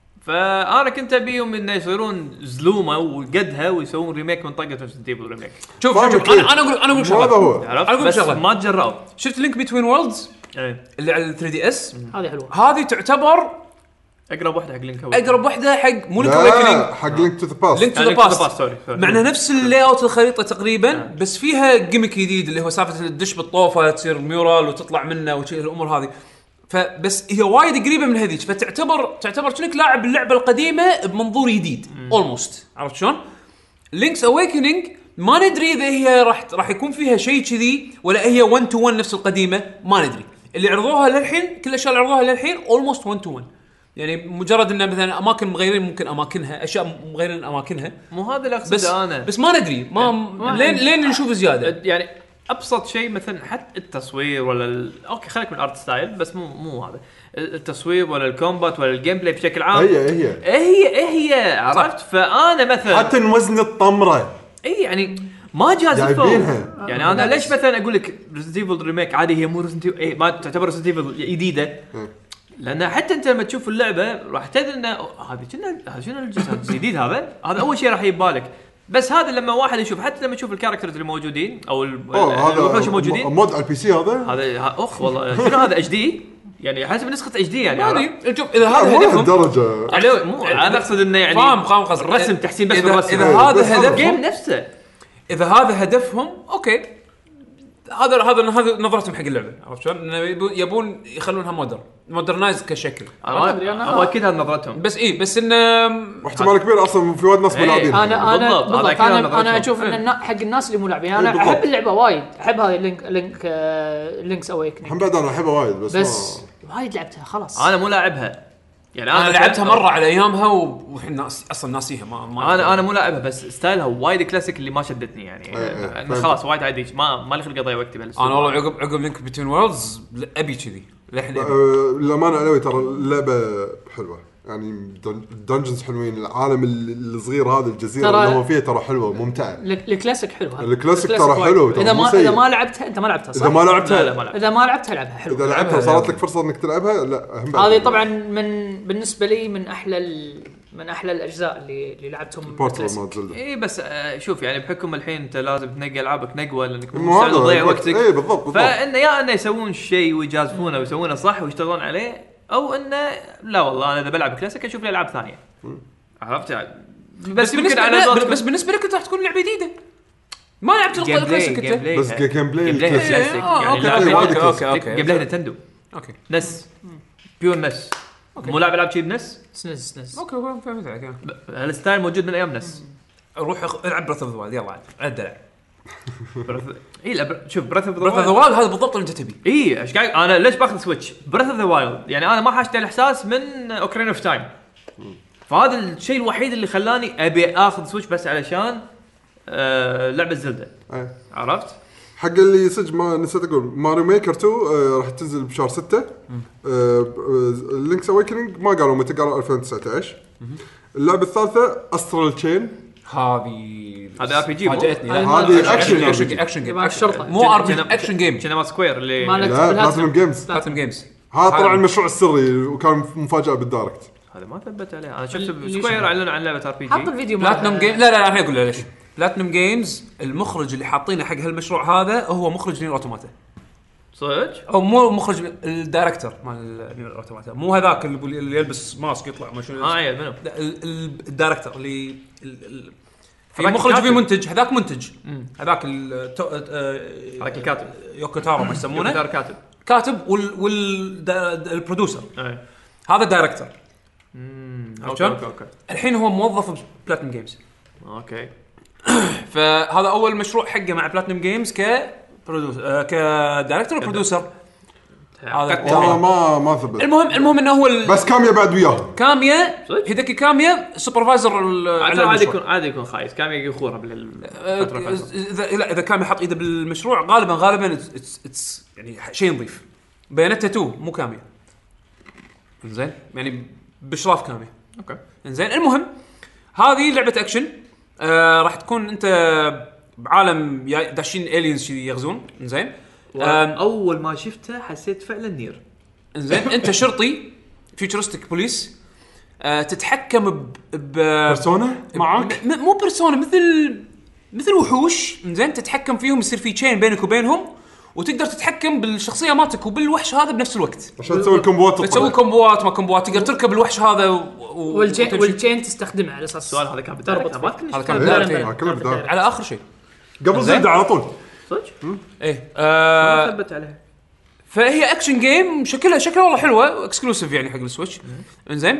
فانا كنت ابيهم انه يصيرون زلومه وقدها ويسوون ريميك من طقه ريزنت ايفل ريميك. شوف شوف انا انا اقول انا اقول شغله هذا هو انا اقول شغله ما تجربوا. شفت لينك بتوين وورلدز ايه اللي على ثري دي اس هذه حلوه. هذه تعتبر اقرب واحده حق لينك اقرب واحده حق مو لينك اويكنينج حق لينك تو ذا باست لينك تو ذا باست معناها نفس اللاي اوت الخريطه تقريبا بس فيها جيمك جديد اللي هو سالفه الدش بالطوفه تصير ميورال وتطلع منه وشيء الامور هذه. فبس هي وايد قريبه من هذيك فتعتبر تعتبر كأنك لاعب اللعبه القديمه بمنظور جديد اولموست. عرفت شلون؟ لينكس اويكنينج ما ندري اذا هي راح راح يكون فيها شيء كذي ولا هي واحد تو واحد نفس القديمه ما ندري. اللي عرضوها للحين كل الاشياء اللي عرضوها للحين اولموست واحد تو واحد يعني مجرد ان مثلا اماكن مغيرين ممكن اماكنها اشياء مغيرين اماكنها مو هذا اللي بس اقصده انا بس ما ندري ما, ما لين لين نشوف زياده يعني ابسط شيء مثلا حتى التصوير ولا ال... اوكي خليك من الارت ستايل بس مو مو هذا التصوير ولا الكومبات ولا الجيم بلاي بشكل عام هي هي هي هي عرفت. فانا مثلا حتى نوزن الطمره اي يعني ما جازفوا يعني انا ليش مثلا اقول لك ريزنت ايفل ريميك عادي هي مو ريزنت اي ما تعتبر ريزنت ايفل جديده لان حتى انت لما تشوف اللعبه راح تدري ان هذه كنا هذا شنو الجزء الجديد هذا هذا اول شيء راح يبالك. بس هذا لما واحد يشوف حتى لما يشوف الكاركترز اللي موجودين او الوحوش الموجودين مود على البي سي هذا هذا اخ والله شنو هذا اتش دي يعني حسب نسخه اتش دي يعني يعني شوف اذا هذا هدفهم درجه يعني مو انا اقصد انه يعني فاهم فاهم قصدي الرسم تحسين بس إذا, بالرسم اذا هذا هدف الجيم نفسه اذا هذا هدفهم اوكي هذا هذا هذا نظرتهم حق اللعبه. عرفت شلون؟ يبون يخلونها مودرن مودرنايز كشكل. هو اكيد هذه نظرتهم بس ايه بس انه احتمال كبير اصلا في وايد ناس ملاعبين. انا انا بالضبط انا انا اشوف ان حق الناس اللي مو لاعبين انا احب اللعبه وايد احب هذه لينك لينك لينكس اويكنينج هم بعد انا احبها وايد بس بس وايد لعبتها خلاص. انا مو لاعبها يعني انا, أنا لعبتها مره على ايامها والحين ناس اصلا ناسيها ما, ما انا انا مو لاعبها بس ستايلها وايد كلاسيك اللي ما شدتني يعني انا خلاص وايد عادي ما ما لي خلق اضيع وقتي بهالسوق. انا والله عقب عقب لينك بتوين وورلدز ابي كذي للحين لما انا علوي ترى اللعبه حلوه يعني الدنجنز حلوين، العالم الصغير هذا الجزيره ترى- اللي هو فيها ترى حلوه ممتعه. ال- الكلاسيك حلو هذا. الكلاسيك ترى وايد حلو، حلو. ترى اذا مو ما سيء. اذا ما لعبتها انت ما لعبتها صح؟ اذا ما لعبتها لا لا ما لعب. اذا ما لعبتها العبها حلو. اذا لعبتها وصارت لك فرصه انك تلعبها لا أهم بعد. هذه طبعا من بالنسبه لي من احلى ال... من احلى الاجزاء اللي اللي لعبتهم بورتال بالكلاسيك. مال زلدة. اي بس آه، شوف يعني بحكم الحين انت لازم تنقي العابك نقوه لانك مو مو مستعد هذا تضيع الوقت. وقتك. اي بالضبط بالضبط. فانه يا انه يسوون شيء ويجازفونه ويسوونه صح ويشتغلون عليه، او انه لا والله انا اذا بلعب كلاسيك اشوف لي العاب ثانيه. عرفت يعني؟ بس بس يمكن بالنسبه على لا ذوقك بس بالنسبه لك انت راح تكون لعبه جديده ما لعبت جيم بلاي الكلاسيك جيم انت. بلاي بس جيم بلاي جيم بلاي الكلاسيك. كلاسيك آه، يعني أوكي، لا أوكي، في- وايد اوكي اوكي جيم بلاي نتندو اوكي نس بيور نس مو لاعب العاب شيء بنس. سنز سنز اوكي فهمت عليك. ب- هالستايل موجود من ايام نس. روح أخ- العب بريث اوف ذا وايلد يلا عد العب اي لا بر- شوف بريث اوف بريث اوف ذا وايلد هذا بالضبط اللي انت تبي. اي ايش قاعد انا ليش باخذ سويتش بريث اوف ذا وايلد يعني انا ما حاشت الاحساس من اوكرين اوف تايم، فهذا الشيء الوحيد اللي خلاني ابي اخذ سويتش بس علشان آه لعبه زلدة. إيه. عرفت حق اللي صدق ما نسيت اقول ماريو ميكر تو آه راح تنزل بشهر ستة. لينكس اويكننج ما قالوا متى، قالوا ألفين وتسعة عشر. اللعبه الثالثه استرال تشين. هذه هذا ار بي جي فاجأتني لا. هذه اكشن اكشن اكشن اكشن جيم مع الشرطة. مو ار بي جن- اكشن جيم سينما سكوير اللي مالت لا بلاتينوم بلاتينوم. جيمز. بلاتينوم جيمز. هذا طلع هذا- المشروع السري وكان مفاجاه بالدايركت. هذا ما ثبت عليه. انا شفت اللي سكوير شنو؟ اعلنوا عن لعبه ار بي حط جي. الفيديو بلاتينوم مالها. جيم لا لا لا الحين اقول له ليش بلاتينوم جيمز المخرج اللي حاطينه حق هالمشروع هذا هو مخرج نير اوتوماتا صدق او مو مخرج الدايركتور مال نير اوتوماتا مو هذاك اللي اللي يلبس ماسك يطلع ما شنو اه اي منو لا، ال- ال- الدايركتور اللي ال- ال- في هذاك مخرج وفي الكاتب. منتج هذاك منتج هذاك ال- تو- آه، هذاك الكاتب. يوكو تارو ما يسمونه يوكو كاتب كاتب وال والبرودوسر اي هذا دايركتور. اوكي اوكي اوكي الحين هو موظف بلاتينوم جيمز اوكي فهذا اول مشروع حقه مع بلاتينوم جيمز ك برودوسر كدايركتور وبرودوسر هذا والله ما ما ثبت. المهم المهم انه هو ال- بس كاميا بعد وياه. كاميا صدق؟ هيداكي كاميا سوبرفايزر ال- على عادي المشروع. يكون عادي يكون خايس كان يخورها بالفتره آه، اذا لا اذا كاميا حط ايده بالمشروع غالبا غالبا it's- it's يعني شيء نظيف. بياناتا تو مو كاميا زين يعني باشراف كاميا. اوكي زين المهم هذه لعبه اكشن آه راح تكون انت بعالم يا- داشين الينز شي يغزون زين اول ما شفته حسيت فعلا نير. زين انت شرطي فيوتشرستيك بوليس آه تتحكم ب, ب... بيرسونا معاك. م... مو بيرسونا مثل مثل وحوش زين تتحكم فيهم يصير في تشين بينك وبينهم وتقدر تتحكم بالشخصيه مالتك وبالوحش هذا بنفس الوقت عشان تسوي الكومبوات. تسوي كومبوات ما كومبوات تقدر تركب الوحش هذا و... و... والجين وتمشي. والجين تستخدمه على اساس السؤال هذا كان تربط بالدايركت ما فيه. كنت هذا كان لا، بداية لا، إيه. لا. كله بداية. على اخر شيء قبل زين. زلدة على طول. صدق ايه ما آه ثبت عليه. فهي اكشن جيم شكلها شكلها والله حلوه اكسكلوسيف يعني حق السويتش انزين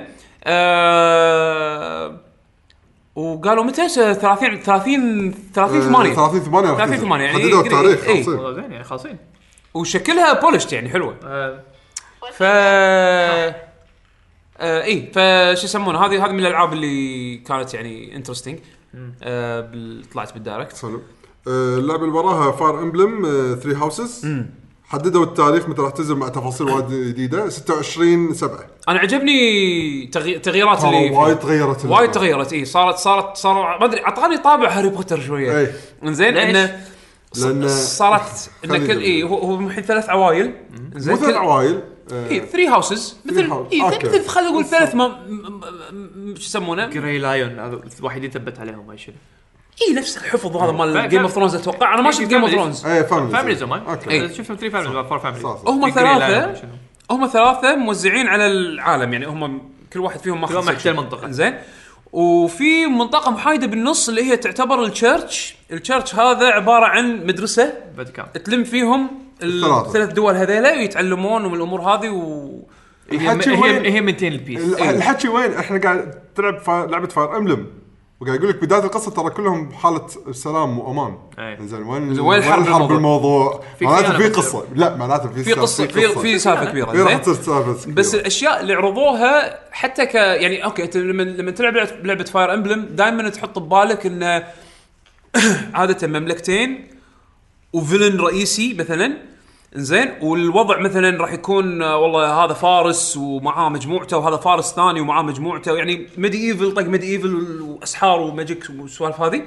آه وقالوا متى ثلاثين ثلاثين ثلاثين ثمانية ثلاثين ثمانية راح ثلاثين تنزل. ثمانية يعني حددوا قريب. التاريخ إيه. خلاصين. والله زين يعني خالصين. وشكلها بولشت يعني حلوه آه، ف آه اي فشو يسمونه هذه هذه من الالعاب اللي كانت يعني انترستينج آه بال- طلعت بالدايركت حلو. آه، اللعبة اللي وراها فاير امبلم ثري هاوسز. حددوا التاريخ متى راح تنزل مع تفاصيل وايد جديدة. ستة وعشرين سبعة. انا عجبني تغي... تغييرات ترى اللي فيها. وايد تغيرت اللعبة. وايد تغيرت اي صارت صارت صار ما ادري اعطاني طابع هاري بوتر شويه اي انزين ليش؟ انه لأن- صارت انه خلينا كل اي هو هو الحين ثلاث عوائل انزين مو ثلاث عوائل. اي ثري هاوسز مثل house. اي أوكي. مثل خلينا نقول ثلاث ما م- م- م- شو يسمونه جراي لايون هذا الواحد يثبت عليهم ما شنو. اي نفس الحفظ هذا مال فا- جيم فا- اوف ثرونز اتوقع انا ما شفت جيم اوف ثرونز اي فاميلي. فاميليز ما اوكي. إيه. شفت ثري فاميليز فور فاميليز. صح صح. هم في Grey Lion ثلاثه شنو. هم ثلاثه موزعين على العالم يعني هم كل واحد فيهم ماخذ كل واحد section. محتل منطقة. زين وفي منطقه محايده بالنص اللي هي تعتبر التشيرش التشيرش هذا عباره عن مدرسه فاتيكان. تلم فيهم الثلاثة. الثلاث دول هذيلا ويتعلمون من الامور هذه و هي الحكي وين؟ هي هي مينتين البيس. ال- الحكي وين؟ احنا قاعد تلعب فا... لعبة فاير امبلم وقاعد يقول لك بداية القصة ترى كلهم بحالة سلام وامان. أي. زين وين زين، وين الحرب الحرب الموضوع؟ الموضوع؟ في معناته خيانة في بتصير. قصة. لا معناته في في قصه في في سالفه كبيره في راح زين تصير سالفة بس كبيرة. الاشياء اللي عرضوها حتى ك يعني اوكي انت لما لما تلعب لعبة- لعبه فاير امبلم دائما تحط ببالك انه عاده مملكتين وفيلن رئيسي مثلا زين. والوضع مثلا راح يكون آه، والله هذا فارس ومعاه مجموعته وهذا فارس ثاني ومعاه مجموعته، يعني ميدي ايفل طق ميدي ايفل واسحار وماجيك والسوالف هذه.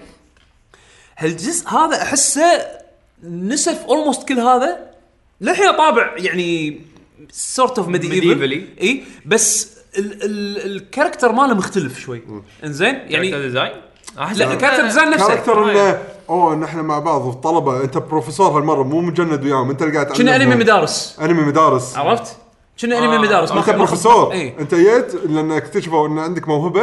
هالجزء هذا احسه نسف اولموست كل هذا للحين طابع يعني سورت اوف ميدي ايفل اي، بس ال ال الكاركتر ماله مختلف شوي. انزين يعني ديزاين لا الكاركتر ديزاين نفسه كاركتر انه اوه نحن مع بعض وطلبه، انت بروفيسور هالمره مو مجند وياهم، انت اللي قاعد كنا انمي مدارس انمي مدارس عرفت كنا انمي مدارس انت بروفيسور ايه. انت جيت لان اكتشفوا ان عندك موهبه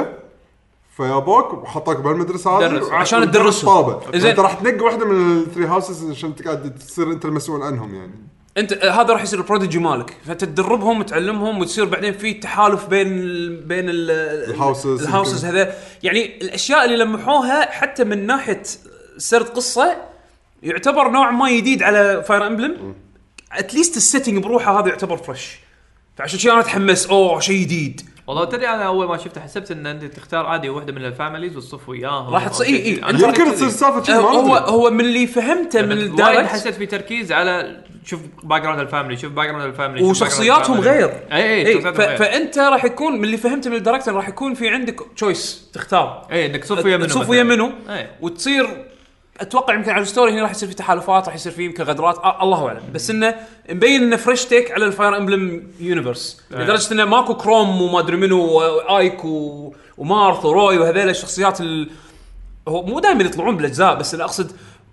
فيابوك وحطوك بهالمدرسه هذه عشان تدرسهم طلبه. انت راح تنقي واحده من الثري هاوسز عشان تقعد تصير انت المسؤول عنهم يعني. انت هذا راح يصير البروديجي مالك، فتدربهم وتعلمهم وتصير بعدين في تحالف بين ال بين ال الهاوسز الهاوسز هذا. يعني الاشياء اللي لمحوها حتى من ناحيه سرد قصه يعتبر نوع ما جديد على فاير امبلم. اتليست السيتنج بروحه هذا يعتبر فريش، فعشان شيء انا اتحمس اوه شيء جديد. والله تدري انا اول ما شفته حسبت ان انت تختار عادي واحده من الفاميليز وتصف وياهم راح تصير اي اي انت يمكن تصير سالفه هو هو من اللي فهمته من الدايركت حسيت في تركيز على شوف باك جراوند الفاميلي شوف باك جراوند الفاميلي وشخصياتهم غير اي اي فانت راح يكون من اللي فهمته من الدايركتور راح يكون في عندك تشويس تختار اي انك تصف ويا منو تصف ويا منو وتصير اتوقع يمكن على الستوري هنا راح يصير في تحالفات راح يصير في يمكن غدرات آه الله اعلم، بس انه مبين انه فريش تيك على الفاير امبلم يونيفرس لدرجه انه ماكو كروم وما ادري منو وايك و... ومارث وروي وهذول الشخصيات ال... هو مو دائما يطلعون بالاجزاء بس انا اقصد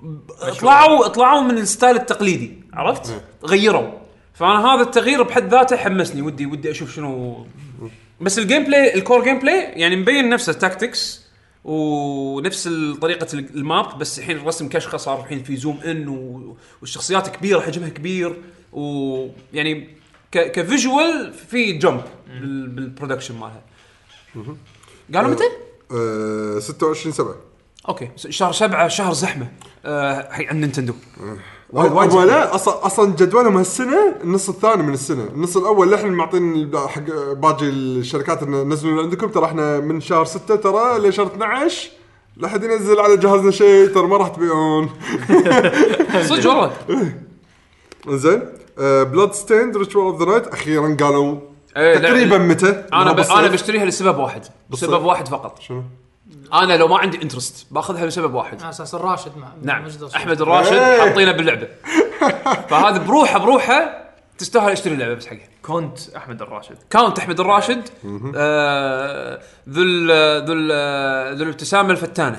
طلعوا طلعوا من الستايل التقليدي عرفت غيروا. فانا هذا التغيير بحد ذاته حمسني ودي ودي اشوف شنو. بس الجيم بلاي الكور جيم بلاي يعني مبين نفسه تاكتكس ونفس طريقه الماب، بس الحين الرسم كشخه صار الحين في زوم ان والشخصيات كبيره حجمها كبير ويعني كفيجوال في جمب بالبرودكشن مالها. قالوا متى؟ أه ستة وعشرين سبعة. اوكي شهر سبعة شهر زحمه أه حق عند نينتندو. وايد وايد لا اصلا اصلا جدولهم هالسنه النص الثاني من السنه، النص الاول اللي احنا معطين حق باقي الشركات ان نزلوا عندكم ترى احنا من شهر ستة ترى لشهر اثنا عشر لحد ينزل على جهازنا شيء ترى ما راح تبيعون. صدق والله. زين بلاد ستيند ريتشوال اوف ذا نايت اخيرا قالوا ايه تقريبا متى. انا ب... انا بشتريها لسبب واحد لسبب واحد فقط. شنو؟ انا لو ما عندي انترست باخذها لسبب واحد على اساس الراشد مع نعم احمد الراشد حاطينه باللعبه فهذا بروحه بروحه تستاهل اشتري اللعبه بس حقها. كونت احمد الراشد كاونت احمد الراشد آه ذو ذو ذو الابتسامه الفتانه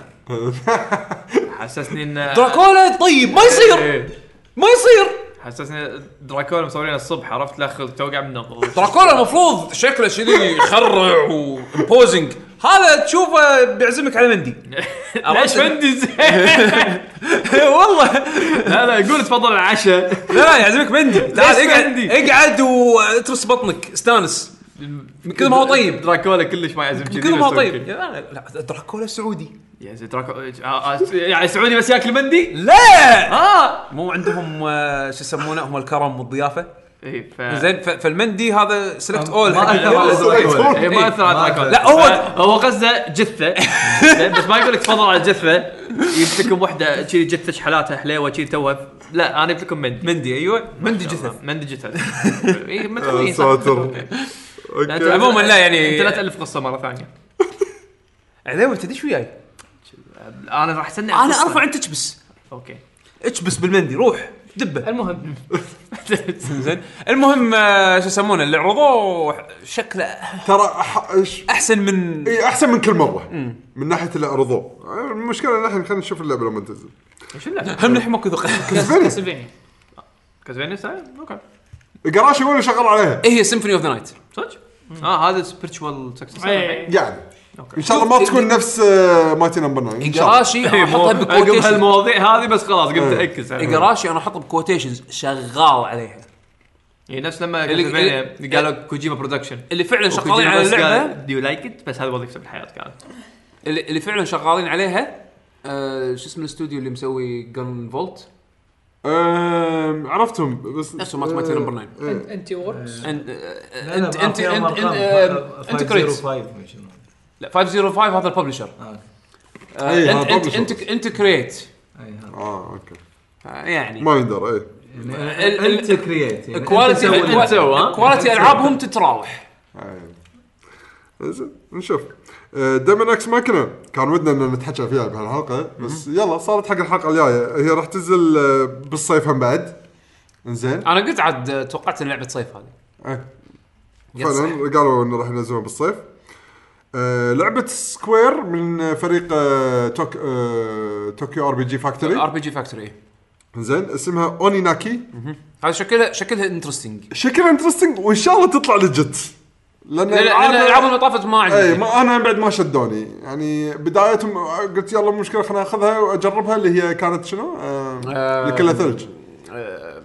حسسني ان دراكولا طيب ما يصير ما يصير حسسني دراكولا مصورين الصبح عرفت لا توقع من النوم. دراكولا المفروض شكله شذي يخرع وامبوزنج، هذا تشوفه بيعزمك على مندي. ليش مندي والله لا لا يقول تفضل العشاء لا لا يعزمك مندي تعال اقعد اقعد واترس بطنك استانس من كذا ما هو طيب. دراكولا كلش ما يعزم كذا كذا ما هو طيب. لا لا دراكولا سعودي يا زين دراكولا يعني سعودي بس ياكل مندي لا اه مو عندهم شو يسمونه هم الكرم والضيافه اي ف... زين فالمندي هذا سلكت اول ما اثر على دراكولا اي ما اثر على دراكولا لا هو هو قصده جثه بس ما يقول لك تفضل على الجثه يجيب لكم وحده شيء جثه شحلاتها حليوه شيء توه لا انا جبت لكم مندي مندي ايوه مندي جثث مندي جثث اي متخيل ساتر. عموما لا يعني انت لا تالف قصه مره ثانيه علاوه تدش وياي انا راح استنى انا ارفع انت تكبس اوكي اكبس بالمندي روح دبه. المهم زين المهم شو يسمونه اللي عرضوه شكله ترى احسن من اي احسن من كل مره مم. من ناحيه اللي عرضوه. المشكله ان احنا خلينا نشوف اللعبه لما تنزل. ايش اللعبه هم نحن ماكو ذوق كاسلفينيا كاسلفينيا ساي اوكي القراش يقولوا شغال عليها ايه هي سيمفوني اوف ذا نايت صدق اه هذا سبيريتشوال سكسس يعني ان شاء الله ما تكون نفس مايتي نمبر تسعة. القراشي انا احطها بكوتيشن هالمواضيع هذه بس خلاص قمت اكس القراشي انا احطها بكوتيشنز شغال عليها يعني نفس لما اللي قالوا كوجيما برودكشن اللي فعلا شغالين على اللعبه دو لايك ات بس هذا وظيفته بالحياه كانت اللي, اللي فعلا شغالين عليها آه شو اسم الاستوديو اللي مسوي جن فولت امم عرفتهم بس نفسه ما سمعت نمبر تسعة انت ووركس انت انت انت انت كريت لا خمسمية وخمسة هذا الببلشر انت انت انت انت كريت اه اوكي يعني ما يندر ايه ال- انت كرييت يعني كواليتي أنت سوى، ها؟ كواليتي العابهم تتراوح. زين نشوف. دايمن اكس ماكينه كان ودنا ان نتحكى فيها بهالحلقه بس يلا صارت حق الحلقه الجايه. هي راح تنزل آه، بالصيف هم بعد. زين انا قلت عاد توقعت ان لعبه صيف هذه. ايه قلت صح. فعلا قالوا انه راح ينزلون بالصيف. آه لعبه سكوير من فريق آه توك آه توكيو ار بي جي فاكتوري. ار بي جي فاكتوري زين اسمها اونيناكي. هذا شكلها شكلها انترستينج. شكلها انترستنج وان شاء الله تطلع لجت لان لان الالعاب اللي طافت ما عندي. اي ما انا بعد ما شدوني يعني بدايتهم قلت يلا مشكله خلينا ناخذها واجربها اللي هي كانت شنو آه آه اللي كلها ثلج. آه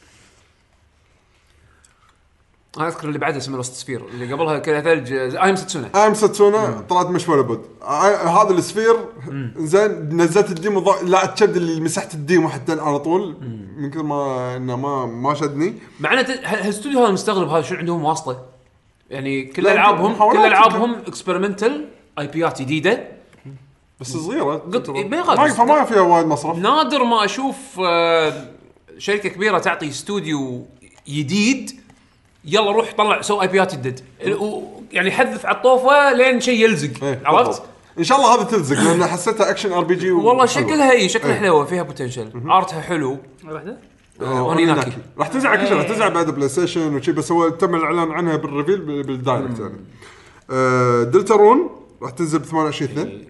انا اذكر اللي بعدها اسمه لوست سفير اللي قبلها كلها ثلج. ايم ساتسونا ام ساتسونا طلعت مش ولا بد. آه هذا السفير زين نزلت الديمو ضا... لا تشد اللي مسحت الديمو حتى على طول من كثر ما انه ما ما شدني. مع ان هالاستوديو هذا مستغرب هذا شو عندهم واسطه يعني كل لا، العابهم محاولات كل العابهم اكسبيرمنتال اي بيات جديده بس صغيره قط- ما ما يغادر. ما فيها وايد مصرف. نادر ما اشوف آه، شركه كبيره تعطي استوديو جديد يلا روح طلع سو اي بيات جدد يعني حذف على الطوفه لين شيء يلزق. إيه، عرفت بالضبط. ان شاء الله هذا تلزق لان حسيتها اكشن ار بي جي. والله شكلها اي شكلها إيه. حلوه فيها بوتنشل ارتها حلو. واحده اونيناكي راح تنزل كل شيء راح تنزل بعد بلاي ستيشن وشي بس هو تم الاعلان عنها بالريفيل بالدايركت يعني. آه دلتارون راح تنزل ب ثمانية وعشرين اثنين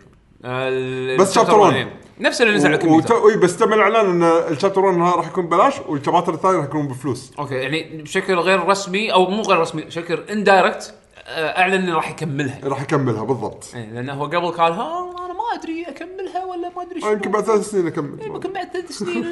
بس شابتر واحد. نفس اللي نزل على الكمبيوتر. وي بس تم الاعلان ان الشابتر واحد راح يكون ببلاش والشابتر الثاني راح يكون بفلوس. اوكي يعني بشكل غير رسمي او مو غير رسمي شكل اندايركت اعلن انه راح يكملها. راح يكملها بالضبط. ايه لانه هو قبل قال ها انا ما ادري اكملها ولا ما ادري شنو يمكن بعد ثلاث سنين اكمل. يمكن بعد ثلاث سنين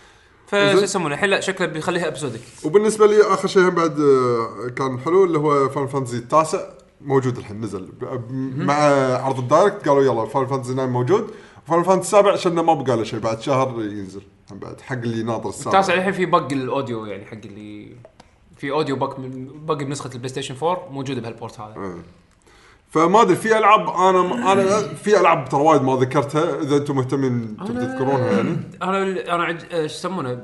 فشو يسمونه الحين شكله بيخليها ابسودك. وبالنسبه لي اخر شيء هم بعد آه، كان حلو اللي هو فان فانتزي التاسع موجود الحين نزل ب- ب- مع عرض الدايركت قالوا يلا فان فانتزي تسعة موجود. فان فانتزي السابع عشان ما بقى له شيء بعد شهر ينزل هم بعد حق اللي ناطر السابع. التاسع الحين في بق الاوديو يعني حق اللي في اوديو بق من بق بنسخه البلاي ستيشن فور موجوده بهالبورت هذا. آه. فما ادري في العاب انا انا في العاب ترى وايد ما ذكرتها اذا انتم مهتمين تذكرونها يعني. انا انا عج... ايش يسمونه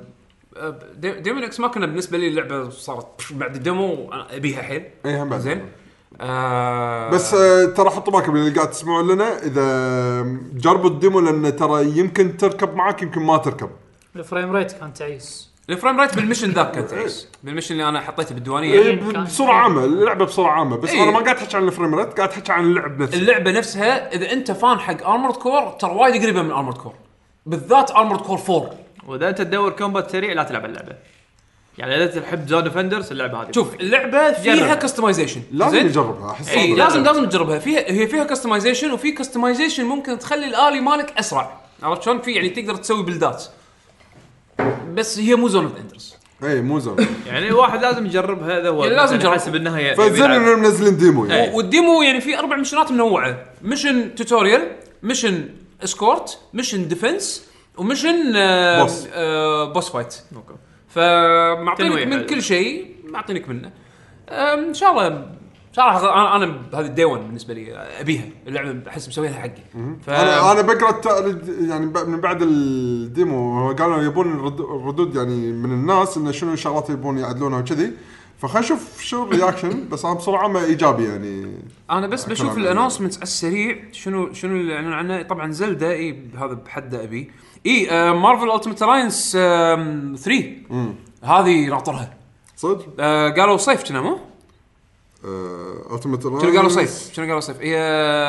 ديمون اكس ماكينه بالنسبه لي اللعبه صارت بعد الديمو أنا ابيها حيل. اي هم بعد زين آه... بس آه ترى حطوا بالكم اللي قاعد تسمعون لنا اذا جربوا الديمو لان ترى يمكن تركب معاك يمكن ما تركب. الفريم ريت كان تعيس. الفريم ريت بالمشن ذاك كان تعيس بالمشن اللي انا حطيته بالديوانيه. إيه بصوره عامه اللعبه بصوره عامه بس إيه. انا ما قاعد احكي عن الفريم ريت قاعد احكي عن اللعب نفسه. اللعبه نفسها اذا انت فان حق ارمورد كور ترى وايد قريبه من ارمورد كور بالذات ارمورد كور فور. واذا انت تدور كومبات سريع لا تلعب اللعبه يعني اذا تحب زون اوفندرز اللعبه هذه. شوف اللعبه فيها جربها. كستمايزيشن لازم نجربها احس. اي صعبة. لازم لازم تجربها. فيها هي فيها كستمايزيشن وفي كستمايزيشن ممكن تخلي الالي مالك اسرع. عرفت شلون في يعني تقدر تسوي بلدات بس هي مو زون اوف اندرز. اي مو زون يعني واحد لازم يجربها هذا هو يعني لازم يجرب. حسب النهايه. فزين انهم منزلين ديمو يعني. والديمو يعني في اربع مشنات منوعه ميشن توتوريال ميشن اسكورت مشن ديفنس ومشن آه بوس. آه بوس فايت. اوكي فمعطينك تنويع من هذا. كل شيء معطينك منه. آم، ان شاء الله صراحه انا انا بهذا الدي واحد بالنسبه لي ابيها اللعبه احس مسويها حقي. ف... انا انا بقرا الت- يعني ب- من بعد الديمو قالوا يبون الرد- الردود يعني من الناس انه شنو الشغلات يبون يعدلونها وكذي فخلينا نشوف شو الرياكشن بس انا بصراحه ما ايجابي يعني. انا بس بشوف كلام الانونسمنت على السريع شنو شنو اللي اعلنوا عنه. طبعا زلدا اي هذا بحده ابي اي آه مارفل التيمت الاينس ثلاثة هذه ناطرها صدق آه قالوا صيف كنا مو التيمت شنو قالوا صيف شنو قالوا صيف هي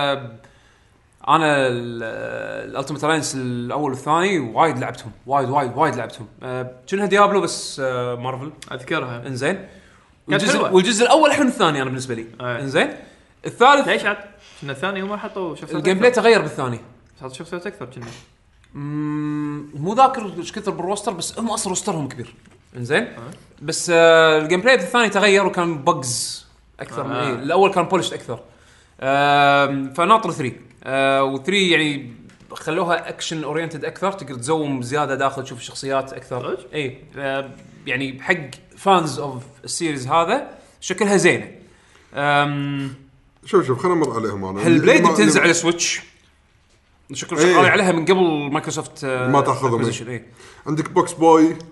انا الالتيمت الاينس الاول والثاني وايد لعبتهم وايد وايد وايد لعبتهم آه كأنها ديابلو بس آه مارفل اذكرها انزين كانت والجزء, حلوة. والجزء الاول احلى من الثاني انا بالنسبه لي أيه. انزين الثالث ليش عاد كنا الثاني هم حطوا شخصيات الجيم بلاي تغير بالثاني حطوا شخصيات اكثر كنا مم، مو ذاكر ايش كثر بالروستر بس هم اصلا روسترهم كبير انزين بس آه الجيم بلاي بالثاني تغير وكان بجز اكثر آه. من إيه الاول كان بولش اكثر آه فناطر ثلاثة آه و3 يعني خلوها اكشن اورينتد اكثر تقدر تزوم زياده داخل تشوف الشخصيات اكثر اي آه يعني حق فانز اوف السيريز هذا شكلها زينه. آم، شوف شوف خلينا نمر عليهم انا. هالبليد ما- بتنزل على سويتش شكله إيه. شغال عليها من قبل مايكروسوفت آه ما تاخذهم acquisition، إيه. عندك بوكس بوي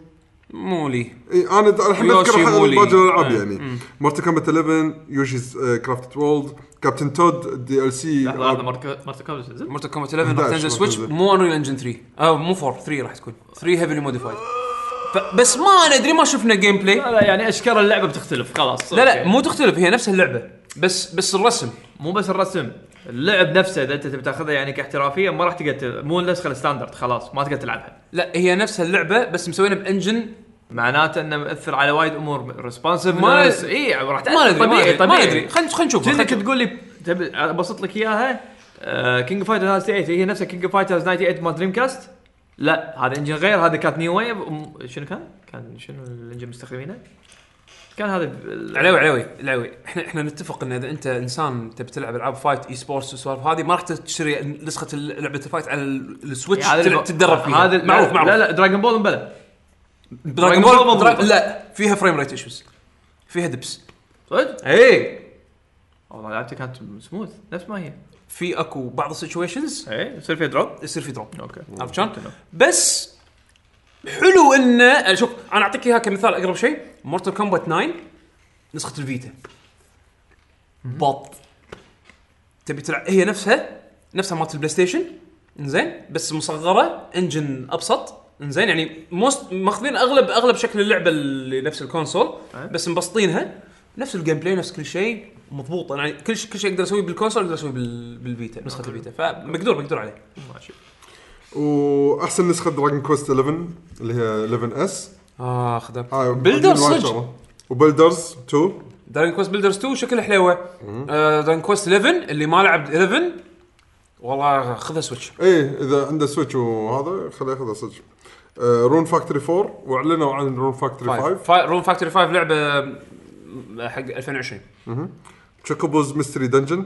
مو لي إيه انا الحين يوشي اذكر مولي. باقي الالعاب آه. يعني مورتال كومبات إحدى عشر يوشيز كرافتد وولد كابتن تود دي ال سي لحظه لحظه مرت كابل تنزل مورتال كومبات إحدى عشر راح إحدى عشر تنزل راح سويتش تنزل. مو انريل انجن ثلاثة او مو أربعة ثلاثة راح تكون ثلاثة هيفلي موديفايد بس ما ندري ما شفنا جيم بلاي. لا لا يعني اشكال اللعبه بتختلف خلاص. لا لا أوكي. مو تختلف هي نفس اللعبه بس بس الرسم مو بس الرسم اللعب نفسه اذا انت تبي تاخذها يعني كاحترافيه ما راح تقدر مو نسخه الستاندرد خلاص ما تقدر تلعبها. لا هي نفس اللعبه بس مسوينها بانجن معناته انه مؤثر على وايد امور ريسبونسيف ما- اي راح ما تاثر ندري ما طبيعي ندري ما طبيعي ندري خلينا خلينا نشوف كأنك تقول لي تبي ابسط لك اياها كينج فايتر ثمانية وتسعين هي نفسها كينج فايتر ثمانية وتسعين مال دريم كاست. لا هذا انجن غير هذا كانت نيو ويف شنو كان كان شنو الانجن مستخدمينه كان هذا ال- علوي علوي علوي احنا احنا نتفق ان اذا انت انسان تبي تلعب العاب فايت اي سبورتس والسوالف هذه ما راح تشتري نسخه لعبه الفايت على السويتش هذا تلعب الب- تتدرب فيها هذا معروف معروف لا لا دراغون بول مبلى دراجون Dragon Ball بول مضبوط. لا فيها فريم ريت ايشوز فيها دبس صدق اي والله لعبتي كانت سموث نفس ما هي في اكو بعض السيتويشنز اي يصير فيها دروب يصير في دروب اوكي عرفت شلون بس حلو انه شوف انا اعطيك اياها كمثال اقرب شيء مورتال كومبات تسعة نسخه الفيتا بط تبي تلعب هي نفسها نفسها مالت البلاي ستيشن انزين بس مصغره انجن ابسط انزين يعني موست ماخذين اغلب اغلب شكل اللعبه اللي نفس الكونسول بس مبسطينها نفس الجيم بلاي نفس كل شيء مضبوط يعني كل شيء كل شيء اقدر اسويه بالكونسول اقدر اسويه بال... بالفيتا نسخه الفيتا فمقدور مقدور عليه ماشي واحسن نسخه دراجون كويست إحدى عشر اللي هي إحدى عشر اس اه خذ هاي بيلدرز وايد صدق شغلة. وبيلدرز اثنين دراجون كويست بيلدرز اثنين شكلها حلوه آه دراجون كويست إحدى عشر اللي ما لعب إحدى عشر والله خذها سويتش ايه اذا عنده سويتش وهذا خليه ياخذ صدق. آه رون فاكتوري أربعة واعلنوا عن رون فاكتوري خمسة فايف رون فاكتوري خمسة لعبه حق ألفين وعشرين تشوكوبوز ميستري دنجن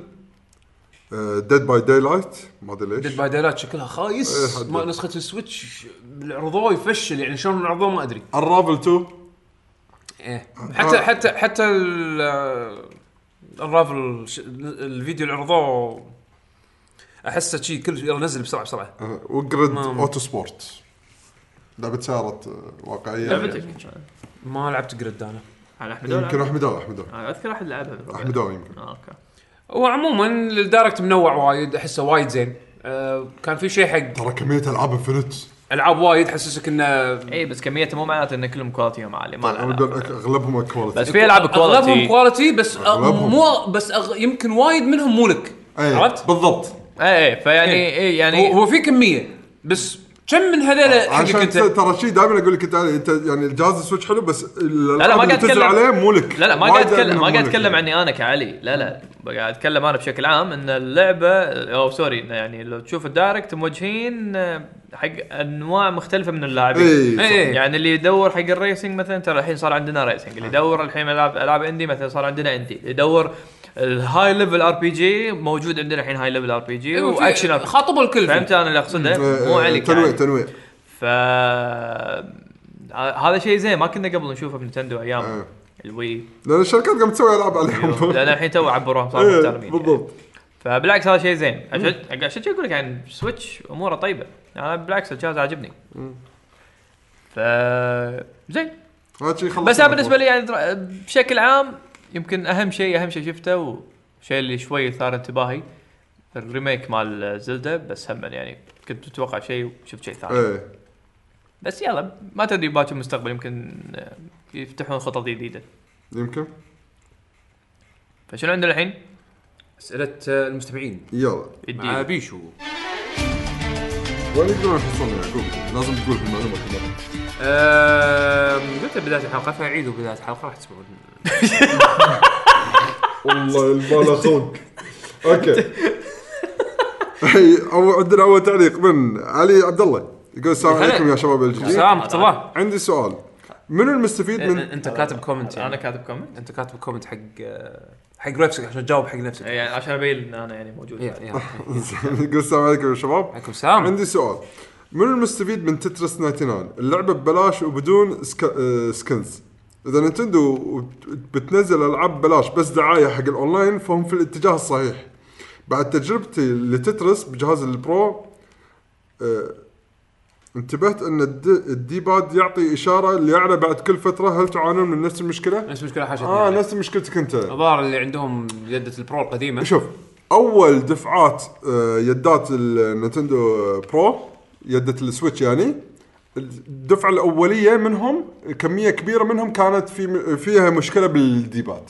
ديد باي داي لايت ما ادري ليش ديد باي دايلايت شكلها خايس إيه، حد ما نسخه السويتش العرضوه يفشل يعني شلون العرضوه ما ادري الرافل اثنين ايه حتى حتى حتى ال- الرافل ش- الفيديو العرضوه احسه شيء كل ينزل بسرعه بسرعه آه، وجريد ما- اوتو سبورت لعبه سيارات آه، واقعيه لعبتك ما لعبت جريد انا على احمد يمكن احمد الله احمد الله انا اذكر احد لعبها احمد الله يمكن آه، اوكي وعموما الدايركت منوع وايد احسه وايد زين أه كان في شيء حق ترى كميه العاب انفنت العاب وايد تحسسك انه اي بس كميته مو معناته ان كلهم كواليتيهم عالي ما لها أبداً علاقة. اغلبهم كواليتي بس في العاب اغلبهم كواليتي كواليتي بس أغ... أغلبهم. مو بس أغ... يمكن وايد منهم مو لك أي، عرفت بالضبط اي اي فيعني اي يعني هو, هو في كميه بس كم من هذول حقك عشان انت ترى شيء دائما اقول لك انت انت يعني الجهاز السويتش حلو بس لا، ما قاعد تنزل أتكلم- عليه مو لك لا لا ما وايد قاعد اتكلم منهم ما مو قاعد لك اتكلم يعني. عني انا كعلي لا لا قاعد اتكلم انا بشكل عام ان اللعبه او سوري إنه يعني لو تشوف الدايركت موجهين آه، حق انواع مختلفه من اللاعبين اي إيه. يعني اللي يدور حق الريسنج مثلا ترى الحين صار عندنا ريسنج اللي يدور الحين العاب العاب اندي مثلا صار عندنا اندي اللي يدور الهاي ليفل ار بي جي موجود عندنا الحين هاي ليفل ار بي جي أيوة، في- واكشن ار خاطبوا الكل فهمت انا اللي اقصده مو عليك تنويع يعني. تنويع ف هذا شيء زين ما كنا قبل نشوفه بنتندو ايام آه. الوي لان الشركات قامت تسوي العاب عليهم لان الحين تو عبروهم صاروا إيه، محترمين يعني. بالضبط فبالعكس هذا شيء زين عشان عشان كذا اقول لك يعني سويتش اموره طيبه انا بالعكس الجهاز عاجبني ف زين هذا شيء خلص بس انا بالنسبه لي يعني در- بشكل عام يمكن اهم شيء اهم شيء شفته وشيء اللي شوي ثار انتباهي الريميك مال زلدة بس هم يعني كنت متوقع شيء وشفت شيء ثاني ايه بس يلا ما تدري باكر المستقبل يمكن يفتحون خطط جديده يمكن فشنو عندنا الحين اسئله المستمعين يلا مع الدين بيشو وين يقدرون يحصلون يعقوب لازم تقول في المعلومه كلها أه... قلت بدايه الحلقه فاعيدوا بدايه الحلقه راح تسمعون والله البال خلق اوكي هي او عندنا اول تعليق من علي عبد الله يقول السلام هلا. عليكم يا شباب الجديد سلام ورحمه الله عندي سؤال منو المستفيد من انت كاتب كومنت انا يعني. كاتب كومنت انت كاتب كومنت حق حق نفسك عشان تجاوب حق نفسك يعني عشان ابين ان انا يعني موجود يا يا يقول السلام عليكم يا شباب عليكم السلام عندي سؤال منو المستفيد من تترس تسعة وتسعين اللعبه ببلاش وبدون سك... آه، سكنز اذا نينتندو بتنزل العاب ببلاش بس دعايه حق الاونلاين فهم في الاتجاه الصحيح بعد تجربتي لتترس بجهاز البرو آه، انتبهت ان الد- الديباد يعطي اشاره ليعلى بعد كل فتره. هل تعانون من نفس المشكله؟ نفس المشكله حاشتني اه يعني. نفس مشكلتك انت. الظاهر اللي عندهم يده البرو القديمه. شوف اول دفعات آه، يدات النينتندو برو، يدة السويتش يعني، الدفعه الاوليه منهم كميه كبيره منهم كانت في فيها مشكله بالديباد.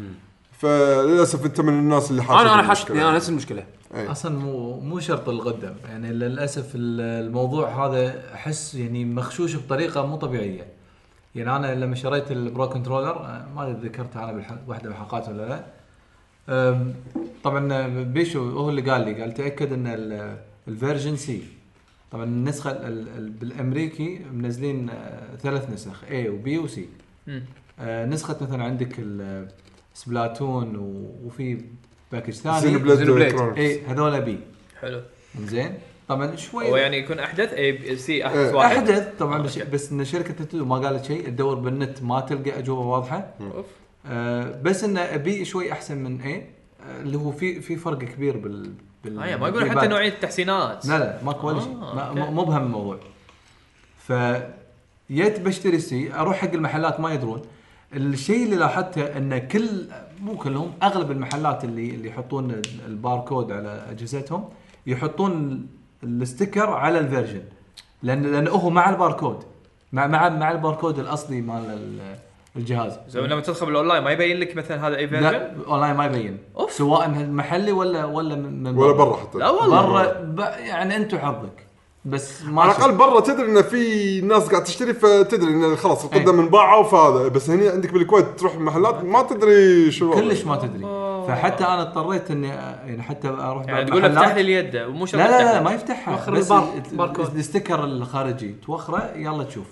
فللاسف انت من الناس اللي حاشتني. انا انا حاشتني انا نفس المشكله. اصلا مو مو شرط القدم يعني، للاسف الموضوع هذا احس يعني مخشوش بطريقه مو طبيعيه. يعني انا لما شريت البرو كنترولر ما ذكرت انا بالح... واحده من الحلقات ولا لا. أم، طبعا بيشو هو اللي قال لي قال تاكد ان ال- الفيرجن سي. طبعا النسخه ال- ال- بالامريكي منزلين آه، ثلاث نسخ A وبي وسي. آه، نسخه مثلا عندك ال- سبلاتون و- وفي باكج ثاني زينوبليد. اي هذول بي. حلو. زين طبعا شوي هو يعني يكون احدث اي سي احدث إيه. واحد. احدث طبعا، بس, أوكي. بس ان شركه نتندو ما قالت شيء، تدور بالنت ما تلقى اجوبه واضحه. أوف. آه بس ان بي شوي احسن من اي، آه اللي هو في في فرق كبير بال بال آه ما يقول حتى بالباد. نوعيه التحسينات. لا لا ماكو ولا آه، شيء، ما- أوكي. مو بهم الموضوع. ف يت بشتري سي اروح حق المحلات ما يدرون. الشيء اللي لاحظته ان كل مو كلهم اغلب المحلات اللي اللي يحطون الباركود على اجهزتهم يحطون الستيكر على الفيرجن، لان لانه هو مع الباركود مع مع مع الباركود الاصلي مال ال- الجهاز. زين لما تدخل بالاونلاين ما يبين لك مثلا هذا اي فيرجن؟ لا اونلاين ما يبين أوف. سواء محلي ولا ولا من ولا برا حتى. لا والله. برا ب... يعني انت وحظك بس ما على شفت. الاقل برا تدري ان في ناس قاعد تشتري فتدري ان خلاص القدم من باعوا فهذا. بس هنا عندك بالكويت تروح المحلات ما تدري شو الوضع. كلش ما تدري. فحتى انا اضطريت اني يعني حتى اروح يعني تقول له محلات. افتح لي اليد ومو شرط لا لا لا تفتح. ما يفتحها، وخر بس البار- ال- باركود. الستيكر الخارجي توخره يلا تشوف.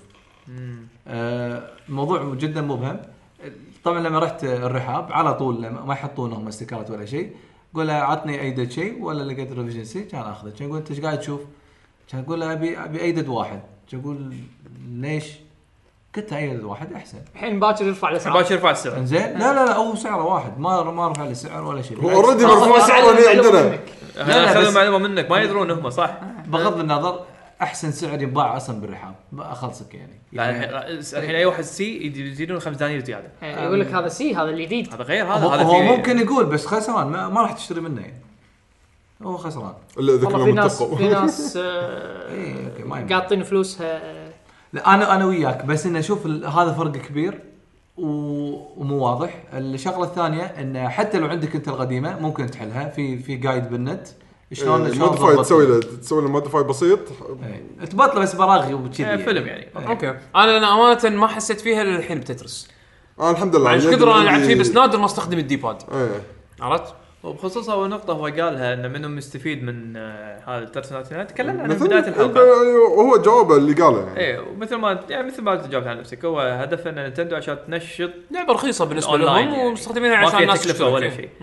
آه الموضوع جدا مبهم. طبعا لما رحت الرحاب على طول لما ما يحطونهم استيكرات ولا شيء، قول له عطني ايدد شيء ولا لقيت ريفيجن سي كان اخذه. كان يقول انت ايش قاعد تشوف؟ كان اقول له ابي ابي ايدد واحد. كان يقول ليش؟ قلت له ايدد واحد احسن. الحين باكر يرفع الاسعار. باكر يرفع السعر. انزين لا لا لا هو سعره واحد، ما ما رفع لي سعر ولا شيء. هو اوريدي مرفوع سعره هنا عندنا. لا، انا لا، اخذ بس- المعلومه منك ما يدرون هم صح. بغض النظر احسن سعر ينباع اصلا بالرحاب اخلصك يعني. يعني الحين اي واحد سي يزيدون خمس دنانير زياده. يعني يقول لك هذا سي هذا الجديد. هذا غير هذا هو, هذا هو فيه- ممكن يقول بس خسران ما, ما راح تشتري منه يعني. هو خسران. الا اذا والله كنا في ناس متفقوا. في ناس آه، إيه، أوكي، ما ينفع. قاطين فلوسها. لا انا انا وياك بس انه شوف ال- هذا فرق كبير و- ومو واضح. الشغله الثانيه انه حتى لو عندك انت القديمه ممكن تحلها في في جايد بالنت شلون شلون موديفاي تضبط. تسوي له تسوي له موديفاي بسيط. إيه، تبطل بس براغي وكذي آه، فيلم يعني. اوكي انا انا امانه ما حسيت فيها للحين بتترس. انا الحمد لله مع ايش اليد كثر انا اللي لعبت فيه عندي- بس نادر ما استخدم الديباد. ايه عرفت؟ وبخصوص اول نقطه هو قالها انه منهم مستفيد من آه، هذا الترسنات. تكلمنا عن مثل بدايه الحلقه. يعني هو جوابه اللي قاله يعني. ايه ومثل ما يعني مثل ما جاوبت عن نفسك هو هدف ان نينتندو عشان تنشط لعبه رخيصه بالنسبه الأونلاين لهم يعني. ومستخدمينها ما عشان فيها الناس تكلفه تشترك. ولا شيء.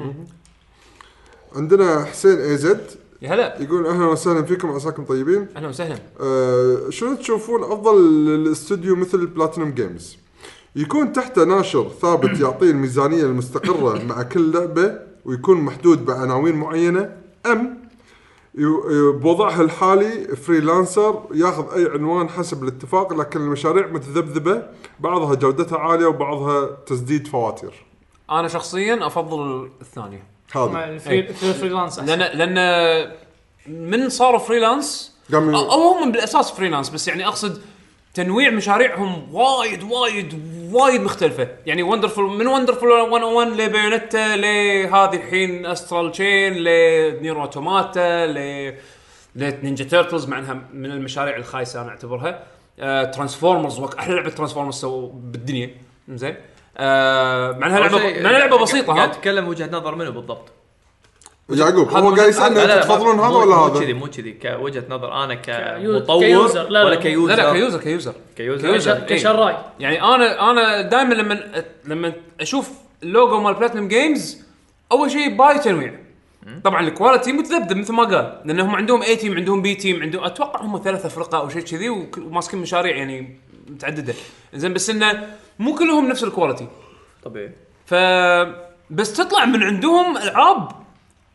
عندنا حسين اي زد يا هلا يقول اهلا وسهلا فيكم عساكم طيبين. اهلا وسهلا. أه شنو تشوفون افضل الاستوديو مثل بلاتينوم جيمز يكون تحته ناشر ثابت يعطيه الميزانيه المستقره مع كل لعبه ويكون محدود بعناوين معينه، ام يو- بوضعها الحالي فريلانسر ياخذ اي عنوان حسب الاتفاق، لكن المشاريع متذبذبه بعضها جودتها عاليه وبعضها تسديد فواتير. انا شخصيا افضل الثانيه هذا الفري- الفريلانس لان لان من صاروا فريلانس قام او أو هم بالاساس فريلانس، بس يعني اقصد تنويع مشاريعهم وايد وايد وايد مختلفه. يعني وندرفul من وندرفul مية وواحد لبايونيتا لهذه الحين استرال تشين لنير اوتوماتا ل لنينجا تيرتلز، مع انها من المشاريع الخايسه انا اعتبرها. آه، ترانسفورمرز وك احلى لعبه ترانسفورمرز سووا بالدنيا. زين آه، مع انها لعبه مع انها لعبه بسيطه. قاعد ها تتكلم وجهه نظر منه بالضبط؟ يعقوب هذا هو وجهة- قاعد يسالني لا، لا، تفضلون مو- هذا ولا مو هذا؟ كذي مو كذي كوجهه نظر انا كيو- كمطور كيوزر. لا، لا، ولا مو- كيوزر. لا لا كيوزر كيوزر كيوزر كيوزر. كش- كشراي. يعني انا انا دائما لما لما اشوف اللوجو مال بلاتينوم جيمز اول شيء باي تنويع. طبعا الكواليتي متذبذب مثل ما قال، لانهم عندهم اي تيم عندهم بي تيم عندهم اتوقع هم ثلاثه فرقه او شيء كذي وك- وماسكين مشاريع يعني متعدده. زين بس انه مو كلهم نفس الكواليتي. طبيعي. ف بس تطلع من عندهم العاب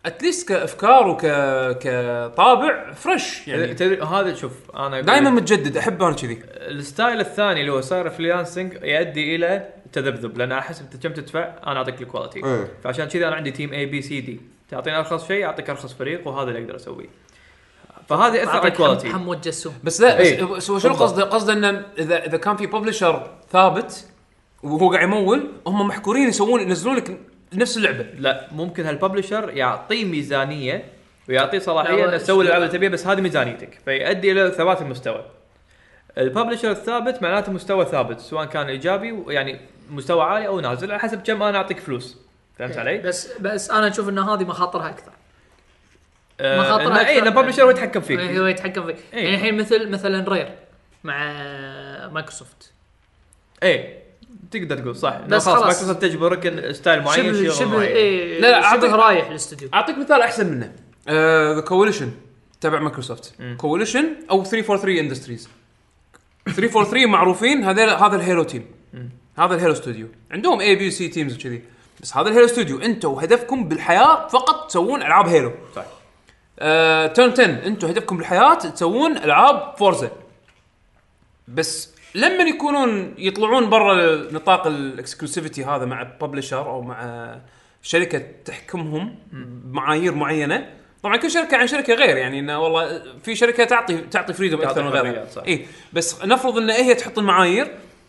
اتليست كافكار وك كطابع فريش يعني. تدري هذا شوف انا دائما متجدد احب انا كذي. الستايل الثاني اللي هو صار فريلانسنج يؤدي الى تذبذب، لان احسب انت كم تدفع انا اعطيك الكواليتي. إيه. فعشان كذا انا عندي تيم اي بي سي دي، تعطيني ارخص شيء اعطيك ارخص فريق، وهذا اللي اقدر اسويه. فهذا ياثر على الكواليتي. حمود جسوم بس لا إيه. بس هو شنو قصده قصده انه اذا اذا كان في ببلشر ثابت وهو قاعد يمول هم محكورين يسوون ينزلون لك نفس اللعبه. لا ممكن هالببلشر يعطيه ميزانيه ويعطيه لا، صلاحيه هو انه تسوي الالعاب اللي تبيها، بس هذه ميزانيتك فيؤدي الى ثبات المستوى. الببلشر الثابت معناته مستوى ثابت، سواء كان ايجابي يعني مستوى عالي او نازل على حسب كم انا اعطيك فلوس. فهمت علي؟ بس بس انا اشوف ان هذه مخاطرها اكثر. آه مخاطرها اي ان الببلشر هو يتحكم فيك. إيه، هو يتحكم فيك إيه. يعني الحين مثل مثلا رير مع مايكروسوفت. اي تقدر تقول صح، بس خلاص خلاص. مايكروسوفت تجبرك ستايل معين، شبه شيء شبه معين. إيه لا، لا، شبه أعطيك- رايح الاستوديو. اعطيك مثال احسن منه. ذا كواليشن تبع مايكروسوفت. كواليشن او ثلاثمية وثلاثة وأربعين اندستريز. ثلاثمية وثلاثة وأربعين معروفين، هذا هذا الهيرو تيم. هذا الهيرو ستوديو عندهم اي بي سي تيمز وكذي، بس هذا الهيرو ستوديو انتم هدفكم بالحياه فقط تسوون العاب هيرو. صح. آه، تيرن عشرة انتم هدفكم بالحياه تسوون العاب فورزا. بس لما يكونون يطلعون برا نطاق الاكسكلوسيفيتي هذا مع ببلشر او مع شركه تحكمهم بمعايير معينه، طبعا كل شركه عن شركه غير، يعني انه والله في شركه تعطي تعطي فريدوم اكثر من غيرها. اي بس نفرض ان هي تحط المعايير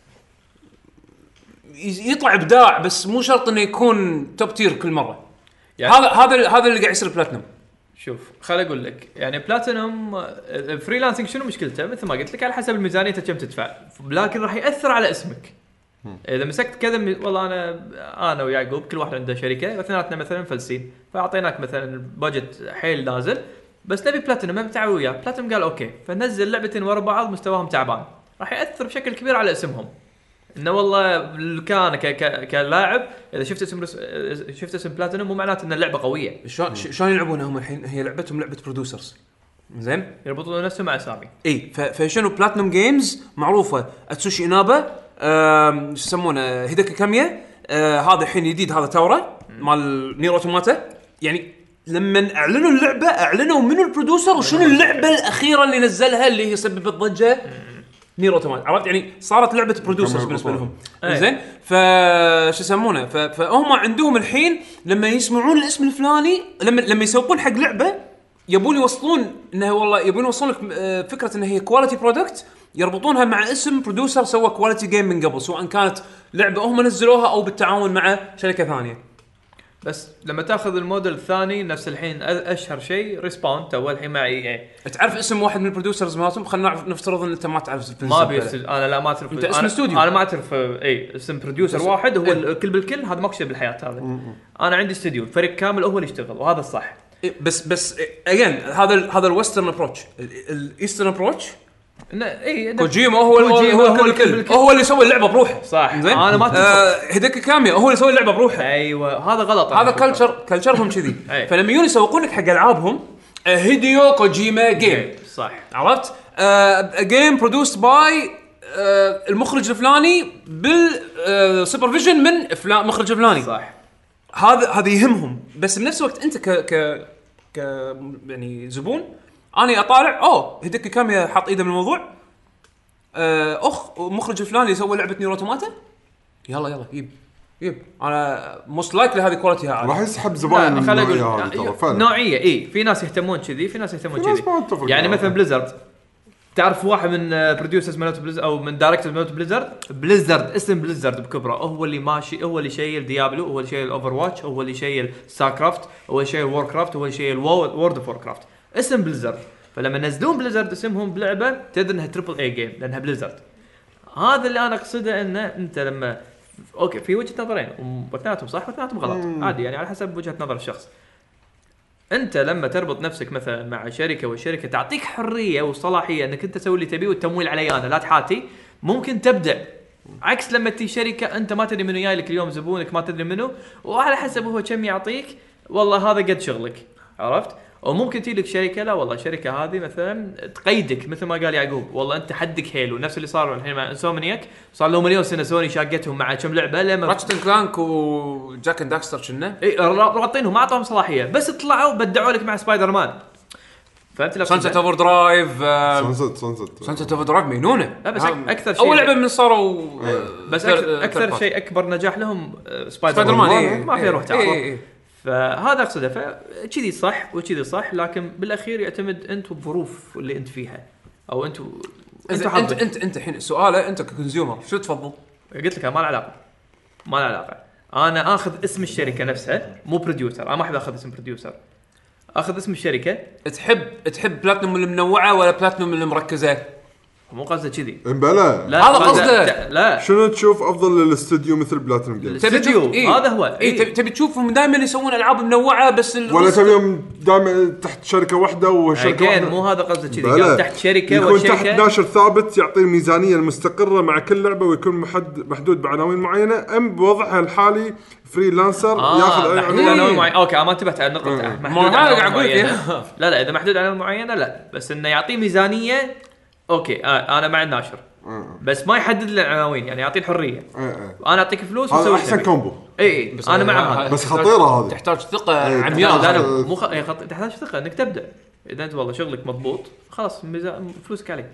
يطلع ابداع، بس مو شرط انه يكون توب تير كل مره. يعني هذا هذا هذا اللي قاعد يصير بلاتنم. شوف خل اقول لك، يعني بلاتينوم الفريلانسنج شنو مشكلته؟ مثل ما قلت لك على حسب الميزانيه كم تدفع، لكن راح ياثر على اسمك. اذا مسكت كذا م... والله انا انا ويعقوب كل واحد عنده شركه واثنيناتنا مثلا فلسين، فاعطيناك مثلا البادجت حيل نازل، بس نبي بلاتينوم ما بتعاون وياه. بلاتينوم قال اوكي، فنزل لعبتين ورا بعض مستواهم تعبان، راح ياثر بشكل كبير على اسمهم. انه والله كان ك... ك... كلاعب اذا شفت اسم رس... شفت اسم بلاتينوم مو معناته ان اللعبه قويه. شلون شلون يلعبونها هم الحين؟ هي لعبتهم لعبه برودوسرز زين، يربطون نفسهم مع اسامي. اي فشنو بلاتنم جيمز معروفه، اتسوشي اينابا، شو يسمونه، هيداكي كاميا، آه هذا الحين جديد، هذا تاورا مال نير اوتوماتا. يعني لما اعلنوا اللعبه اعلنوا منو البرودوسر وشنو اللعبه الاخيره اللي نزلها اللي هي سببت ضجه، نير اوتوماتا. عرفت يعني صارت لعبه برودوسرز بالنسبه لهم. زين فشو يسمونه، فهم عندهم الحين لما يسمعون الاسم الفلاني، لما لما يسوقون حق لعبه يبون يوصلون انه والله يبون يوصلون لك فكره انها هي كواليتي برودكت، يربطونها مع اسم برودوسر سوى كواليتي جيم من قبل، سواء كانت لعبه هم نزلوها او بالتعاون مع شركه ثانيه. بس لما تاخذ الموديل الثاني نفس الحين اشهر شيء ريسباوند تو الحين مع اي اي. تعرف اسم واحد من البرودوسرز مالتهم؟ خلينا نفترض ان انت ما تعرف. ما بيصير انا لا ما اعرف انت اسم استوديو، انا ما اعرف اي اسم بروديوسر واحد هو الكل بالكل، هذا ماكو شيء بالحياه هذا. انا عندي استوديو فريق كامل هو اللي يشتغل، وهذا الصح. بس بس اجين هذا هذا الويسترن ابروتش. الايسترن ابروتش انه اي كوجيما هو هو هو الكل، هو اللي يسوي اللعبه بروحه. صح. انا ما آه هيداكي كاميا هو اللي يسوي اللعبه بروحه. ايوه هذا غلط. هذا كلتشر كلتشرهم كذي. فلما يجون يسوقون لك حق العابهم هيديو كوجيما جيم، صح عرفت؟ جيم برودوسد باي المخرج الفلاني بالسوبرفيجن من فلان مخرج فلاني، صح. هذا هذا يهمهم. بس بنفس الوقت انت ك ك ك يعني زبون، انا اطالع اوه هيديكي كاميا حاط ايده بالموضوع، اخ مخرج فلان يسوي لعبه نير اوتوماتا، يلا يلا يب يب انا موست لايكلي هذه كواليتيها عاليه، راح يسحب زباين من النوعيه هذه. نوعيه اي في ناس يهتمون كذي، في ناس يهتمون كذي. يعني مثلا بليزرد، تعرف واحد من بروديوسرز مالت بليزرد او من دايركتورز مالت بليزرد، بليزرد اسم بليزرد بكبره هو اللي ماشي، هو اللي شايل ديابلو، هو اللي شايل اوفر واتش، هو اللي شايل ستاركرافت، هو اللي شايل وور كرافت، هو اللي شايل وورد اوف وور كرافت. اسم بليزرد، فلما نزلون بليزرد اسمهم بلعبه تدري انها تريبل اي جيم لانها بليزرد. هذا اللي انا اقصده، انه انت لما اوكي في وجهه نظرين واثنيناتهم صح واثنيناتهم غلط، عادي يعني على حسب وجهه نظر الشخص. انت لما تربط نفسك مثلا مع شركه والشركه تعطيك حريه وصلاحيه انك انت تسوي اللي تبيه والتمويل علي انا لا تحاتي، ممكن تبدع. عكس لما تي شركه انت ما تدري منو جاي لك اليوم، زبونك ما تدري منو، وعلى حسب هو كم يعطيك، والله هذا قد شغلك، عرفت؟ او ممكن تجي لك شركه لا والله الشركه هذه مثلا تقيدك مثل ما قال يعقوب والله انت حدك هيلو نفس اللي صار الحين مع انسومنياك صار له مليون سنه سوني شاقتهم مع كم لعبه لما راتشت كلانك وجاك اند داكستر كنا اي رابطينهم ما اعطوهم صلاحيه بس طلعوا بدعوا لك مع سبايدر مان فهمت لك سانست اوفر درايف سانست سانست سانست اوفر درايف مينونه لا بس اكثر شيء اول لعبه من صاروا بس اكثر, أكثر شيء اكبر نجاح لهم سبايدر, سبايدر مان إيه ما في روح تعال إيه إيه. فهذا اقصده فكذي صح وكذي صح لكن بالاخير يعتمد انت والظروف اللي انت فيها او انت انت انت انت انت الحين سؤاله انت ككونسيومر شو تفضل؟ قلت لك ما له علاقه ما له علاقه انا اخذ اسم الشركه نفسها مو بروديوسر انا ما احب اخذ اسم بروديوسر اخذ اسم الشركه تحب تحب بلاتنوم المنوعه ولا بلاتنوم المركزه؟ مو قصده كذي امبلا لا هذا قصده لا شنو تشوف افضل للاستوديو مثل بلاتنوم جيمز تبي تشوف إيه؟ هذا هو إيه؟ إيه؟ تبي تشوفهم دائما يسوون العاب منوعه بس ولا تبيهم دائما تحت شركه واحده وشركه واحده مو هذا قصده كذي قال تحت شركه يكون والشركه تحت ناشر ثابت يعطي الميزانيه المستقره مع كل لعبه ويكون محد محدود بعناوين معينه ام بوضعها الحالي فريلانسر آه ياخذ اي عناوين معينه اوكي ما انتبهت على النقطه محدود على قاعد اقول لا لا اذا محدود على معينه لا بس انه يعطي ميزانيه اوكي آه انا مع الناشر بس ما يحدد لي العناوين يعني يعطي الحريه انا اعطيك فلوس وسوي احسن كومبو اي بس انا مع هذا بس خطيره هذه تحتاج ثقه عمياء لا لا مو خ... خط... تحتاج ثقه انك تبدا اذا انت والله شغلك مضبوط خلاص ميزان فلوسك عليك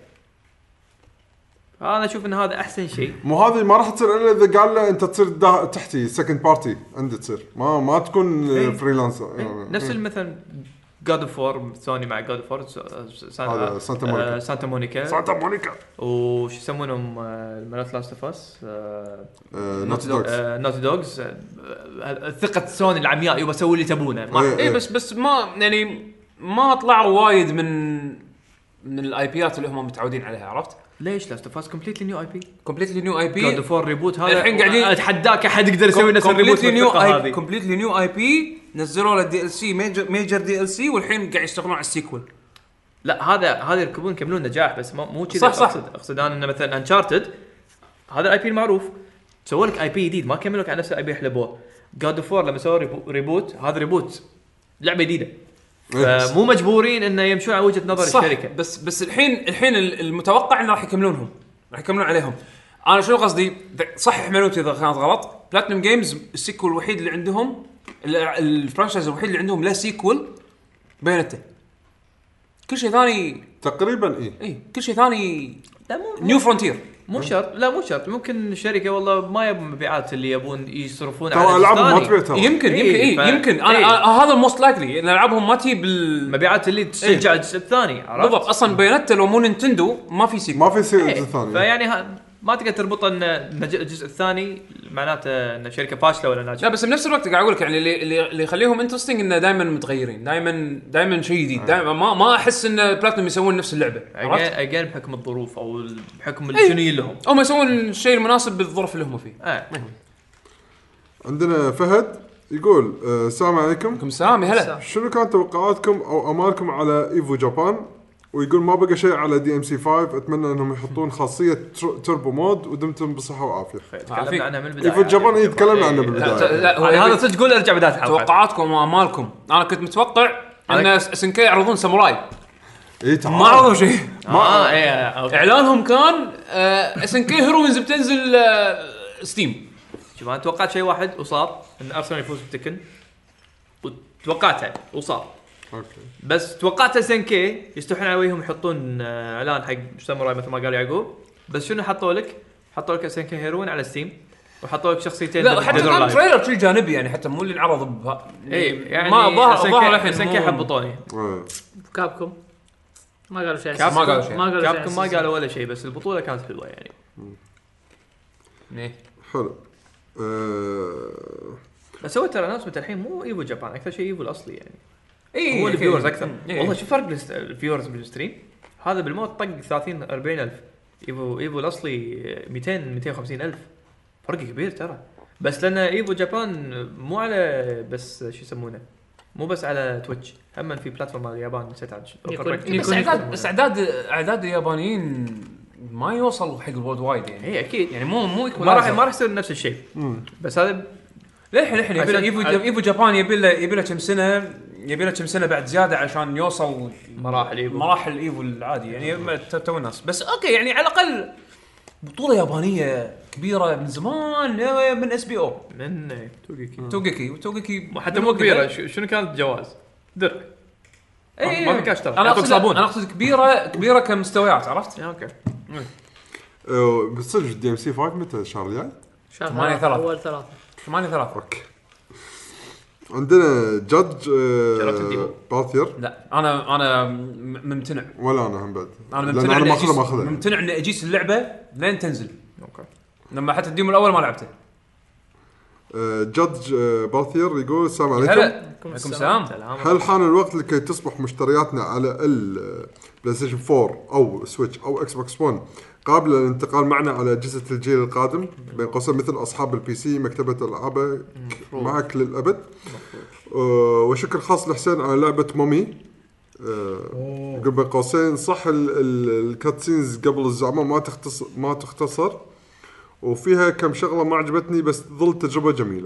انا اشوف ان هذا احسن شيء مو هذه ما راح تصير الا اذا قال له انت تصير دا... تحتي سكند بارتي عندك تصير ما ما تكون إيه. فريلانسر إيه. نفس إيه. مثلا جاد اوف وور سوني مع جاد اوف وور هذا سانتا مونيكا سانتا مونيكا سانتا مونيكا وش يسمونهم الملات لاست اوف اس نوتي دوغز نوتي دوغز ثقه سوني العمياء يبغى اسوي اللي تبونه اي إيه بس بس ما يعني ما طلعوا وايد من من الاي بيات اللي هم متعودين عليها عرفت ليش لاست اوف اس كومبليتلي نيو اي بي كومبليتلي نيو اي بي جاد اوف وور ريبوت هذا الحين قاعدين اتحداك احد يقدر يسوي نفس الريبوت هذه كومبليتلي نيو اي بي نزلوا له دي ال سي ميجر ميجر دي ال سي والحين قاعد يشتغلون على السيكول لا هذا هذا يركبون يكملون نجاح بس مو كذا صح صح. اقصد اقصد انا انه مثلا انشارتد هذا الاي بي المعروف سووا لك اي بي جديد ما كملوا لك على نفس الاي بي حلبوه جاد اوف وور لما سووا ريبوت هذا ريبوت لعبه جديده مو مجبورين انه يمشون على وجهه نظر صح. الشركه بس بس الحين الحين المتوقع انه راح يكملونهم راح يكملون عليهم انا شنو قصدي صحح معلومتي اذا كانت غلط بلاتنوم جيمز السيكول الوحيد اللي عندهم الفرانشايز الوحيد اللي عندهم لا سيكول بينته كل شيء ثاني تقريبا اي اي كل شيء ثاني لا مو نيو فرونتير مو شرط لا مو شرط ممكن الشركه والله ما يبون مبيعات اللي يبون يصرفون على العابهم ما تبيع يمكن يمكن اي ف... يمكن انا إيه؟ هذا الموست لايكلي ان العابهم ما تجيب المبيعات اللي تشجع الجزء الثاني عرفت بالضبط اصلا بيانات لو مو نينتندو ما في سيكول ما في سيكول إيه؟ ثاني فيعني ها... ما تقدر تربط ان الجزء الثاني معناته ان شركه فاشله ولا ناجحه لا بس بنفس الوقت قاعد اقول لك يعني اللي اللي يخليهم انترستينج انه دائما متغيرين دائما دائما شيء جديد دائما ما ما احس ان بلاتنوم يسوون نفس اللعبه اجين بحكم الظروف او بحكم أيه. الشنو لهم هم يسوون الشيء المناسب بالظروف اللي هم فيه آه. عندنا فهد يقول السلام آه عليكم عليكم السلام هلا شنو كانت توقعاتكم او امالكم على ايفو جابان ويقول ما بقى شيء على دي ام سي خمسة اتمنى انهم يحطون خاصيه تربو مود ودمتم بصحه وعافيه تكلمنا عنها من البدايه ايفو جابان يعني يتكلمنا عنه بالبدايه لا هو هذا صدق قول ارجع بدايه الحلقه توقعاتكم وامالكم انا كنت متوقع ان اس ان كي يعرضون ساموراي اي ما عرضوا شيء ما اعلانهم كان اس ان كي هيروينز بتنزل ستيم شوف انا توقعت شيء واحد وصار ان ارسنال يفوز بتكن وتوقعته وصار اوكي بس توقعت اس ان كي يستحون على وجههم يحطون اعلان حق ساموراي مثل ما قال يعقوب بس شنو حطوا لك حطوا لك اس ان كي هيروين على ستيم وحطوا لك شخصيتين لا حتى كان تريلر شيء جانبي يعني حتى مو اللي انعرض بها اي يعني ما ظهر ظهر الحين اس ان كي حبطوني كابكم ما قالوا شيء ما قالوا شيء ما قالوا شيء كابكم ما قالوا ولا شيء بس البطوله كانت حلوه يعني ايه حلو أه... بس هو ترى ناس الحين مو ايفو جابان اكثر شيء ايفو الاصلي يعني ايه هو الفيورز اكثر إيه. والله شوف فرق الفيورز بالستريم هذا بالموت طق ثلاثين أربعين الف ايفو ايفو الاصلي مئتين مئتين وخمسين الف فرق كبير ترى بس لان ايفو جابان مو على بس شو يسمونه مو بس على تويتش هم في بلاتفورم اليابان نسيت عاد بس اعداد بس اعداد اعداد اليابانيين ما يوصل حق الورد وايد يعني اي اكيد يعني مو مو ما راح ما راح يصير نفس الشيء بس هذا للحين الحين يبي ايفو ايفو جابان يبي له يبي له كم سنه يبي له كم سنه بعد زياده عشان يوصل مراحل ايفو مراحل ايفو العادي يعني تو الناس بس اوكي يعني على الاقل بطوله يابانيه كبيره من زمان من اس بي او من توغيكي توغيكي وتوغيكي حتى مو كبيره شنو كانت جواز درع ايه ما في كاش ترى انا اقصد صابون انا اقصد كبيره كبيره كمستويات عرفت اوكي بتصير الدي ام سي خمسة متى الشهر الجاي؟ ثمانية ثلاثة اول ثلاثة ثمانية ثلاثة اوكي عندنا جادج بارثير. لا انا انا ممتنع ولا انا هم بعد انا ممتنع انا ما أجيس- اخذها ما اخذها ممتنع اني اجيس اللعبه لين تنزل اوكي لما حتى الديمو الاول ما لعبته. جادج بارثير يقول السلام عليكم. هلا عليكم السلام. هل حان الوقت لكي تصبح مشترياتنا على البلاي ستيشن فور او سويتش او اكس بوكس ون قابله للانتقال معنا على اجهزه الجيل القادم بين قوسين مثل اصحاب البي سي مكتبه العابك معك للابد؟ أه وشكر خاص لحسين على لعبه مومي. أه يقول بين قوسين صح الكاتسينز قبل الزعماء ما تختصر ما تختصر وفيها كم شغله ما عجبتني بس ظل تجربه جميله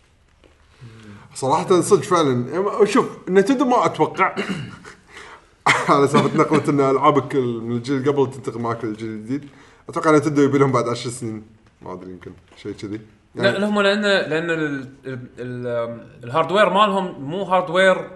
صراحه. صدق فعلا شوف نتندو ما اتوقع على سالفه نقله ان العابك من الجيل قبل تنتقل معك للجيل الجديد. اتوقع نتندو يبي لهم بعد عشر سنين ما ادري يمكن شيء كذي يعني. لا هم لان لان ال ال ال الهاردوير مالهم مو هاردوير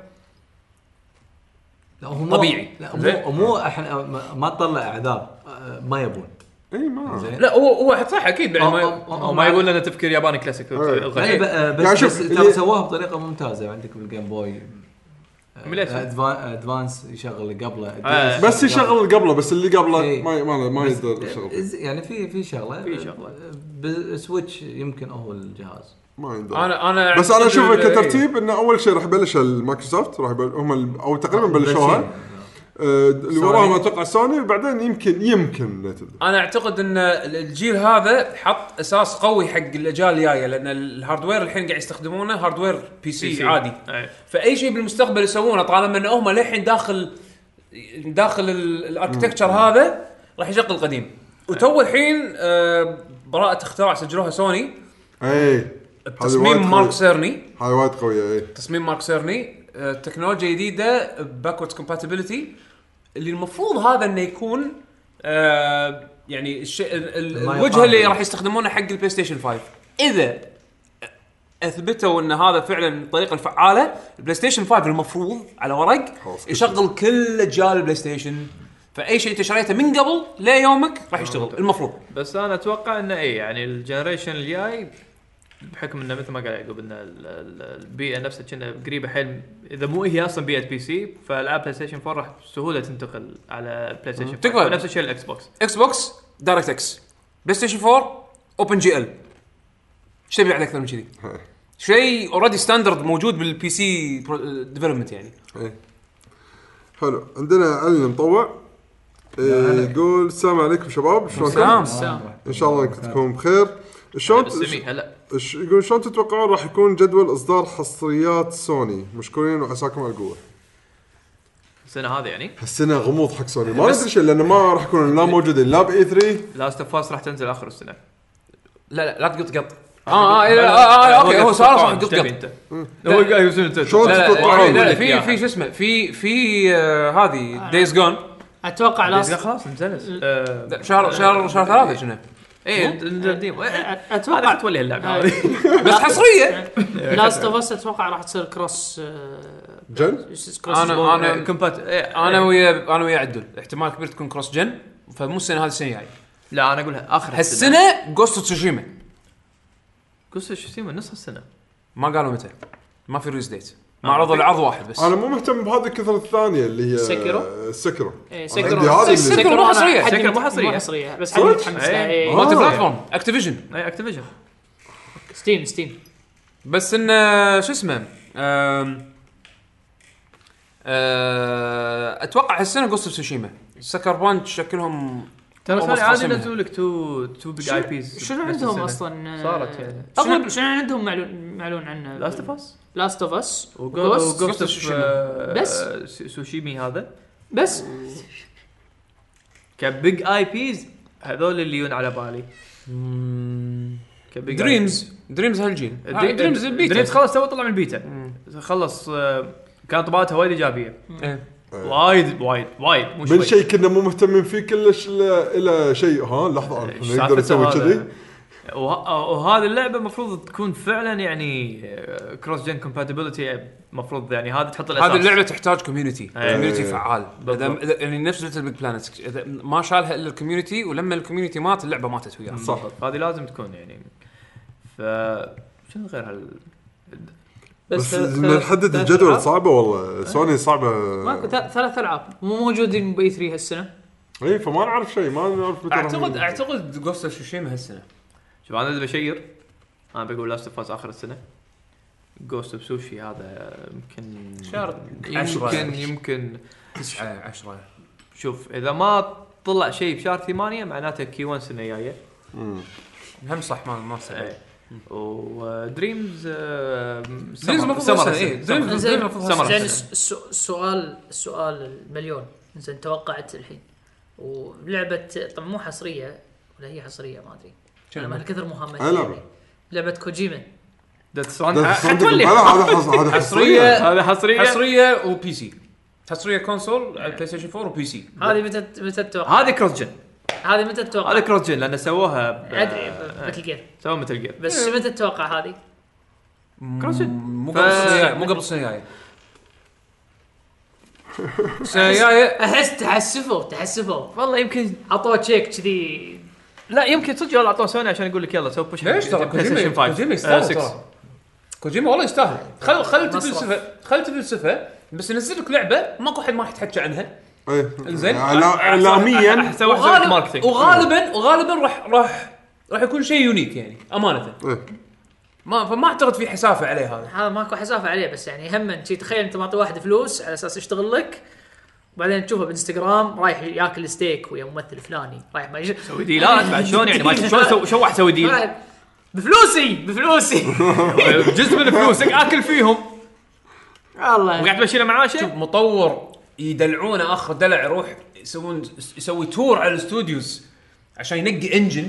لا هو طبيعي. لا مو مو احنا ما تطلع اعذار ما يبون اي ما زين. لا هو هو صح اكيد يعني ما او ما يقول لنا تفكير ياباني كلاسيك يعني ب- بس, يعني بس شوف، ترى اللي- سووها بطريقه ممتازه عندك بالجيم بوي مليش. ادفانس يشغل اللي قبله آه. بس يشغل قبله بس اللي قبله إيه. ما ما ما بس- يقدر يشغل يعني في في شغله في شغلة. بالسويتش يمكن هو الجهاز ما يقدر. انا انا بس انا أعتقد اشوفه ال- كترتيب انه اول شيء راح يبلش المايكروسوفت راح يبل... هم ال... او تقريبا بلشوها آه، اللي وراهم اتوقع سوني وبعدين يمكن يمكن نتندو. انا اعتقد ان الجيل هذا حط اساس قوي حق الاجيال الجايه لان الهاردوير الحين قاعد يستخدمونه هاردوير بي سي, بي سي. عادي. أي. فاي شيء بالمستقبل يسوونه طالما ان هم للحين داخل داخل الاركتكتشر هذا راح يشغل القديم. وتو الحين آه، براءه اختراع سجلوها سوني اي تصميم مارك سيرني هاي وايد قويه. اي تصميم مارك سيرني آه، تكنولوجيا جديده باكورد كومباتيبلتي اللي المفروض هذا انه يكون آه يعني الشيء ال- ما الوجه اللي يقابل. راح يستخدمونه حق البلاي ستيشن خمسة. اذا اثبتوا ان هذا فعلا الطريقه الفعاله البلاي ستيشن خمسة المفروض على ورق خلاص يشغل كل اجيال البلاي ستيشن. فاي شيء انت شريته من قبل ليومك راح يشتغل المفروض. بس انا اتوقع انه اي يعني الجنريشن الجاي بحكم انه مثل ما قال يعقوب ان ال- ال- البيئه نفسها كنا قريبه حيل اذا مو هي اصلا بيئه بي سي فالعاب بلاي ستيشن فور راح بسهوله تنتقل على بلاي ستيشن تقدر. نفس الشيء الاكس بوكس. اكس بوكس دايركت اكس بلاي ستيشن فور اوبن جي ال. ايش تبي بعد اكثر من كذي؟ شيء اوريدي ستاندرد موجود بالبي سي ديفلوبمنت يعني. اي حلو. عندنا علي المطوع إيه يقول السلام عليكم شباب شلونكم؟ سلام. ان شاء الله انكم تكونوا بخير. شلون بالسمي هلا إيش يقول شلون تتوقعون راح يكون جدول اصدار حصريات سوني؟ مشكورين وعساكم على القوه. السنه هذه يعني هالسنه غموض حق سوني ما ندري شيء لانه ما راح يكونون لا موجودين لا باي ثري. لاست اوف اس راح تنزل اخر السنه. لا لا لا تقط قط. اه اه لا اه اه اوكي هو صار صح قط قط. انت هو قاعد يوزن انت شلون لا تتوقعون؟ لا لا في في شو اسمه في في آه، هذه دايز جون اتوقع لاست خلاص نزل شهر شهر شهر ثلاثة شنو ايه الديمو هذا اتوقع تولي اللعبه هذه بس حصريه. لاست اوف اس اتوقع راح تصير كروس جن كروس انا انا كومبات انا ويا انا ويا عدل احتمال كبير تكون كروس جن فمو السنه هذه السنه الجايه. لا انا اقولها اخر هالسنه جوست تسوشيما قصه شو اسمه نص السنه ما قالوا متى ما في ريليز ديت ما عرضوا العرض واحد بس. انا مو مهتم بهذه الكثره الثانيه اللي هي سكيرو؟ سكيرو إيه، عندي سكيرو. هذه اللي- سكيرو مو حصرية. سكيرو مو حصرية. مو حصريه بس حد صدق؟ متحمس لها. إيه. إيه. مالتي آه. بلاتفورم اكتيفيجن اي اكتيفيجن ستيم ستيم بس انه شو اسمه أم... أه... اتوقع هالسنه جوست اوف تسوشيما سكر بانش شكلهم ترى Almost صار عادي خاصمها. ينزلوا لك تو تو بيج اي بيز شنو عندهم اصلا صارت يعني. شنو شنو عندهم معلون معلون عنه لاست اوف اس لاست اوف اس وجوست Ghost of اوف بس. سوشيمي هذا بس كبيج اي بيز هذول اللي يون على بالي كبيج دريمز دريمز هالجيل دريمز البيتا دريمز خلص تو طلع من البيتا خلص آه، كانت طباعتها وايد ايجابيه إيه. وايد وايد وايد مو من شوي شيء كنا مو مهتمين فيه كلش الى إلى شيء ها لحظه احنا نقدر سالفته نسوي هذا. كذي. وه- وهذه اللعبه المفروض تكون فعلا يعني كروس جن كومباتيبلتي المفروض يعني هذا تحط الاساس. هذه اللعبه تحتاج كوميونتي أيه. كوميونتي فعال بالضبط. إذا- يعني نفس ليتل بيج بلانت اذا ما شالها الا الكوميونتي ولما الكوميونتي مات اللعبه ماتت وياه صح. هذه لازم تكون يعني ف شنو غير هال بس ثلاث- إن نحدد ثلاث الجدول ألعاب. صعبه والله سوني صعبه. ماكو ث- ثلاث العاب مو موجودين باي ثلاثة هالسنه. اي فما نعرف شيء ما نعرف متى راح اعتقد ننزل. اعتقد جوست اوف تسوشيما هالسنه شوف انا اللي بشير انا بقول لاست اوف اس اخر السنه. جوست اوف سوشي هذا يمكن شهر عشرة. يمكن يمكن تسعة عشرة. شوف اذا ما طلع شيء بشهر ثمانية معناته كي واحد السنه الجايه. هم صح ما ما صح ايه ودريمز دريمز المفروض هالسنة، إيه. دريمز زين المفروض سمر. زين الس- الس- السؤال السؤال المليون زين توقعت الحين ولعبه طبعا مو حصريه ولا هي حصريه ما ادري انا ما كثر مهمه أي لعبة؟ لعبه كوجيما ديث ده ستراندنج حتولي. لا هذا حص- هذا حصريه هذا حصريه حصريه وبي سي حصريه كونسول على البلاي ستيشن فور وبي سي هذه متى متى تتوقع هذه كروس جن هذه متى تتوقع هذا كروس جن لان سووها ب- ادري مثل جير سووا مثل جير بس متى تتوقع هذه كروس جن مو ف- قبل السنه الجايه مو قبل السنه الجايه السنه الجايه احس تحسفوا تحسفوا والله يمكن عطوه تشيك كذي لا يمكن صدق والله اعطوه سوني عشان يقول لك يلا سوي بوش ليش ترى كوجيما كوجيما يستاهل ترى كوجيما والله يستاهل خل خل تفلسفه خل تفلسفه بس ينزل لك لعبه ماكو حد ما راح يتحكى عنها ايه إنزين. اعلاميا سوي حساب ماركتينج وغالبا وغالبا راح راح راح يكون شيء يونيك يعني امانه إيه. ما فما اعتقد في حسافه عليه هذا هذا ماكو حسافه عليه بس يعني هم شي تخيل انت معطي واحد فلوس على اساس يشتغل لك وبعدين تشوفه بالانستغرام رايح ياكل ستيك ويا ممثل فلاني رايح ما يش... سوي ديلات بعد شلون يعني ما شلون سو شو واحد يسوي ديل رايح بفلوسي بفلوسي جزء من فلوسك اكل فيهم والله وقاعد تمشي له معاشه شوف مطور يدلعونه اخر دلع يروح يسوون يسوي تور على الاستوديوز عشان ينقي انجن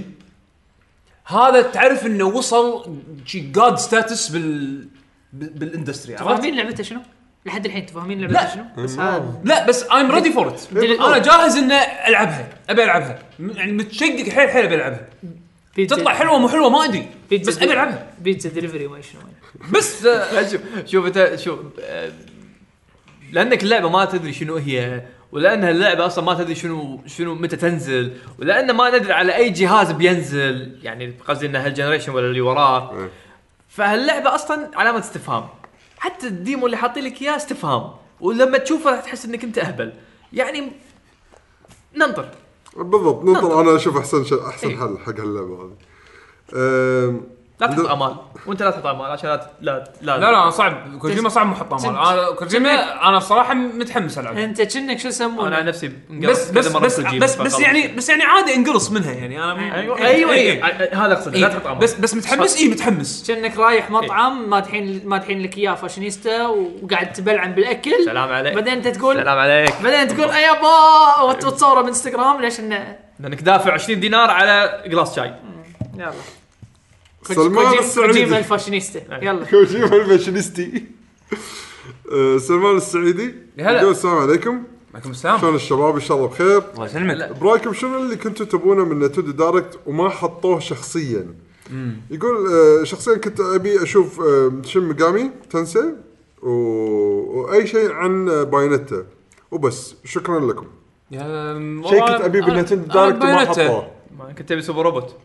هذا تعرف انه وصل شي جاد ستاتس بال بال- بالاندستري عرفت؟ فاهمين لعبته شنو؟ لحد الحين تفهمين لعبته لا. شنو؟ بس هذا لا بس I'm ready for it انا جاهز اني العبها ابي العبها م- يعني متشقق حيل حيل ابي العبها بيتزا- تطلع حلوه مو حلوه ما ادري بيتزا بس ابي العبها بيتزا دليفري ما شنو بس آه، شوف شوف انت شوف آه، لانك اللعبه ما تدري شنو هي ولان اللعبه اصلا ما تدري شنو شنو متى تنزل ولان ما ندري على اي جهاز بينزل يعني قصدي انه هالجنريشن ولا اللي وراه فهاللعبه اصلا علامه استفهام حتى الديمو اللي حاطين لك اياه استفهام ولما تشوفه راح تحس انك انت اهبل يعني ننطر بالضبط ننطر انا اشوف احسن شيء احسن إيه. حل حق اللعبه هذه. أم، لا تحط امال وانت لا تحط امال عشان لا لا لا, لا لا صعب كوجيما صعب محط امال انا كوجيما انا بصراحه متحمس العب انت كأنك شو يسمونه انا عن نفسي بس بس بس بس, بس يعني بس يعني عادي انقرص منها يعني انا ايوه إيه، ايوه إيه، إيه. هذا اقصد لا تحط امال بس بس متحمس اي متحمس كأنك رايح مطعم مادحين مادحين لك اياه فاشينيستا وقاعد تبلعن بالاكل سلام عليك بعدين انت تقول سلام عليك بعدين تقول اي يابا وتصوره بالانستغرام ليش انه لانك دافع عشرين دينار على جلاس شاي يلا سلمان كوجيما السعيدي الفاشينيستا يلا كوجيما الفاشينيستي. أه، سلمان السعيدي يا هلا. يقول السلام عليكم عليكم السلام شلون الشباب ان شاء الله بخير. الله يسلمك برايكم شنو اللي كنتوا تبونه من نتودو دايركت وما حطوه شخصيا؟ يقول آه، شخصيا كنت ابي اشوف آه، شن ميجامي تنسي و... واي شيء عن آه، بايونيتا وبس. شكرا لكم. شيء كنت ابي بالنتندو دايركت وما حطوه. ما كنت ابي سوبر روبوت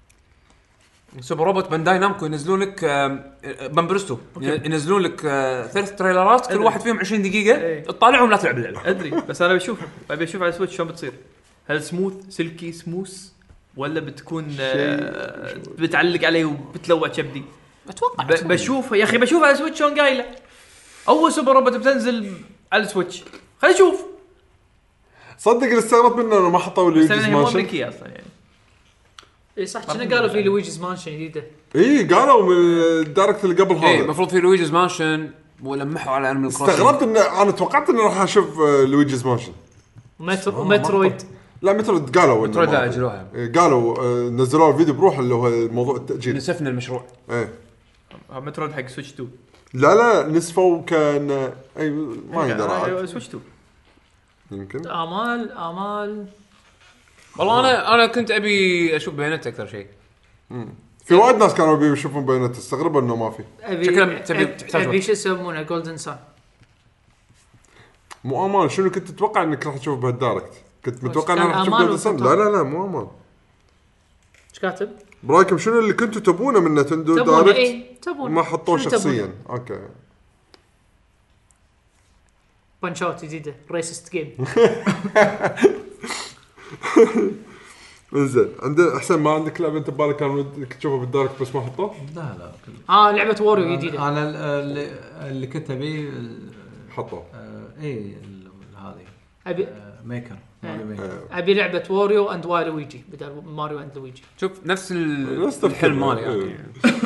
سوبر روبوت بانداي نامكو ينزلون لك آم، بامبرستو ينزلون لك آه، ثلاث تريلرات كل واحد فيهم عشرين دقيقه إيه. تطالعهم لا تلعب اللعبه ادري بس انا بشوف ابي اشوف على سويتش شلون بتصير هل سموث سلكي سموث ولا بتكون آه، بتعلق عليه وبتلوع كبدي اتوقع ب- بشوف يا اخي بشوف على سويتش شلون قايله اول سوبر روبوت بتنزل على السويتش خلينا نشوف صدق اللي استغربت منه انه ما حطوا بس لويجيز انا مو مانشن. امريكي اصلا يعني اي صح كنا قالوا في لويجيز مانشن جديده اي قالوا من الدايركت اللي قبل ايه هذا. المفروض في لويجيز مانشن ولمحوا على انيمال كروسنج استغربت ان انا توقعت اني راح اشوف آه، لويجيز مانشن. ومترو ومترويد لا مترويد قالوا إنه مترويد لا ما- اجلوها إيه، قالوا آه، نزلوا الفيديو بروح اللي هو موضوع التاجيل. نسفنا المشروع ايه مترود حق سويتش تو لا لا نسفوا كان اي ما يقدر عاد. سويتش يمكن امال امال والله انا انا كنت ابي اشوف بيانات اكثر شيء. في وايد ناس كانوا بيشوفون بيانات استغرب انه ما في. شكلها تبي تحتاج ابي شو يسمونه جولدن سان. مو امان شنو كنت تتوقع انك راح تشوف بهالدايركت؟ كنت متوقع كان انك راح تشوف آمال جولدن سن. وفطار. لا لا لا مو امان. ايش كاتب؟ برايكم شنو اللي كنتوا تبونه من نتندو تبونه دايركت ايه تبونه ما حطوه شنو شخصيا؟ تبونه؟ اوكي بانش اوت جديده ريسست جيم. انزين عندنا احسن ما عندك لعبه انت ببالك كان ودك تشوفها بالدايركت بس ما حطوه؟ لا لا اه لعبه ووريو جديده. انا ال- اللي, اللي كنت ابي حطوه اي ال- هذه ابي آه، ميكر ماريو ميكر. ابي لعبه ووريو اند وايلويجي بدل ماريو اند لويجي. شوف نفس ال- نفس الحلم الفكرة. مالي يعني.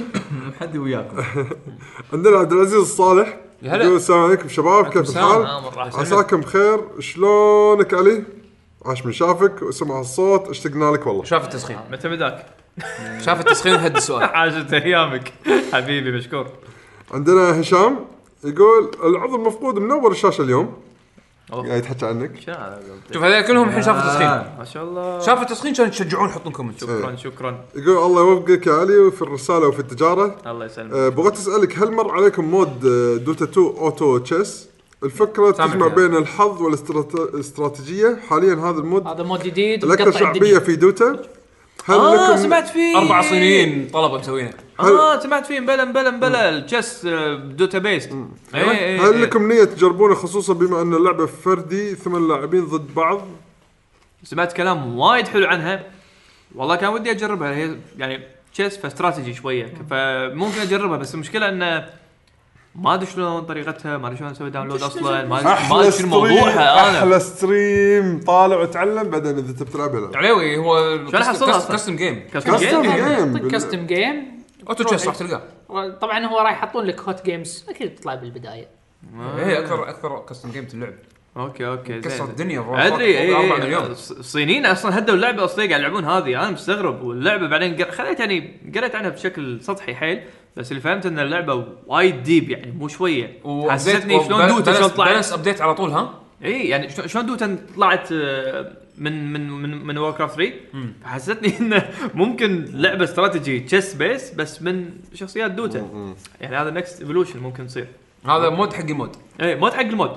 حد وياكم. عندنا عبد العزيز الصالح يا هلا. يقول السلام عليكم شباب كيف السلام. الحال؟ عساكم بخير شلونك علي؟ عاش من شافك وسمع الصوت اشتقنا لك والله. شاف التسخين متى بداك؟ شاف التسخين هد السؤال. عاشت ايامك حبيبي مشكور. عندنا هشام يقول العضو المفقود منور الشاشه اليوم. أوه. قاعد يتحكى عنك. شو هذا؟ شوف هذول كلهم الحين شافوا التسخين. ما شاء الله. شافوا التسخين كانوا يشجعون يحطون كومنت. شكرا شكرا. يقول الله يوفقك يا علي وفي الرساله وفي التجاره. الله يسلمك. أه بغيت اسالك هل مر عليكم مود آه، دوتا تو اوتو تشيس؟ الفكره سامعك تجمع يا. بين الحظ والاستراتيجيه. حاليا هذا المود هذا مود جديد الاكثر مقطع شعبيه الدنيا. في دوتا. هل اه لكم سمعت فيه. اربع صينيين طلبه مسوينه. اه سمعت فيه مبلا مبلا مبلا الجس دوتا بيست. هل لكم نيه تجربونه خصوصا بما ان اللعبه فردي ثمان لاعبين ضد بعض؟ سمعت كلام وايد حلو عنها والله كان ودي اجربها. هي يعني تشيس فاستراتيجي شويه فممكن اجربها بس المشكله انه ما ادري شلون طريقتها ما ادري شلون اسوي داونلود اصلا ما ادري ما ادري شنو موضوعها انا. احلى ستريم طالع وتعلم بعدين اذا انت بتلعبها لا عليوي هو شلون حصلها أصلاً؟ كاستم جيم. كاستم كاستم جيم. جيم يعطيك كاستم جيم. اوتو تشيس راح تلقاه. طبعا هو راح يحطون لك هوت جيمز اكيد بتطلع بالبدايه. هي اكثر اكثر كاستم جيم اللعب. اوكي اوكي كسر زين الدنيا ادري أربعة اي مليون. الصينيين اصلا هدوا اللعبه اصلا قاعد يلعبون هذه. انا مستغرب واللعبه بعدين قر... خليت يعني قريت عنها بشكل سطحي حيل بس اللي فهمت ان اللعبه وايد ديب يعني مو شويه. حسيتني شلون دوتا شلون طلعت بالانس ابديت على طول ها. اي يعني شلون- شلون دوتا طلعت آه، من من من من ووركرافت ثري. فحسيتني انه ممكن لعبه استراتيجي تشيس بيس بس من شخصيات دوتا. يعني هذا نكست ايفولوشن ممكن تصير. هذا مود حق المود. اي مود حق المود.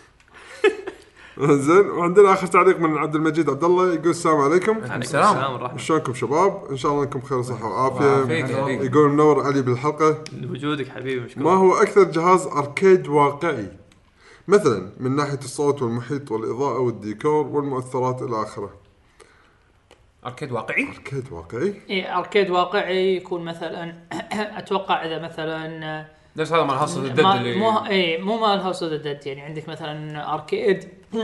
زين. وعندنا اخر تعليق من عبد المجيد عبد الله يقول السلام عليكم السلام. السلام ورحمه شلونكم شباب ان شاء الله انكم بخير وصحه وعافيك وعافيه. يا يقول منور علي بالحلقه. وجودك حبيبي مشكور. ما هو اكثر جهاز اركيد واقعي مثلا من ناحيه الصوت والمحيط والاضاءه والديكور والمؤثرات الى اخره؟ اركيد واقعي. اركيد واقعي اي اركيد واقعي يكون مثلا اتوقع اذا مثلا نفس هذا مال هاوس الدد ما- اللي مو اي مو مال هاوس اوف ذا ديد يعني عندك مثلا اركيد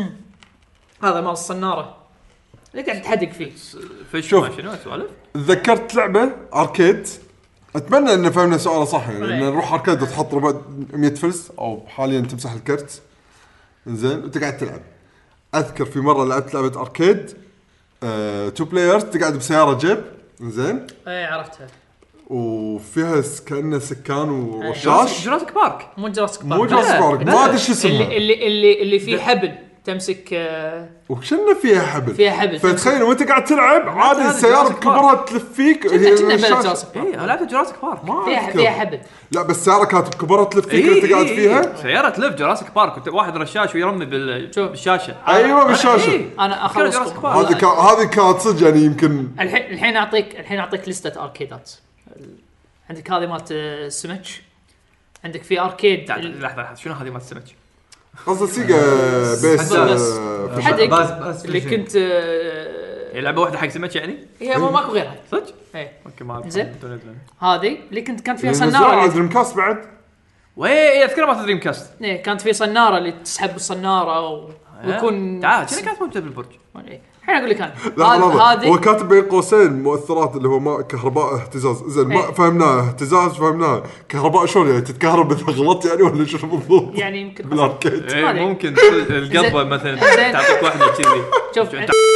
هذا مال الصناره اللي قاعد تحدق فيه. فش شوف. ما شنو سوالف. تذكرت لعبه اركيد اتمنى ان فهمنا سؤاله صح يعني ان نروح اركيد وتحط ربع مية فلس او حاليا تمسح الكرت زين وتقعد تلعب. اذكر في مره لعبت لعبه اركيد آه، تو بلايرز تقعد بسياره جيب زين اي عرفتها وفيها س- كانه سكان ورشاش. جراسيك بارك. مو جراسيك مو بارك جاسبارك لا، ما لا. ادري شو اللي اسمها اللي اللي اللي فيه حبل تمسك آه، وكنا فيها حبل فيها حبل فتخيل وانت قاعد تلعب عادي هذا السياره جراسيك بكبرها تلف فيك كنا كنا بلد الشاشة- جراسيك بارك. اي انا لعبت جراسيك بارك. ما فيها أذكر. فيها حبل. لا بس السياره كانت بكبرها تلف فيك إيه وانت قاعد إيه فيها. إيه. سياره تلف جراسيك بارك وت- واحد رشاش ويرمي بال- شوف. بالشاشه. ايوه بالشاشه إيه. انا أذكر جراسيك اخلصكم بارك. هذه كا- هذه كانت صدق يعني يمكن الحين الحين اعطيك الحين اعطيك لسته اركيدات. عندك هذه مالت آه، سمتش عندك في اركيد تعال، ال- لحظه لحظه شنو هذه مال السمك؟ قصدي سيجا بيس بس. آه، في حدق بس- بس اللي في كنت آه، هي لعبه واحده حق سمك يعني؟ هي ما ماكو غيرها. صدق؟ ايه اوكي ما اعرف. زين. بدون أدري. هذه اللي كنت كانت فيها نزلوها صناره على اللي دريم كاست بعد. وي اذكر ما دريم كاست. إيه كانت في صناره اللي تسحب الصناره و... ويكون تعال كذا كانت موجوده بالبرج. إيه. الحين اقول لك انا لا هذ- لحظة، هو هذه كاتب بين قوسين مؤثرات اللي هو ما كهرباء اهتزاز زين ما إيه. فهمناها اهتزاز فهمناها كهرباء شلون يعني تتكهرب اذا غلطت يعني ولا شنو بالضبط يعني يمكن بالاركيد. اي أدري. ممكن القلبه مثلا زين. تعطيك واحده كذي. شوف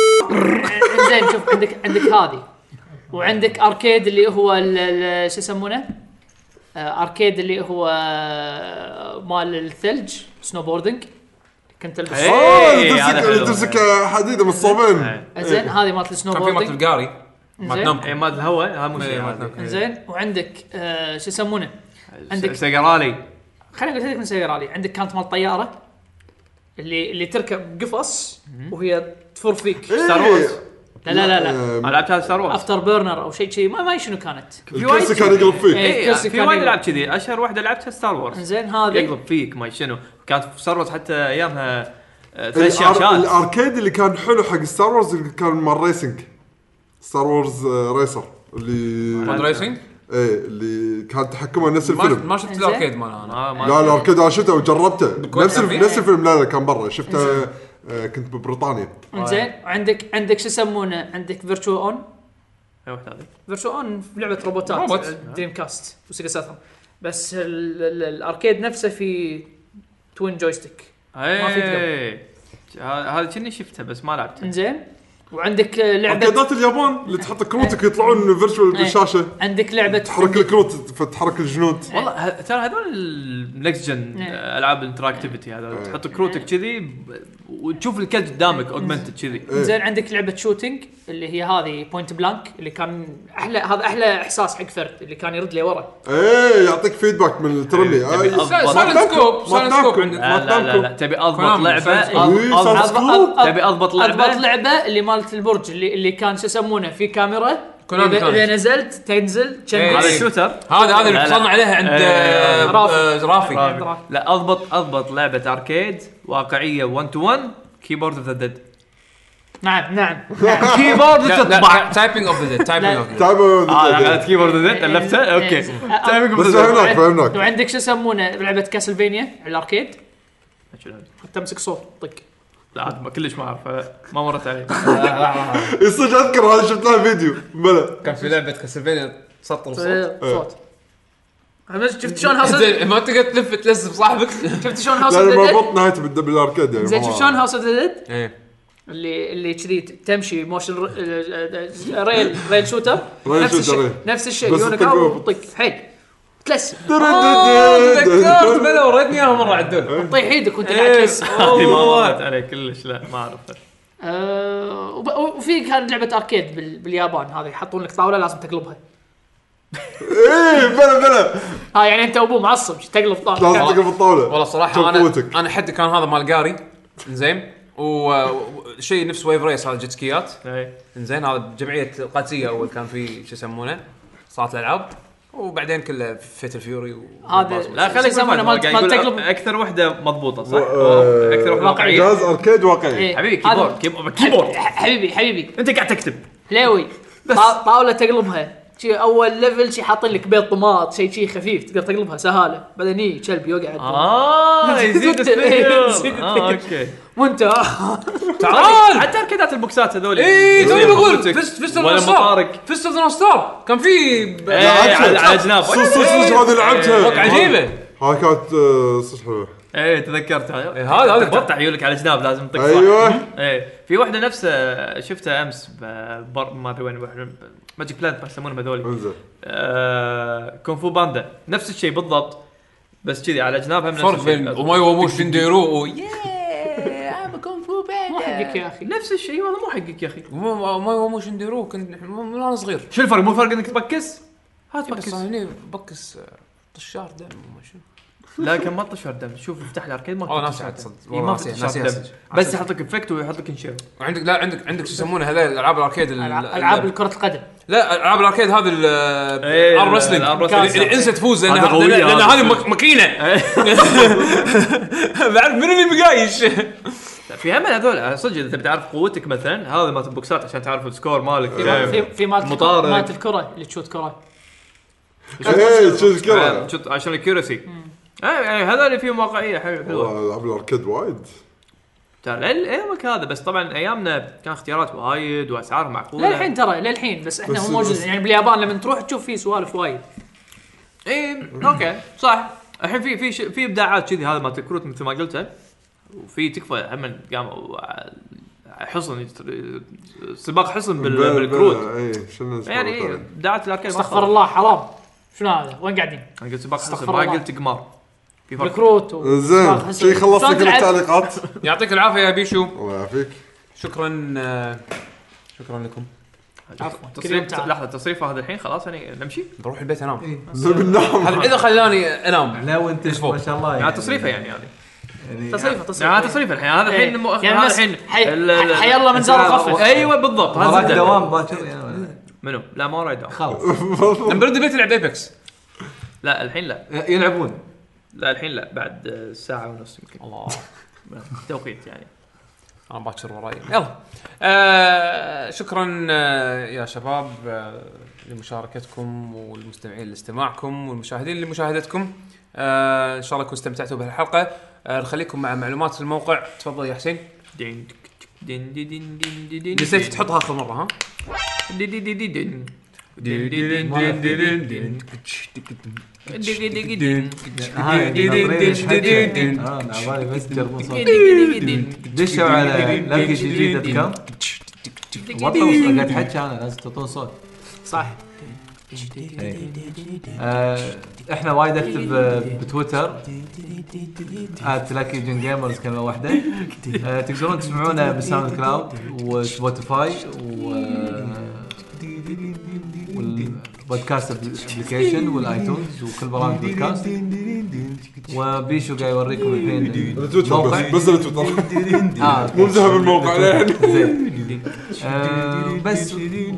زين شوف عندك عندك هذه وعندك اركيد اللي هو ال- ال- شو يسمونه آه اركيد اللي هو آه مال الثلج سنو بوردنج كنت البس اه إيه، هذا تمسك حلو. تمسك حديده من الصوبين. إيه. زين هذه مالت السنو كان في مالت بوردنج القاري مالت زين. نامكو اي مال الهواء هذا مو إيه، شيء مالت هذا. نامكو. زين وعندك آه شو يسمونه عندك سيجرالي خليني اقول لك من سيارالي عندك كانت مال طياره اللي اللي تركب قفص وهي تفر فيك ستار وورز لا لا لا لا آه، انا لعبت هذا ستار وورز افتر بيرنر او شيء شيء ما ما شنو كانت الكرسي كان يقلب فيك. إيه. اي الكرسي في كان وايد يقلب. العاب كذي اشهر واحده لعبتها ستار وورز زين هذه يقلب فيك ما شنو كانت في ستار وورز حتى ايامها آه، ثلاث الأر- شاشات الاركيد اللي كان حلو حق ستار وورز اللي كان مال ريسنج ستار وورز آه، ريسر اللي مود ريسنج ايه اللي كان تحكمه نفس ما الفيلم. ما شفت إنزين. الاركيد مال انا ما ما لا الاركيد انا شفته وجربته نفس كان الف- فيه؟ نفس الفيلم. لا لا كان برا شفته آه، كنت ببريطانيا. زين وعندك عندك شو يسمونه عندك فيرتشو اون أي واحدة هذه. فيرتشو اون لعبه روبوتات روبوت. دريم كاست وسيجا ساترن بس ال ال الاركيد نفسه في توين جويستيك ما في ايه ه- هذا كني شفتها بس ما لعبتها. زين وعندك آه، لعبه اركيدات اليابان اللي تحط كروتك يطلعون فيرتشوال إيه. بالشاشه عندك لعبه تحرك الكروت فتحرك الجنود. والله ه- ترى هذول النكست جن إيه. العاب الانتراكتيفيتي هذا إيه. تحط كروتك كذي ب- وتشوف الكلب قدامك اوجمنتد كذي. إيه. زين عندك لعبه شوتينج اللي هي هذه بوينت بلانك اللي كان احلى هذا احلى احساس حق فرد اللي كان يرد لي ورا ايه يعطيك فيدباك من الترمي. إيه، تبي آه، أضبط. سايلنت سكوب سايلنت سكوب عندك لا لا لا, لا. تبي اضبط كونامي، لعبه سايلنت أض- سكوب. أضبط- سايلنت سكوب. تبي اضبط اضبط لعبه لعبه اللي مالت البرج اللي اللي كان شو يسمونه في كاميرا كونامي اذا كانت. إذا نزلت تنزل إيه. هذا كذي شوتر هذا هذا اللي لا، لا. اتصلنا عليها عند إيه. آه، رافي. آه، رافي رافي. لا اضبط اضبط لعبه اركيد واقعيه واحد تو واحد كيبورد اوف ذا ديد نعم نعم كيبورد تطبع تايبنج اوف ذا تايبنج اوف ذا تعبوا اه قالت كيبورد اوف ذا ديد الفته اوكي إيه. تايمينج بس اوف ذا فهمناك فهمناك. وعندك شو يسمونه لعبه كاسلفينيا على الاركيد ديد تمسك صوت طق لا عاد ما- كلش ما اعرف ما مرت علي. يصير اذكر هذا شفت له فيديو بلا كان في لعبه كاسلفينيا تسطر صوت صوت عرفت شفت شلون هاوس زين ما تقدر تلف تلزم صاحبك شفت شلون هاوس لا اوف ذا ديد مربوط نهايته بالد- بالاركيد يعني زين ما- شفت شلون هاوس اوف ذا ديد ايه اللي اللي كذي تمشي موشن ر- ريل ريل شوتر ريل نفس شوتر، الشيء إيه. نفس الشيء بس يونك تطق او وطق. طق حيل تلسم تذكرت بلا وريتني اياها مره عدول طيح ايدك وانت قاعد تلسم هذه ما مرت علي كلش لا ما اعرفها. آه، وب- وفي كان لعبه اركيد بال- باليابان هذه يحطون لك طاوله لازم تقلبها ايه بلا بلا ها يعني انت وابوه معصب تقلب طاوله لازم تقف الطاوله والله صراحه شوف انا قوتك. انا حدي كان هذا مال قاري زين وشيء نفس ويف ريس هذا جيت سكيات إيه. زين هذا جمعيه القادسيه اول كان في شو يسمونه صارت الالعاب وبعدين كله فيتل فيوري هذا لا خليك يسمونه مال مال مال تقلب اكثر وحده مضبوطه صح آه، اكثر وحده واقعية. واقعيه جهاز اركيد واقعي. إيه. حبيبي هذا- كيبورد كيبورد كيبورد حبيبي حبيبي انت قاعد تكتب ليوي طا- طاوله تقلبها شي اول ليفل شي حاطين لك بيض طماط شيء شي خفيف تقدر تقلبها سهاله بعدين يجي كلب يوقع اه يزيد يزيد السبيل اه الثقل. اوكي وانت تعال حتى اركيدات البوكسات هذول ايه توني بقول قوتك. فيست فيست ولا اوف ستار مطارق فيست اوف ستار كان في إيه، على على جناب صدق صدق صدق هذه لعبتها وقع عجيبه هاي كانت آه، صدق حلوه. ايه تذكرت إيه، هذا- هذا تقطع عيونك على جناب لازم تطق صح. ايوه ايه في واحده نفسها شفتها امس ببر ما ادري وين ماجيك بلانت ما يسمونهم هذول انزين آه كونفو باندا نفس الشيء بالضبط بس كذي على جنابها من نفس فرق الشيء. بين وماي وموش شنديرو مو حقك يا اخي نفس الشيء هذا مو حقك يا اخي وماي وموش شنديرو كنت من انا صغير شو الفرق مو الفرق انك تبكس هات بس بكس انا هني بكس آه، طشار دم وما شنو لكن ما طشر دم شوف افتح الاركيد ما والله ناسي طشر عاد دم. صدق. إيه، والله ما ناسي- طشر ناسي دم. أسج. بس ناسي يحط لك افكت ويحط لك انشير وعندك لا عندك عندك شو يسمونه هذول العاب الاركيد ال- العاب ال- كره القدم لا العاب الاركيد هذا إيه، الار رسلينج الار رسلينج. اللي انسى تفوز لان هذا هذا- قوية لان هذا. هذه مك- ماكينه بعرف من اللي بقايش في هم هذول صدق اذا تبي تعرف قوتك مثلا هذا مالت البوكسات عشان تعرف السكور مالك في مال- في في مالت مطارق. مالت الكره اللي تشوت كره ايه شو آه، الكره شوت عشان الكيورسي اي يعني هذول فيهم واقعيه حلوه حلوه والله العاب الاركيد وايد. ترى ال- ايامك هذا بس طبعا ايامنا كان اختيارات وايد واسعار معقوله للحين ترى للحين بس احنا بس- مو موجود بس- يعني باليابان لما تروح تشوف فيه سوالف وايد اي اوكي صح الحين في في ش- في ابداعات كذي هذا مالت الكروت مثل ما قلت وفي تكفى هم قاموا حصن يتر- سباق حصن بال- بلا- بالكروت بلا، ايه شنو يعني ابداعات الاركيد ما استغفر خلص. الله حرام شنو هذا وين قاعدين انا قلت سباق حصل استغفر ما الله. قلت قمار في فرق. ريكروت و زين شي خلصنا شلون كل تلعب؟ التعليقات. يعطيك العافيه يا بيشو. الله يعافيك. شكرا آه، شكرا لكم. عفوا كل تصريف يوم تعال. لحظه تصريف هذا الحين خلاص يعني نمشي بروح البيت انام. بالنعم. هذا اذا خلاني انام لا وانت ما شاء الله يعني تصريفه يعني هذه يعني تصريفه تصريفه يعني تصريف الحين هذا الحين مو يعني هذا بس الحين حي ال- ال- حي الله من زار خفف. ايوه بالضبط هذا وراك الدلع. دوام باكر يعني منو لا ما وراي دوام خلاص لما برد البيت العب ايبكس. لا الحين لا يلعبون لا الحين لا بعد ساعه ونص يمكن الله توقيت يعني انا باكر وراي. يلا آه شكرا آه يا شباب آه لمشاركتكم والمستمعين لاستماعكم والمشاهدين لمشاهدتكم. آه ان شاء الله كنتم استمتعتوا بهالحلقه. آه نخليكم مع معلومات الموقع. تفضل يا حسين. دين دين دين دين دين دين نسيت تحطها اخر مره ها. دين دين دين دين دين دين دين دين دين دين دين دين اه عبالي بس تجربون صوت دشوا على لكي جي جي دوت كوم بطلوا قاعد تحكي انا لازم تعطون صوت صح. آه، احنا وايد اكتب آه، بتويتر ات لاكي جن جيمرز كلمه واحده. آه، تقدرون تسمعونا بساوند كلاود وسبوتيفاي و والبودكاست ابلكيشن والايتونز وكل برامج بودكاست. وبيشو قاعد يوريكم الحين التويتر بس بس التويتر اه مو مذهب الموقع يعني. زين آه، بس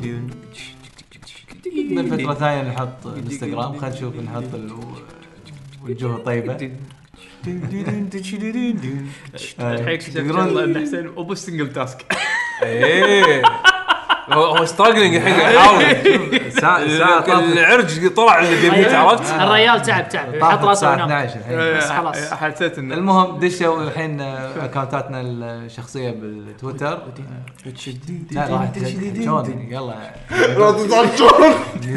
من فترة ثانية نحط الانستغرام. خلينا نشوف نحط الوجوه طيبة. الحين تقدرون ان حسين ابو سنجل تاسك ايه هو هو ستراجلينج الحين يحاول. ساعة ساعة طافت العرج طلع اللي بيموت عرفت. الريال تعب تعب يحط طافت راسه الساعة وينام. اثنعش الحين. بس خلاص. حسيت ان المهم دشوا الحين اكونتاتنا الشخصية بالتويتر. لا راح تهجون يلا لا تتعجون.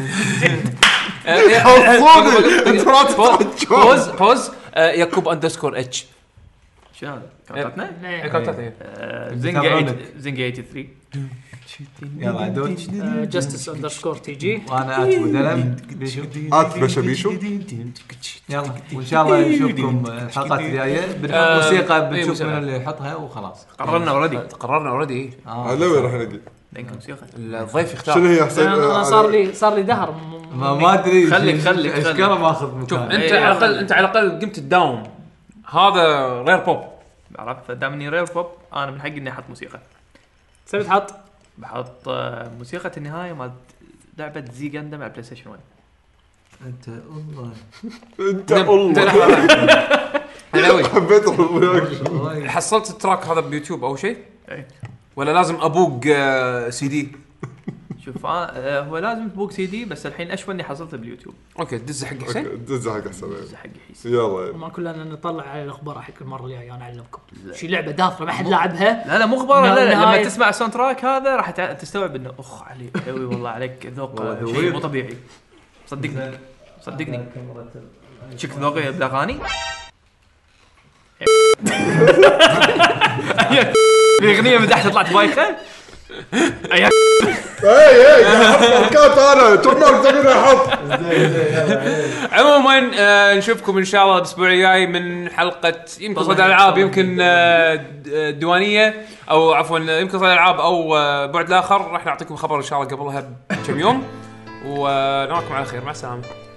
فوز فوز يعقوب اندرسكور اتش. شو هذا كانتنا إيه. زنجا زنجا ثمانية وثمانين يلا عدول. جاستس اندرسكور تي جي. وانا اتو دلم بيشو. ات بشبيشو. يلا وان شاء الله نشوفكم الحلقات الجايه. بنحط موسيقى بنشوف من اللي يحطها وخلاص. قررنا اوريدي قررنا اوريدي. علوي راح نجي. عندكم موسيقى الضيف يختار. شنو هي حسين؟ انا صار لي صار لي دهر ما ما ادري خليك- خليك- ايش خليك. كان ماخذ شوف مكان. انت إيه. على الاقل انت على الاقل قمت تداوم. هذا رير بوب. عرفت دامني رير بوب انا من حقي اني احط موسيقى. سويت حط بحط آه، موسيقى النهايه مال لعبه زي جاندم على بلاي ستيشن واحد. انت والله انت والله حلوي. حبيت الرياكشن. والله حصلت التراك هذا بيوتيوب او شيء اي ولا لازم ابوق آه، سي دي؟ شوف آه هو لازم تبوك سي دي بس الحين اشوى اني حصلته باليوتيوب. اوكي دز حق حسين. دز حق حسين. حق حيس يلا ما كلنا نطلع على الاخبار حق المره الجايه. انا اعلمكم شي لعبه دافره ما حد لاعبها. لا لا مو غبار لا, لا نهاية. لما تسمع الساوند تراك هذا راح تع- تستوعب انه اخ علي حلوي والله عليك ذوق والله شيء ذويق. مو طبيعي. صدقني صدقني شك ذوقي بالاغاني. في اغنيه من تحت طلعت بايخه. اي اي حركات انا تومر تبي احط. عموما آه نشوفكم ان شاء الله الاسبوع الجاي من حلقه يمكن صدى العاب يمكن آه د- ديوانيه او عفوا يمكن صدى العاب او آه بعد الاخر. راح نعطيكم خبر ان شاء الله قبلها بكم يوم ونراكم على خير. مع السلامه.